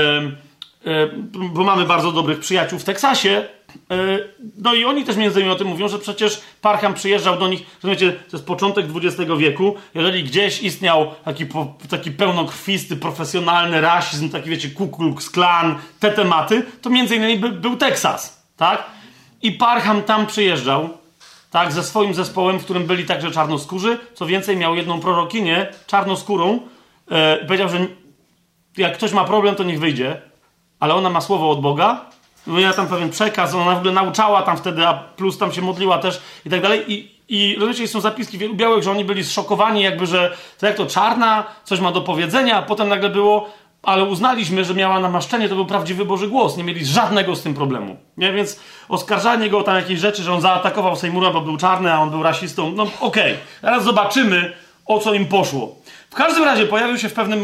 bo mamy bardzo dobrych przyjaciół w Teksasie, no i oni też między innymi o tym mówią, że przecież Parham przyjeżdżał do nich, rozumiecie, to jest początek XX wieku, jeżeli gdzieś istniał taki pełnokrwisty, profesjonalny rasizm, taki wiecie, Ku Klux Klan, te tematy, to między innymi był Teksas, tak? I Parham tam przyjeżdżał, tak, ze swoim zespołem, w którym byli także czarnoskórzy, co więcej miał jedną prorokinię czarnoskórą, powiedział, że jak ktoś ma problem, to niech wyjdzie, ale ona ma słowo od Boga, miała tam pewien przekaz, ona w ogóle nauczała tam wtedy, a plus tam się modliła też i tak dalej. I rozumiecie, są zapiski wielu białych, że oni byli zszokowani jakby, że to jak to czarna, coś ma do powiedzenia, a potem nagle było, ale uznaliśmy, że miała namaszczenie, to był prawdziwy Boży głos, nie mieli żadnego z tym problemu. Nie? Więc oskarżanie go o tam jakieś rzeczy, że on zaatakował Seymoura, bo był czarny, a on był rasistą, no okej. Teraz zobaczymy, o co im poszło. W każdym razie pojawił się w pewnym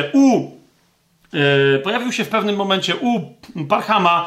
momencie u Parhama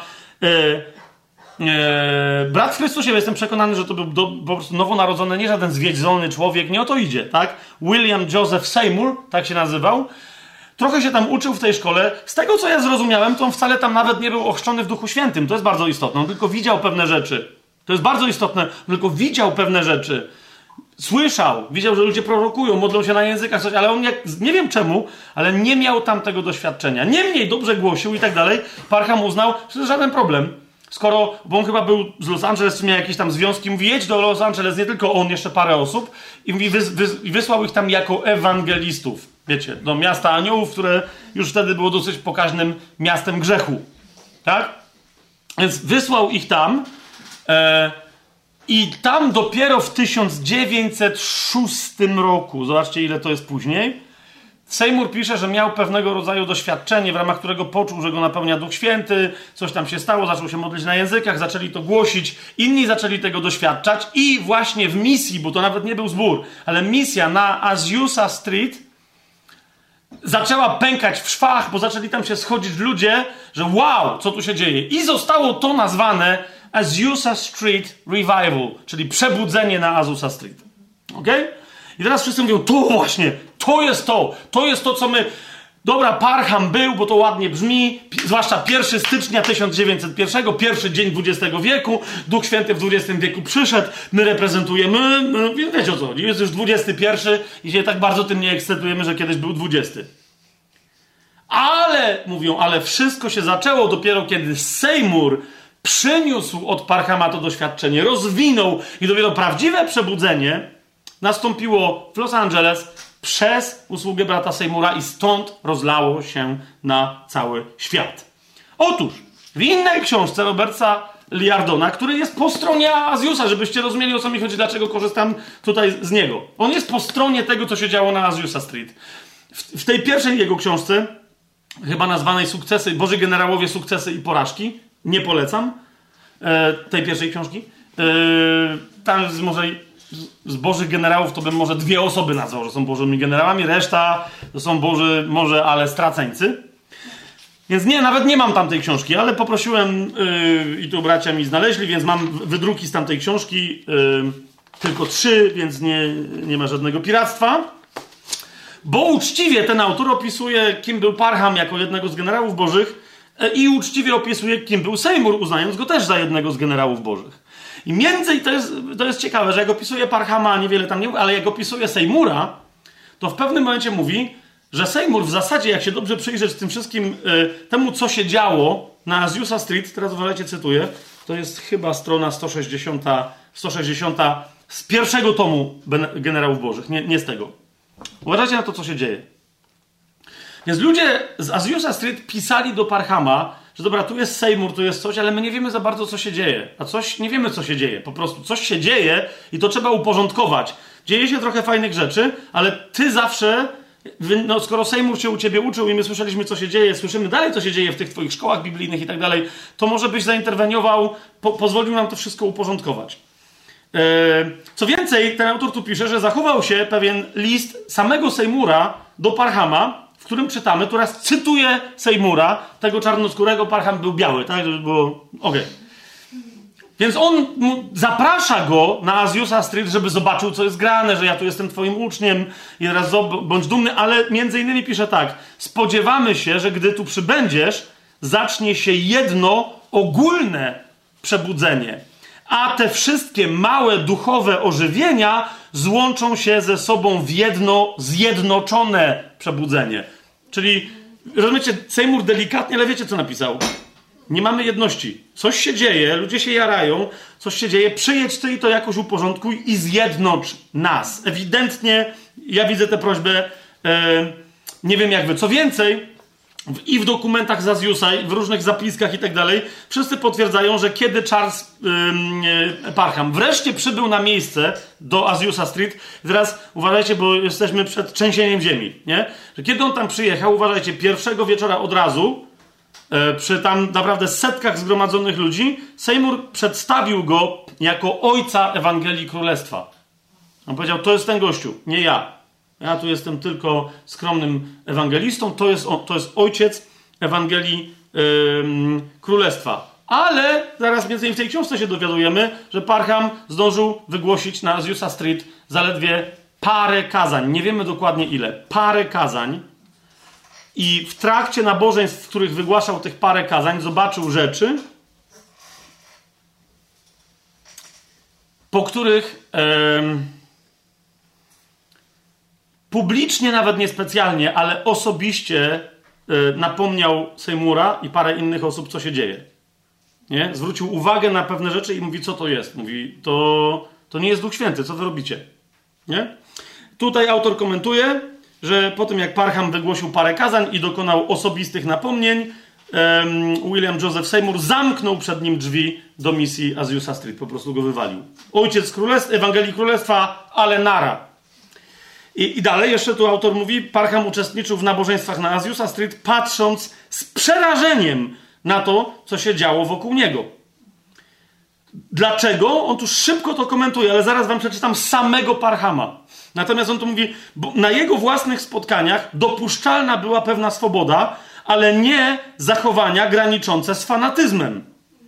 brat w Chrystusie. Jestem przekonany, że to był po prostu nowonarodzony, nie żaden zwiedziony człowiek, nie o to idzie, tak? William Joseph Seymour, tak się nazywał. Trochę się tam uczył w tej szkole. Z tego, co ja zrozumiałem, to on wcale tam nawet nie był ochrzczony w Duchu Świętym. To jest bardzo istotne. On tylko widział pewne rzeczy. To jest bardzo istotne. On tylko widział pewne rzeczy. Słyszał. Widział, że ludzie prorokują, modlą się na językach, coś, ale on nie wiem czemu, ale nie miał tam tego doświadczenia. Niemniej dobrze głosił i tak dalej. Parham uznał, że to jest żaden problem. Skoro, bo on chyba był z Los Angeles, miał jakieś tam związki, mówi, jedź do Los Angeles, nie tylko on, jeszcze parę osób i mówi, wysłał ich tam jako ewangelistów. Wiecie, do miasta aniołów, które już wtedy było dosyć pokaźnym miastem grzechu. Tak? Więc wysłał ich tam i tam dopiero w 1906 roku, zobaczcie ile to jest później, Seymour pisze, że miał pewnego rodzaju doświadczenie, w ramach którego poczuł, że go napełnia Duch Święty, coś tam się stało, zaczął się modlić na językach, zaczęli to głosić, inni zaczęli tego doświadczać i właśnie w misji, bo to nawet nie był zbór, ale misja na Azusa Street zaczęła pękać w szwach, bo zaczęli tam się schodzić ludzie, że wow, co tu się dzieje. I zostało to nazwane Azusa Street Revival, czyli przebudzenie na Azusa Street. Okej? I teraz wszyscy mówią, to właśnie, to jest to, co my... Dobra, Parham był, bo to ładnie brzmi, zwłaszcza 1 stycznia 1901, pierwszy dzień XX wieku, Duch Święty w XX wieku przyszedł, my reprezentujemy, wiecie o co chodzi, jest już XXI i się tak bardzo tym nie ekscytujemy, że kiedyś był XX. Ale wszystko się zaczęło dopiero, kiedy Seymour przyniósł od Parhama to doświadczenie, rozwinął i dopiero prawdziwe przebudzenie nastąpiło w Los Angeles przez usługę brata Seymoura i stąd rozlało się na cały świat. Otóż w innej książce Roberta Liardona, który jest po stronie Azusa, żebyście rozumieli, o co mi chodzi, dlaczego korzystam tutaj z niego. On jest po stronie tego, co się działo na Azusa Street. W tej pierwszej jego książce, chyba nazwanej Sukcesy, Boży Generałowie, Sukcesy i Porażki, nie polecam tej pierwszej książki. Tam może z Bożych Generałów to bym może 2 osoby nazwał, że są Bożymi Generałami, reszta to są Boży, może, ale straceńcy. Więc nawet nie mam tamtej książki, ale poprosiłem i tu bracia mi znaleźli, więc mam wydruki z tamtej książki, tylko 3, więc nie ma żadnego piractwa. Bo uczciwie ten autor opisuje, kim był Parham jako jednego z generałów bożych i uczciwie opisuje, kim był Seymour, uznając go też za jednego z generałów bożych. I to jest ciekawe, że jak opisuje Parhama, niewiele tam nie mówi, ale jak opisuje Seymoura, to w pewnym momencie mówi, że Seymour w zasadzie, jak się dobrze przyjrzeć tym wszystkim, temu co się działo na Azusa Street, teraz uważajcie, cytuję, to jest chyba strona 160 z pierwszego tomu Generałów Bożych, nie z tego. Uważajcie na to, co się dzieje. Więc ludzie z Azusa Street pisali do Parhama, że dobra, tu jest Seymour, tu jest coś, ale my nie wiemy za bardzo, co się dzieje. Nie wiemy, co się dzieje. Po prostu coś się dzieje i to trzeba uporządkować. Dzieje się trochę fajnych rzeczy, ale ty zawsze, skoro Seymour się u ciebie uczył i my słyszeliśmy, co się dzieje, słyszymy dalej, co się dzieje w tych twoich szkołach biblijnych i tak dalej, to może byś zainterweniował, pozwolił nam to wszystko uporządkować. Co więcej, ten autor tu pisze, że zachował się pewien list samego Sejmura do Parhama, w którym czytamy, teraz cytuję Sejmura, tego czarnoskórego, Parham był biały, tak? Żeby było okej. Więc on zaprasza go na Aziusa Street, żeby zobaczył, co jest grane, że ja tu jestem twoim uczniem i teraz bądź dumny, ale między innymi pisze tak: spodziewamy się, że gdy tu przybędziesz, zacznie się jedno ogólne przebudzenie, a te wszystkie małe duchowe ożywienia złączą się ze sobą w jedno zjednoczone przebudzenie. Czyli, rozumiecie, Sejmur delikatnie, ale wiecie, co napisał? Nie mamy jedności. Coś się dzieje, ludzie się jarają, coś się dzieje, przyjedź ty i to jakoś uporządkuj i zjednocz nas. Ewidentnie ja widzę tę prośbę, nie wiem jak wy. Co więcej, i w dokumentach z Aziusa, i w różnych zapiskach i tak dalej, wszyscy potwierdzają, że kiedy Charles Parham wreszcie przybył na miejsce do Aziusa Street, teraz uważajcie, bo jesteśmy przed trzęsieniem ziemi, nie? Że kiedy on tam przyjechał, uważajcie, pierwszego wieczora od razu, przy tam naprawdę setkach zgromadzonych ludzi, Sejmur przedstawił go jako ojca Ewangelii Królestwa. On powiedział, to jest ten gościu, nie ja. Ja tu jestem tylko skromnym ewangelistą, to jest ojciec Ewangelii Królestwa. Ale zaraz więcej w tej książce się dowiadujemy, że Parham zdążył wygłosić na Aziusa Street zaledwie parę kazań. Nie wiemy dokładnie ile. Parę kazań. I w trakcie nabożeństw, w których wygłaszał tych parę kazań, zobaczył rzeczy, po których publicznie, nawet niespecjalnie, ale osobiście napomniał Sejmura i parę innych osób, co się dzieje. Nie? Zwrócił uwagę na pewne rzeczy i mówi, co to jest. Mówi, to nie jest Duch Święty, co wy robicie? Nie? Tutaj autor komentuje, że po tym jak Parham wygłosił parę kazań i dokonał osobistych napomnień, William Joseph Seymour zamknął przed nim drzwi do misji Aziusa Street. Po prostu go wywalił. Ojciec Ewangelii Królestwa, ale nara. I dalej jeszcze tu autor mówi, Parham uczestniczył w nabożeństwach na Aziusa Street, patrząc z przerażeniem na to, co się działo wokół niego. Dlaczego? On tu szybko to komentuje, ale zaraz wam przeczytam samego Parhama. Natomiast on tu mówi, bo na jego własnych spotkaniach dopuszczalna była pewna swoboda, ale nie zachowania graniczące z fanatyzmem.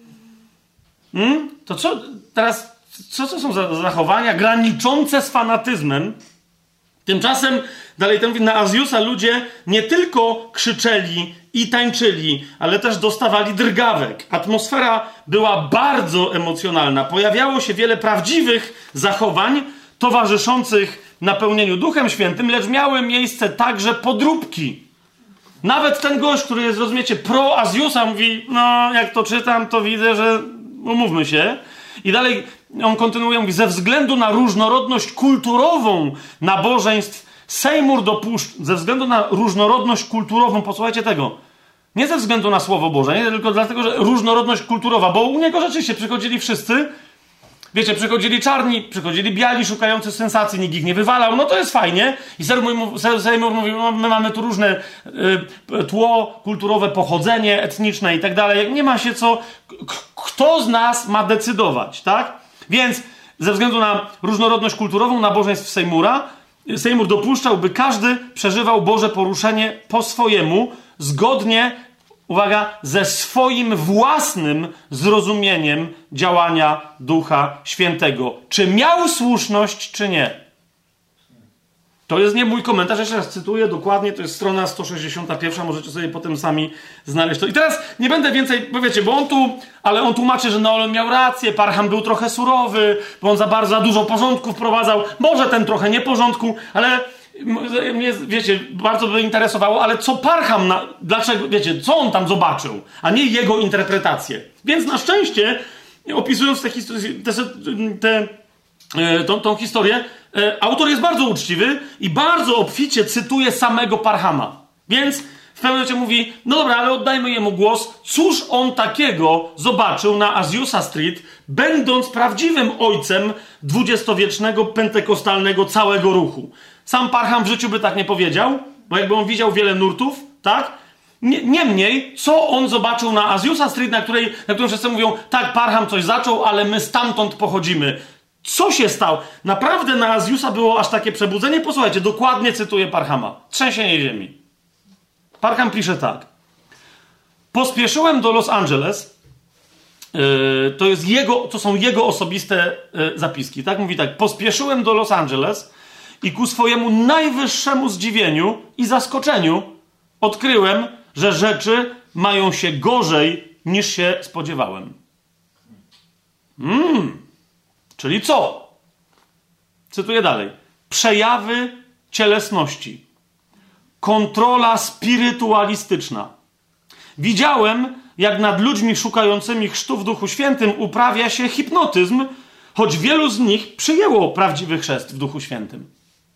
To co teraz, co to są za zachowania graniczące z fanatyzmem? Tymczasem, dalej ten mówi, na Aziusa ludzie nie tylko krzyczeli i tańczyli, ale też dostawali drgawek. Atmosfera była bardzo emocjonalna. Pojawiało się wiele prawdziwych zachowań towarzyszących napełnieniu Duchem Świętym, lecz miały miejsce także podróbki. Nawet ten gość, który jest, rozumiecie, pro Aziusa, mówi, no jak to czytam, to widzę, że umówmy się. I dalej on kontynuuje, mówi, ze względu na różnorodność kulturową nabożeństw Sejmur ze względu na różnorodność kulturową, posłuchajcie tego, nie ze względu na Słowo Boże, nie tylko dlatego, że różnorodność kulturowa, bo u niego rzeczywiście przychodzili wszyscy, wiecie, przychodzili czarni, przychodzili biali, szukający sensacji, nikt ich nie wywalał, no to jest fajnie. I Sejmur mówi, no, my mamy tu różne tło kulturowe, pochodzenie etniczne i tak dalej. Nie ma się co... Kto z nas ma decydować, tak? Więc ze względu na różnorodność kulturową nabożeństw Sejmura, Sejmur dopuszczał, by każdy przeżywał Boże poruszenie po swojemu, zgodnie, uwaga, ze swoim własnym zrozumieniem działania Ducha Świętego. Czy miał słuszność, czy nie. To jest nie mój komentarz, jeszcze raz cytuję dokładnie, to jest strona 161, możecie sobie potem sami znaleźć to. I teraz nie będę więcej, bo wiecie, bo on tłumaczy, że no on miał rację, Parham był trochę surowy, bo on za dużo porządku wprowadzał, może ten trochę nieporządku, ale mnie, wiecie, bardzo by interesowało, ale co Parham, dlaczego, wiecie, co on tam zobaczył, a nie jego interpretację. Więc na szczęście, opisując tą historię, autor jest bardzo uczciwy i bardzo obficie cytuje samego Parhama. Więc w pewnym momencie mówi, no dobra, ale oddajmy jemu głos. Cóż on takiego zobaczył na Aziusa Street, będąc prawdziwym ojcem dwudziestowiecznego, pentekostalnego całego ruchu. Sam Parham w życiu by tak nie powiedział, bo jakby on widział wiele nurtów, tak? Niemniej, co on zobaczył na Aziusa Street, na którym wszyscy mówią, tak, Parham coś zaczął, ale my stamtąd pochodzimy. Co się stało? Naprawdę na Azjusa było aż takie przebudzenie? Posłuchajcie, dokładnie cytuję Parhama. Trzęsienie ziemi. Parham pisze tak. Pospieszyłem do Los Angeles. To są jego osobiste zapiski. Tak? Mówi tak. Pospieszyłem do Los Angeles i ku swojemu najwyższemu zdziwieniu i zaskoczeniu odkryłem, że rzeczy mają się gorzej niż się spodziewałem. Czyli co? Cytuję dalej. Przejawy cielesności. Kontrola spirytualistyczna. Widziałem, jak nad ludźmi szukającymi chrztu w Duchu Świętym uprawia się hipnotyzm, choć wielu z nich przyjęło prawdziwy chrzest w Duchu Świętym.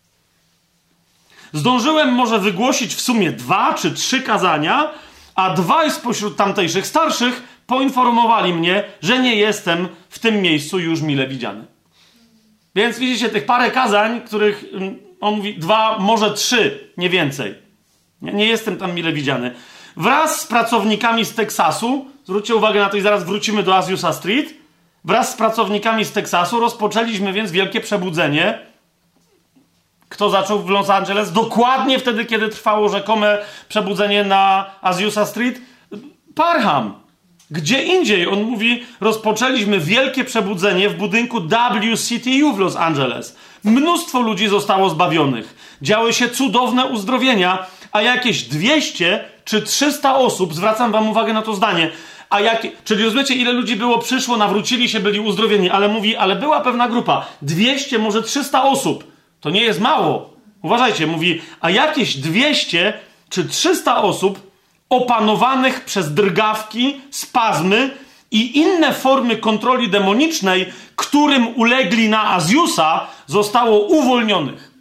Zdążyłem może wygłosić w sumie 2 czy 3 kazania, a 2 spośród tamtejszych starszych poinformowali mnie, że nie jestem w tym miejscu już mile widziany. Więc widzicie, tych parę kazań, których on mówi 2, może 3, nie więcej. Nie jestem tam mile widziany. Wraz z pracownikami z Teksasu, zwróćcie uwagę na to i zaraz wrócimy do Azusa Street, wraz z pracownikami z Teksasu rozpoczęliśmy więc wielkie przebudzenie. Kto zaczął w Los Angeles? Dokładnie wtedy, kiedy trwało rzekome przebudzenie na Azusa Street? Parham. Gdzie indziej, on mówi, rozpoczęliśmy wielkie przebudzenie w budynku WCTU w Los Angeles. Mnóstwo ludzi zostało zbawionych. Działy się cudowne uzdrowienia, a jakieś 200 czy 300 osób, zwracam wam uwagę na to zdanie, czyli rozumiecie, ile ludzi było, przyszło, nawrócili się, byli uzdrowieni, ale mówi, ale była pewna grupa, 200, może 300 osób. To nie jest mało. Uważajcie, mówi, a jakieś 200 czy 300 osób opanowanych przez drgawki, spazmy i inne formy kontroli demonicznej, którym ulegli na Azusa, zostało uwolnionych.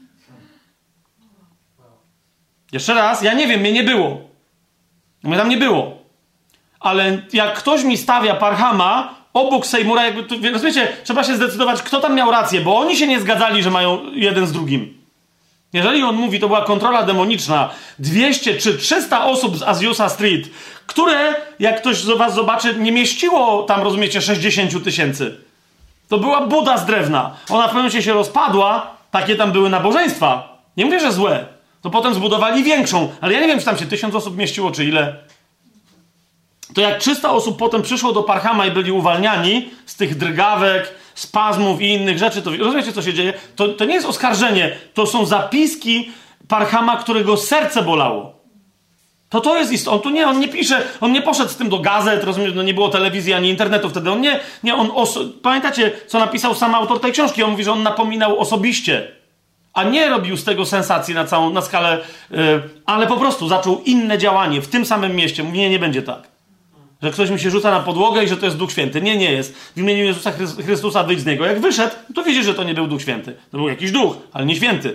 Jeszcze raz, ja nie wiem, mnie nie było. Mnie tam nie było. Ale jak ktoś mi stawia Parhama obok Seymoura, jakby tu, rozumiecie, trzeba się zdecydować, kto tam miał rację, bo oni się nie zgadzali, że mają jeden z drugim. Jeżeli on mówi, to była kontrola demoniczna, 200 czy 300 osób z Azusa Street, które, jak ktoś z was zobaczy, nie mieściło tam, rozumiecie, 60 000. To była buda z drewna. Ona w pewnym momencie się rozpadła, takie tam były nabożeństwa. Nie mówię, że złe. To potem zbudowali większą, ale ja nie wiem, czy tam się 1000 osób mieściło, czy ile. To jak 300 osób potem przyszło do Parhama i byli uwalniani z tych drgawek, spazmów i innych rzeczy, to rozumiecie, co się dzieje? To nie jest oskarżenie, to są zapiski Parhama, którego serce bolało. To jest istotne. On nie pisze, on nie poszedł z tym do gazet, rozumiecie, no nie było telewizji ani internetu wtedy. Pamiętacie, co napisał sam autor tej książki? On mówi, że on napominał osobiście, a nie robił z tego sensacji na skalę, ale po prostu zaczął inne działanie w tym samym mieście. Mówi, nie będzie tak. Że ktoś mi się rzuca na podłogę i że to jest Duch Święty. Nie jest. W imieniu Jezusa Chrystusa wyjdź z niego. Jak wyszedł, to widzi, że to nie był Duch Święty. To był jakiś duch, ale nie święty.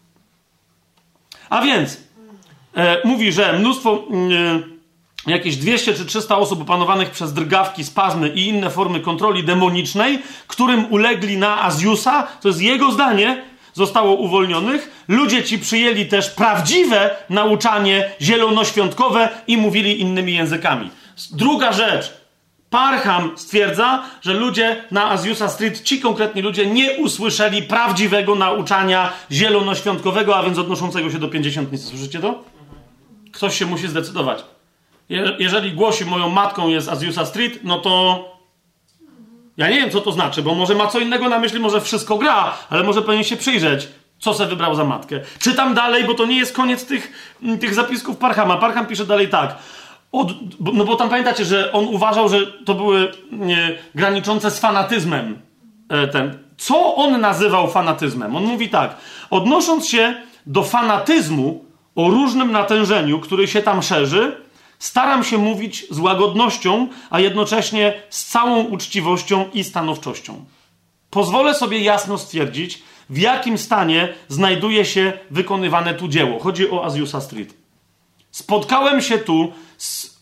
A więc mówi, że mnóstwo, jakieś 200 czy 300 osób opanowanych przez drgawki, spazmy i inne formy kontroli demonicznej, którym ulegli na Azusa, to jest jego zdanie, zostało uwolnionych. Ludzie ci przyjęli też prawdziwe nauczanie zielonoświątkowe i mówili innymi językami. Druga rzecz. Parham stwierdza, że ludzie na Azusa Street, ci konkretni ludzie, nie usłyszeli prawdziwego nauczania zielonoświątkowego, a więc odnoszącego się do pięćdziesiątnicy. Słyszycie to? Ktoś się musi zdecydować. Jeżeli głosi, moją matką jest Azusa Street, no to ja nie wiem, co to znaczy, bo może ma co innego na myśli, może wszystko gra, ale może powinien się przyjrzeć, co se wybrał za matkę. Czytam dalej, bo to nie jest koniec tych zapisków Parhama. Parham pisze dalej tak. No bo tam pamiętacie, że on uważał, że to były graniczące z fanatyzmem. Co on nazywał fanatyzmem? On mówi tak. Odnosząc się do fanatyzmu o różnym natężeniu, który się tam szerzy, staram się mówić z łagodnością, a jednocześnie z całą uczciwością i stanowczością. Pozwolę sobie jasno stwierdzić, w jakim stanie znajduje się wykonywane tu dzieło. Chodzi o Azusa Street. Spotkałem się tu z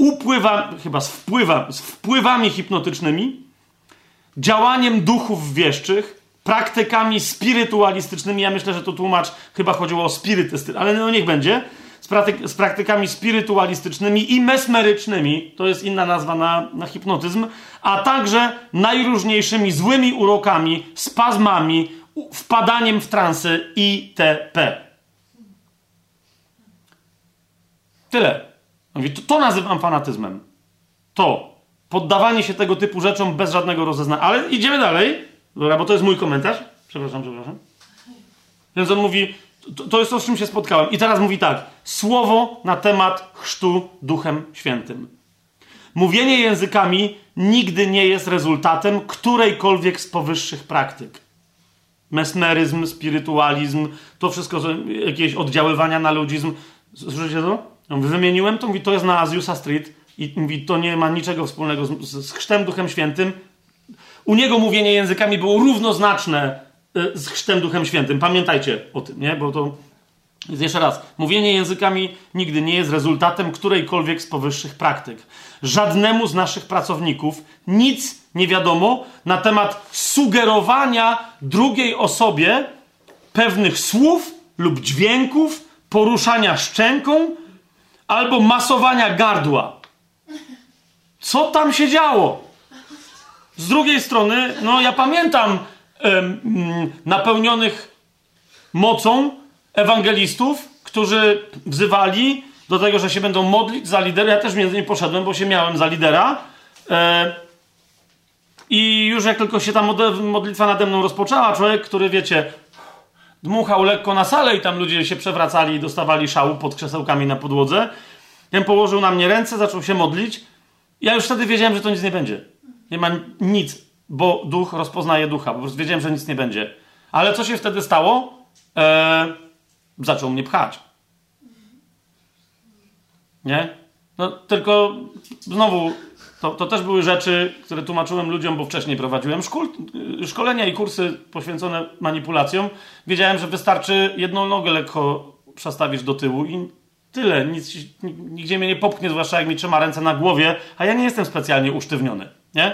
wpływami hipnotycznymi, działaniem duchów wieszczych, praktykami spirytualistycznymi. Ja myślę, że tu tłumacz chyba chodziło o spirytysty, ale no niech będzie. z praktykami spirytualistycznymi i mesmerycznymi, to jest inna nazwa na hipnotyzm, a także najróżniejszymi złymi urokami, spazmami, wpadaniem w transy itp. Tyle. Mówi, to nazywam fanatyzmem. To. Poddawanie się tego typu rzeczom bez żadnego rozeznania. Ale idziemy dalej. Dobra, bo to jest mój komentarz. Przepraszam. Więc on mówi, to jest to, z czym się spotkałem. I teraz mówi tak. Słowo na temat chrztu Duchem Świętym. Mówienie językami nigdy nie jest rezultatem którejkolwiek z powyższych praktyk. Mesmeryzm, spirytualizm, to wszystko, jakieś oddziaływania na ludzizm. Słyszycie to? Wymieniłem to, mówi, to jest na Azusa Street i mówi, to nie ma niczego wspólnego z chrztem Duchem Świętym. U niego mówienie językami było równoznaczne z chrztem Duchem Świętym. Pamiętajcie o tym, nie? Bo to jeszcze raz. Mówienie językami nigdy nie jest rezultatem którejkolwiek z powyższych praktyk. Żadnemu z naszych pracowników nic nie wiadomo na temat sugerowania drugiej osobie pewnych słów lub dźwięków, poruszania szczęką albo masowania gardła. Co tam się działo? Z drugiej strony, no ja pamiętam napełnionych mocą ewangelistów, którzy wzywali do tego, że się będą modlić za lidera. Ja też między innymi poszedłem, bo się miałem za lidera. I już jak tylko się ta modlitwa nade mną rozpoczęła, człowiek, który, wiecie, dmuchał lekko na salę i tam ludzie się przewracali i dostawali szału pod krzesełkami na podłodze. Ten położył na mnie ręce, zaczął się modlić. Ja już wtedy wiedziałem, że to nic nie będzie. Nie ma nic, bo duch rozpoznaje ducha. Po prostu wiedziałem, że nic nie będzie. Ale co się wtedy stało? Zaczął mnie pchać. Nie? No tylko znowu, to też były rzeczy, które tłumaczyłem ludziom, bo wcześniej prowadziłem szkolenia i kursy poświęcone manipulacjom. Wiedziałem, że wystarczy jedną nogę lekko przestawić do tyłu i tyle. Nigdzie mnie nie popchnie, zwłaszcza jak mi trzyma ręce na głowie, a ja nie jestem specjalnie usztywniony. Nie?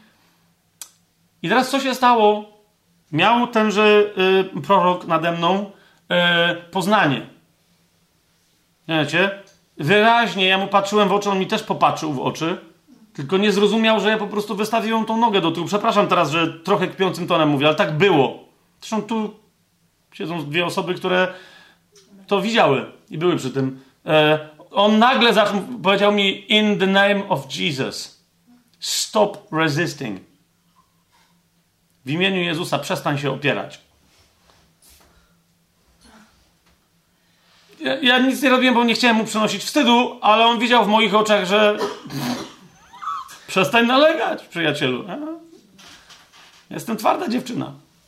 I teraz co się stało? Miał tenże prorok nade mną poznanie. Wiecie? Wyraźnie ja mu patrzyłem w oczy, on mi też popatrzył w oczy, tylko nie zrozumiał, że ja po prostu wystawiłem tą nogę do tyłu. Przepraszam teraz, że trochę kpiącym tonem mówię, ale tak było. Zresztą tu siedzą dwie osoby, które to widziały i były przy tym. On nagle powiedział mi, in the name of Jesus, stop resisting. W imieniu Jezusa przestań się opierać. Ja nic nie robiłem, bo nie chciałem mu przynosić wstydu, ale on widział w moich oczach, że przestań nalegać, przyjacielu. Jestem twarda dziewczyna.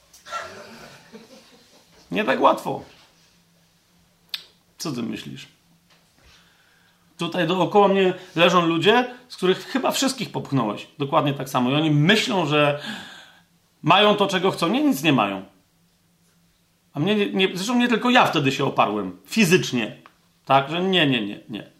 Nie tak łatwo. Co ty myślisz? Tutaj dookoła mnie leżą ludzie, z których chyba wszystkich popchnąłeś. Dokładnie tak samo. I oni myślą, że mają to, czego chcą. Nie, nic nie mają. A mnie zresztą nie tylko ja wtedy się oparłem. Fizycznie. Tak, że nie.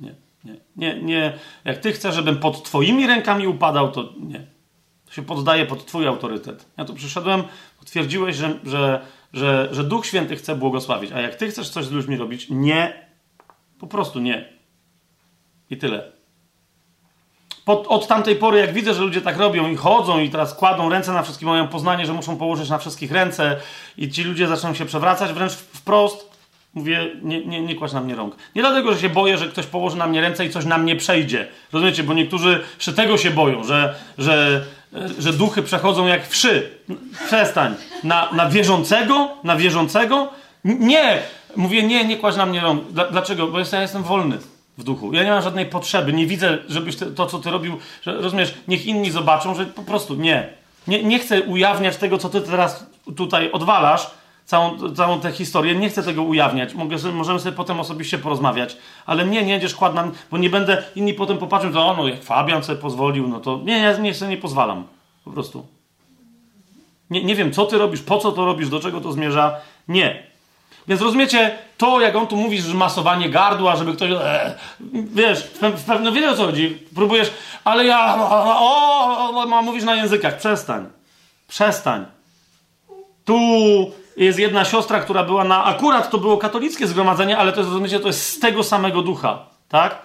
Jak ty chcesz, żebym pod twoimi rękami upadał, to nie. To się poddaje pod twój autorytet. Ja tu przyszedłem, twierdziłeś, że Duch Święty chce błogosławić. A jak ty chcesz coś z ludźmi robić, nie. Po prostu nie. I tyle. Od tamtej pory, jak widzę, że ludzie tak robią i chodzą i teraz kładą ręce na wszystkich, mają poznanie, że muszą położyć na wszystkich ręce i ci ludzie zaczną się przewracać, wręcz wprost mówię, nie kładź na mnie rąk. Nie dlatego, że się boję, że ktoś położy na mnie ręce i coś na mnie przejdzie. Rozumiecie? Bo niektórzy jeszcze tego się boją, że duchy przechodzą jak wszy. Przestań. Na wierzącego? Na wierzącego? Nie! Mówię, nie kładź na mnie rąk. Dlaczego? Bo ja jestem wolny w duchu. Ja nie mam żadnej potrzeby. Nie widzę, żebyś to, co ty robił, że, rozumiesz, niech inni zobaczą, że po prostu nie chcę ujawniać tego, co ty teraz tutaj odwalasz, całą tę historię. Nie chcę tego ujawniać. Możemy sobie potem osobiście porozmawiać. Ale nie będziesz kładł na... Bo nie będę... Inni potem popatrzą, to jak Fabian sobie pozwolił, no to... Ja sobie nie pozwalam. Po prostu. Nie wiem, co ty robisz, po co to robisz, do czego to zmierza. Nie. Więc rozumiecie, to jak on tu mówi, że masowanie gardła, żeby ktoś... wiesz, w pewno wiele o co chodzi. Próbujesz, ale ja... mówisz na językach. Przestań. Tu jest jedna siostra, która była akurat to było katolickie zgromadzenie, ale to jest, rozumiecie, to jest z tego samego ducha, tak?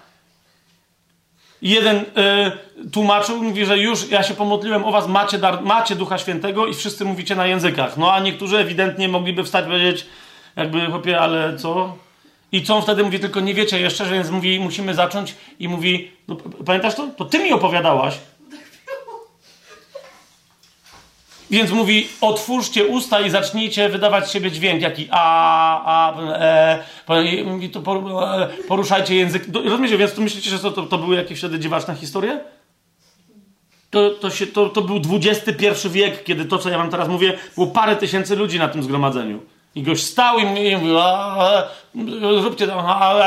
Jeden tłumaczył, mówi, że już ja się pomodliłem o was, macie Ducha Świętego i wszyscy mówicie na językach. No a niektórzy ewidentnie mogliby wstać i powiedzieć, jakby, chłopie, ale co? I co on wtedy mówi, tylko nie wiecie jeszcze, że więc mówi, musimy zacząć i mówi, no, pamiętasz to? To ty mi opowiadałaś. Więc mówi, otwórzcie usta i zacznijcie wydawać z siebie dźwięk, jaki mówi, to poruszajcie język. Rozumiecie, więc tu myślicie, że to były jakieś wtedy dziwaczne historie? To był XXI wiek, kiedy to, co ja wam teraz mówię, było parę tysięcy ludzi na tym zgromadzeniu. I goś stał i mówił, zróbcie tam,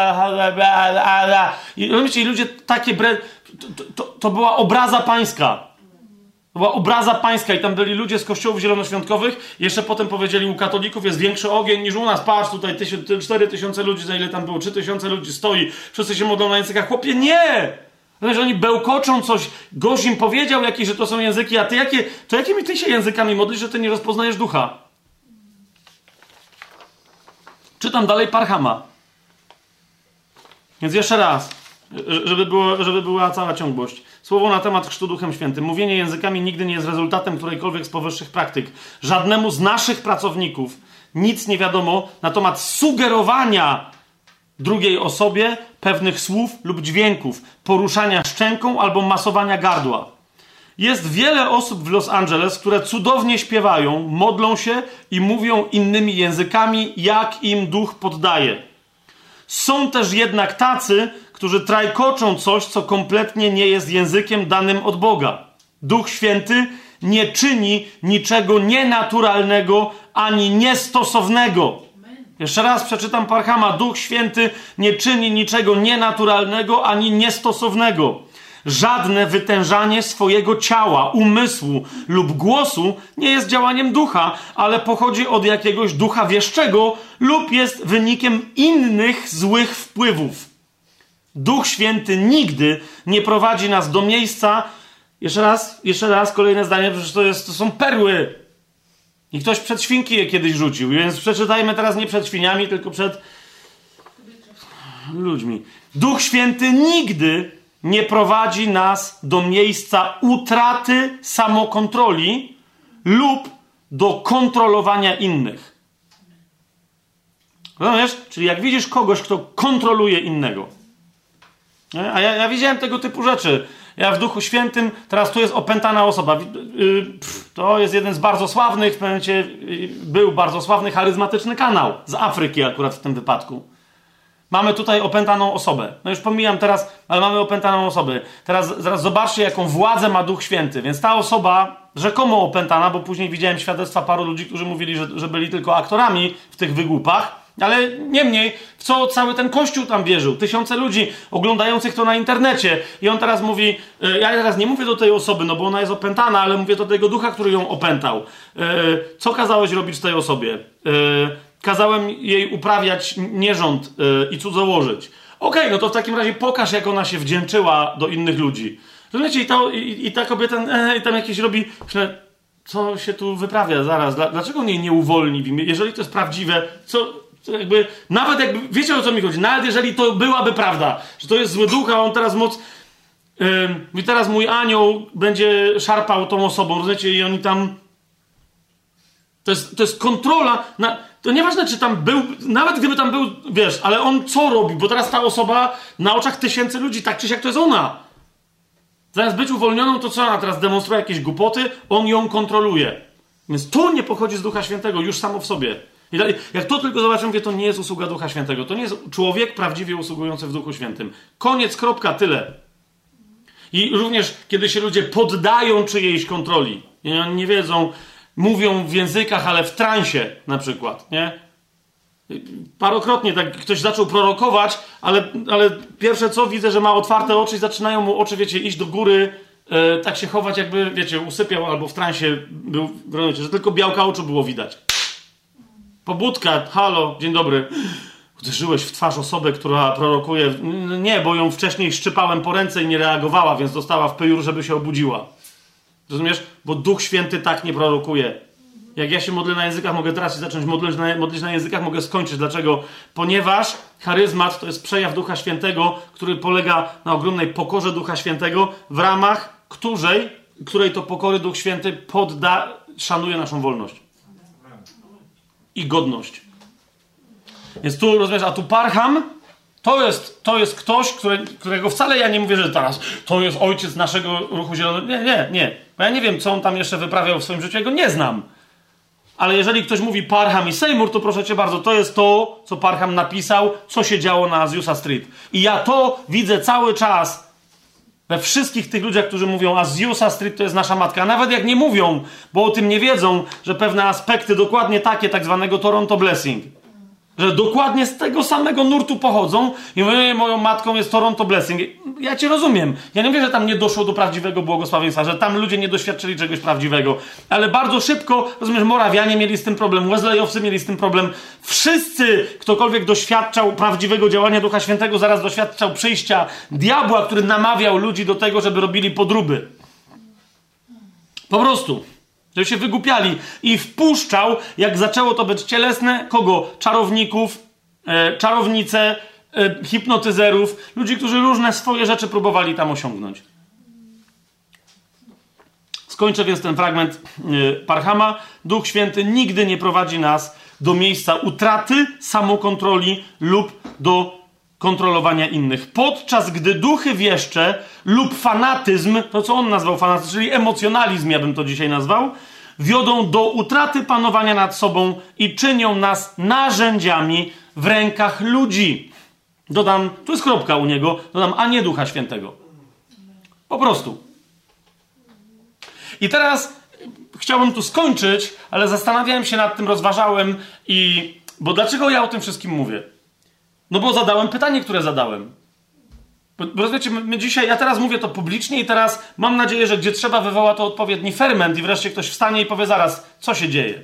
i rozumiecie, i ludzie takie, to była obraza pańska. To była obraza pańska i tam byli ludzie z kościołów zielonoświątkowych. Jeszcze potem powiedzieli, u katolików jest większy ogień niż u nas. Patrz, tutaj 4000 ludzi, za ile tam było? 3000 ludzi stoi. Wszyscy się modlą na językach. Chłopie, nie! Znaczy, oni bełkoczą coś. Gość im powiedział jakieś, że to są języki, a ty jakimi ty się językami modlisz, że ty nie rozpoznajesz ducha? Czytam dalej Parchama. Więc jeszcze raz, żeby była cała ciągłość. Słowo na temat chrztu Duchem Świętym. Mówienie językami nigdy nie jest rezultatem którejkolwiek z powyższych praktyk. Żadnemu z naszych pracowników nic nie wiadomo na temat sugerowania drugiej osobie pewnych słów lub dźwięków, poruszania szczęką albo masowania gardła. Jest wiele osób w Los Angeles, które cudownie śpiewają, modlą się i mówią innymi językami, jak im duch poddaje. Są też jednak tacy, którzy trajkoczą coś, co kompletnie nie jest językiem danym od Boga. Duch Święty nie czyni niczego nienaturalnego ani niestosownego. Jeszcze raz przeczytam Parchama. Duch Święty nie czyni niczego nienaturalnego ani niestosownego. Żadne wytężanie swojego ciała, umysłu lub głosu nie jest działaniem ducha, ale pochodzi od jakiegoś ducha wieszczego lub jest wynikiem innych złych wpływów. Duch Święty nigdy nie prowadzi nas do miejsca... Jeszcze raz, kolejne zdanie, przecież to są perły. I ktoś przed świnki je kiedyś rzucił, więc przeczytajmy teraz nie przed świniami, tylko przed ludźmi. Duch Święty nigdy nie prowadzi nas do miejsca utraty samokontroli lub do kontrolowania innych. Rozumiesz? Czyli jak widzisz kogoś, kto kontroluje innego. A ja widziałem tego typu rzeczy. Ja w Duchu Świętym, teraz tu jest opętana osoba. To jest jeden z bardzo sławnych, w pewnym momencie był bardzo sławny, charyzmatyczny kanał z Afryki akurat w tym wypadku. Mamy tutaj opętaną osobę. No już pomijam teraz, ale mamy opętaną osobę. Zaraz zobaczcie, jaką władzę ma Duch Święty. Więc ta osoba, rzekomo opętana, bo później widziałem świadectwa paru ludzi, którzy mówili, że byli tylko aktorami w tych wygłupach, ale niemniej, w co cały ten kościół tam wierzył? Tysiące ludzi oglądających to na internecie. I on teraz mówi, ja teraz nie mówię do tej osoby, no bo ona jest opętana, ale mówię do tego ducha, który ją opętał. Co kazałeś robić tej osobie? Kazałem jej uprawiać nierząd i cudzołożyć. Okej, no to w takim razie pokaż, jak ona się wdzięczyła do innych ludzi. Rozumiecie? I ta kobieta i tam jakieś robi... Co się tu wyprawia zaraz? Dlaczego nie uwolni w imię? Jeżeli to jest prawdziwe, nawet jakby, wiecie, o co mi chodzi? Nawet jeżeli to byłaby prawda, że to jest zły duch, a on teraz i teraz mój anioł będzie szarpał tą osobą, rozumiecie? I oni tam... To jest kontrola... To nieważne, czy tam był... Nawet gdyby tam był, wiesz, ale on co robi? Bo teraz ta osoba na oczach tysięcy ludzi, tak czy siak to jest ona. Zamiast być uwolnioną, to co ona teraz demonstruje? Jakieś głupoty? On ją kontroluje. Więc to nie pochodzi z Ducha Świętego już samo w sobie. I jak to tylko zobaczę, mówię, to nie jest usługa Ducha Świętego. To nie jest człowiek prawdziwie usługujący w Duchu Świętym. Koniec, kropka, tyle. I również, kiedy się ludzie poddają czyjejś kontroli. I oni nie wiedzą, mówią w językach, ale w transie na przykład, nie? Parokrotnie tak ktoś zaczął prorokować, ale pierwsze co, widzę, że ma otwarte oczy i zaczynają mu oczy, wiecie, iść do góry, tak się chować, jakby, wiecie, usypiał albo w transie był, że tylko białka oczu było widać. Pobudka, halo, dzień dobry. Uderzyłeś w twarz osobę, która prorokuje. Nie, bo ją wcześniej szczypałem po ręce i nie reagowała, więc dostała w pyjur, żeby się obudziła. Rozumiesz? Bo Duch Święty tak nie prorokuje. Jak ja się modlę na językach, mogę teraz zacząć modlić na językach, mogę skończyć. Dlaczego? Ponieważ charyzmat to jest przejaw Ducha Świętego, który polega na ogromnej pokorze Ducha Świętego, w ramach której to pokory Duch Święty szanuje naszą wolność i godność. Więc tu, rozumiesz, a tu Parham to jest ktoś, którego wcale ja nie mówię, że teraz to jest ojciec naszego ruchu zielonego. Nie. Bo ja nie wiem, co on tam jeszcze wyprawiał w swoim życiu, ja go nie znam. Ale jeżeli ktoś mówi Parham i Seymour, to proszę cię bardzo, to jest to, co Parham napisał, co się działo na Azusa Street. I ja to widzę cały czas we wszystkich tych ludziach, którzy mówią, Azusa Street to jest nasza matka. A nawet jak nie mówią, bo o tym nie wiedzą, że pewne aspekty dokładnie takie, tak zwanego Toronto Blessing, że dokładnie z tego samego nurtu pochodzą i mówią, moją matką jest Toronto Blessing. Ja cię rozumiem. Ja nie mówię, że tam nie doszło do prawdziwego błogosławieństwa, że tam ludzie nie doświadczyli czegoś prawdziwego. Ale bardzo szybko, rozumiesz, Morawianie mieli z tym problem, Wesleyowcy mieli z tym problem. Wszyscy, ktokolwiek doświadczał prawdziwego działania Ducha Świętego, zaraz doświadczał przyjścia diabła, który namawiał ludzi do tego, żeby robili podróby. Po prostu. Żeby się wygłupiali. I wpuszczał, jak zaczęło to być cielesne, kogo? Czarowników, czarownice, hipnotyzerów, ludzi, którzy różne swoje rzeczy próbowali tam osiągnąć. Skończę więc ten fragment Parhama. Duch Święty nigdy nie prowadzi nas do miejsca utraty samokontroli lub do kontrolowania innych. Podczas gdy duchy wieszcze lub fanatyzm, to co on nazwał fanatyzm, czyli emocjonalizm, ja bym to dzisiaj nazwał, wiodą do utraty panowania nad sobą i czynią nas narzędziami w rękach ludzi. Dodam, tu jest kropka u niego, dodam, a nie Ducha Świętego. Po prostu. I teraz chciałbym tu skończyć, ale zastanawiałem się nad tym, rozważałem bo dlaczego ja o tym wszystkim mówię? No bo zadałem pytanie, które zadałem. Bo rozumiecie, my dzisiaj, ja teraz mówię to publicznie i teraz mam nadzieję, że gdzie trzeba wywoła to odpowiedni ferment i wreszcie ktoś wstanie i powie zaraz, co się dzieje?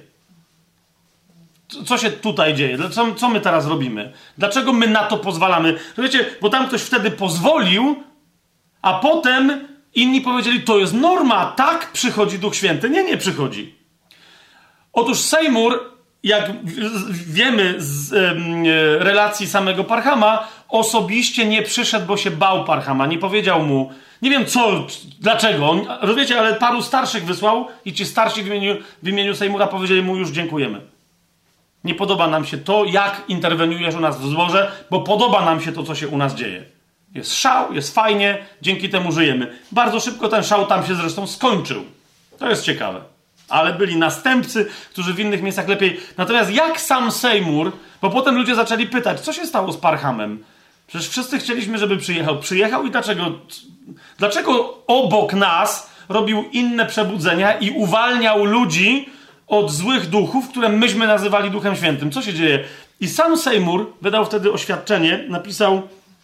Co się tutaj dzieje? Co my teraz robimy? Dlaczego my na to pozwalamy? Rozumiecie, bo tam ktoś wtedy pozwolił, a potem inni powiedzieli, to jest norma, tak przychodzi Duch Święty. Nie przychodzi. Otóż Seymour, jak wiemy z relacji samego Parhama, osobiście nie przyszedł, bo się bał Parhama. Nie powiedział mu, nie wiem dlaczego. Rozumiecie, ale paru starszych wysłał i ci starsi w imieniu Seymoura powiedzieli mu, już dziękujemy. Nie podoba nam się to, jak interweniujesz u nas w zborze, bo podoba nam się to, co się u nas dzieje. Jest szał, jest fajnie, dzięki temu żyjemy. Bardzo szybko ten szał tam się zresztą skończył. To jest ciekawe. Ale byli następcy, którzy w innych miejscach lepiej. Natomiast jak sam Seymour, bo potem ludzie zaczęli pytać, co się stało z Parhamem? Przecież wszyscy chcieliśmy, żeby przyjechał. Przyjechał i dlaczego obok nas robił inne przebudzenia i uwalniał ludzi od złych duchów, które myśmy nazywali Duchem Świętym? Co się dzieje? I sam Seymour wydał wtedy oświadczenie, napisał...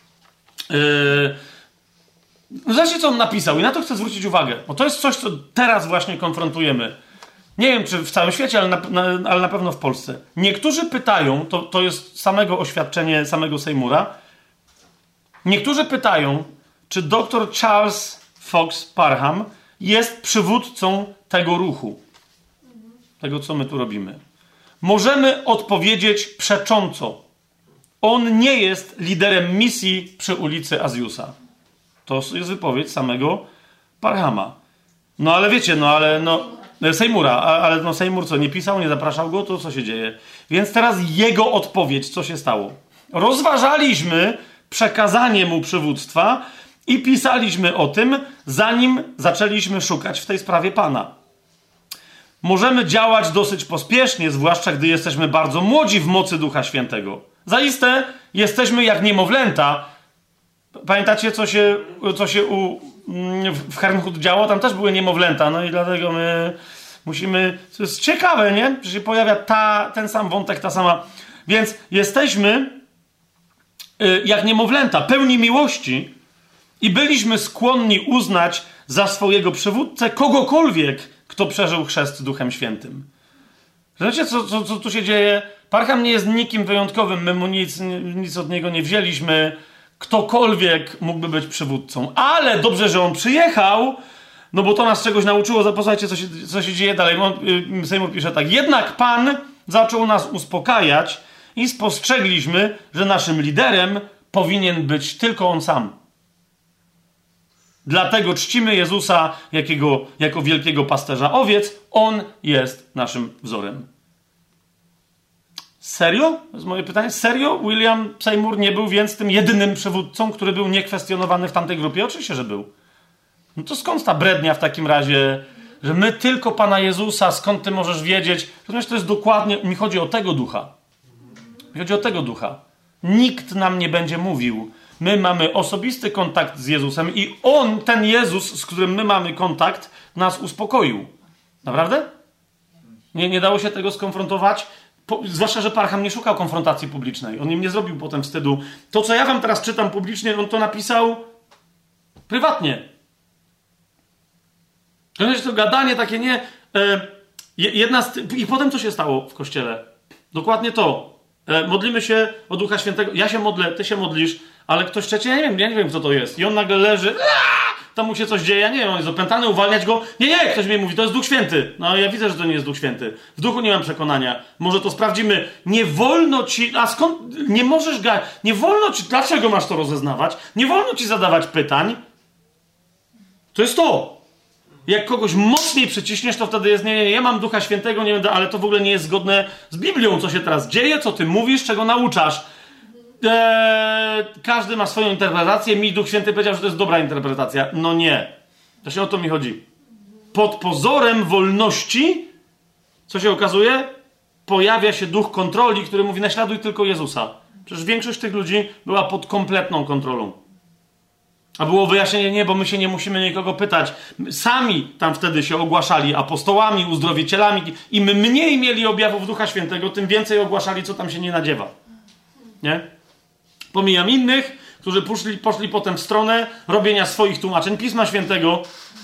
Zobaczcie, co on napisał i na to chcę zwrócić uwagę, bo to jest coś, co teraz właśnie konfrontujemy. Nie wiem, czy w całym świecie, ale na pewno w Polsce. Niektórzy pytają, to jest samego oświadczenie samego Seymoura, niektórzy pytają, czy dr Charles Fox Parham jest przywódcą tego ruchu. Tego, co my tu robimy. Możemy odpowiedzieć przecząco. On nie jest liderem misji przy ulicy Azusa. To jest wypowiedź samego Parhama. No ale wiecie, Seymoura, ale Seymour co, nie pisał, nie zapraszał go, to co się dzieje? Więc teraz jego odpowiedź, co się stało? Rozważaliśmy przekazanie mu przywództwa i pisaliśmy o tym, zanim zaczęliśmy szukać w tej sprawie Pana. Możemy działać dosyć pospiesznie, zwłaszcza gdy jesteśmy bardzo młodzi w mocy Ducha Świętego. Zaiste jesteśmy jak niemowlęta. Pamiętacie, co się w Herrnhut działo? Tam też były niemowlęta, no i dlatego my musimy... To jest ciekawe, nie? Że się pojawia ten sam wątek, ta sama... Więc jesteśmy jak niemowlęta, pełni miłości i byliśmy skłonni uznać za swojego przywódcę kogokolwiek, kto przeżył chrzest Duchem Świętym. Wiecie, co tu się dzieje? Parham nie jest nikim wyjątkowym, my mu nic od niego nie wzięliśmy. Ktokolwiek mógłby być przywódcą. Ale dobrze, że on przyjechał, No bo to nas czegoś nauczyło. Posłuchajcie, co się dzieje dalej. Seymour pisze tak. Jednak Pan zaczął nas uspokajać i spostrzegliśmy, że naszym liderem powinien być tylko On sam. Dlatego czcimy Jezusa jako wielkiego pasterza owiec. On jest naszym wzorem. Serio? To jest moje pytanie. Serio? William Seymour nie był więc tym jedynym przywódcą, który był niekwestionowany w tamtej grupie? Oczywiście, że był. No to skąd ta brednia w takim razie, że my tylko Pana Jezusa, skąd ty możesz wiedzieć? Rozumiesz, to jest dokładnie, mi chodzi o tego ducha. Mi chodzi o tego ducha. Nikt nam nie będzie mówił. My mamy osobisty kontakt z Jezusem i On, ten Jezus, z którym my mamy kontakt, nas uspokoił. Naprawdę? Nie dało się tego skonfrontować? Zwłaszcza, że Parham nie szukał konfrontacji publicznej. On im nie zrobił potem wstydu. To, co ja wam teraz czytam publicznie, on to napisał prywatnie. To gadanie takie nie... I potem co się stało w kościele? Dokładnie to. Modlimy się o Ducha Świętego. Ja się modlę, ty się modlisz, ale ktoś trzeci, ja nie wiem, co to jest. I on nagle leży, tam mu się coś dzieje, ja nie wiem, on jest opętany, uwalniać go. Nie, ktoś mi mówi, to jest Duch Święty. No ja widzę, że to nie jest Duch Święty. W duchu nie mam przekonania. Może to sprawdzimy. Nie wolno ci, a skąd, nie możesz, nie wolno ci, dlaczego masz to rozeznawać? Nie wolno ci zadawać pytań. To jest to. Jak kogoś mocniej przyciśniesz, to wtedy jest, nie, ja mam Ducha Świętego, nie będę, ale to w ogóle nie jest zgodne z Biblią, co się teraz dzieje, co ty mówisz, czego nauczasz. Każdy ma swoją interpretację. Mi Duch Święty powiedział, że to jest dobra interpretacja. No nie. Właśnie o to mi chodzi. Pod pozorem wolności, co się okazuje? Pojawia się duch kontroli, który mówi, naśladuj tylko Jezusa. Przecież większość tych ludzi była pod kompletną kontrolą. A było wyjaśnienie, nie, bo my się nie musimy nikogo pytać. Sami tam wtedy się ogłaszali apostołami, uzdrowicielami. Im mniej mieli objawów Ducha Świętego, tym więcej ogłaszali, co tam się nie nadziewa. Nie? Pomijam innych, którzy poszli potem w stronę robienia swoich tłumaczeń Pisma Świętego,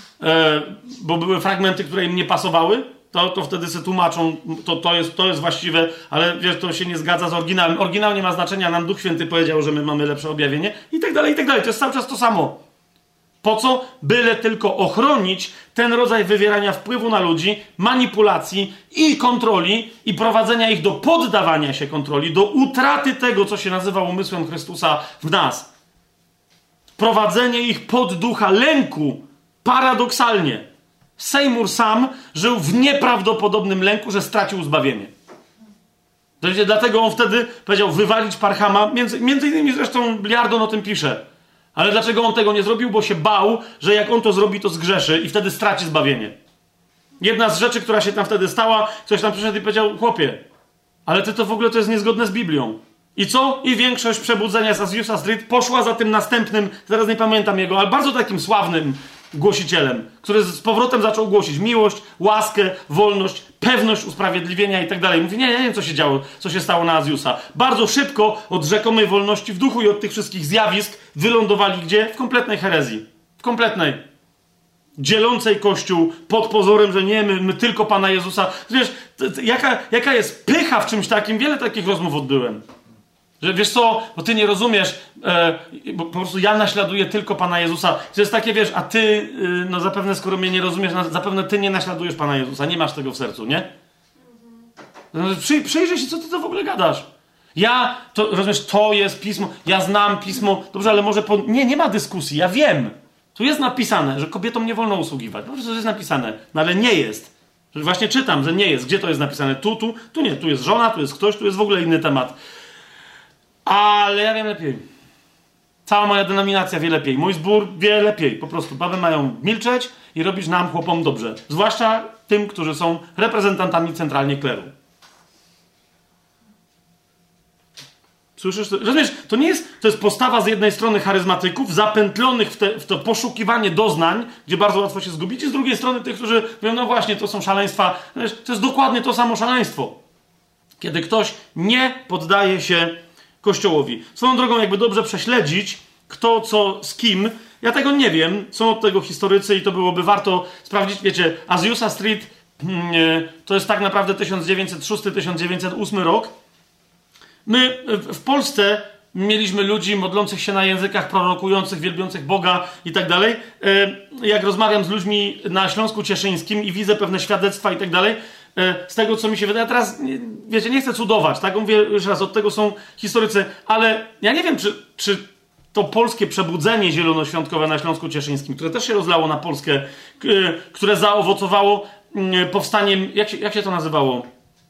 bo były fragmenty, które im nie pasowały, to wtedy se tłumaczą, to jest właściwe, ale wiesz, to się nie zgadza z oryginałem. Oryginał nie ma znaczenia, nam Duch Święty powiedział, że my mamy lepsze objawienie i tak dalej, i tak dalej. To jest cały czas to samo. Po co? Byle tylko ochronić ten rodzaj wywierania wpływu na ludzi, manipulacji i kontroli i prowadzenia ich do poddawania się kontroli, do utraty tego, co się nazywa umysłem Chrystusa w nas. Prowadzenie ich pod ducha lęku. Paradoksalnie. Seymour sam żył w nieprawdopodobnym lęku, że stracił zbawienie. Dlatego on wtedy powiedział wywalić Parhama, między innymi zresztą Liardon o tym pisze. Ale dlaczego on tego nie zrobił? Bo się bał, że jak on to zrobi, to zgrzeszy i wtedy straci zbawienie. Jedna z rzeczy, która się tam wtedy stała, ktoś tam przyszedł i powiedział, chłopie, ale ty to w ogóle to jest niezgodne z Biblią. I co? I większość przebudzenia z Azusa Street poszła za tym następnym, zaraz nie pamiętam jego, ale bardzo takim sławnym głosicielem, który z powrotem zaczął głosić miłość, łaskę, wolność, pewność usprawiedliwienia i tak dalej. Mówi, nie wiem, co się działo, co się stało na Azusa. Bardzo szybko od rzekomej wolności w duchu i od tych wszystkich zjawisk wylądowali gdzie? W kompletnej herezji. W kompletnej. Dzielącej Kościół pod pozorem, że nie, my tylko Pana Jezusa. Wiesz, jaka jest pycha w czymś takim? Wiele takich rozmów odbyłem. Że wiesz co, bo ty nie rozumiesz, bo po prostu ja naśladuję tylko Pana Jezusa. To jest takie, wiesz, a ty, no zapewne skoro mnie nie rozumiesz, zapewne ty nie naśladujesz Pana Jezusa, nie masz tego w sercu, nie? Przyjrzyj się, co ty to w ogóle gadasz. Rozumiesz, to jest Pismo, ja znam Pismo, dobrze, ale może, nie ma dyskusji, ja wiem. Tu jest napisane, że kobietom nie wolno usługiwać, po prostu to jest napisane, no ale nie jest. Właśnie czytam, że nie jest. Gdzie to jest napisane? Tu nie, tu jest żona, tu jest ktoś, tu jest w ogóle inny temat. Ale ja wiem lepiej. Cała moja denominacja wie lepiej. Mój zbór wie lepiej. Po prostu baby mają milczeć i robić nam, chłopom, dobrze. Zwłaszcza tym, którzy są reprezentantami centralnie kleru. Słyszysz? Rozumiesz? To jest postawa z jednej strony charyzmatyków, zapętlonych w to poszukiwanie doznań, gdzie bardzo łatwo się zgubić, i z drugiej strony tych, którzy mówią, no właśnie, to są szaleństwa. To jest dokładnie to samo szaleństwo. Kiedy ktoś nie poddaje się Kościołowi. Swoją drogą, jakby dobrze prześledzić, kto, co, z kim, ja tego nie wiem. Są od tego historycy i to byłoby warto sprawdzić. Wiecie, Azusa Street to jest tak naprawdę 1906-1908 rok. My w Polsce mieliśmy ludzi modlących się na językach, prorokujących, wielbiących Boga i tak dalej. Jak rozmawiam z ludźmi na Śląsku Cieszyńskim i widzę pewne świadectwa i tak dalej, z tego, co mi się wydaje, teraz, wiecie, nie chcę cudować, tak? Mówię już raz, od tego są historycy, ale ja nie wiem, czy to polskie przebudzenie zielonoświątkowe na Śląsku Cieszyńskim, które też się rozlało na Polskę, które zaowocowało powstaniem, jak się to nazywało?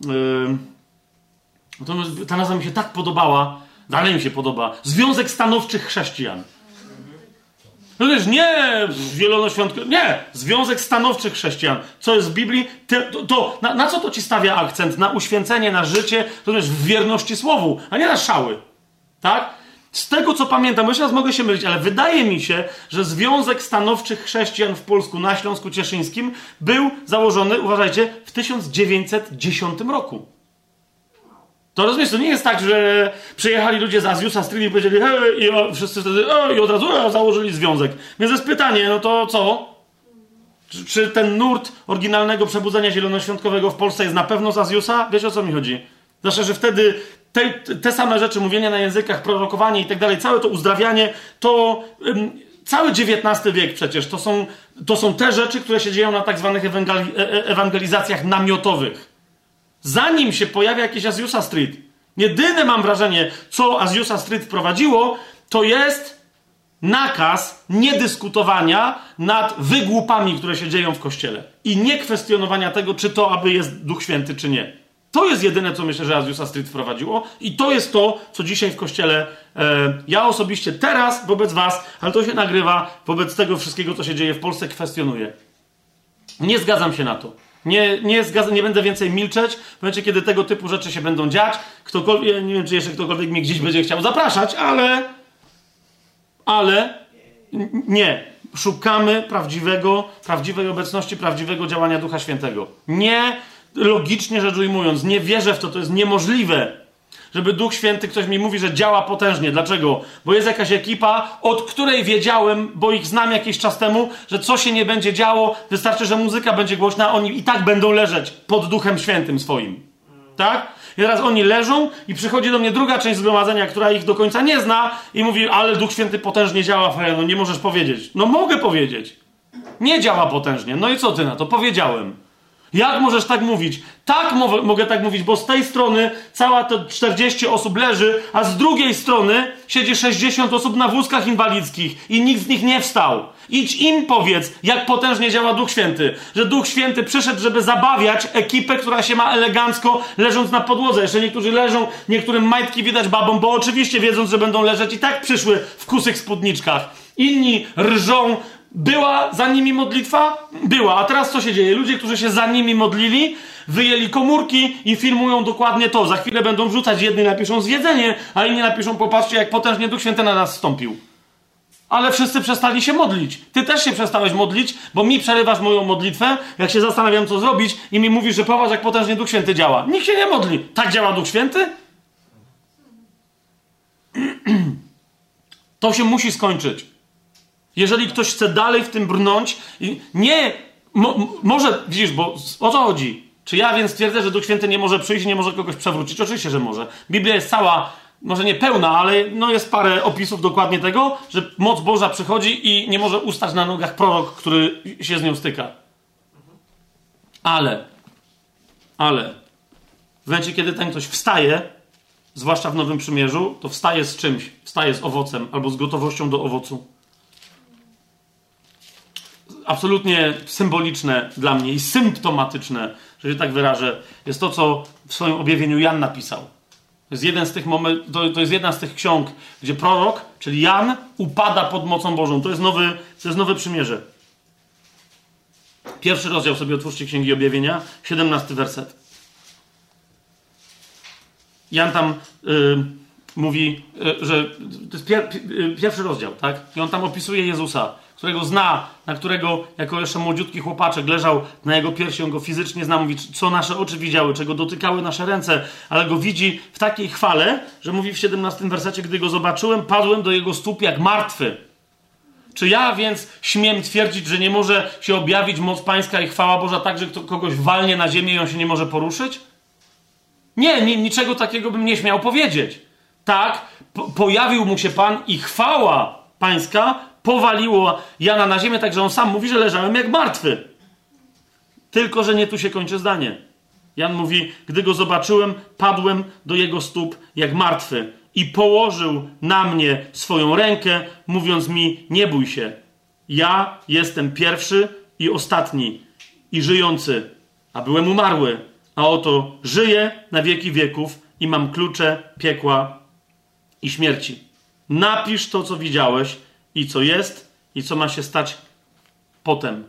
Ta nazwa mi się tak podobała, dalej mi się podoba. Związek Stanowczych Chrześcijan. No wiesz, nie zielonoświątkowy, nie, Związek Stanowczych Chrześcijan. Co jest w Biblii? Na co to ci stawia akcent? Na uświęcenie, na życie, to wiesz, w wierności słowu, a nie na szały. Tak? Z tego, co pamiętam, jeszcze raz mogę się mylić, ale wydaje mi się, że Związek Stanowczych Chrześcijan w Polsku na Śląsku Cieszyńskim był założony, uważajcie, w 1910 roku. To rozumiesz, to nie jest tak, że przyjechali ludzie z Azusa Street i powiedzieli i wszyscy wtedy i od razu założyli związek. Więc jest pytanie, no to co? Czy ten nurt oryginalnego przebudzenia zielonoświątkowego w Polsce jest na pewno z Azusa? Wiecie, o co mi chodzi? Znaczy, że wtedy te same rzeczy, mówienie na językach, prorokowanie i tak dalej, całe to uzdrawianie, to cały XIX wiek przecież, to są te rzeczy, które się dzieją na tak zwanych ewangelizacjach namiotowych. Zanim się pojawia jakieś Azusa Street, jedyne mam wrażenie, co Azusa Street wprowadziło, to jest nakaz niedyskutowania nad wygłupami, które się dzieją w Kościele. I nie kwestionowania tego, czy to aby jest Duch Święty, czy nie. To jest jedyne, co myślę, że Azusa Street wprowadziło. I to jest to, co dzisiaj w Kościele ja osobiście teraz wobec was, ale to się nagrywa, wobec tego wszystkiego, co się dzieje w Polsce, kwestionuję. Nie zgadzam się na to. Nie będę więcej milczeć. W momencie, kiedy tego typu rzeczy się będą dziać, ktokolwiek, nie wiem, czy jeszcze ktokolwiek mnie gdzieś będzie chciał zapraszać, ale nie. Szukamy prawdziwej obecności, prawdziwego działania Ducha Świętego. Nie, logicznie rzecz ujmując, nie wierzę w to, to jest niemożliwe, żeby Duch Święty, ktoś mi mówi, że działa potężnie. Dlaczego? Bo jest jakaś ekipa, od której wiedziałem, bo ich znam jakiś czas temu, że co się nie będzie działo, wystarczy, że muzyka będzie głośna, oni i tak będą leżeć pod Duchem Świętym swoim. Tak? I teraz oni leżą i przychodzi do mnie druga część zgromadzenia, która ich do końca nie zna i mówi, ale Duch Święty potężnie działa, no nie możesz powiedzieć. No mogę powiedzieć. Nie działa potężnie. No i co ty na to? Powiedziałem. Jak możesz tak mówić? Tak, mogę tak mówić, bo z tej strony cała to 40 osób leży, a z drugiej strony siedzi 60 osób na wózkach inwalidzkich i nikt z nich nie wstał. Idź im powiedz, jak potężnie działa Duch Święty. Że Duch Święty przyszedł, żeby zabawiać ekipę, która się ma elegancko, leżąc na podłodze. Jeszcze niektórzy leżą, niektórym majtki widać babom, bo oczywiście wiedząc, że będą leżeć i tak przyszły w kusych spódniczkach. Inni rżą. Była za nimi modlitwa? Była. A teraz co się dzieje? Ludzie, którzy się za nimi modlili, wyjęli komórki i filmują dokładnie to. Za chwilę będą wrzucać. Jedni napiszą zwiedzenie, a inni napiszą, popatrzcie, jak potężnie Duch Święty na nas zstąpił. Ale wszyscy przestali się modlić. Ty też się przestałeś modlić, bo mi przerywasz moją modlitwę, jak się zastanawiam, co zrobić i mi mówisz, że popatrz, jak potężnie Duch Święty działa. Nikt się nie modli. Tak działa Duch Święty? To się musi skończyć. Jeżeli ktoś chce dalej w tym brnąć, może, widzisz, bo o co chodzi? Czy ja więc twierdzę, że Duch Święty nie może przyjść i nie może kogoś przewrócić? Oczywiście, że może. Biblia jest cała, może nie pełna, ale jest parę opisów dokładnie tego, że moc Boża przychodzi i nie może ustać na nogach prorok, który się z nią styka. Ale w momencie, kiedy ten ktoś wstaje, zwłaszcza w Nowym Przymierzu, to wstaje z czymś. Wstaje z owocem albo z gotowością do owocu. Absolutnie symboliczne dla mnie i symptomatyczne, że się tak wyrażę, jest to, co w swoim objawieniu Jan napisał. To jest jeden z tych to jest jedna z tych ksiąg, gdzie prorok, czyli Jan, upada pod mocą Bożą. To jest nowe przymierze. 1 rozdział sobie otwórzcie Księgi Objawienia, 17 werset. Jan tam mówi, że to jest pierwszy rozdział, tak? I on tam opisuje Jezusa, którego zna, na którego jako jeszcze młodziutki chłopaczek leżał na jego piersi, on go fizycznie zna, mówi, co nasze oczy widziały, czego dotykały nasze ręce, ale go widzi w takiej chwale, że mówi w 17 wersecie, gdy go zobaczyłem, padłem do jego stóp jak martwy. Czy ja więc śmiem twierdzić, że nie może się objawić moc pańska i chwała Boża tak, że kogoś walnie na ziemię i on się nie może poruszyć? Nie, niczego takiego bym nie śmiał powiedzieć. Tak, pojawił mu się Pan i chwała Pańska powaliło Jana na ziemię, tak że on sam mówi, że leżałem jak martwy. Tylko że nie tu się kończy zdanie. Jan mówi, gdy go zobaczyłem, padłem do jego stóp jak martwy i położył na mnie swoją rękę, mówiąc mi, nie bój się. Ja jestem pierwszy i ostatni i żyjący, a byłem umarły, a oto żyję na wieki wieków i mam klucze piekła i śmierci. Napisz to, co widziałeś i co jest i co ma się stać potem.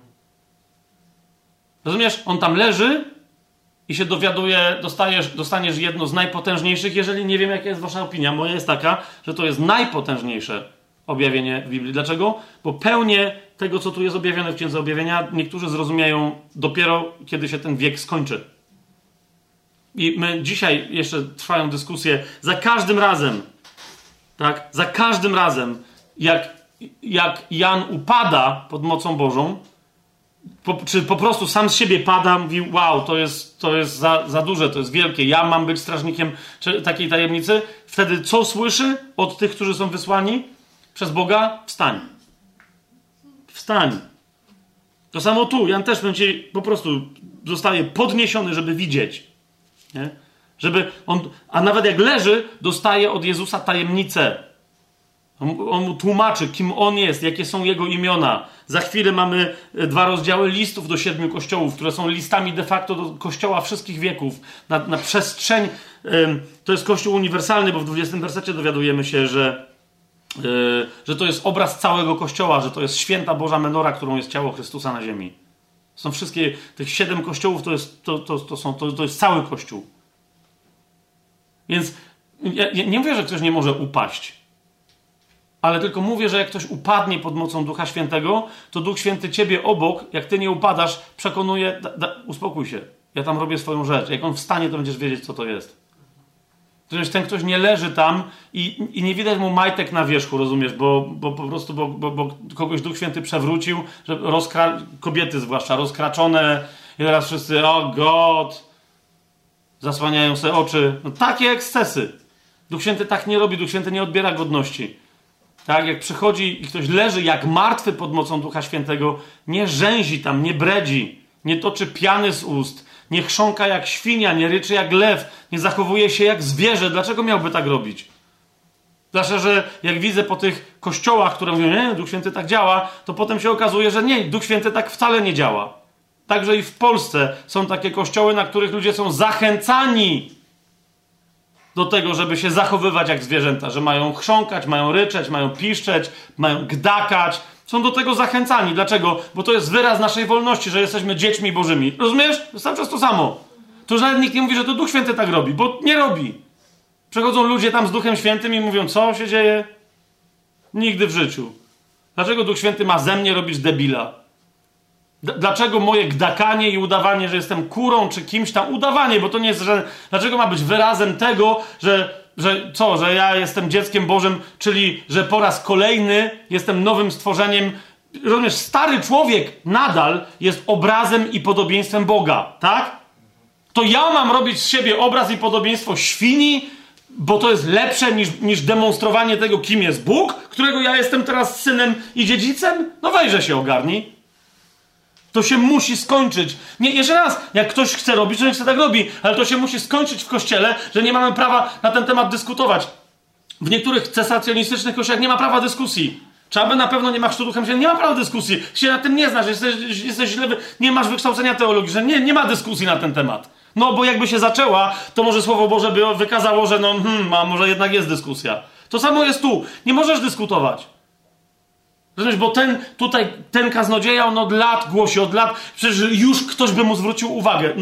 Rozumiesz? On tam leży i się dowiaduje, dostaniesz jedno z najpotężniejszych, jeżeli nie wiem, jaka jest wasza opinia. Moja jest taka, że to jest najpotężniejsze objawienie w Biblii. Dlaczego? Bo pełnię tego, co tu jest objawione w Księdze Objawienia, niektórzy zrozumieją dopiero, kiedy się ten wiek skończy. I my dzisiaj jeszcze trwają dyskusje za każdym razem, tak? Za każdym razem, jak Jan upada pod mocą Bożą, czy po prostu sam z siebie pada, mówi, wow, to jest za duże, to jest wielkie, ja mam być strażnikiem takiej tajemnicy. Wtedy co słyszy od tych, którzy są wysłani przez Boga? Wstań. Wstań. To samo tu. Jan też będzie po prostu zostaje podniesiony, żeby widzieć. Nie? A nawet jak leży, dostaje od Jezusa tajemnicę. On mu tłumaczy, kim on jest, jakie są jego imiona. Za chwilę mamy 2 rozdziały listów do 7 kościołów, które są listami de facto do kościoła wszystkich wieków. Na przestrzeń, to jest kościół uniwersalny, bo w 20 wersecie dowiadujemy się, że to jest obraz całego kościoła, że to jest święta Boża menora, którą jest ciało Chrystusa na ziemi. Są wszystkie, tych 7 kościołów to jest cały kościół. Więc ja nie mówię, że ktoś nie może upaść. Ale tylko mówię, że jak ktoś upadnie pod mocą Ducha Świętego, to Duch Święty ciebie obok, jak ty nie upadasz, przekonuje, uspokój się, ja tam robię swoją rzecz. Jak on wstanie, to będziesz wiedzieć, co to jest. Przecież ten ktoś nie leży tam i nie widać mu majtek na wierzchu, rozumiesz, bo po prostu, bo kogoś Duch Święty przewrócił, że kobiety zwłaszcza, rozkraczone i teraz wszyscy, God, zasłaniają sobie oczy. No takie ekscesy. Duch Święty tak nie robi, Duch Święty nie odbiera godności. Tak, jak przychodzi i ktoś leży jak martwy pod mocą Ducha Świętego, nie rzęzi tam, nie bredzi, nie toczy piany z ust, nie chrząka jak świnia, nie ryczy jak lew, nie zachowuje się jak zwierzę. Dlaczego miałby tak robić? Dlatego, że jak widzę po tych kościołach, które mówią, nie, Duch Święty tak działa, to potem się okazuje, że nie, Duch Święty tak wcale nie działa. Także i w Polsce są takie kościoły, na których ludzie są zachęcani do tego, żeby się zachowywać jak zwierzęta, że mają chrząkać, mają ryczeć, mają piszczeć, mają gdakać. Są do tego zachęcani. Dlaczego? Bo to jest wyraz naszej wolności, że jesteśmy dziećmi bożymi. Rozumiesz? To jest cały czas to samo. To już nawet nikt nie mówi, że to Duch Święty tak robi, bo nie robi. Przechodzą ludzie tam z Duchem Świętym i mówią, co się dzieje? Nigdy w życiu. Dlaczego Duch Święty ma ze mnie robić debila? Dlaczego moje gdakanie i udawanie, że jestem kurą czy kimś tam, udawanie, bo to nie jest, że... Dlaczego ma być wyrazem tego, że ja jestem dzieckiem Bożym, czyli, że po raz kolejny jestem nowym stworzeniem. Rozumiesz, stary człowiek nadal jest obrazem i podobieństwem Boga, tak? To ja mam robić z siebie obraz i podobieństwo świni, bo to jest lepsze niż demonstrowanie tego, kim jest Bóg, którego ja jestem teraz synem i dziedzicem? No weźże się ogarnij. To się musi skończyć. Nie, jeszcze raz, jak ktoś chce robić, to nie chce tak robi, ale to się musi skończyć w Kościele, że nie mamy prawa na ten temat dyskutować. W niektórych cesacjonistycznych kościołach nie ma prawa dyskusji. Czy aby na pewno nie ma chrztu Duchem Świętym? Nie ma prawa dyskusji. Się na tym nie znasz, jesteś źle, nie masz wykształcenia teologicznego. Nie ma dyskusji na ten temat. No, bo jakby się zaczęła, to może Słowo Boże by wykazało, że a może jednak jest dyskusja. To samo jest tu. Nie możesz dyskutować. Rozumiesz, bo ten kaznodzieja, on od lat głosi, przecież już ktoś by mu zwrócił uwagę.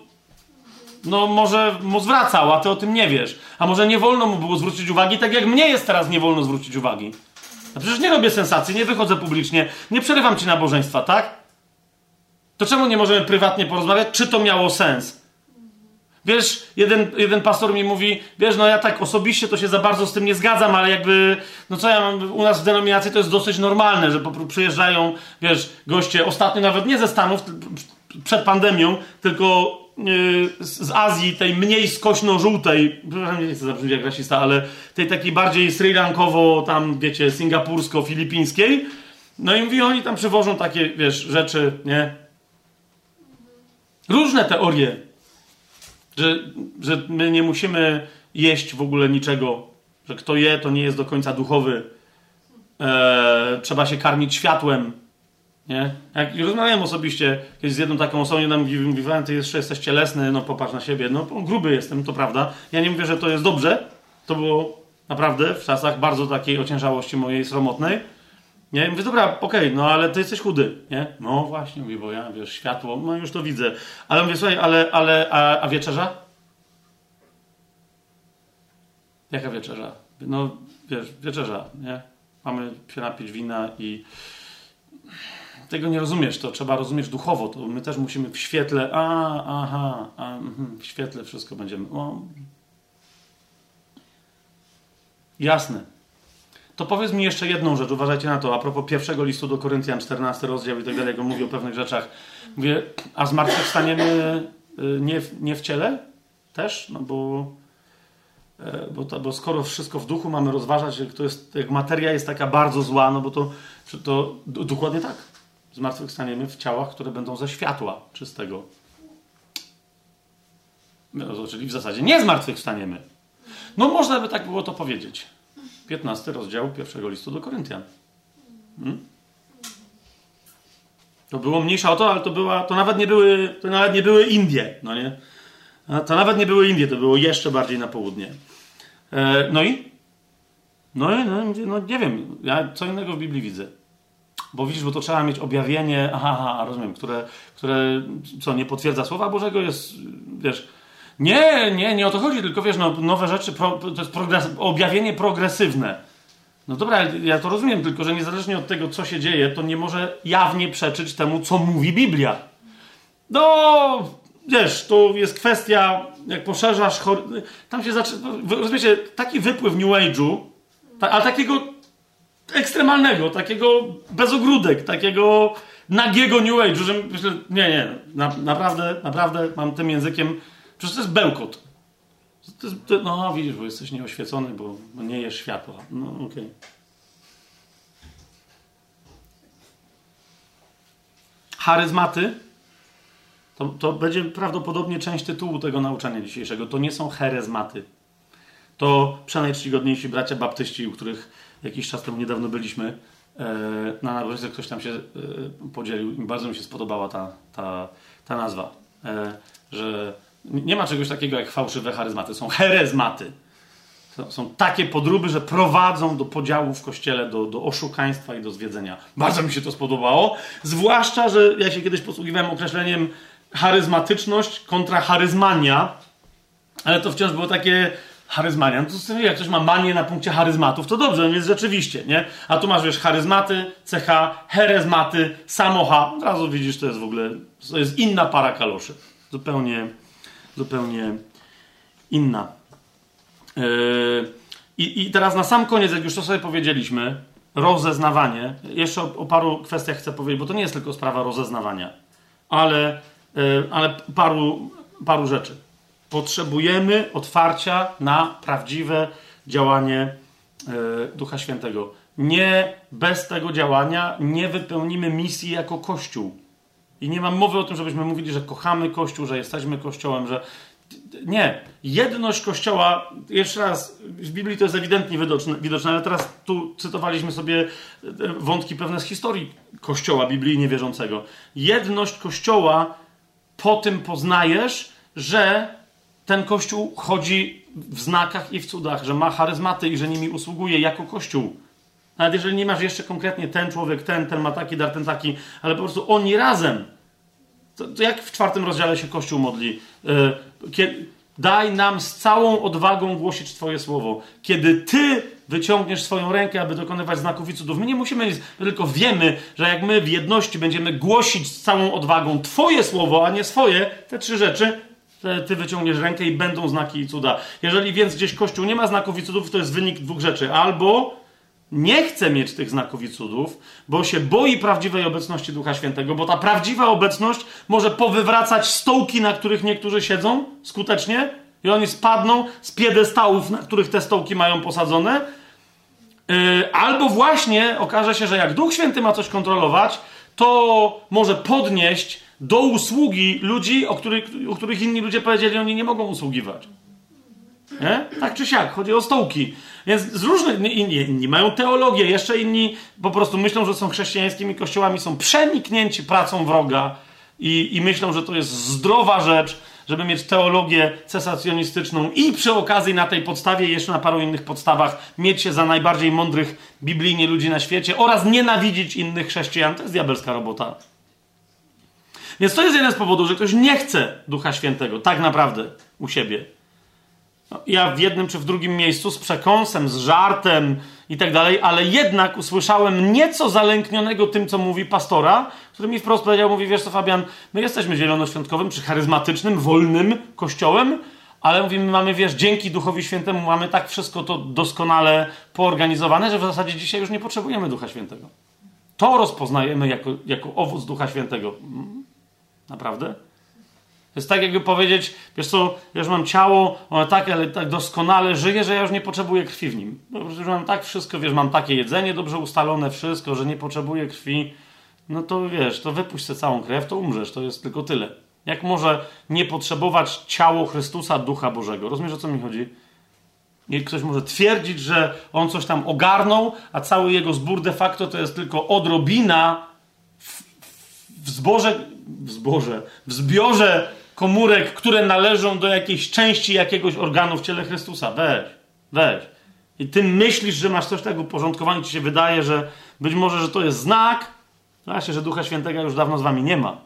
No może mu zwracał, a ty o tym nie wiesz. A może nie wolno mu było zwrócić uwagi, tak jak mnie jest teraz nie wolno zwrócić uwagi. A przecież nie robię sensacji, nie wychodzę publicznie, nie przerywam ci nabożeństwa, tak? To czemu nie możemy prywatnie porozmawiać, czy to miało sens? Wiesz, jeden pastor mi mówi, wiesz, no ja tak osobiście to się za bardzo z tym nie zgadzam, ale jakby, no co ja mam, u nas w denominacji to jest dosyć normalne, że przyjeżdżają, wiesz, goście, ostatnio nawet nie ze Stanów, przed pandemią, tylko z Azji, tej mniej skośno-żółtej, przepraszam, nie chcę zabrzmieć jak rasista, ale tej takiej bardziej sri lankowo, tam wiecie, singapursko-filipińskiej. No i mówi, oni tam przywożą takie, wiesz, rzeczy, nie? Różne teorie, że my nie musimy jeść w ogóle niczego, że kto je, to nie jest do końca duchowy. Trzeba się karmić światłem. Nie? Jak rozmawiałem osobiście kiedyś z jedną taką osobą, ona mówiła, ty jeszcze jesteś cielesny, no popatrz na siebie. No gruby jestem, to prawda. Ja nie mówię, że to jest dobrze. To było naprawdę w czasach bardzo takiej ociężałości mojej sromotnej. Nie? Ja mówię, dobra, okej, no ale ty jesteś chudy. Nie? No właśnie, mówię, bo ja, wiesz, światło, no już to widzę. Ale mówię, słuchaj, a wieczerza? Jaka wieczerza? No, wiesz, wieczerza, nie? Mamy się napić wina i tego nie rozumiesz, to trzeba rozumieć duchowo, to my też musimy w świetle, w świetle wszystko będziemy. O. Jasne. To powiedz mi jeszcze jedną rzecz, uważajcie na to, a propos pierwszego listu do Koryntian, 14 rozdział i tak dalej, jak on mówi o pewnych rzeczach. Mówię, a zmartwychwstaniemy nie w ciele? Też? No bo skoro wszystko w duchu mamy rozważać, jak materia jest taka bardzo zła, no bo to dokładnie tak. Zmartwychwstaniemy w ciałach, które będą ze światła czystego. No, czyli w zasadzie nie zmartwychwstaniemy. No można by tak było to powiedzieć. 15 rozdział pierwszego listu do Koryntian. To było mniejsza o to, ale to nawet nie były Indie, no nie? To nawet nie były Indie, to było jeszcze bardziej na południe. No nie wiem, ja co innego w Biblii widzę. Bo widzisz, bo to trzeba mieć objawienie, rozumiem, które co, nie potwierdza Słowa Bożego, jest, wiesz, nie o to chodzi, tylko wiesz, no, nowe rzeczy, to jest objawienie progresywne. No dobra, ja to rozumiem, tylko że niezależnie od tego, co się dzieje, to nie może jawnie przeczyć temu, co mówi Biblia. No, wiesz, to jest kwestia, jak poszerzasz, tam się zaczyna, rozumiecie, taki wypływ New Age'u, ale takiego ekstremalnego, takiego bez ogródek, takiego nagiego New Age'u, że myślę, naprawdę mam tym językiem, przecież to jest bełkot. No widzisz, bo jesteś nieoświecony, bo nie jesz światła. No okej. Charyzmaty to będzie prawdopodobnie część tytułu tego nauczania dzisiejszego. To nie są herezmaty. To przenajczcigodniejsi bracia baptyści, u których jakiś czas temu niedawno byliśmy na nabożeństwie, ktoś tam się podzielił i bardzo mi się spodobała ta nazwa, że nie ma czegoś takiego jak fałszywe charyzmaty, są herezmaty. Są takie podróby, że prowadzą do podziału w Kościele, do oszukaństwa i do zwiedzenia. Bardzo mi się to spodobało, zwłaszcza, że ja się kiedyś posługiwałem określeniem charyzmatyczność kontra charyzmania, ale to wciąż było takie charyzmania. No to jak ktoś ma manię na punkcie charyzmatów, to dobrze, no więc rzeczywiście, nie? A tu masz, wiesz, charyzmaty, cecha, herezmaty, samocha. Od razu widzisz, to jest w ogóle, to jest inna para kaloszy. Zupełnie inna. I teraz na sam koniec, jak już to sobie powiedzieliśmy, rozeznawanie. Jeszcze o paru kwestiach chcę powiedzieć, bo to nie jest tylko sprawa rozeznawania, ale paru rzeczy. Potrzebujemy otwarcia na prawdziwe działanie Ducha Świętego. Bez tego działania nie wypełnimy misji jako Kościół. I nie mam mowy o tym, żebyśmy mówili, że kochamy Kościół, że jesteśmy Kościołem, że... Nie. Jedność Kościoła, jeszcze raz, w Biblii to jest ewidentnie widoczne, ale teraz tu cytowaliśmy sobie wątki pewne z historii Kościoła biblijnie wierzącego. Jedność Kościoła po tym poznajesz, że ten Kościół chodzi w znakach i w cudach, że ma charyzmaty i że nimi usługuje jako Kościół. Nawet jeżeli nie masz jeszcze konkretnie ten człowiek, ten ma taki dar, ten taki, ale po prostu oni razem. To jak w 4 rozdziale się Kościół modli? Daj nam z całą odwagą głosić Twoje słowo. Kiedy Ty wyciągniesz swoją rękę, aby dokonywać znaków i cudów. My nie musimy nic, my tylko wiemy, że jak my w jedności będziemy głosić z całą odwagą Twoje słowo, a nie swoje, te 3 rzeczy, Ty wyciągniesz rękę i będą znaki i cuda. Jeżeli więc gdzieś Kościół nie ma znaków i cudów, to jest wynik 2 rzeczy. Albo nie chce mieć tych znaków i cudów, bo się boi prawdziwej obecności Ducha Świętego, bo ta prawdziwa obecność może powywracać stołki, na których niektórzy siedzą skutecznie i oni spadną z piedestałów, na których te stołki mają posadzone. Albo właśnie okaże się, że jak Duch Święty ma coś kontrolować, to może podnieść do usługi ludzi, o których inni ludzie powiedzieli, oni nie mogą usługiwać. Nie? Tak czy siak, chodzi o stołki. Więc z różnych, inni mają teologię, jeszcze inni po prostu myślą, że są chrześcijańskimi kościołami, są przeniknięci pracą wroga i myślą, że to jest zdrowa rzecz, żeby mieć teologię cesacjonistyczną i przy okazji na tej podstawie, jeszcze na paru innych podstawach, mieć się za najbardziej mądrych biblijnie ludzi na świecie oraz nienawidzić innych chrześcijan. To jest diabelska robota. Więc to jest jeden z powodów, że ktoś nie chce Ducha Świętego, tak naprawdę, u siebie. No, ja w jednym czy w drugim miejscu z przekąsem, z żartem i tak dalej, ale jednak usłyszałem nieco zalęknionego tym, co mówi pastora, który mi wprost powiedział, mówi, wiesz co, Fabian, my jesteśmy zielonoświątkowym czy charyzmatycznym, wolnym kościołem, ale mówi, my mamy, wiesz, dzięki Duchowi Świętemu mamy tak wszystko to doskonale poorganizowane, że w zasadzie dzisiaj już nie potrzebujemy Ducha Świętego. To rozpoznajemy jako owoc Ducha Świętego. Naprawdę? To jest tak, jakby powiedzieć, wiesz co, ja już mam ciało, ono tak, ale tak doskonale żyje, że ja już nie potrzebuję krwi w nim. Już mam tak wszystko, wiesz, mam takie jedzenie dobrze ustalone, wszystko, że nie potrzebuję krwi. No to wiesz, to wypuść sobie całą krew, to umrzesz, to jest tylko tyle. Jak może nie potrzebować ciało Chrystusa, Ducha Bożego? Rozumiesz, o co mi chodzi? I ktoś może twierdzić, że on coś tam ogarnął, a cały jego zbór de facto to jest tylko odrobina w zbiorze komórek, które należą do jakiejś części jakiegoś organu w ciele Chrystusa. Weź. I ty myślisz, że masz coś tak uporządkowane, ci się wydaje, że być może, że to jest znak, właśnie, że Ducha Świętego już dawno z wami nie ma.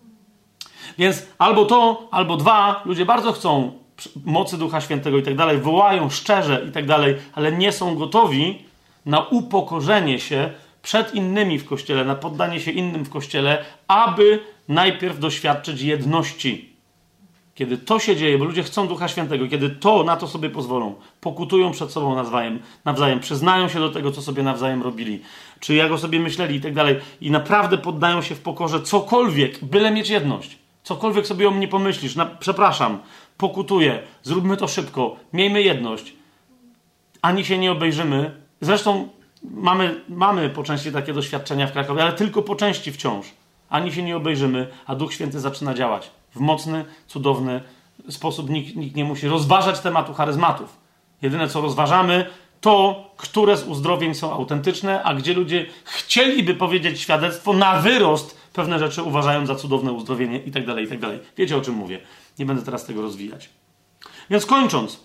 Więc albo to, albo dwa, ludzie bardzo chcą mocy Ducha Świętego i tak dalej, wołają szczerze i tak dalej, ale nie są gotowi na upokorzenie się przed innymi w Kościele, na poddanie się innym w Kościele, aby najpierw doświadczyć jedności. Kiedy to się dzieje, bo ludzie chcą Ducha Świętego, kiedy na to sobie pozwolą, pokutują przed sobą nawzajem, przyznają się do tego, co sobie nawzajem robili, czy jak o sobie myśleli i tak dalej, i naprawdę poddają się w pokorze cokolwiek, byle mieć jedność. Cokolwiek sobie o mnie pomyślisz, przepraszam, pokutuję, zróbmy to szybko, miejmy jedność. Ani się nie obejrzymy. Zresztą mamy po części takie doświadczenia w Krakowie, ale tylko po części wciąż. Ani się nie obejrzymy, a Duch Święty zaczyna działać w mocny, cudowny sposób. Nikt nie musi rozważać tematu charyzmatów. Jedyne, co rozważamy, to, które z uzdrowień są autentyczne, a gdzie ludzie chcieliby powiedzieć świadectwo na wyrost, pewne rzeczy uważając za cudowne uzdrowienie i tak dalej, i tak dalej. Wiecie, o czym mówię. Nie będę teraz tego rozwijać. Więc kończąc,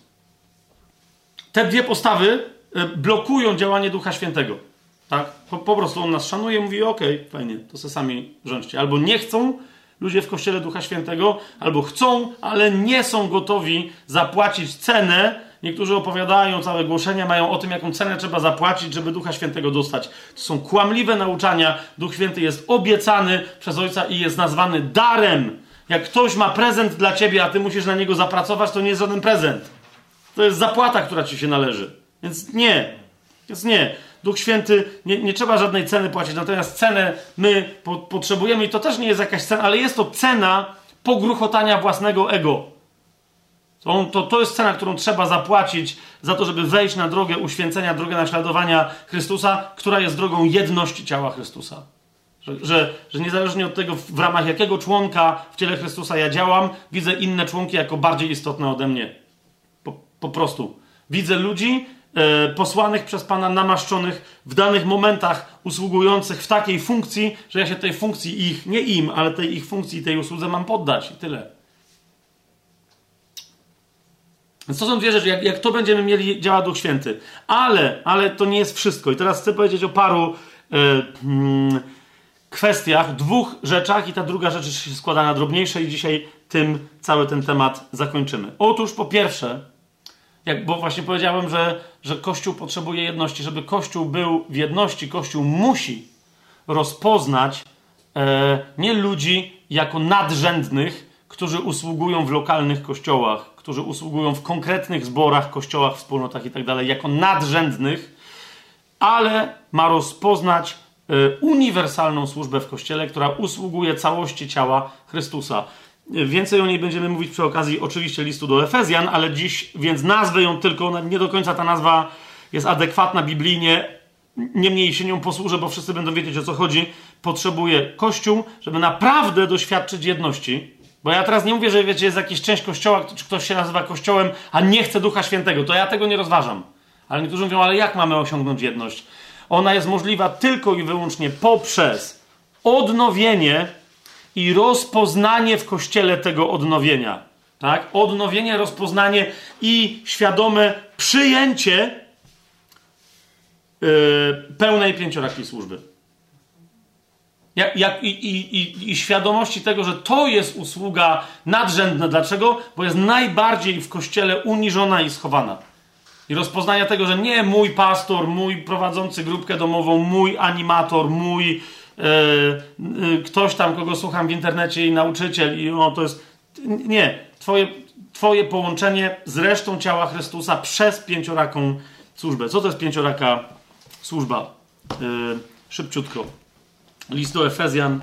te dwie postawy blokują działanie Ducha Świętego. Tak? Po prostu on nas szanuje, mówi, okej, fajnie, to se sami rządźcie. Albo nie chcą ludzie w Kościele Ducha Świętego, albo chcą, ale nie są gotowi zapłacić cenę. Niektórzy opowiadają, całe głoszenia mają o tym, jaką cenę trzeba zapłacić, żeby Ducha Świętego dostać. To są kłamliwe nauczania. Duch Święty jest obiecany przez Ojca i jest nazwany darem. Jak ktoś ma prezent dla ciebie, a ty musisz na niego zapracować, to nie jest żaden prezent. To jest zapłata, która ci się należy. Więc nie. Duch Święty, nie trzeba żadnej ceny płacić, natomiast cenę my potrzebujemy i to też nie jest jakaś cena, ale jest to cena pogruchotania własnego ego. To jest cena, którą trzeba zapłacić za to, żeby wejść na drogę uświęcenia, drogę naśladowania Chrystusa, która jest drogą jedności ciała Chrystusa. Że niezależnie od tego, w ramach jakiego członka w ciele Chrystusa ja działam, widzę inne członki jako bardziej istotne ode mnie. Po prostu. Widzę ludzi posłanych przez Pana, namaszczonych w danych momentach, usługujących w takiej funkcji, że ja się tej funkcji ale tej ich funkcji, tej usłudze mam poddać i tyle. Więc to są dwie rzeczy, jak to będziemy mieli, działa Duch Święty. Ale to nie jest wszystko. I teraz chcę powiedzieć o paru kwestiach, dwóch rzeczach i ta druga rzecz się składa na drobniejsze i dzisiaj tym cały ten temat zakończymy. Otóż po pierwsze, bo właśnie powiedziałem, że Kościół potrzebuje jedności. Żeby Kościół był w jedności, Kościół musi rozpoznać nie ludzi jako nadrzędnych, którzy usługują w lokalnych kościołach, którzy usługują w konkretnych zborach, kościołach, wspólnotach i tak dalej, jako nadrzędnych ale ma rozpoznać uniwersalną służbę w Kościele, która usługuje całości ciała Chrystusa. Więcej o niej będziemy mówić przy okazji oczywiście listu do Efezjan, ale dziś więc nazwę ją tylko, nie do końca ta nazwa jest adekwatna biblijnie, niemniej się nią posłużę, bo wszyscy będą wiedzieć, o co chodzi. Potrzebuje Kościół, żeby naprawdę doświadczyć jedności. Bo ja teraz nie mówię, że wiecie, jest jakaś część Kościoła, czy ktoś się nazywa Kościołem, a nie chce Ducha Świętego. To ja tego nie rozważam. Ale niektórzy mówią, ale jak mamy osiągnąć jedność? Ona jest możliwa tylko i wyłącznie poprzez odnowienie i rozpoznanie w Kościele tego odnowienia. Tak? Odnowienie, rozpoznanie i świadome przyjęcie pełnej pięciorakiej służby. I świadomości tego, że to jest usługa nadrzędna. Dlaczego? Bo jest najbardziej w Kościele uniżona i schowana. I rozpoznania tego, że nie mój pastor, mój prowadzący grupkę domową, mój animator, mój ktoś tam, kogo słucham w internecie i nauczyciel i to jest... Nie. Twoje połączenie z resztą ciała Chrystusa przez pięcioraką służbę. Co to jest pięcioraka służba? Szybciutko. List do Efezjan,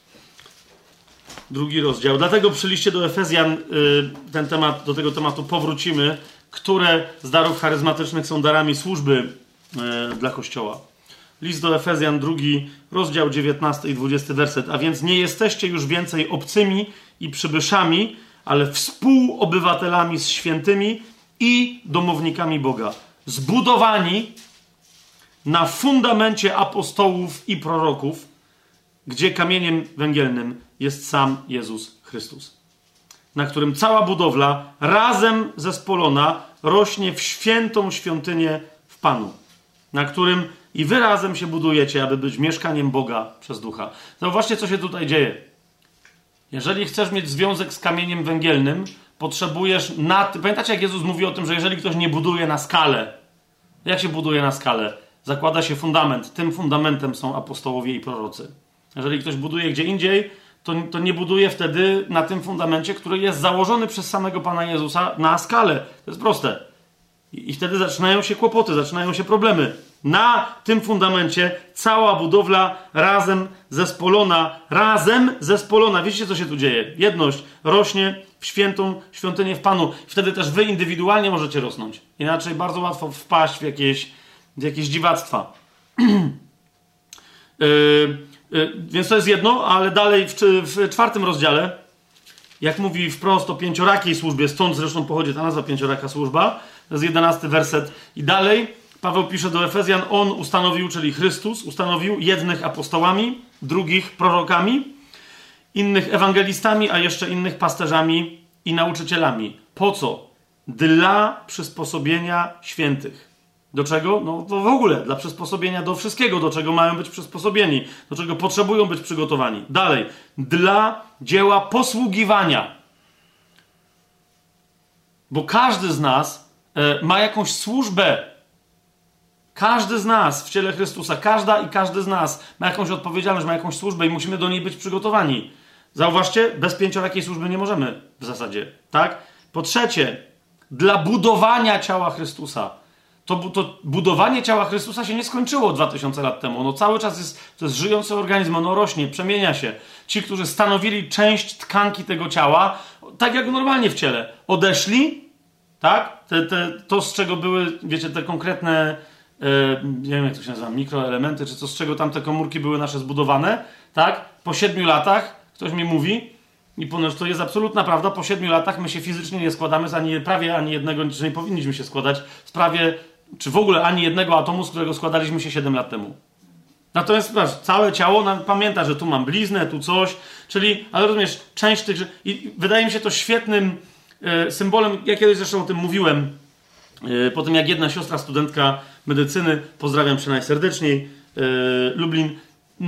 2 rozdział. Dlatego przy liście do Efezjan do tego tematu powrócimy, które z darów charyzmatycznych są darami służby dla Kościoła. List do Efezjan, 2 rozdział, 19 i 20 werset. A więc nie jesteście już więcej obcymi i przybyszami, ale współobywatelami z świętymi i domownikami Boga. Zbudowani na fundamencie apostołów i proroków, gdzie kamieniem węgielnym jest sam Jezus Chrystus, na którym cała budowla razem zespolona rośnie w świętą świątynię w Panu, na którym i wy razem się budujecie, aby być mieszkaniem Boga przez Ducha. Zauważcie, co się tutaj dzieje. Jeżeli chcesz mieć związek z kamieniem węgielnym, potrzebujesz... Pamiętacie, jak Jezus mówi o tym, że jeżeli ktoś nie buduje na skalę, jak się buduje na skalę? Zakłada się fundament. Tym fundamentem są apostołowie i prorocy. Jeżeli ktoś buduje gdzie indziej, to nie buduje wtedy na tym fundamencie, który jest założony przez samego Pana Jezusa na skalę. To jest proste. I wtedy zaczynają się kłopoty, zaczynają się problemy. Na tym fundamencie cała budowla razem zespolona. Wiecie, co się tu dzieje? Jedność rośnie w świętą świątynię w Panu. Wtedy też wy indywidualnie możecie rosnąć. Inaczej bardzo łatwo wpaść w jakieś dziwactwa. Więc to jest jedno, ale dalej w 4 rozdziale, jak mówi wprost o pięciorakiej służbie, stąd zresztą pochodzi ta nazwa pięcioraka służba, to jest 11 werset i dalej Paweł pisze do Efezjan, on ustanowił, czyli Chrystus, ustanowił jednych apostołami, drugich prorokami, innych ewangelistami, a jeszcze innych pasterzami i nauczycielami. Po co? Dla przysposobienia świętych. Do czego? No to w ogóle, dla przysposobienia do wszystkiego, do czego mają być przysposobieni, do czego potrzebują być przygotowani. Dalej, dla dzieła posługiwania. Bo każdy z nas ma jakąś służbę. Każdy z nas w ciele Chrystusa, każdy z nas ma jakąś odpowiedzialność, ma jakąś służbę i musimy do niej być przygotowani. Zauważcie, bez pięciorakiej służby nie możemy w zasadzie, tak? Po trzecie, dla budowania ciała Chrystusa. To budowanie ciała Chrystusa się nie skończyło 2000 lat temu. Ono cały czas to jest żyjący organizm, ono rośnie, przemienia się. Ci, którzy stanowili część tkanki tego ciała, tak jak normalnie w ciele, odeszli, tak? To, z czego były, wiecie, te konkretne, nie wiem jak to się nazywa, mikroelementy, czy co, z czego tam te komórki były nasze zbudowane, tak? Po 7 latach, ktoś mi mówi, i ponieważ to jest absolutna prawda, po 7 latach my się fizycznie nie składamy z prawie ani jednego, czy nie powinniśmy się składać z prawie, czy w ogóle ani jednego atomu, z którego składaliśmy się 7 lat temu. Natomiast całe ciało pamięta, że tu mam bliznę, tu coś, czyli, ale rozumiesz, część tych... I wydaje mi się to świetnym symbolem, ja kiedyś zresztą o tym mówiłem, po tym jak jedna siostra, studentka medycyny, pozdrawiam się najserdeczniej, Lublin,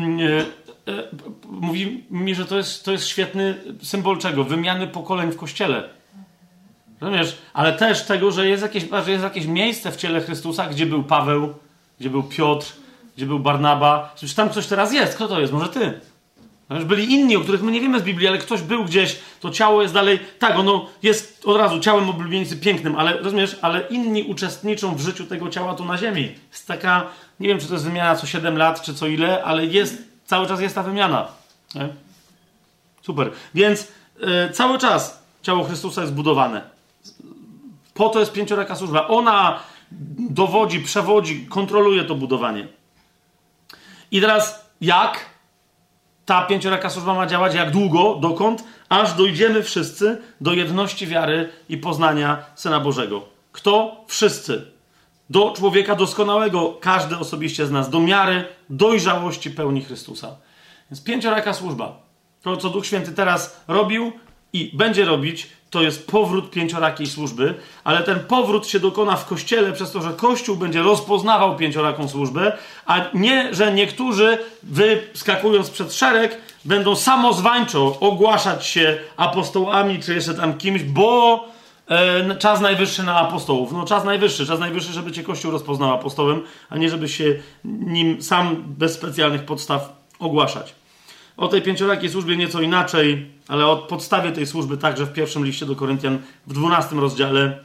mówi mi, że to jest świetny symbol czego? Wymiany pokoleń w Kościele. Rozumiesz? Ale też tego, że jest jakieś miejsce w ciele Chrystusa, gdzie był Paweł, gdzie był Piotr, gdzie był Barnaba. Przecież tam coś teraz jest. Kto to jest? Może ty. Byli inni, o których my nie wiemy z Biblii, ale ktoś był gdzieś, to ciało jest dalej, tak, ono jest od razu ciałem oblubienicy pięknym, ale rozumiesz, ale inni uczestniczą w życiu tego ciała tu na ziemi. Jest taka, nie wiem, czy to jest wymiana co 7 lat, czy co ile, ale cały czas jest ta wymiana. Nie? Super. Więc cały czas ciało Chrystusa jest budowane. Po to jest pięcioraka służba. Ona dowodzi, przewodzi, kontroluje to budowanie. I teraz jak ta pięcioraka służba ma działać? Jak długo? Dokąd? Aż dojdziemy wszyscy do jedności wiary i poznania Syna Bożego. Kto? Wszyscy. Do człowieka doskonałego, każdy osobiście z nas, do miary dojrzałości pełni Chrystusa. Więc pięcioraka służba. To, co Duch Święty teraz robił i będzie robić, to jest powrót pięciorakiej służby, ale ten powrót się dokona w Kościele przez to, że Kościół będzie rozpoznawał pięcioraką służbę, a nie, że niektórzy, wyskakując przed szereg, będą samozwańczo ogłaszać się apostołami, czy jeszcze tam kimś, bo czas najwyższy na apostołów. No czas najwyższy, żeby cię Kościół rozpoznał apostołem, a nie żeby się nim sam bez specjalnych podstaw ogłaszać. O tej pięciorakiej służbie nieco inaczej, ale o podstawie tej służby także w pierwszym liście do Koryntian w 12 rozdziale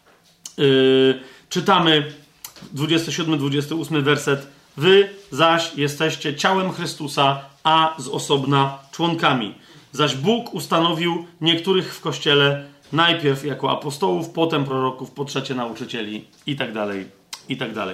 czytamy 27-28 werset. Wy zaś jesteście ciałem Chrystusa, a z osobna członkami. Zaś Bóg ustanowił niektórych w Kościele najpierw jako apostołów, potem proroków, po trzecie nauczycieli i tak dalej, i tak dalej.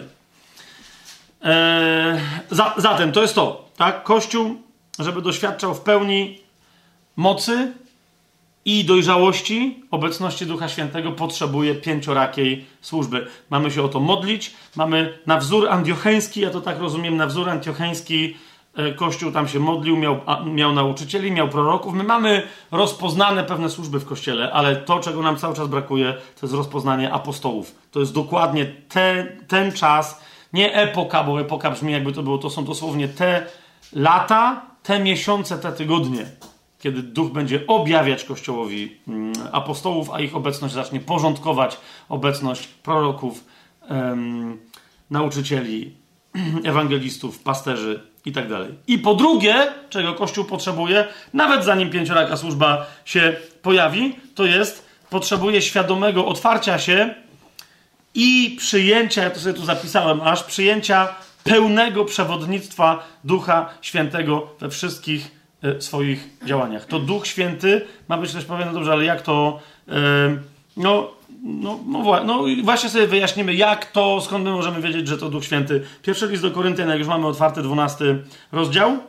Zatem to jest to, tak? Kościół, żeby doświadczał w pełni mocy i dojrzałości obecności Ducha Świętego, potrzebuje pięciorakiej służby. Mamy się o to modlić, mamy na wzór antiocheński, ja to tak rozumiem, na wzór antiocheński Kościół tam się modlił, miał nauczycieli, miał proroków. My mamy rozpoznane pewne służby w Kościele, ale to, czego nam cały czas brakuje, to jest rozpoznanie apostołów. To jest dokładnie ten czas, nie epoka, bo epoka brzmi jakby to było, to są dosłownie te lata, te miesiące, te tygodnie, kiedy Duch będzie objawiać Kościołowi apostołów, a ich obecność zacznie porządkować obecność proroków, nauczycieli, ewangelistów, pasterzy i tak dalej. I po drugie, czego Kościół potrzebuje, nawet zanim pięcioraka służba się pojawi, to jest, potrzebuje świadomego otwarcia się i przyjęcia, ja to sobie tu zapisałem, aż przyjęcia pełnego przewodnictwa Ducha Świętego we wszystkich swoich działaniach. To Duch Święty ma być, też powiem, no dobrze, ale jak to... No właśnie sobie wyjaśnimy, jak to, skąd my możemy wiedzieć, że to Duch Święty. Pierwszy list do Koryntian, jak już mamy otwarty 12 rozdział.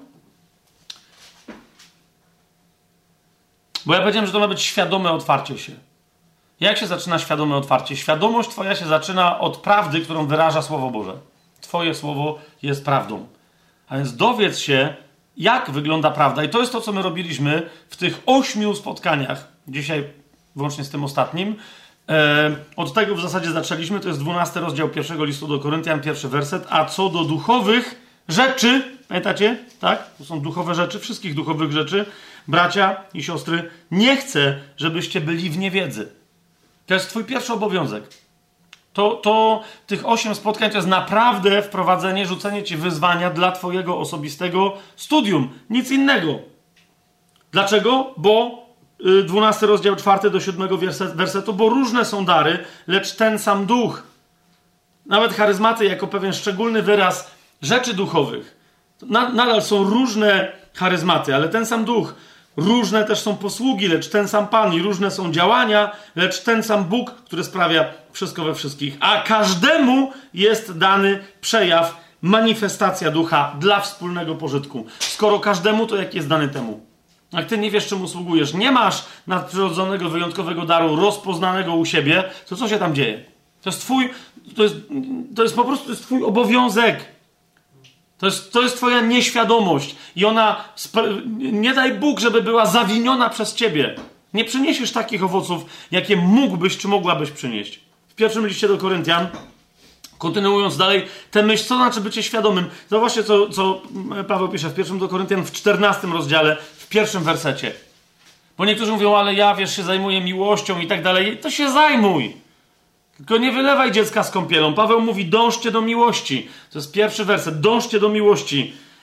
Bo ja powiedziałem, że to ma być świadome otwarcie się. Jak się zaczyna świadome otwarcie? Świadomość twoja się zaczyna od prawdy, którą wyraża Słowo Boże. Twoje Słowo jest prawdą. A więc dowiedz się, jak wygląda prawda. I to jest to, co my robiliśmy w tych 8 spotkaniach. Dzisiaj włącznie z tym ostatnim. Od tego w zasadzie zaczęliśmy. To jest 12 rozdział pierwszego listu do Koryntian, pierwszy werset. A co do duchowych rzeczy, pamiętacie? Tak? To są duchowe rzeczy, wszystkich duchowych rzeczy. Bracia i siostry, nie chcę, żebyście byli w niewiedzy. To jest twój pierwszy obowiązek. Tych 8 spotkań to jest naprawdę wprowadzenie, rzucenie ci wyzwania dla twojego osobistego studium. Nic innego. Dlaczego? Bo 12 rozdział 4 do 7 wersetu, bo różne są dary, lecz ten sam duch. Nawet charyzmaty jako pewien szczególny wyraz rzeczy duchowych. Nadal są różne charyzmaty, ale ten sam duch. Różne też są posługi, lecz ten sam Pan. I różne są działania, lecz ten sam Bóg, który sprawia wszystko we wszystkich. A każdemu jest dany przejaw, manifestacja ducha dla wspólnego pożytku. Skoro każdemu, to jaki jest dany temu? Jak ty nie wiesz, czym usługujesz, nie masz nadprzyrodzonego, wyjątkowego daru rozpoznanego u siebie, to co się tam dzieje? To jest po prostu twój obowiązek. To jest twoja nieświadomość. I ona, nie daj Bóg, żeby była zawiniona przez ciebie. Nie przyniesiesz takich owoców, jakie mógłbyś, czy mogłabyś przynieść. W pierwszym liście do Koryntian, kontynuując dalej tę myśl, co znaczy bycie świadomym. Zobaczcie, co Paweł pisze w pierwszym do Koryntian w 14 rozdziale, w pierwszym wersecie. Bo niektórzy mówią, ale ja, wiesz, się zajmuję miłością i tak dalej. To się zajmuj. Tylko nie wylewaj dziecka z kąpielą. Paweł mówi, dążcie do miłości. To jest pierwszy werset. Dążcie do miłości.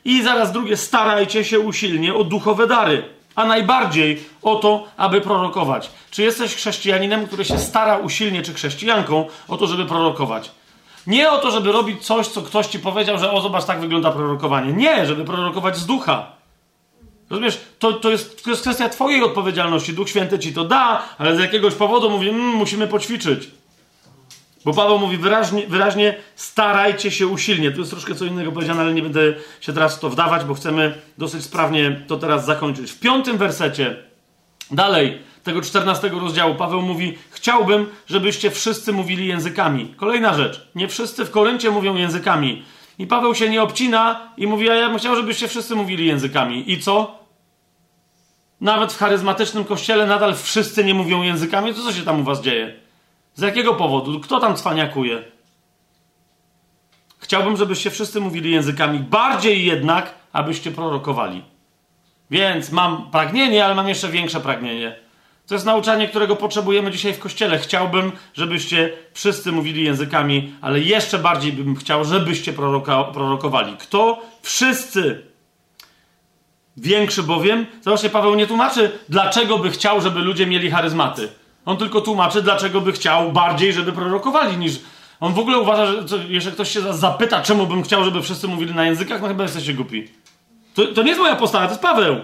I zaraz drugie, starajcie się usilnie o duchowe dary, a najbardziej o to, aby prorokować. Czy jesteś chrześcijaninem, który się stara usilnie, czy chrześcijanką o to, żeby prorokować? Nie o to, żeby robić coś, co ktoś ci powiedział, że o, zobacz, tak wygląda prorokowanie. Nie, żeby prorokować z ducha. Rozumiesz? To jest kwestia twojej odpowiedzialności. Duch Święty ci to da, ale z jakiegoś powodu mówi, musimy poćwiczyć. Bo Paweł mówi wyraźnie, starajcie się usilnie. Tu jest troszkę co innego powiedziane, ale nie będę się teraz w to wdawać, bo chcemy dosyć sprawnie to teraz zakończyć. W 5. wersecie, dalej, tego 14 rozdziału, Paweł mówi, chciałbym, żebyście wszyscy mówili językami. Kolejna rzecz. Nie wszyscy w Koryncie mówią językami. I Paweł się nie obcina i mówi, a ja bym chciał, żebyście wszyscy mówili językami. I co? Nawet w charyzmatycznym kościele nadal wszyscy nie mówią językami. To co się tam u was dzieje? Z jakiego powodu? Kto tam cwaniakuje? Chciałbym, żebyście wszyscy mówili językami. Bardziej jednak, abyście prorokowali. Więc mam pragnienie, ale mam jeszcze większe pragnienie. To jest nauczanie, którego potrzebujemy dzisiaj w Kościele. Chciałbym, żebyście wszyscy mówili językami, ale jeszcze bardziej bym chciał, żebyście prorokowali. Kto? Wszyscy. Większy bowiem, zobaczcie, Paweł nie tłumaczy, dlaczego by chciał, żeby ludzie mieli charyzmaty. On tylko tłumaczy, dlaczego by chciał bardziej, żeby prorokowali, niż... On w ogóle uważa, że jeszcze ktoś się zapyta, czemu bym chciał, żeby wszyscy mówili na językach, no chyba jesteście głupi. To nie jest moja postawa, to jest Paweł.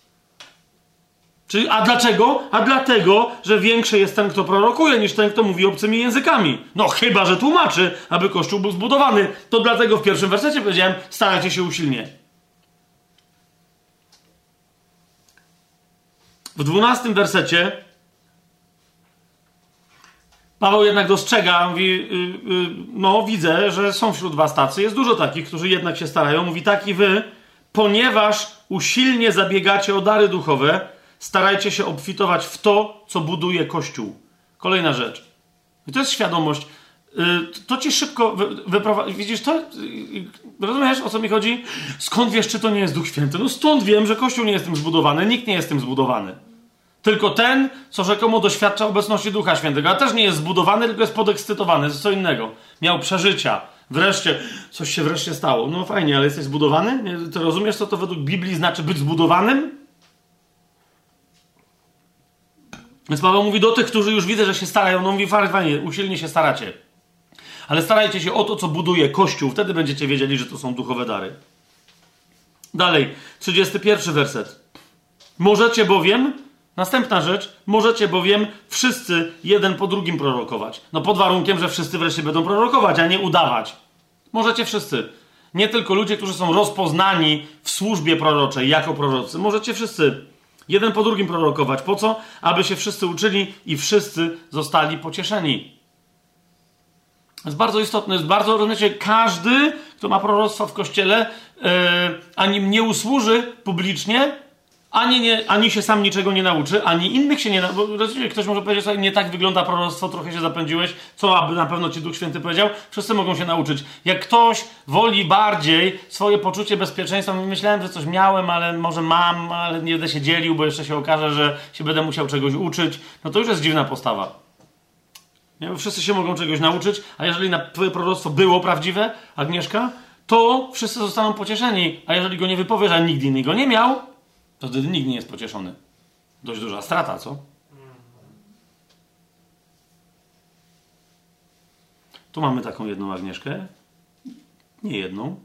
A dlaczego? A dlatego, że większy jest ten, kto prorokuje, niż ten, kto mówi obcymi językami. No chyba, że tłumaczy, aby Kościół był zbudowany. To dlatego w 1. wersecie powiedziałem, starajcie się usilnie. W 12. wersecie Paweł jednak dostrzega, mówi, no widzę, że są wśród was tacy, jest dużo takich, którzy jednak się starają. Mówi, tak i wy, ponieważ usilnie zabiegacie o dary duchowe, starajcie się obfitować w to, co buduje Kościół. Kolejna rzecz. I to jest świadomość. To ci szybko wyprowadzi. Widzisz to? Rozumiesz, o co mi chodzi? Skąd wiesz, czy to nie jest Duch Święty? No stąd wiem, że Kościół nie jest tym zbudowany. Nikt nie jest tym zbudowany. Tylko ten, co rzekomo doświadcza obecności Ducha Świętego. A też nie jest zbudowany, tylko jest podekscytowany. To jest co innego. Miał przeżycia. Wreszcie, coś się wreszcie stało. No fajnie, ale jesteś zbudowany? Ty rozumiesz, co to według Biblii znaczy być zbudowanym? Więc Paweł mówi do tych, którzy już widzę, że się starają. No mówi, fajnie, usilnie się staracie. Ale starajcie się o to, co buduje Kościół. Wtedy będziecie wiedzieli, że to są duchowe dary. Dalej, 31 werset. Możecie bowiem, następna rzecz, możecie bowiem wszyscy jeden po drugim prorokować. No pod warunkiem, że wszyscy wreszcie będą prorokować, a nie udawać. Możecie wszyscy. Nie tylko ludzie, którzy są rozpoznani w służbie proroczej jako prorocy. Możecie wszyscy jeden po drugim prorokować. Po co? Aby się wszyscy uczyli i wszyscy zostali pocieszeni. To jest bardzo istotne. Jest bardzo, rozumiecie, każdy, kto ma proroctwo w Kościele, ani nie usłuży publicznie, ani się sam niczego nie nauczy, ani innych się nie nauczy. Bo ktoś może powiedzieć sobie, nie tak wygląda proroctwo, trochę się zapędziłeś, co aby na pewno ci Duch Święty powiedział. Wszyscy mogą się nauczyć. Jak ktoś woli bardziej swoje poczucie bezpieczeństwa, myślałem, że coś miałem, ale może mam, ale nie będę się dzielił, bo jeszcze się okaże, że się będę musiał czegoś uczyć, no to już jest dziwna postawa. Nie? Bo wszyscy się mogą czegoś nauczyć, a jeżeli twoje proroctwo było prawdziwe, Agnieszka, to wszyscy zostaną pocieszeni, a jeżeli go nie wypowiesz, a nigdy inny go nie miał, to wtedy nikt nie jest pocieszony. Dość duża strata, co? Tu mamy taką jedną Agnieszkę. Nie jedną.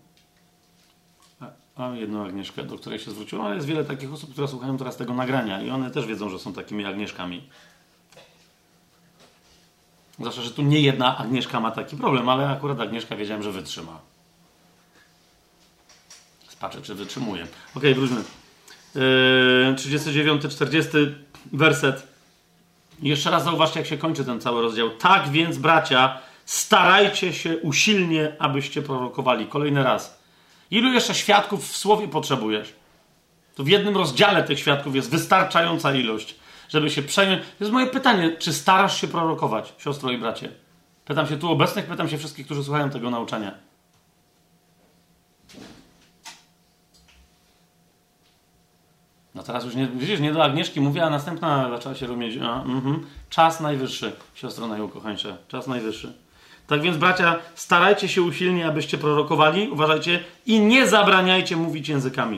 A jedną Agnieszkę, do której się zwróciłem, ale jest wiele takich osób, które słuchają teraz tego nagrania i one też wiedzą, że są takimi Agnieszkami. Zwłaszcza, że tu nie jedna Agnieszka ma taki problem, ale akurat Agnieszka wiedziałem, że wytrzyma. Patrzę, czy wytrzymuje. Okej, wróćmy. 39, 40 werset. Jeszcze raz zauważcie, jak się kończy ten cały rozdział. Tak więc, bracia, starajcie się usilnie, abyście prorokowali. Kolejny raz. Ilu jeszcze świadków w słowie potrzebujesz? To w jednym rozdziale tych świadków jest wystarczająca ilość, żeby się przejąć. To jest moje pytanie. Czy starasz się prorokować, siostro i bracie? Pytam się tu obecnych, pytam się wszystkich, którzy słuchają tego nauczania. No teraz już nie, widzisz, nie do Agnieszki mówię, a następna zaczęła się rumieć. Czas najwyższy, siostro najukochańsza. Czas najwyższy. Tak więc, bracia, starajcie się usilnie, abyście prorokowali, uważajcie, i nie zabraniajcie mówić językami.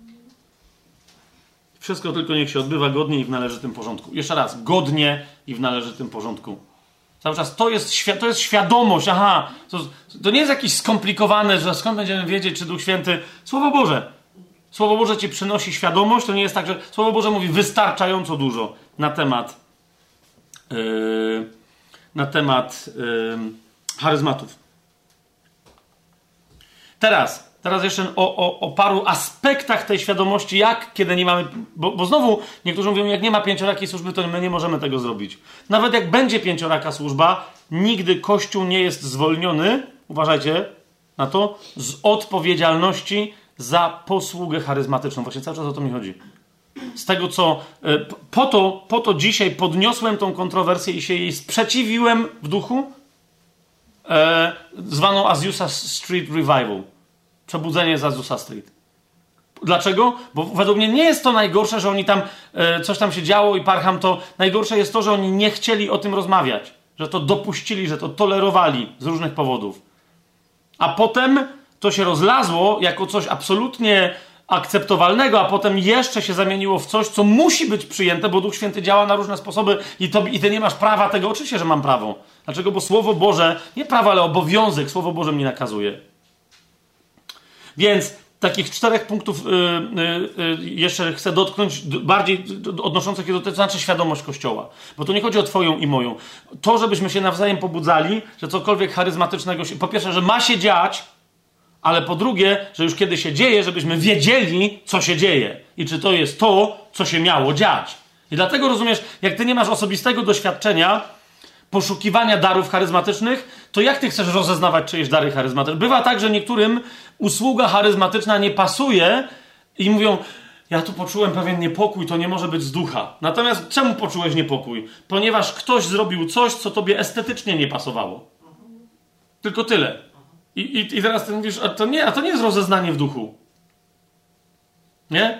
Wszystko tylko niech się odbywa godnie i w należytym porządku. Jeszcze raz, godnie i w należytym porządku. Cały czas to jest świadomość, to nie jest jakieś skomplikowane, że skąd będziemy wiedzieć, czy Duch Święty... Słowo Boże. Słowo Boże ci przynosi świadomość, to nie jest tak, że Słowo Boże mówi wystarczająco dużo na temat charyzmatów. Teraz jeszcze o paru aspektach tej świadomości, kiedy nie mamy... Bo znowu niektórzy mówią, jak nie ma pięciorakiej służby, to my nie możemy tego zrobić. Nawet jak będzie pięcioraka służba, nigdy Kościół nie jest zwolniony, uważajcie na to, z odpowiedzialności za posługę charyzmatyczną. Właśnie cały czas o to mi chodzi. Z tego, co... Po to dzisiaj podniosłem tą kontrowersję i się jej sprzeciwiłem w duchu, zwaną Azusa Street Revival. Przebudzenie z Azusa Street. Dlaczego? Bo według mnie nie jest to najgorsze, że oni tam coś tam się działo i Parham to... Najgorsze jest to, że oni nie chcieli o tym rozmawiać. Że to dopuścili, że to tolerowali z różnych powodów. A potem to się rozlazło jako coś absolutnie akceptowalnego, a potem jeszcze się zamieniło w coś, co musi być przyjęte, bo Duch Święty działa na różne sposoby i ty nie masz prawa tego. Oczywiście, że mam prawo. Dlaczego? Bo Słowo Boże, nie prawo, ale obowiązek, Słowo Boże mi nakazuje. Więc takich 4 punktów jeszcze chcę dotknąć, bardziej odnoszących się do tego, to znaczy świadomość Kościoła. Bo tu nie chodzi o twoją i moją. To, żebyśmy się nawzajem pobudzali, że cokolwiek charyzmatycznego się... Po pierwsze, że ma się dziać, ale po drugie, że już kiedy się dzieje, żebyśmy wiedzieli, co się dzieje. I czy to jest to, co się miało dziać. I dlatego rozumiesz, jak ty nie masz osobistego doświadczenia poszukiwania darów charyzmatycznych, to jak ty chcesz rozeznawać czyjeś dary charyzmatyczne? Bywa tak, że niektórym usługa charyzmatyczna nie pasuje i mówią, ja tu poczułem pewien niepokój, to nie może być z ducha. Natomiast czemu poczułeś niepokój? Ponieważ ktoś zrobił coś, co tobie estetycznie nie pasowało. Tylko tyle. I teraz ty mówisz, a to nie jest rozeznanie w duchu. Nie?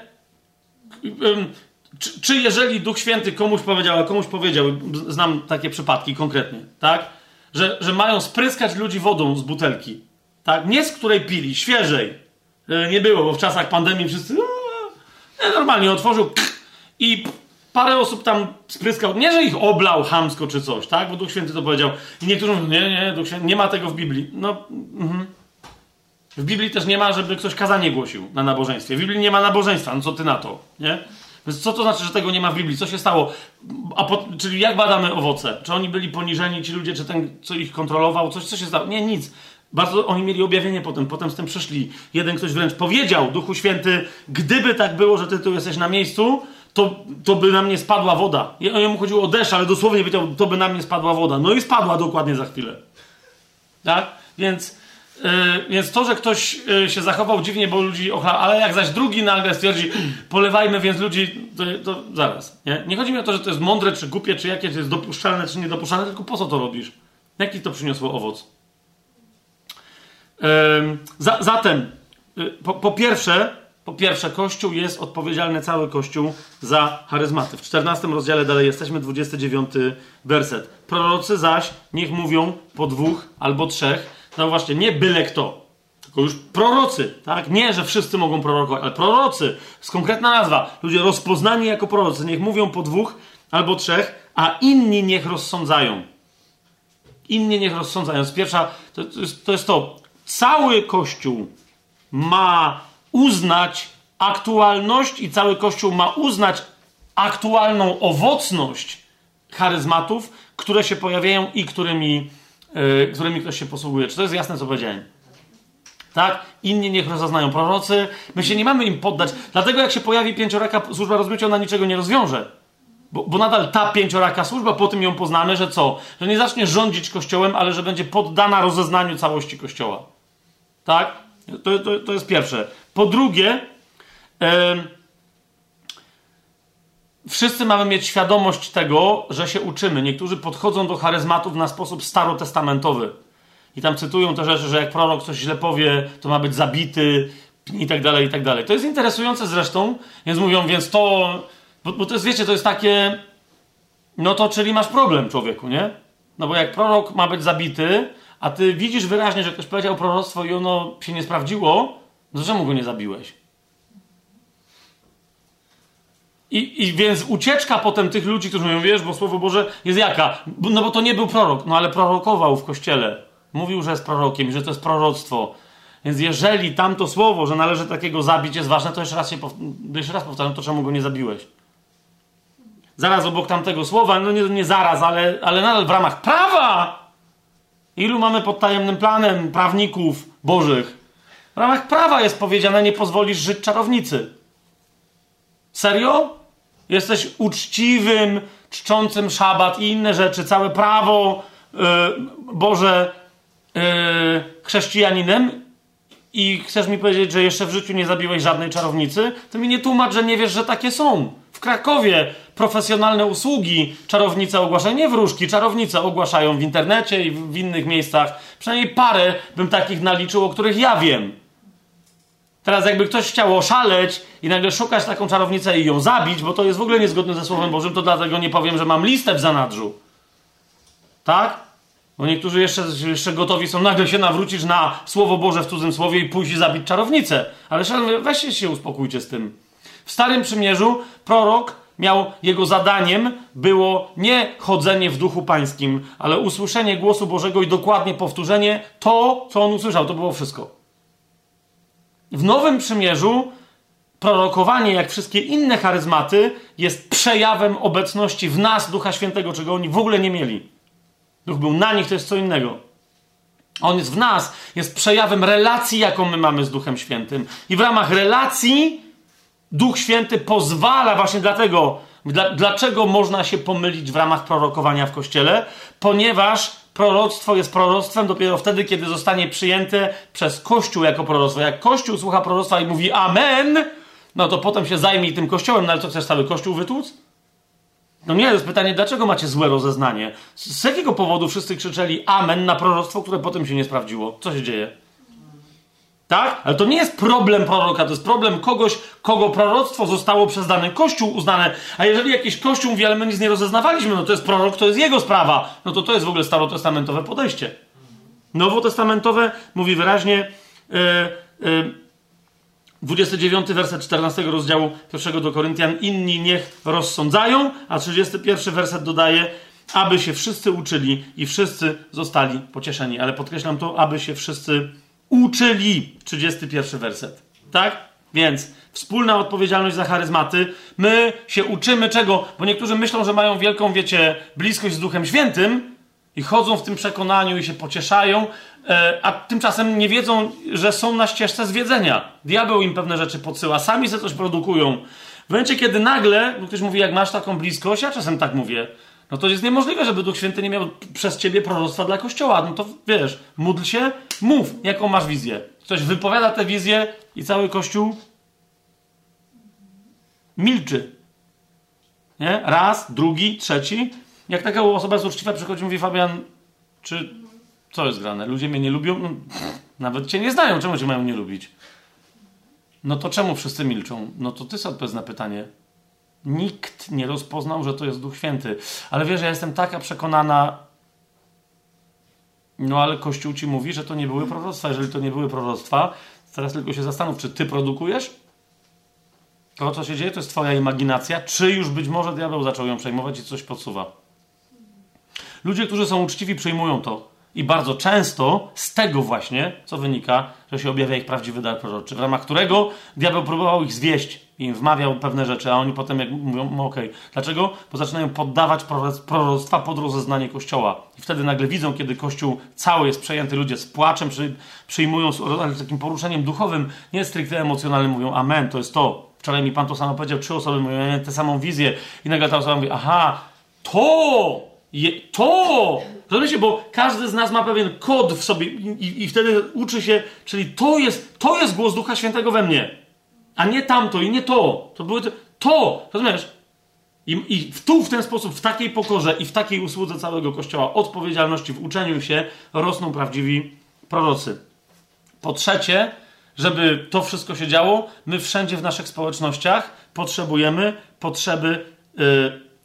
Czy jeżeli Duch Święty komuś powiedział, znam takie przypadki konkretnie, tak? Że mają spryskać ludzi wodą z butelki, tak? Nie z której pili, świeżej. Nie było, bo w czasach pandemii wszyscy normalnie otworzył i parę osób tam spryskał. Nie, że ich oblał chamsko czy coś, tak? Bo Duch Święty to powiedział. I niektórzy mówią, nie, Duch Święty, nie ma tego w Biblii. W Biblii też nie ma, żeby ktoś kazanie głosił na nabożeństwie. W Biblii nie ma nabożeństwa, no co ty na to, nie? Więc co to znaczy, że tego nie ma w Biblii? Co się stało? Czyli jak badamy owoce? Czy oni byli poniżeni, ci ludzie, czy ten, co ich kontrolował? Co się stało? Nie, nic. Bardzo oni mieli objawienie potem z tym przyszli. Jeden ktoś wręcz powiedział, Duchu Święty, gdyby tak było, że ty tu jesteś na miejscu, to by na mnie spadła woda. I jemu chodziło o deszcz, ale dosłownie powiedział, to by na mnie spadła woda. No i spadła dokładnie za chwilę. Tak? Więc to, że ktoś się zachował dziwnie, bo ludzi ale jak zaś drugi nagle stwierdzi, polewajmy więc ludzi, to zaraz. Nie chodzi mi o to, że to jest mądre, czy głupie, czy jakie, czy jest dopuszczalne, czy niedopuszczalne, tylko po co to robisz? Jaki to przyniosło owoc? Zatem, po pierwsze, Kościół jest odpowiedzialny, cały Kościół, za charyzmaty. W 14 rozdziale dalej jesteśmy, 29 werset. Prorocy zaś niech mówią po 2 albo 3. No właśnie, nie byle kto, tylko już prorocy, tak? Nie, że wszyscy mogą prorokować, ale prorocy, jest konkretna nazwa. Ludzie rozpoznani jako prorocy, niech mówią po 2 albo 3, a inni niech rozsądzają. Inni niech rozsądzają. Pierwsza, to jest to. Cały Kościół ma uznać aktualność i cały Kościół ma uznać aktualną owocność charyzmatów, które się pojawiają i którymi ktoś się posługuje. Czy to jest jasne, co powiedziałem? Tak? Inni niech rozeznają. Prorocy, my się nie mamy im poddać. Dlatego jak się pojawi 5-raka służba rozmycia, ona niczego nie rozwiąże. Bo nadal ta 5-raka służba, po tym ją poznamy, że co? Że nie zacznie rządzić Kościołem, ale że będzie poddana rozeznaniu całości Kościoła. Tak? To jest pierwsze. Po drugie, wszyscy mamy mieć świadomość tego, że się uczymy. Niektórzy podchodzą do charyzmatów na sposób starotestamentowy. I tam cytują te rzeczy, że jak prorok coś źle powie, to ma być zabity i tak dalej, i tak dalej. To jest interesujące zresztą, więc mówią, więc to... Bo to jest, wiecie, to jest takie... No to czyli masz problem, człowieku, nie? No bo jak prorok ma być zabity, a ty widzisz wyraźnie, że ktoś powiedział proroctwo i ono się nie sprawdziło, to czemu go nie zabiłeś? I więc ucieczka potem tych ludzi, którzy mówią, wiesz, bo Słowo Boże jest jaka? No bo to nie był prorok, no ale prorokował w Kościele. Mówił, że jest prorokiem, że to jest proroctwo. Więc jeżeli tamto słowo, że należy takiego zabić, jest ważne, to jeszcze raz powtarzam, to czemu go nie zabiłeś? Zaraz obok tamtego słowa, no nie zaraz, ale nadal w ramach prawa. Ilu mamy pod tajemnym planem prawników bożych? W ramach prawa jest powiedziane, nie pozwolisz żyć czarownicy. Serio? Jesteś uczciwym, czczącym szabat i inne rzeczy, całe prawo Boże chrześcijaninem i chcesz mi powiedzieć, że jeszcze w życiu nie zabiłeś żadnej czarownicy? To mi nie tłumacz, że nie wiesz, że takie są. W Krakowie profesjonalne usługi czarownice ogłaszają, nie wróżki, czarownice ogłaszają w internecie i w innych miejscach. Przynajmniej parę bym takich naliczył, o których ja wiem. Teraz jakby ktoś chciał oszaleć i nagle szukać taką czarownicę i ją zabić, bo to jest w ogóle niezgodne ze Słowem Bożym, to dlatego nie powiem, że mam listę w zanadrzu. Tak? Bo niektórzy jeszcze gotowi są nagle się nawrócić na Słowo Boże w cudzym słowie i pójść i zabić czarownicę. Ale weźcie się, uspokójcie z tym. W Starym Przymierzu prorok jego zadaniem było nie chodzenie w duchu pańskim, ale usłyszenie głosu Bożego i dokładnie powtórzenie to, co on usłyszał. To było wszystko. W Nowym Przymierzu prorokowanie, jak wszystkie inne charyzmaty, jest przejawem obecności w nas Ducha Świętego, czego oni w ogóle nie mieli. Duch był na nich, to jest co innego. On jest w nas, jest przejawem relacji, jaką my mamy z Duchem Świętym. I w ramach relacji Duch Święty pozwala właśnie dlatego, dlaczego można się pomylić w ramach prorokowania w Kościele? Ponieważ proroctwo jest proroctwem dopiero wtedy, kiedy zostanie przyjęte przez Kościół jako proroctwo. Jak Kościół słucha proroctwa i mówi amen, no to potem się zajmij tym Kościołem, no ale co, chcesz cały Kościół wytłuc? No nie, to jest pytanie, dlaczego macie złe rozeznanie? Z jakiego powodu wszyscy krzyczeli amen na proroctwo, które potem się nie sprawdziło? Co się dzieje? Tak? Ale to nie jest problem proroka, to jest problem kogoś, kogo proroctwo zostało przez dany Kościół uznane. A jeżeli jakiś Kościół mówi, ale my nic nie rozeznawaliśmy, no to jest prorok, to jest jego sprawa. No to jest w ogóle starotestamentowe podejście. Nowotestamentowe mówi wyraźnie 29 werset 14 rozdziału 1 do Koryntian, inni niech rozsądzają, a 31 werset dodaje, aby się wszyscy uczyli i wszyscy zostali pocieszeni. Ale podkreślam to, aby się wszyscy uczyli. 31 werset. Tak? Więc wspólna odpowiedzialność za charyzmaty. My się uczymy czego? Bo niektórzy myślą, że mają wielką, wiecie, bliskość z Duchem Świętym i chodzą w tym przekonaniu i się pocieszają, a tymczasem nie wiedzą, że są na ścieżce zwiedzenia. Diabeł im pewne rzeczy podsyła. Sami sobie coś produkują. W momencie, kiedy nagle ktoś mówi, jak masz taką bliskość, ja czasem tak mówię, no to jest niemożliwe, żeby Duch Święty nie miał przez ciebie proroctwa dla Kościoła. No to wiesz, módl się, mów, jaką masz wizję. Ktoś wypowiada tę wizję i cały Kościół milczy. Nie? Raz, drugi, trzeci. Jak taka osoba jest uczciwa, przychodzi i mówi, Fabian, co jest grane? Ludzie mnie nie lubią? No, nawet cię nie znają. Czemu cię mają nie lubić? No to czemu wszyscy milczą? No to ty sobie odpowiedz na pytanie. Nikt nie rozpoznał, że to jest Duch Święty. Ale wiesz, ja jestem taka przekonana, no ale Kościół ci mówi, że to nie były proroctwa. Jeżeli to nie były proroctwa, teraz tylko się zastanów, czy ty produkujesz? To, co się dzieje, to jest twoja imaginacja, czy już być może diabeł zaczął ją przejmować i coś podsuwa. Ludzie, którzy są uczciwi, przyjmują to. I bardzo często z tego właśnie, co wynika, że się objawia ich prawdziwy dar proroczy, w ramach którego diabeł próbował ich zwieść i im wmawiał pewne rzeczy, a oni potem jak mówią, no okej. Dlaczego? Bo zaczynają poddawać proroctwa pod rozeznanie Kościoła. I wtedy nagle widzą, kiedy Kościół cały jest przejęty, ludzie z płaczem przyjmują, z takim poruszeniem duchowym, nie stricte emocjonalnym, mówią amen, to jest to. Wczoraj mi Pan to samo powiedział, 3 osoby mówią tę samą wizję i nagle ta osoba mówi, aha, to! Rozumiecie, bo każdy z nas ma pewien kod w sobie i wtedy uczy się, czyli to jest głos Ducha Świętego we mnie, a nie tamto i nie to. To były to, rozumiesz? I w ten sposób, w takiej pokorze i w takiej usłudze całego Kościoła, odpowiedzialności w uczeniu się rosną prawdziwi prorocy. Po trzecie, żeby to wszystko się działo, my wszędzie w naszych społecznościach potrzebujemy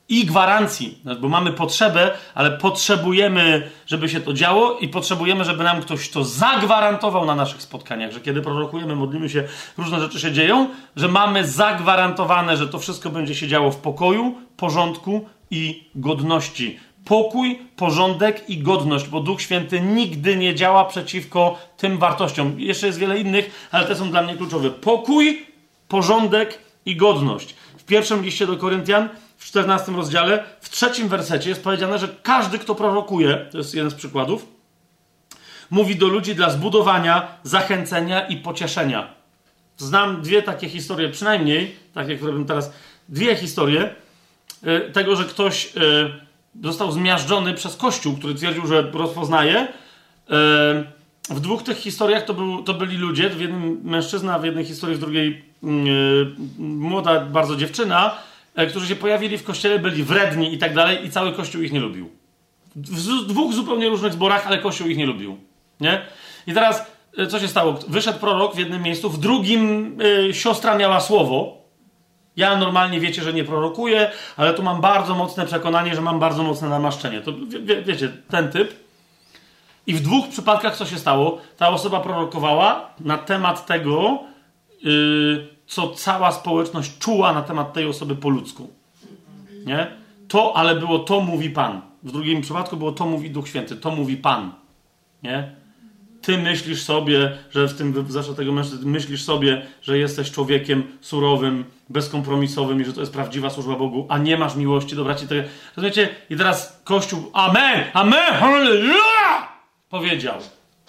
i gwarancji, bo mamy potrzebę, ale potrzebujemy, żeby się to działo i potrzebujemy, żeby nam ktoś to zagwarantował na naszych spotkaniach, że kiedy prorokujemy, modlimy się, różne rzeczy się dzieją, że mamy zagwarantowane, że to wszystko będzie się działo w pokoju, porządku i godności. Pokój, porządek i godność, bo Duch Święty nigdy nie działa przeciwko tym wartościom. Jeszcze jest wiele innych, ale te są dla mnie kluczowe. Pokój, porządek i godność. W pierwszym liście do Koryntian, w 14 rozdziale, w 3 wersecie jest powiedziane, że każdy, kto prorokuje, to jest jeden z przykładów, mówi do ludzi dla zbudowania, zachęcenia i pocieszenia. Znam 2 takie historie, przynajmniej, takie, które bym teraz... 2 historie tego, że ktoś został zmiażdżony przez Kościół, który twierdził, że rozpoznaje. W 2 tych historiach to byli ludzie, w jednym mężczyzna, w jednej historii, w drugiej młoda bardzo dziewczyna, którzy się pojawili w kościele, byli wredni i tak dalej i cały Kościół ich nie lubił. W 2 zupełnie różnych zborach, ale Kościół ich nie lubił. Nie? I teraz co się stało? Wyszedł prorok w jednym miejscu, w drugim siostra miała słowo. Ja normalnie wiecie, że nie prorokuję, ale tu mam bardzo mocne przekonanie, że mam bardzo mocne namaszczenie. To wiecie, ten typ. I w 2 przypadkach co się stało? Ta osoba prorokowała na temat tego, co cała społeczność czuła na temat tej osoby po ludzku. Nie? Ale było to mówi Pan. W drugim przypadku było to mówi Duch Święty. To mówi Pan. Nie? Ty myślisz sobie, że w tym, zawsze tego mężczyzny, myślisz sobie, że jesteś człowiekiem surowym, bezkompromisowym i że to jest prawdziwa służba Bogu, a nie masz miłości do braci. Rozumiecie? I teraz Kościół amen, amen, halleluja! Powiedział.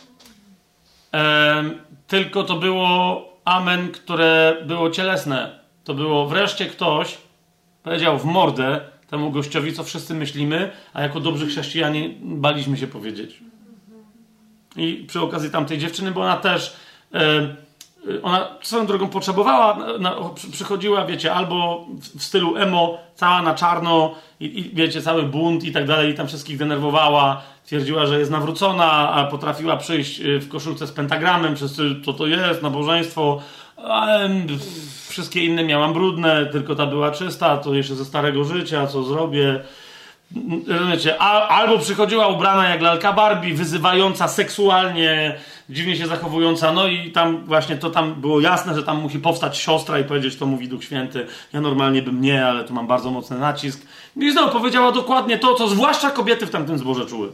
Tylko to było amen, które było cielesne. To było wreszcie ktoś powiedział w mordę temu gościowi, co wszyscy myślimy, a jako dobrzy chrześcijanie baliśmy się powiedzieć. I przy okazji tamtej dziewczyny, bo ona też ona swoją drogą potrzebowała, przychodziła, wiecie, albo w stylu emo, cała na czarno i wiecie, cały bunt i tak dalej, i tam wszystkich denerwowała, twierdziła, że jest nawrócona, a potrafiła przyjść w koszulce z pentagramem, wszyscy, co to jest, nabożeństwo, wszystkie inne miałam brudne, tylko ta była czysta, to jeszcze ze starego życia, co zrobię. Rozumiecie? Albo przychodziła ubrana jak lalka Barbie, wyzywająca seksualnie, dziwnie się zachowująca, no i tam właśnie to tam było jasne, że tam musi powstać siostra i powiedzieć, to mówi Duch Święty. Ja normalnie bym nie, ale tu mam bardzo mocny nacisk. I znowu powiedziała dokładnie to, co zwłaszcza kobiety w tamtym zborze czuły.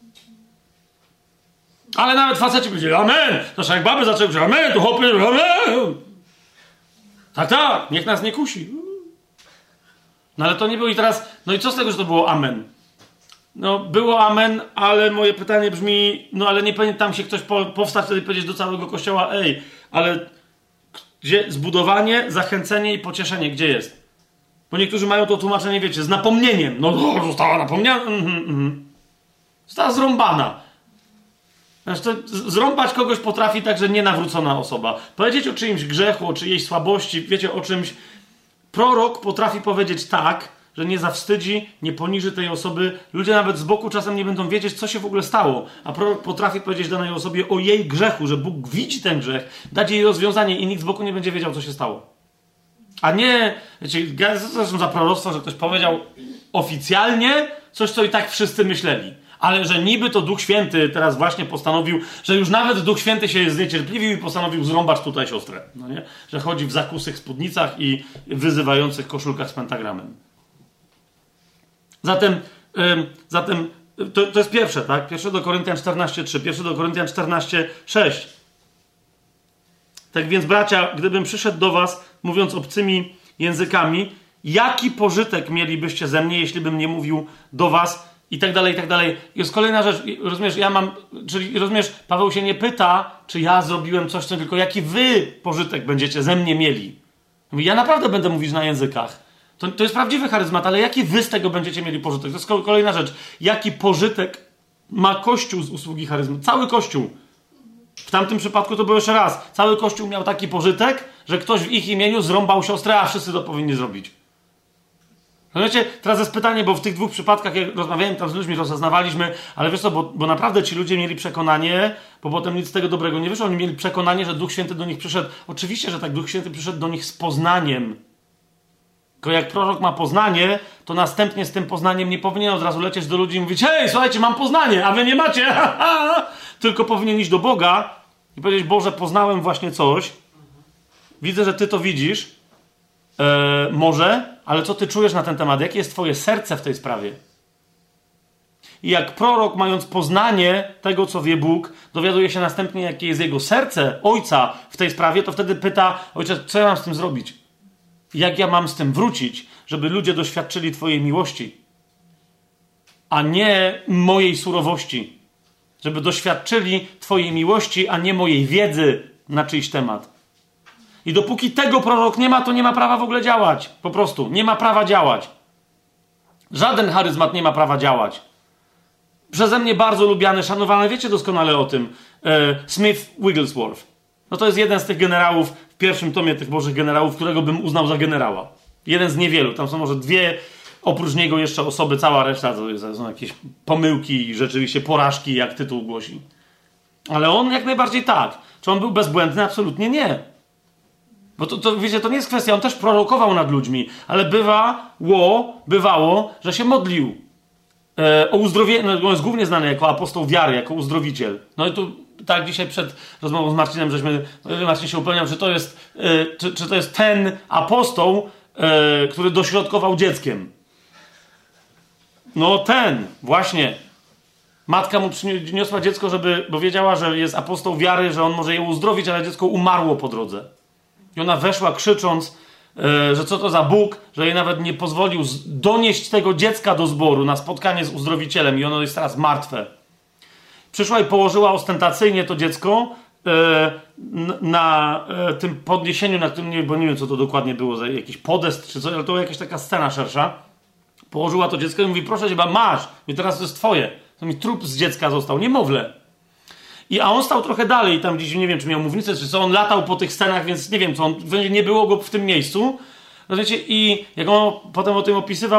Ale nawet faceci powiedzieli, amen! Zresztą jak baby zaczęły powiedzieć, amen, to chłopy, amen! Tak, niech nas nie kusi. No ale to nie było i teraz, no i co z tego, że to było amen? No było amen, ale moje pytanie brzmi, no ale nie powinien tam się ktoś powstać wtedy i powiedzieć do całego kościoła, ale gdzie zbudowanie, zachęcenie i pocieszenie, gdzie jest? Bo niektórzy mają to tłumaczenie, wiecie, z napomnieniem. No została napomniana, została zrąbana. Znaczy, zrąbać kogoś potrafi także nienawrócona osoba. Powiedzieć o czyimś grzechu, o czyjejś słabości, wiecie, o czymś. Prorok potrafi powiedzieć tak, że nie zawstydzi, nie poniży tej osoby. Ludzie nawet z boku czasem nie będą wiedzieć, co się w ogóle stało. A prorok potrafi powiedzieć danej osobie o jej grzechu, że Bóg widzi ten grzech, dać jej rozwiązanie i nikt z boku nie będzie wiedział, co się stało. A nie, wiecie, co są za proroctwo, że ktoś powiedział oficjalnie coś, co i tak wszyscy myśleli. Ale że niby to Duch Święty teraz właśnie postanowił, że już nawet Duch Święty się zniecierpliwił i postanowił zrąbać tutaj siostrę. No nie? Że chodzi w zakusych spódnicach i wyzywających koszulkach z pentagramem. Zatem to jest pierwsze, tak? 1 do Koryntian 14:3, 1 do Koryntian 14:6. Tak więc, bracia, gdybym przyszedł do was, mówiąc obcymi językami, jaki pożytek mielibyście ze mnie, jeśli bym nie mówił do was, i tak dalej, i tak dalej. Jest kolejna rzecz, rozumiesz, czyli rozumiesz, Paweł się nie pyta, czy ja zrobiłem coś, tylko jaki wy pożytek będziecie ze mnie mieli. Mówi, ja naprawdę będę mówić na językach. To jest prawdziwy charyzmat, ale jaki wy z tego będziecie mieli pożytek? To jest kolejna rzecz. Jaki pożytek ma Kościół z usługi charyzmu? Cały Kościół. W tamtym przypadku to było jeszcze raz. Cały Kościół miał taki pożytek, że ktoś w ich imieniu zrąbał siostrę, a wszyscy to powinni zrobić. No wiecie, teraz jest pytanie, bo w tych 2 przypadkach, jak rozmawiałem tam z ludźmi, rozeznawaliśmy, ale wiesz co, bo naprawdę ci ludzie mieli przekonanie, bo potem nic z tego dobrego nie wyszło, oni mieli przekonanie, że Duch Święty do nich przyszedł. Oczywiście, że tak, Duch Święty przyszedł do nich z poznaniem. Tylko jak prorok ma poznanie, to następnie z tym poznaniem nie powinien od razu lecieć do ludzi i mówić: hej, słuchajcie, mam poznanie, a wy nie macie. Tylko powinien iść do Boga i powiedzieć: Boże, poznałem właśnie coś, widzę, że ty to widzisz, może, ale co ty czujesz na ten temat? Jakie jest twoje serce w tej sprawie? I jak prorok, mając poznanie tego, co wie Bóg, dowiaduje się następnie, jakie jest jego serce, ojca w tej sprawie, to wtedy pyta: ojcze, co ja mam z tym zrobić? Jak ja mam z tym wrócić, żeby ludzie doświadczyli twojej miłości, a nie mojej surowości? Żeby doświadczyli twojej miłości, a nie mojej wiedzy na czyjś temat. I dopóki tego prorok nie ma, to nie ma prawa w ogóle działać. Po prostu. Nie ma prawa działać. Żaden charyzmat nie ma prawa działać. Przeze mnie bardzo lubiany, szanowany, wiecie doskonale o tym, Smith Wigglesworth. No to jest jeden z tych generałów, w pierwszym tomie tych bożych generałów, którego bym uznał za generała. Jeden z niewielu. Tam są może dwie, oprócz niego jeszcze osoby, cała reszta to są jakieś pomyłki i rzeczywiście porażki, jak tytuł głosi. Ale on jak najbardziej tak. Czy on był bezbłędny? Absolutnie nie. Bo to wiecie, to nie jest kwestia, on też prorokował nad ludźmi, ale bywało, że się modlił o uzdrowienie. No, on jest głównie znany jako apostoł wiary, jako uzdrowiciel. No i tu tak dzisiaj przed rozmową z Marcinem, Marcin się upewniał, czy to jest ten apostoł, który dośrodkował dzieckiem. No ten, właśnie. Matka mu przyniosła dziecko, bo wiedziała, że jest apostoł wiary, że on może je uzdrowić, ale dziecko umarło po drodze. I ona weszła krzycząc, że co to za Bóg, że jej nawet nie pozwolił donieść tego dziecka do zboru na spotkanie z uzdrowicielem i ono jest teraz martwe. Przyszła i położyła ostentacyjnie to dziecko na tym podniesieniu, na którym, bo nie wiem, co to dokładnie było, za jakiś podest czy coś, ale to jakaś taka scena szersza. Położyła to dziecko i mówi: proszę cię, masz, i teraz to jest twoje. To mi trup z dziecka został, niemowlę. A on stał trochę dalej, tam gdzieś, nie wiem, czy miał mównicę, czy co, on latał po tych scenach, więc nie wiem, co on, nie było go w tym miejscu. No wiecie, i jak on potem o tym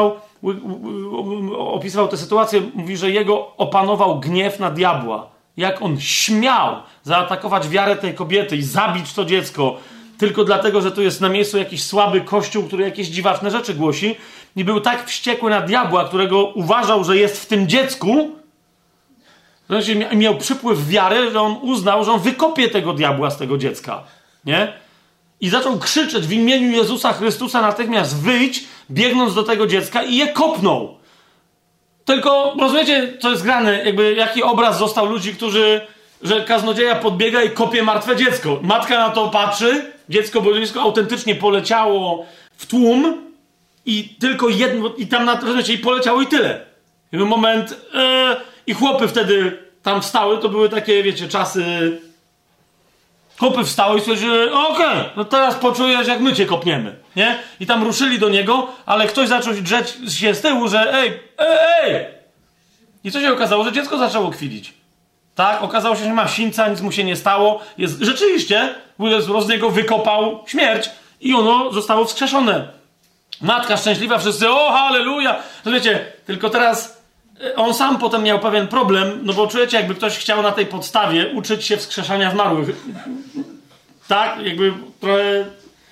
opisywał tę sytuację, mówi, że jego opanował gniew na diabła. Jak on śmiał zaatakować wiarę tej kobiety i zabić to dziecko, tylko dlatego, że tu jest na miejscu jakiś słaby kościół, który jakieś dziwaczne rzeczy głosi. I był tak wściekły na diabła, którego uważał, że jest w tym dziecku, że miał przypływ wiary, że on uznał, że on wykopie tego diabła z tego dziecka. Nie? I zaczął krzyczeć: w imieniu Jezusa Chrystusa natychmiast wyjdź, biegnąc do tego dziecka, i je kopnął. Tylko, rozumiecie, co jest grane? Jakby jaki obraz został ludzi, że kaznodzieja podbiega i kopie martwe dziecko. Matka na to patrzy, dziecko autentycznie poleciało w tłum i tylko jedno, i tam i poleciało i tyle. I był moment, i chłopy wtedy tam wstały, to były takie, wiecie, czasy. Chłopy wstały i stwierdziły: okej, no teraz poczujesz, jak my cię kopniemy, nie? I tam ruszyli do niego, ale ktoś zaczął drzeć się z tyłu, że ej! I co się okazało? Że dziecko zaczęło kwilić. Tak? Okazało się, że ma sińca, nic mu się nie stało. Rzeczywiście, z niego wykopał śmierć i ono zostało wskrzeszone. Matka szczęśliwa, wszyscy: o, halleluja! To wiecie, tylko teraz on sam potem miał pewien problem, no bo czujecie, jakby ktoś chciał na tej podstawie uczyć się wskrzeszania zmarłych. Tak? Jakby trochę...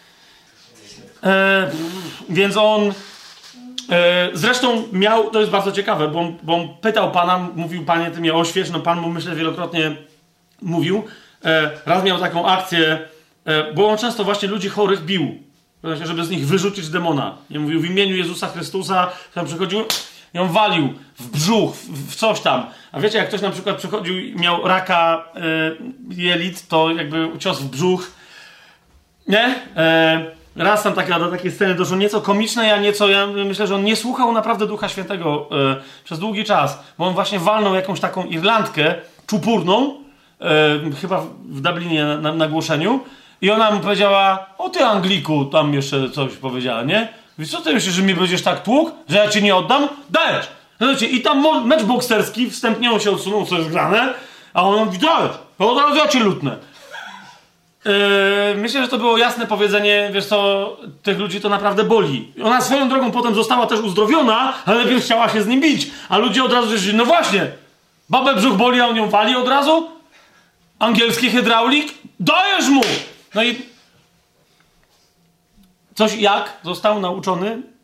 więc on... zresztą miał... To jest bardzo ciekawe, bo on pytał Pana, mówił: Panie, Ty mnie oświeć. No Pan mu, myślę, wielokrotnie mówił. Raz miał taką akcję, bo on często właśnie ludzi chorych bił, żeby z nich wyrzucić demona. I mówił: w imieniu Jezusa Chrystusa. Tam przychodził... I on walił w brzuch, w coś tam. A wiecie, jak ktoś na przykład przychodził i miał raka jelit, to jakby cios w brzuch. Nie? Raz tam do takiej sceny doszło, nieco komicznej, a nieco, ja myślę, że on nie słuchał naprawdę Ducha Świętego przez długi czas. Bo on właśnie walnął jakąś taką Irlandkę czupurną, chyba w Dublinie na głoszeniu. I ona mu powiedziała: o ty Angliku, tam jeszcze coś powiedziała, nie? Wiesz, co ty myślisz, że mi będziesz tak tłukł? Że ja cię nie oddam? Dajesz! Znaczy, i tam mecz bokserski, wstępnie on się odsunął, co jest grane, a on mówi: dajesz! Od razu ja cię lutnę. Myślę, że to było jasne powiedzenie, wiesz co, tych ludzi to naprawdę boli. Ona swoją drogą potem została też uzdrowiona, ale najpierw chciała się z nim bić. A ludzie od razu rzeczyli: no właśnie, babę brzuch boli, a on ją wali od razu? Angielski hydraulik? Dajesz mu! No i coś jak został nauczony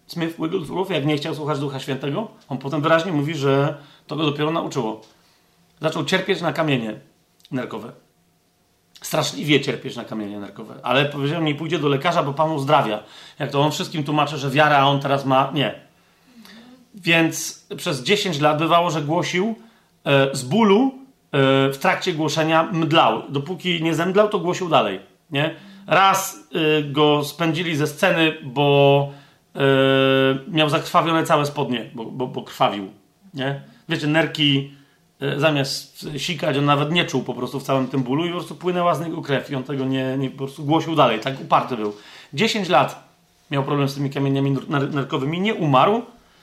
Smith Wigglesworth, jak nie chciał słuchać Ducha Świętego? On potem wyraźnie mówi, że to go dopiero nauczyło. Zaczął cierpieć na kamienie nerkowe. Straszliwie cierpieć na kamienie nerkowe. Ale powiedział, nie pójdzie do lekarza, bo Pan uzdrawia. Jak to on wszystkim tłumaczy, że wiara, a on teraz ma... Nie. Więc przez 10 lat bywało, że głosił z bólu w trakcie głoszenia mdlał. Dopóki nie zemdlał, to głosił dalej. Nie? Raz go spędzili ze sceny, bo miał zakrwawione całe spodnie, bo krwawił. Nie? Wiecie, nerki zamiast sikać, on nawet nie czuł po prostu w całym tym bólu i po prostu płynęła z niego krew i on tego nie po prostu głosił dalej. Tak uparty był. 10 lat miał problem z tymi kamieniami nerkowymi. Nie umarł.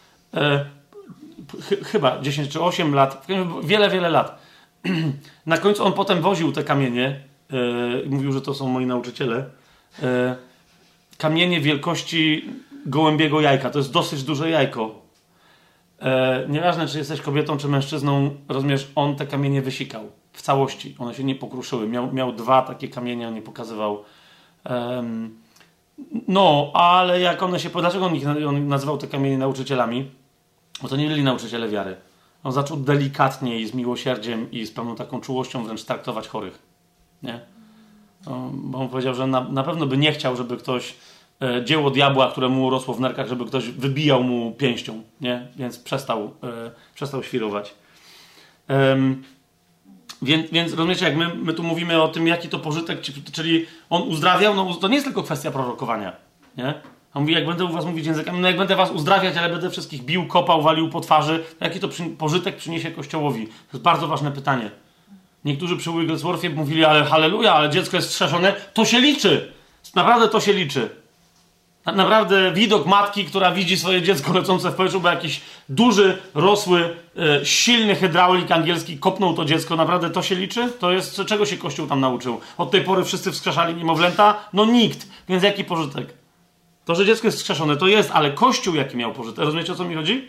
Chyba 10 czy 8 lat. Wiele, wiele lat. Na końcu on potem woził te kamienie. Mówił, że to są moi nauczyciele. Kamienie wielkości gołębiego jajka. To jest dosyć duże jajko. Nieważne, czy jesteś kobietą, czy mężczyzną, rozumiesz, on te kamienie wysikał. W całości. One się nie pokruszyły. Miał 2 takie kamienie, on je pokazywał. No, ale jak one się... Dlaczego on nazywał te kamienie nauczycielami? Bo to nie byli nauczyciele wiary. On zaczął delikatnie i z miłosierdziem i z pewną taką czułością wręcz traktować chorych. Nie? Bo on powiedział, że na pewno by nie chciał, żeby ktoś dzieło diabła, które mu urosło w nerkach, żeby ktoś wybijał mu pięścią. Nie? Więc przestał świrować. Więc rozumiecie, jak my tu mówimy o tym, jaki to pożytek, czyli on uzdrawiał, no to nie jest tylko kwestia prorokowania. Nie? On mówi, jak będę u was mówić językami, no jak będę was uzdrawiać, ale będę wszystkich bił, kopał, walił po twarzy, to jaki to pożytek przyniesie Kościołowi? To jest bardzo ważne pytanie. Niektórzy przy Wigglesworthie mówili, ale halleluja, ale dziecko jest wskrzeszone. To się liczy. Naprawdę to się liczy. Naprawdę widok matki, która widzi swoje dziecko lecące w powietrzu, bo jakiś duży, rosły, silny hydraulik angielski kopnął to dziecko. Naprawdę to się liczy? To jest, czego się Kościół tam nauczył? Od tej pory wszyscy wskrzeszali niemowlęta? No nikt. Więc jaki pożytek? To, że dziecko jest wskrzeszone, to jest, ale Kościół jaki miał pożytek? Rozumiecie, o co mi chodzi?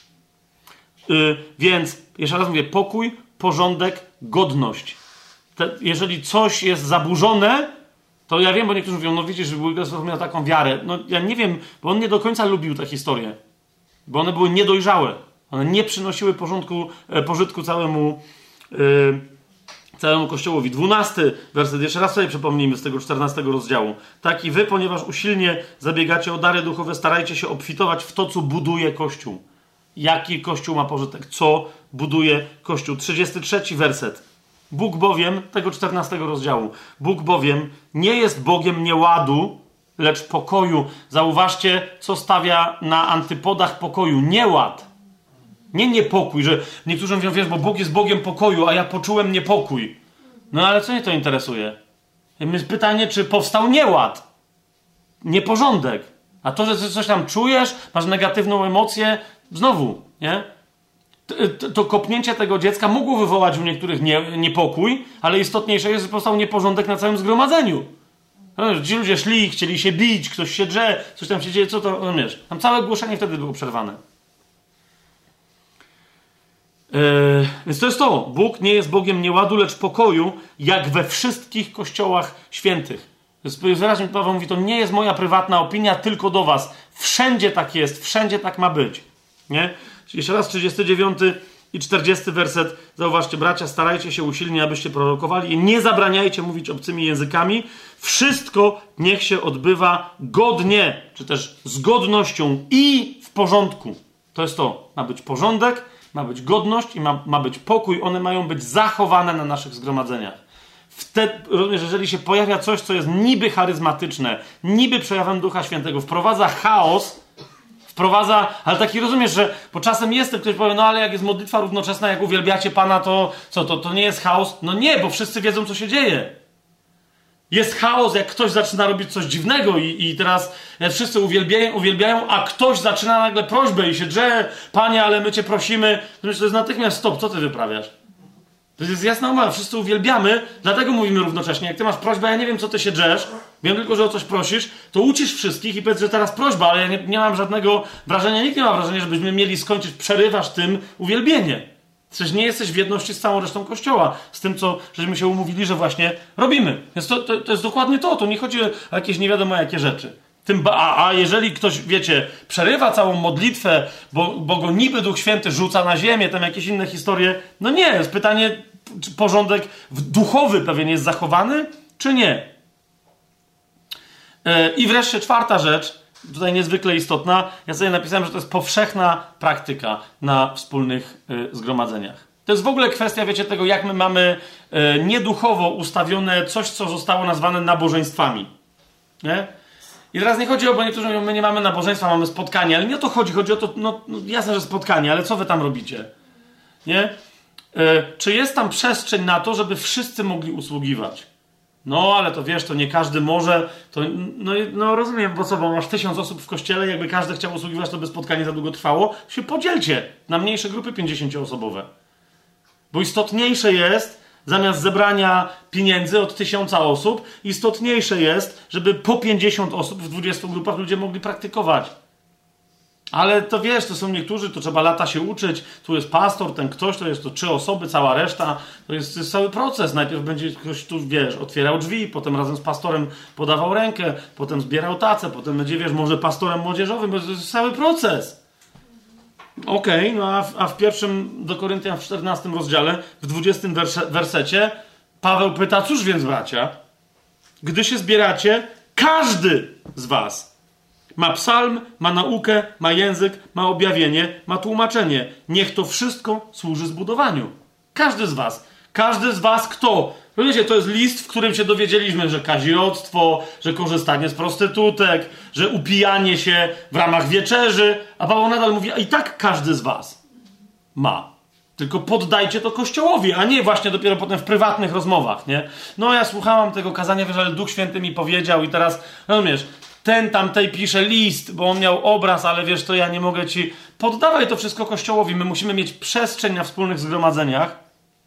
Więc, jeszcze raz mówię, pokój, porządek, godność. Jeżeli coś jest zaburzone, to ja wiem, bo niektórzy mówią, no widzisz, że Wigglesworth miał taką wiarę. No ja nie wiem, bo on nie do końca lubił te historie. Bo one były niedojrzałe. One nie przynosiły pożytku całemu Kościołowi. 12 werset, jeszcze raz sobie przypomnijmy z tego 14 rozdziału. Tak i wy, ponieważ usilnie zabiegacie o dary duchowe, starajcie się obfitować w to, co buduje Kościół. Jaki Kościół ma pożytek? Co buduje Kościół? 33 werset. Bóg bowiem, tego 14 rozdziału, Bóg bowiem nie jest Bogiem nieładu, lecz pokoju. Zauważcie, co stawia na antypodach pokoju. Nieład. Nie niepokój, że niektórzy mówią, wiesz, bo Bóg jest Bogiem pokoju, a ja poczułem niepokój. No ale co mnie to interesuje? Jest pytanie, czy powstał nieład? Nieporządek. A to, że coś tam czujesz, masz negatywną emocję, znowu, nie? To kopnięcie tego dziecka mogło wywołać u niektórych niepokój, ale istotniejsze jest, że powstał nieporządek na całym zgromadzeniu. Ci ludzie szli, chcieli się bić, ktoś się drze, coś tam się dzieje, co to, rozumiesz? Tam całe głoszenie wtedy było przerwane. Więc to jest to. Bóg nie jest Bogiem nieładu, lecz pokoju, jak we wszystkich kościołach świętych. Wyraźnie Paweł mówi, to nie jest moja prywatna opinia, tylko do was. Wszędzie tak jest, wszędzie tak ma być. Nie? Jeszcze raz 39 i 40 werset. Zauważcie, bracia, starajcie się usilnie, abyście prorokowali i nie zabraniajcie mówić obcymi językami. Wszystko niech się odbywa godnie, czy też z godnością i w porządku. To jest to. Ma być porządek, ma być godność i ma być pokój. One mają być zachowane na naszych zgromadzeniach. Wtedy, rozumiesz, jeżeli się pojawia coś, co jest niby charyzmatyczne, niby przejawem Ducha Świętego, wprowadza chaos, ale taki rozumiesz, że bo czasem jest, ktoś powie, no ale jak jest modlitwa równoczesna, jak uwielbiacie Pana, to co, to nie jest chaos? No nie, bo wszyscy wiedzą, co się dzieje. Jest chaos, jak ktoś zaczyna robić coś dziwnego i teraz wszyscy uwielbiają, a ktoś zaczyna nagle prośbę i się drze, Panie, ale my Cię prosimy. To jest natychmiast stop, co Ty wyprawiasz? To jest jasna umowa, wszyscy uwielbiamy, dlatego mówimy równocześnie. Jak Ty masz prośbę, ja nie wiem, co Ty się drzesz, wiem tylko, że o coś prosisz, to ucisz wszystkich i powiedz, że teraz prośba, ale ja nie mam żadnego wrażenia, nikt nie ma wrażenia, żebyśmy mieli skończyć, przerywasz tym uwielbienie. Przecież nie jesteś w jedności z całą resztą Kościoła, z tym, co żeśmy się umówili, że właśnie robimy. Więc to jest dokładnie to nie chodzi o jakieś nie wiadomo jakie rzeczy. A jeżeli ktoś, wiecie, przerywa całą modlitwę, bo go niby Duch Święty rzuca na ziemię, tam jakieś inne historie, no nie, jest pytanie, czy porządek duchowy pewien jest zachowany, czy nie. I wreszcie czwarta rzecz, tutaj niezwykle istotna, ja sobie napisałem, że to jest powszechna praktyka na wspólnych zgromadzeniach. To jest w ogóle kwestia, wiecie, tego, jak my mamy nieduchowo ustawione coś, co zostało nazwane nabożeństwami. Nie? I teraz nie chodzi o, bo niektórzy mówią, my nie mamy nabożeństwa, mamy spotkanie, ale nie o to chodzi. Chodzi o to, no jasne, że spotkanie, ale co wy tam robicie? Nie? Czy jest tam przestrzeń na to, żeby wszyscy mogli usługiwać? No, ale to wiesz, to nie każdy może, to, no rozumiem, bo co, bo masz 1000 osób w kościele, jakby każdy chciał usługiwać, to by spotkanie za długo trwało, się podzielcie na mniejsze grupy 50-osobowe. Bo istotniejsze jest, zamiast zebrania pieniędzy od 1000 osób, istotniejsze jest, żeby po 50 osób w 20 grupach ludzie mogli praktykować. Ale to wiesz, to są niektórzy, to trzeba lata się uczyć, tu jest pastor, ten ktoś, to jest to 3 osoby, cała reszta, to jest cały proces. Najpierw będzie ktoś tu, wiesz, otwierał drzwi, potem razem z pastorem podawał rękę, potem zbierał tacę, potem będzie, wiesz, może pastorem młodzieżowym, bo to jest cały proces. Okej, no a w pierwszym do Koryntian w 14 rozdziale, w 20 wersecie Paweł pyta, cóż więc bracia, gdy się zbieracie, każdy z was ma psalm, ma naukę, ma język, ma objawienie, ma tłumaczenie. Niech to wszystko służy zbudowaniu. Każdy z was. Każdy z was kto? Rozumiecie, to jest list, w którym się dowiedzieliśmy, że kazirodztwo, że korzystanie z prostytutek, że upijanie się w ramach wieczerzy, a Paweł nadal mówi, a i tak każdy z was ma. Tylko poddajcie to Kościołowi, a nie właśnie dopiero potem w prywatnych rozmowach, nie? No ja słuchałam tego kazania, wiesz, ale Duch Święty mi powiedział i teraz, rozumiesz, ten tamtej pisze list, bo on miał obraz, ale wiesz, to ja nie mogę ci... Poddawaj to wszystko Kościołowi. My musimy mieć przestrzeń na wspólnych zgromadzeniach.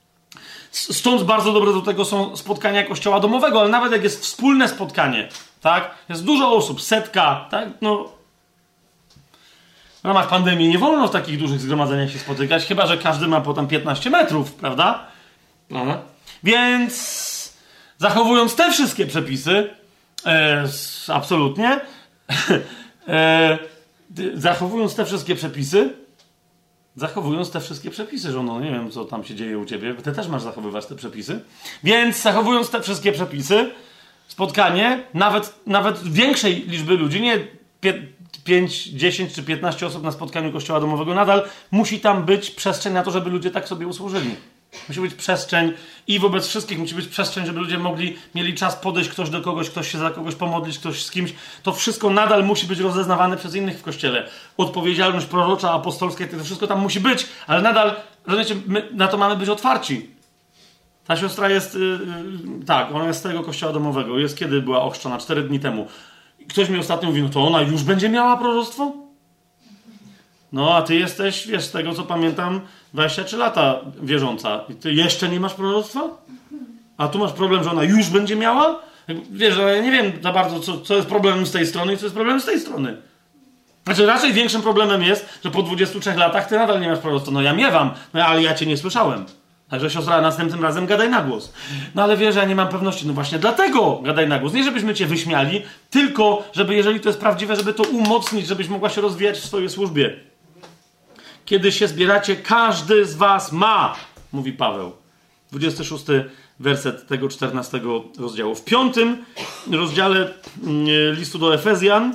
Stąd bardzo dobre do tego są spotkania Kościoła domowego, ale nawet jak jest wspólne spotkanie, tak? Jest dużo osób, 100, tak? No... W ramach pandemii nie wolno w takich dużych zgromadzeniach się spotykać, chyba że każdy ma po tam 15 metrów, prawda? Aha. Więc zachowując te wszystkie przepisy, absolutnie, zachowując te wszystkie przepisy, żono, nie wiem, co tam się dzieje u ciebie, ty też masz zachowywać te przepisy, więc zachowując te wszystkie przepisy, spotkanie, nawet większej liczby ludzi, nie 5, 10 czy 15 osób na spotkaniu Kościoła domowego, nadal musi tam być przestrzeń na to, żeby ludzie tak sobie usłużyli. Musi być przestrzeń i wobec wszystkich musi być przestrzeń, żeby ludzie mieli czas podejść ktoś do kogoś, ktoś się za kogoś pomodlić, ktoś z kimś. To wszystko nadal musi być rozeznawane przez innych w Kościele. Odpowiedzialność prorocza, apostolska, to wszystko tam musi być, ale nadal, rozumiecie, my na to mamy być otwarci. Ta siostra jest, tak, ona jest z tego Kościoła domowego. Jest kiedy była ochrzczona? 4 dni temu. Ktoś mi ostatnio mówi, no to ona już będzie miała proroctwo? No, a ty jesteś, wiesz, z tego co pamiętam, 23 lata wierząca. I ty jeszcze nie masz proroctwa? A tu masz problem, że ona już będzie miała? Wiesz, ja nie wiem za bardzo, co jest problemem z tej strony i co jest problemem z tej strony. Znaczy, raczej większym problemem jest, że po 23 latach ty nadal nie masz proroctwa. No ja miewam, no ale ja cię nie słyszałem. Także siostra, następnym razem gadaj na głos. No ale wiesz, ja nie mam pewności. No właśnie dlatego gadaj na głos. Nie żebyśmy cię wyśmiali, tylko żeby, jeżeli to jest prawdziwe, żeby to umocnić, żebyś mogła się rozwijać w swojej służbie. Kiedy się zbieracie, każdy z was ma, mówi Paweł. 26 werset tego 14 rozdziału. W 5 rozdziale listu do Efezjan,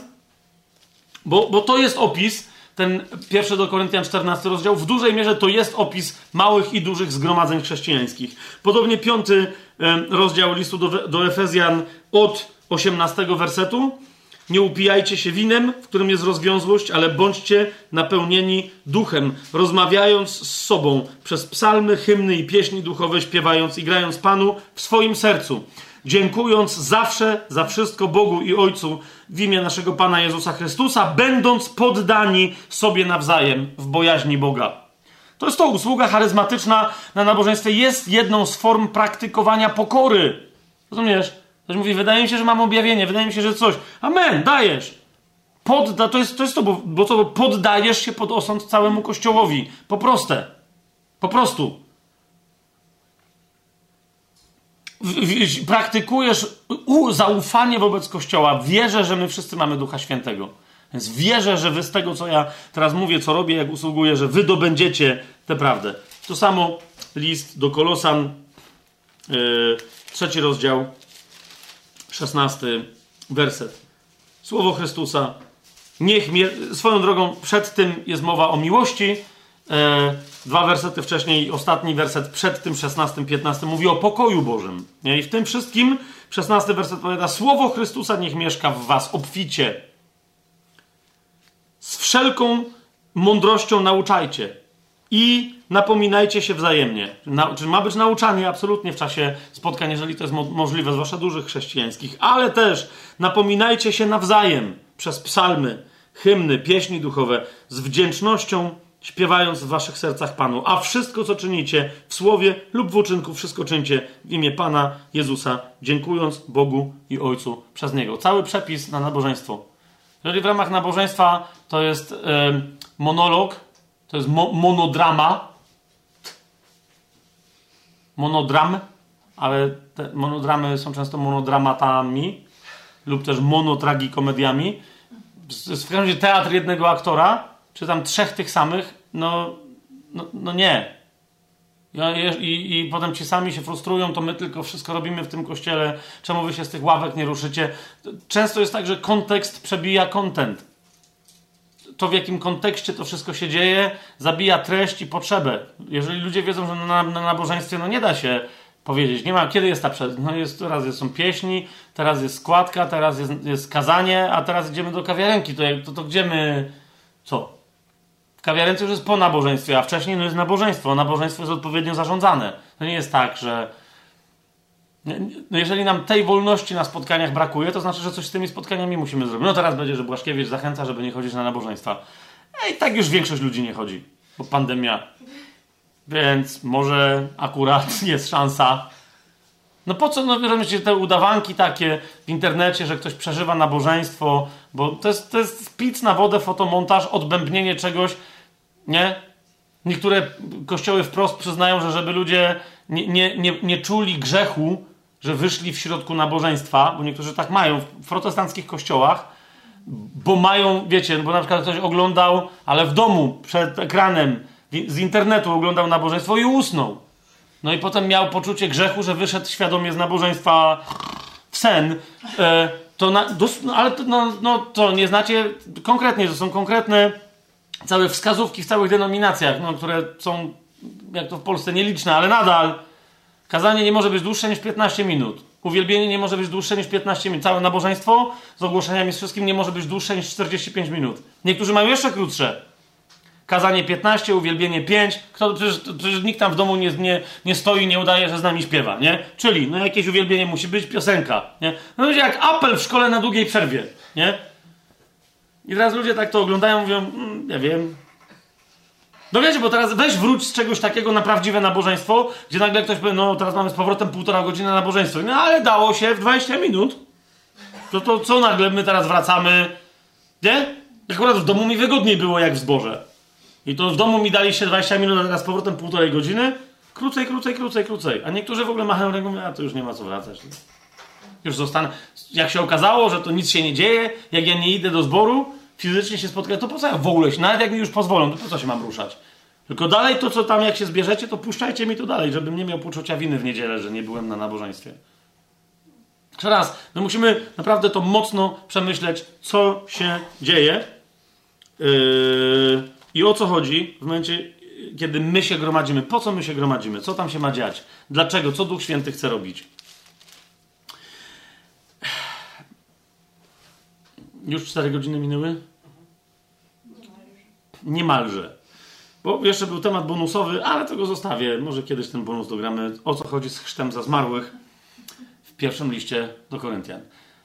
bo to jest opis, ten 1 do Koryntian 14 rozdział, w dużej mierze to jest opis małych i dużych zgromadzeń chrześcijańskich. Podobnie 5 rozdział listu do Efezjan od 18 wersetu. Nie upijajcie się winem, w którym jest rozwiązłość, ale bądźcie napełnieni duchem, rozmawiając z sobą przez psalmy, hymny i pieśni duchowe, śpiewając i grając Panu w swoim sercu, dziękując zawsze za wszystko Bogu i Ojcu w imię naszego Pana Jezusa Chrystusa, będąc poddani sobie nawzajem w bojaźni Boga. To jest to, usługa charyzmatyczna na nabożeństwie jest jedną z form praktykowania pokory. Rozumiesz? Ktoś mówi, wydaje mi się, że mam objawienie, wydaje mi się, że coś. Amen, dajesz. To jest to, bo co, poddajesz się pod osąd całemu Kościołowi. Po prostu. praktykujesz zaufanie wobec Kościoła, wierzę, że my wszyscy mamy Ducha Świętego. Więc wierzę, że wy z tego, co ja teraz mówię, co robię, jak usługuję, że wy dobędziecie tę prawdę. To samo list do Kolosan, 3 rozdział, 16 werset. Słowo Chrystusa. Swoją drogą, przed tym jest mowa o miłości. 2 wersety wcześniej, ostatni werset przed tym 16, 15 mówi o pokoju Bożym. Nie? I w tym wszystkim 16 werset powiada: Słowo Chrystusa niech mieszka w was obficie. Z wszelką mądrością nauczajcie i napominajcie się wzajemnie. Czyli ma być nauczanie absolutnie w czasie spotkań, jeżeli to jest możliwe, zwłaszcza dużych chrześcijańskich, ale też napominajcie się nawzajem przez psalmy, hymny, pieśni duchowe, z wdzięcznością śpiewając w waszych sercach Panu. A wszystko, co czynicie w słowie lub w uczynku, wszystko czyńcie w imię Pana Jezusa, dziękując Bogu i Ojcu przez Niego. Cały przepis na nabożeństwo. Jeżeli w ramach nabożeństwa to jest monolog, to jest monodrama, monodram, ale te monodramy są często monodramatami lub też monotragikomediami. W każdym razie teatr jednego aktora, czy tam 3 tych samych, no nie. I potem ci sami się frustrują, to my tylko wszystko robimy w tym kościele, czemu wy się z tych ławek nie ruszycie. Często jest tak, że kontekst przebija content. To, w jakim kontekście to wszystko się dzieje, zabija treść i potrzebę. Jeżeli ludzie wiedzą, że na nabożeństwie nie da się powiedzieć, nie ma, kiedy jest ta teraz są pieśni, teraz jest składka, teraz jest kazanie, a teraz idziemy do kawiarenki, to gdzie my, co? W kawiarence już jest po nabożeństwie, a wcześniej jest nabożeństwo. Nabożeństwo jest odpowiednio zarządzane. To nie jest tak, że jeżeli nam tej wolności na spotkaniach brakuje, to znaczy, że coś z tymi spotkaniami musimy zrobić. No teraz będzie, że Błaszkiewicz zachęca, żeby nie chodzić na nabożeństwa. I tak już większość ludzi nie chodzi, bo pandemia. Więc może akurat jest szansa. No po co, rozumiecie, te udawanki takie w internecie, że ktoś przeżywa nabożeństwo, bo to jest pic na wodę, fotomontaż, odbębnienie czegoś, nie? Niektóre kościoły wprost przyznają, że żeby ludzie nie czuli grzechu, że wyszli w środku nabożeństwa, bo niektórzy tak mają w protestanckich kościołach, bo mają, wiecie, bo na przykład ktoś oglądał, ale w domu, przed ekranem, z internetu oglądał nabożeństwo i usnął. No i potem miał poczucie grzechu, że wyszedł świadomie z nabożeństwa w sen. To nie znacie konkretnie, to są konkretne całe wskazówki w całych denominacjach, które są, jak to w Polsce, nieliczne, ale nadal. Kazanie nie może być dłuższe niż 15 minut. Uwielbienie nie może być dłuższe niż 15 minut. Całe nabożeństwo z ogłoszeniami, z wszystkim nie może być dłuższe niż 45 minut. Niektórzy mają jeszcze krótsze. Kazanie 15, uwielbienie 5. Przecież nikt tam w domu nie stoi, nie udaje, że z nami śpiewa, nie? Czyli, jakieś uwielbienie musi być, piosenka, nie? No będzie jak apel w szkole na długiej przerwie, nie? I teraz ludzie tak to oglądają, mówią, ja wiem. No wiecie, bo teraz weź wróć z czegoś takiego na prawdziwe nabożeństwo, gdzie nagle ktoś powie, teraz mamy z powrotem 1,5 godziny na nabożeństwo. No ale dało się w 20 minut. To co nagle my teraz wracamy, nie? Akurat w domu mi wygodniej było jak w zborze. I to w domu mi daliście 20 minut, a teraz z powrotem 1,5 godziny. Krócej. A niektórzy w ogóle machają ręką, a to już nie ma co wracać. Już zostanę. Jak się okazało, że to nic się nie dzieje, jak ja nie idę do zboru, fizycznie się spotkać, to po co ja w ogóle się, nawet jak mi już pozwolą, to po co się mam ruszać? Tylko dalej to, co tam jak się zbierzecie, to puszczajcie mi to dalej, żebym nie miał poczucia winy w niedzielę, że nie byłem na nabożeństwie. Jeszcze raz, my musimy naprawdę to mocno przemyśleć, co się dzieje i o co chodzi w momencie, kiedy my się gromadzimy. Po co my się gromadzimy? Co tam się ma dziać? Dlaczego? Co Duch Święty chce robić? Już 4 godziny minęły? Niemalże. Bo jeszcze był temat bonusowy, ale to go zostawię. Może kiedyś ten bonus dogramy. O co chodzi z chrztem za zmarłych w pierwszym liście do Koryntian.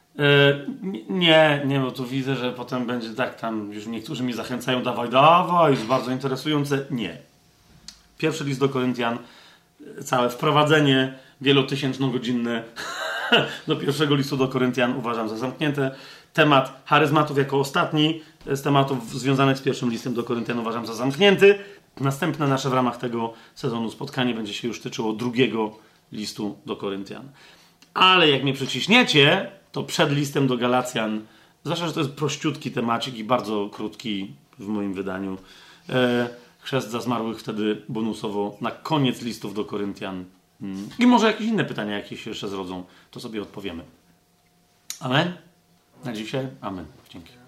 Nie, bo tu widzę, że potem będzie tak, tam już niektórzy mi zachęcają, dawaj, jest bardzo interesujące. Nie. Pierwszy list do Koryntian, całe wprowadzenie wielotysięcznogodzinne do pierwszego listu do Koryntian uważam za zamknięte. Temat charyzmatów jako ostatni z tematów związanych z pierwszym listem do Koryntian uważam za zamknięty. Następne nasze w ramach tego sezonu spotkanie będzie się już tyczyło drugiego listu do Koryntian. Ale jak mnie przyciśniecie, to przed listem do Galacjan, zwłaszcza, że to jest prościutki temacik i bardzo krótki w moim wydaniu, chrzest za zmarłych wtedy bonusowo na koniec listów do Koryntian. I może jakieś inne pytania, jakie się jeszcze zrodzą, to sobie odpowiemy. Amen? Na dzisiaj? Amen. Dzięki.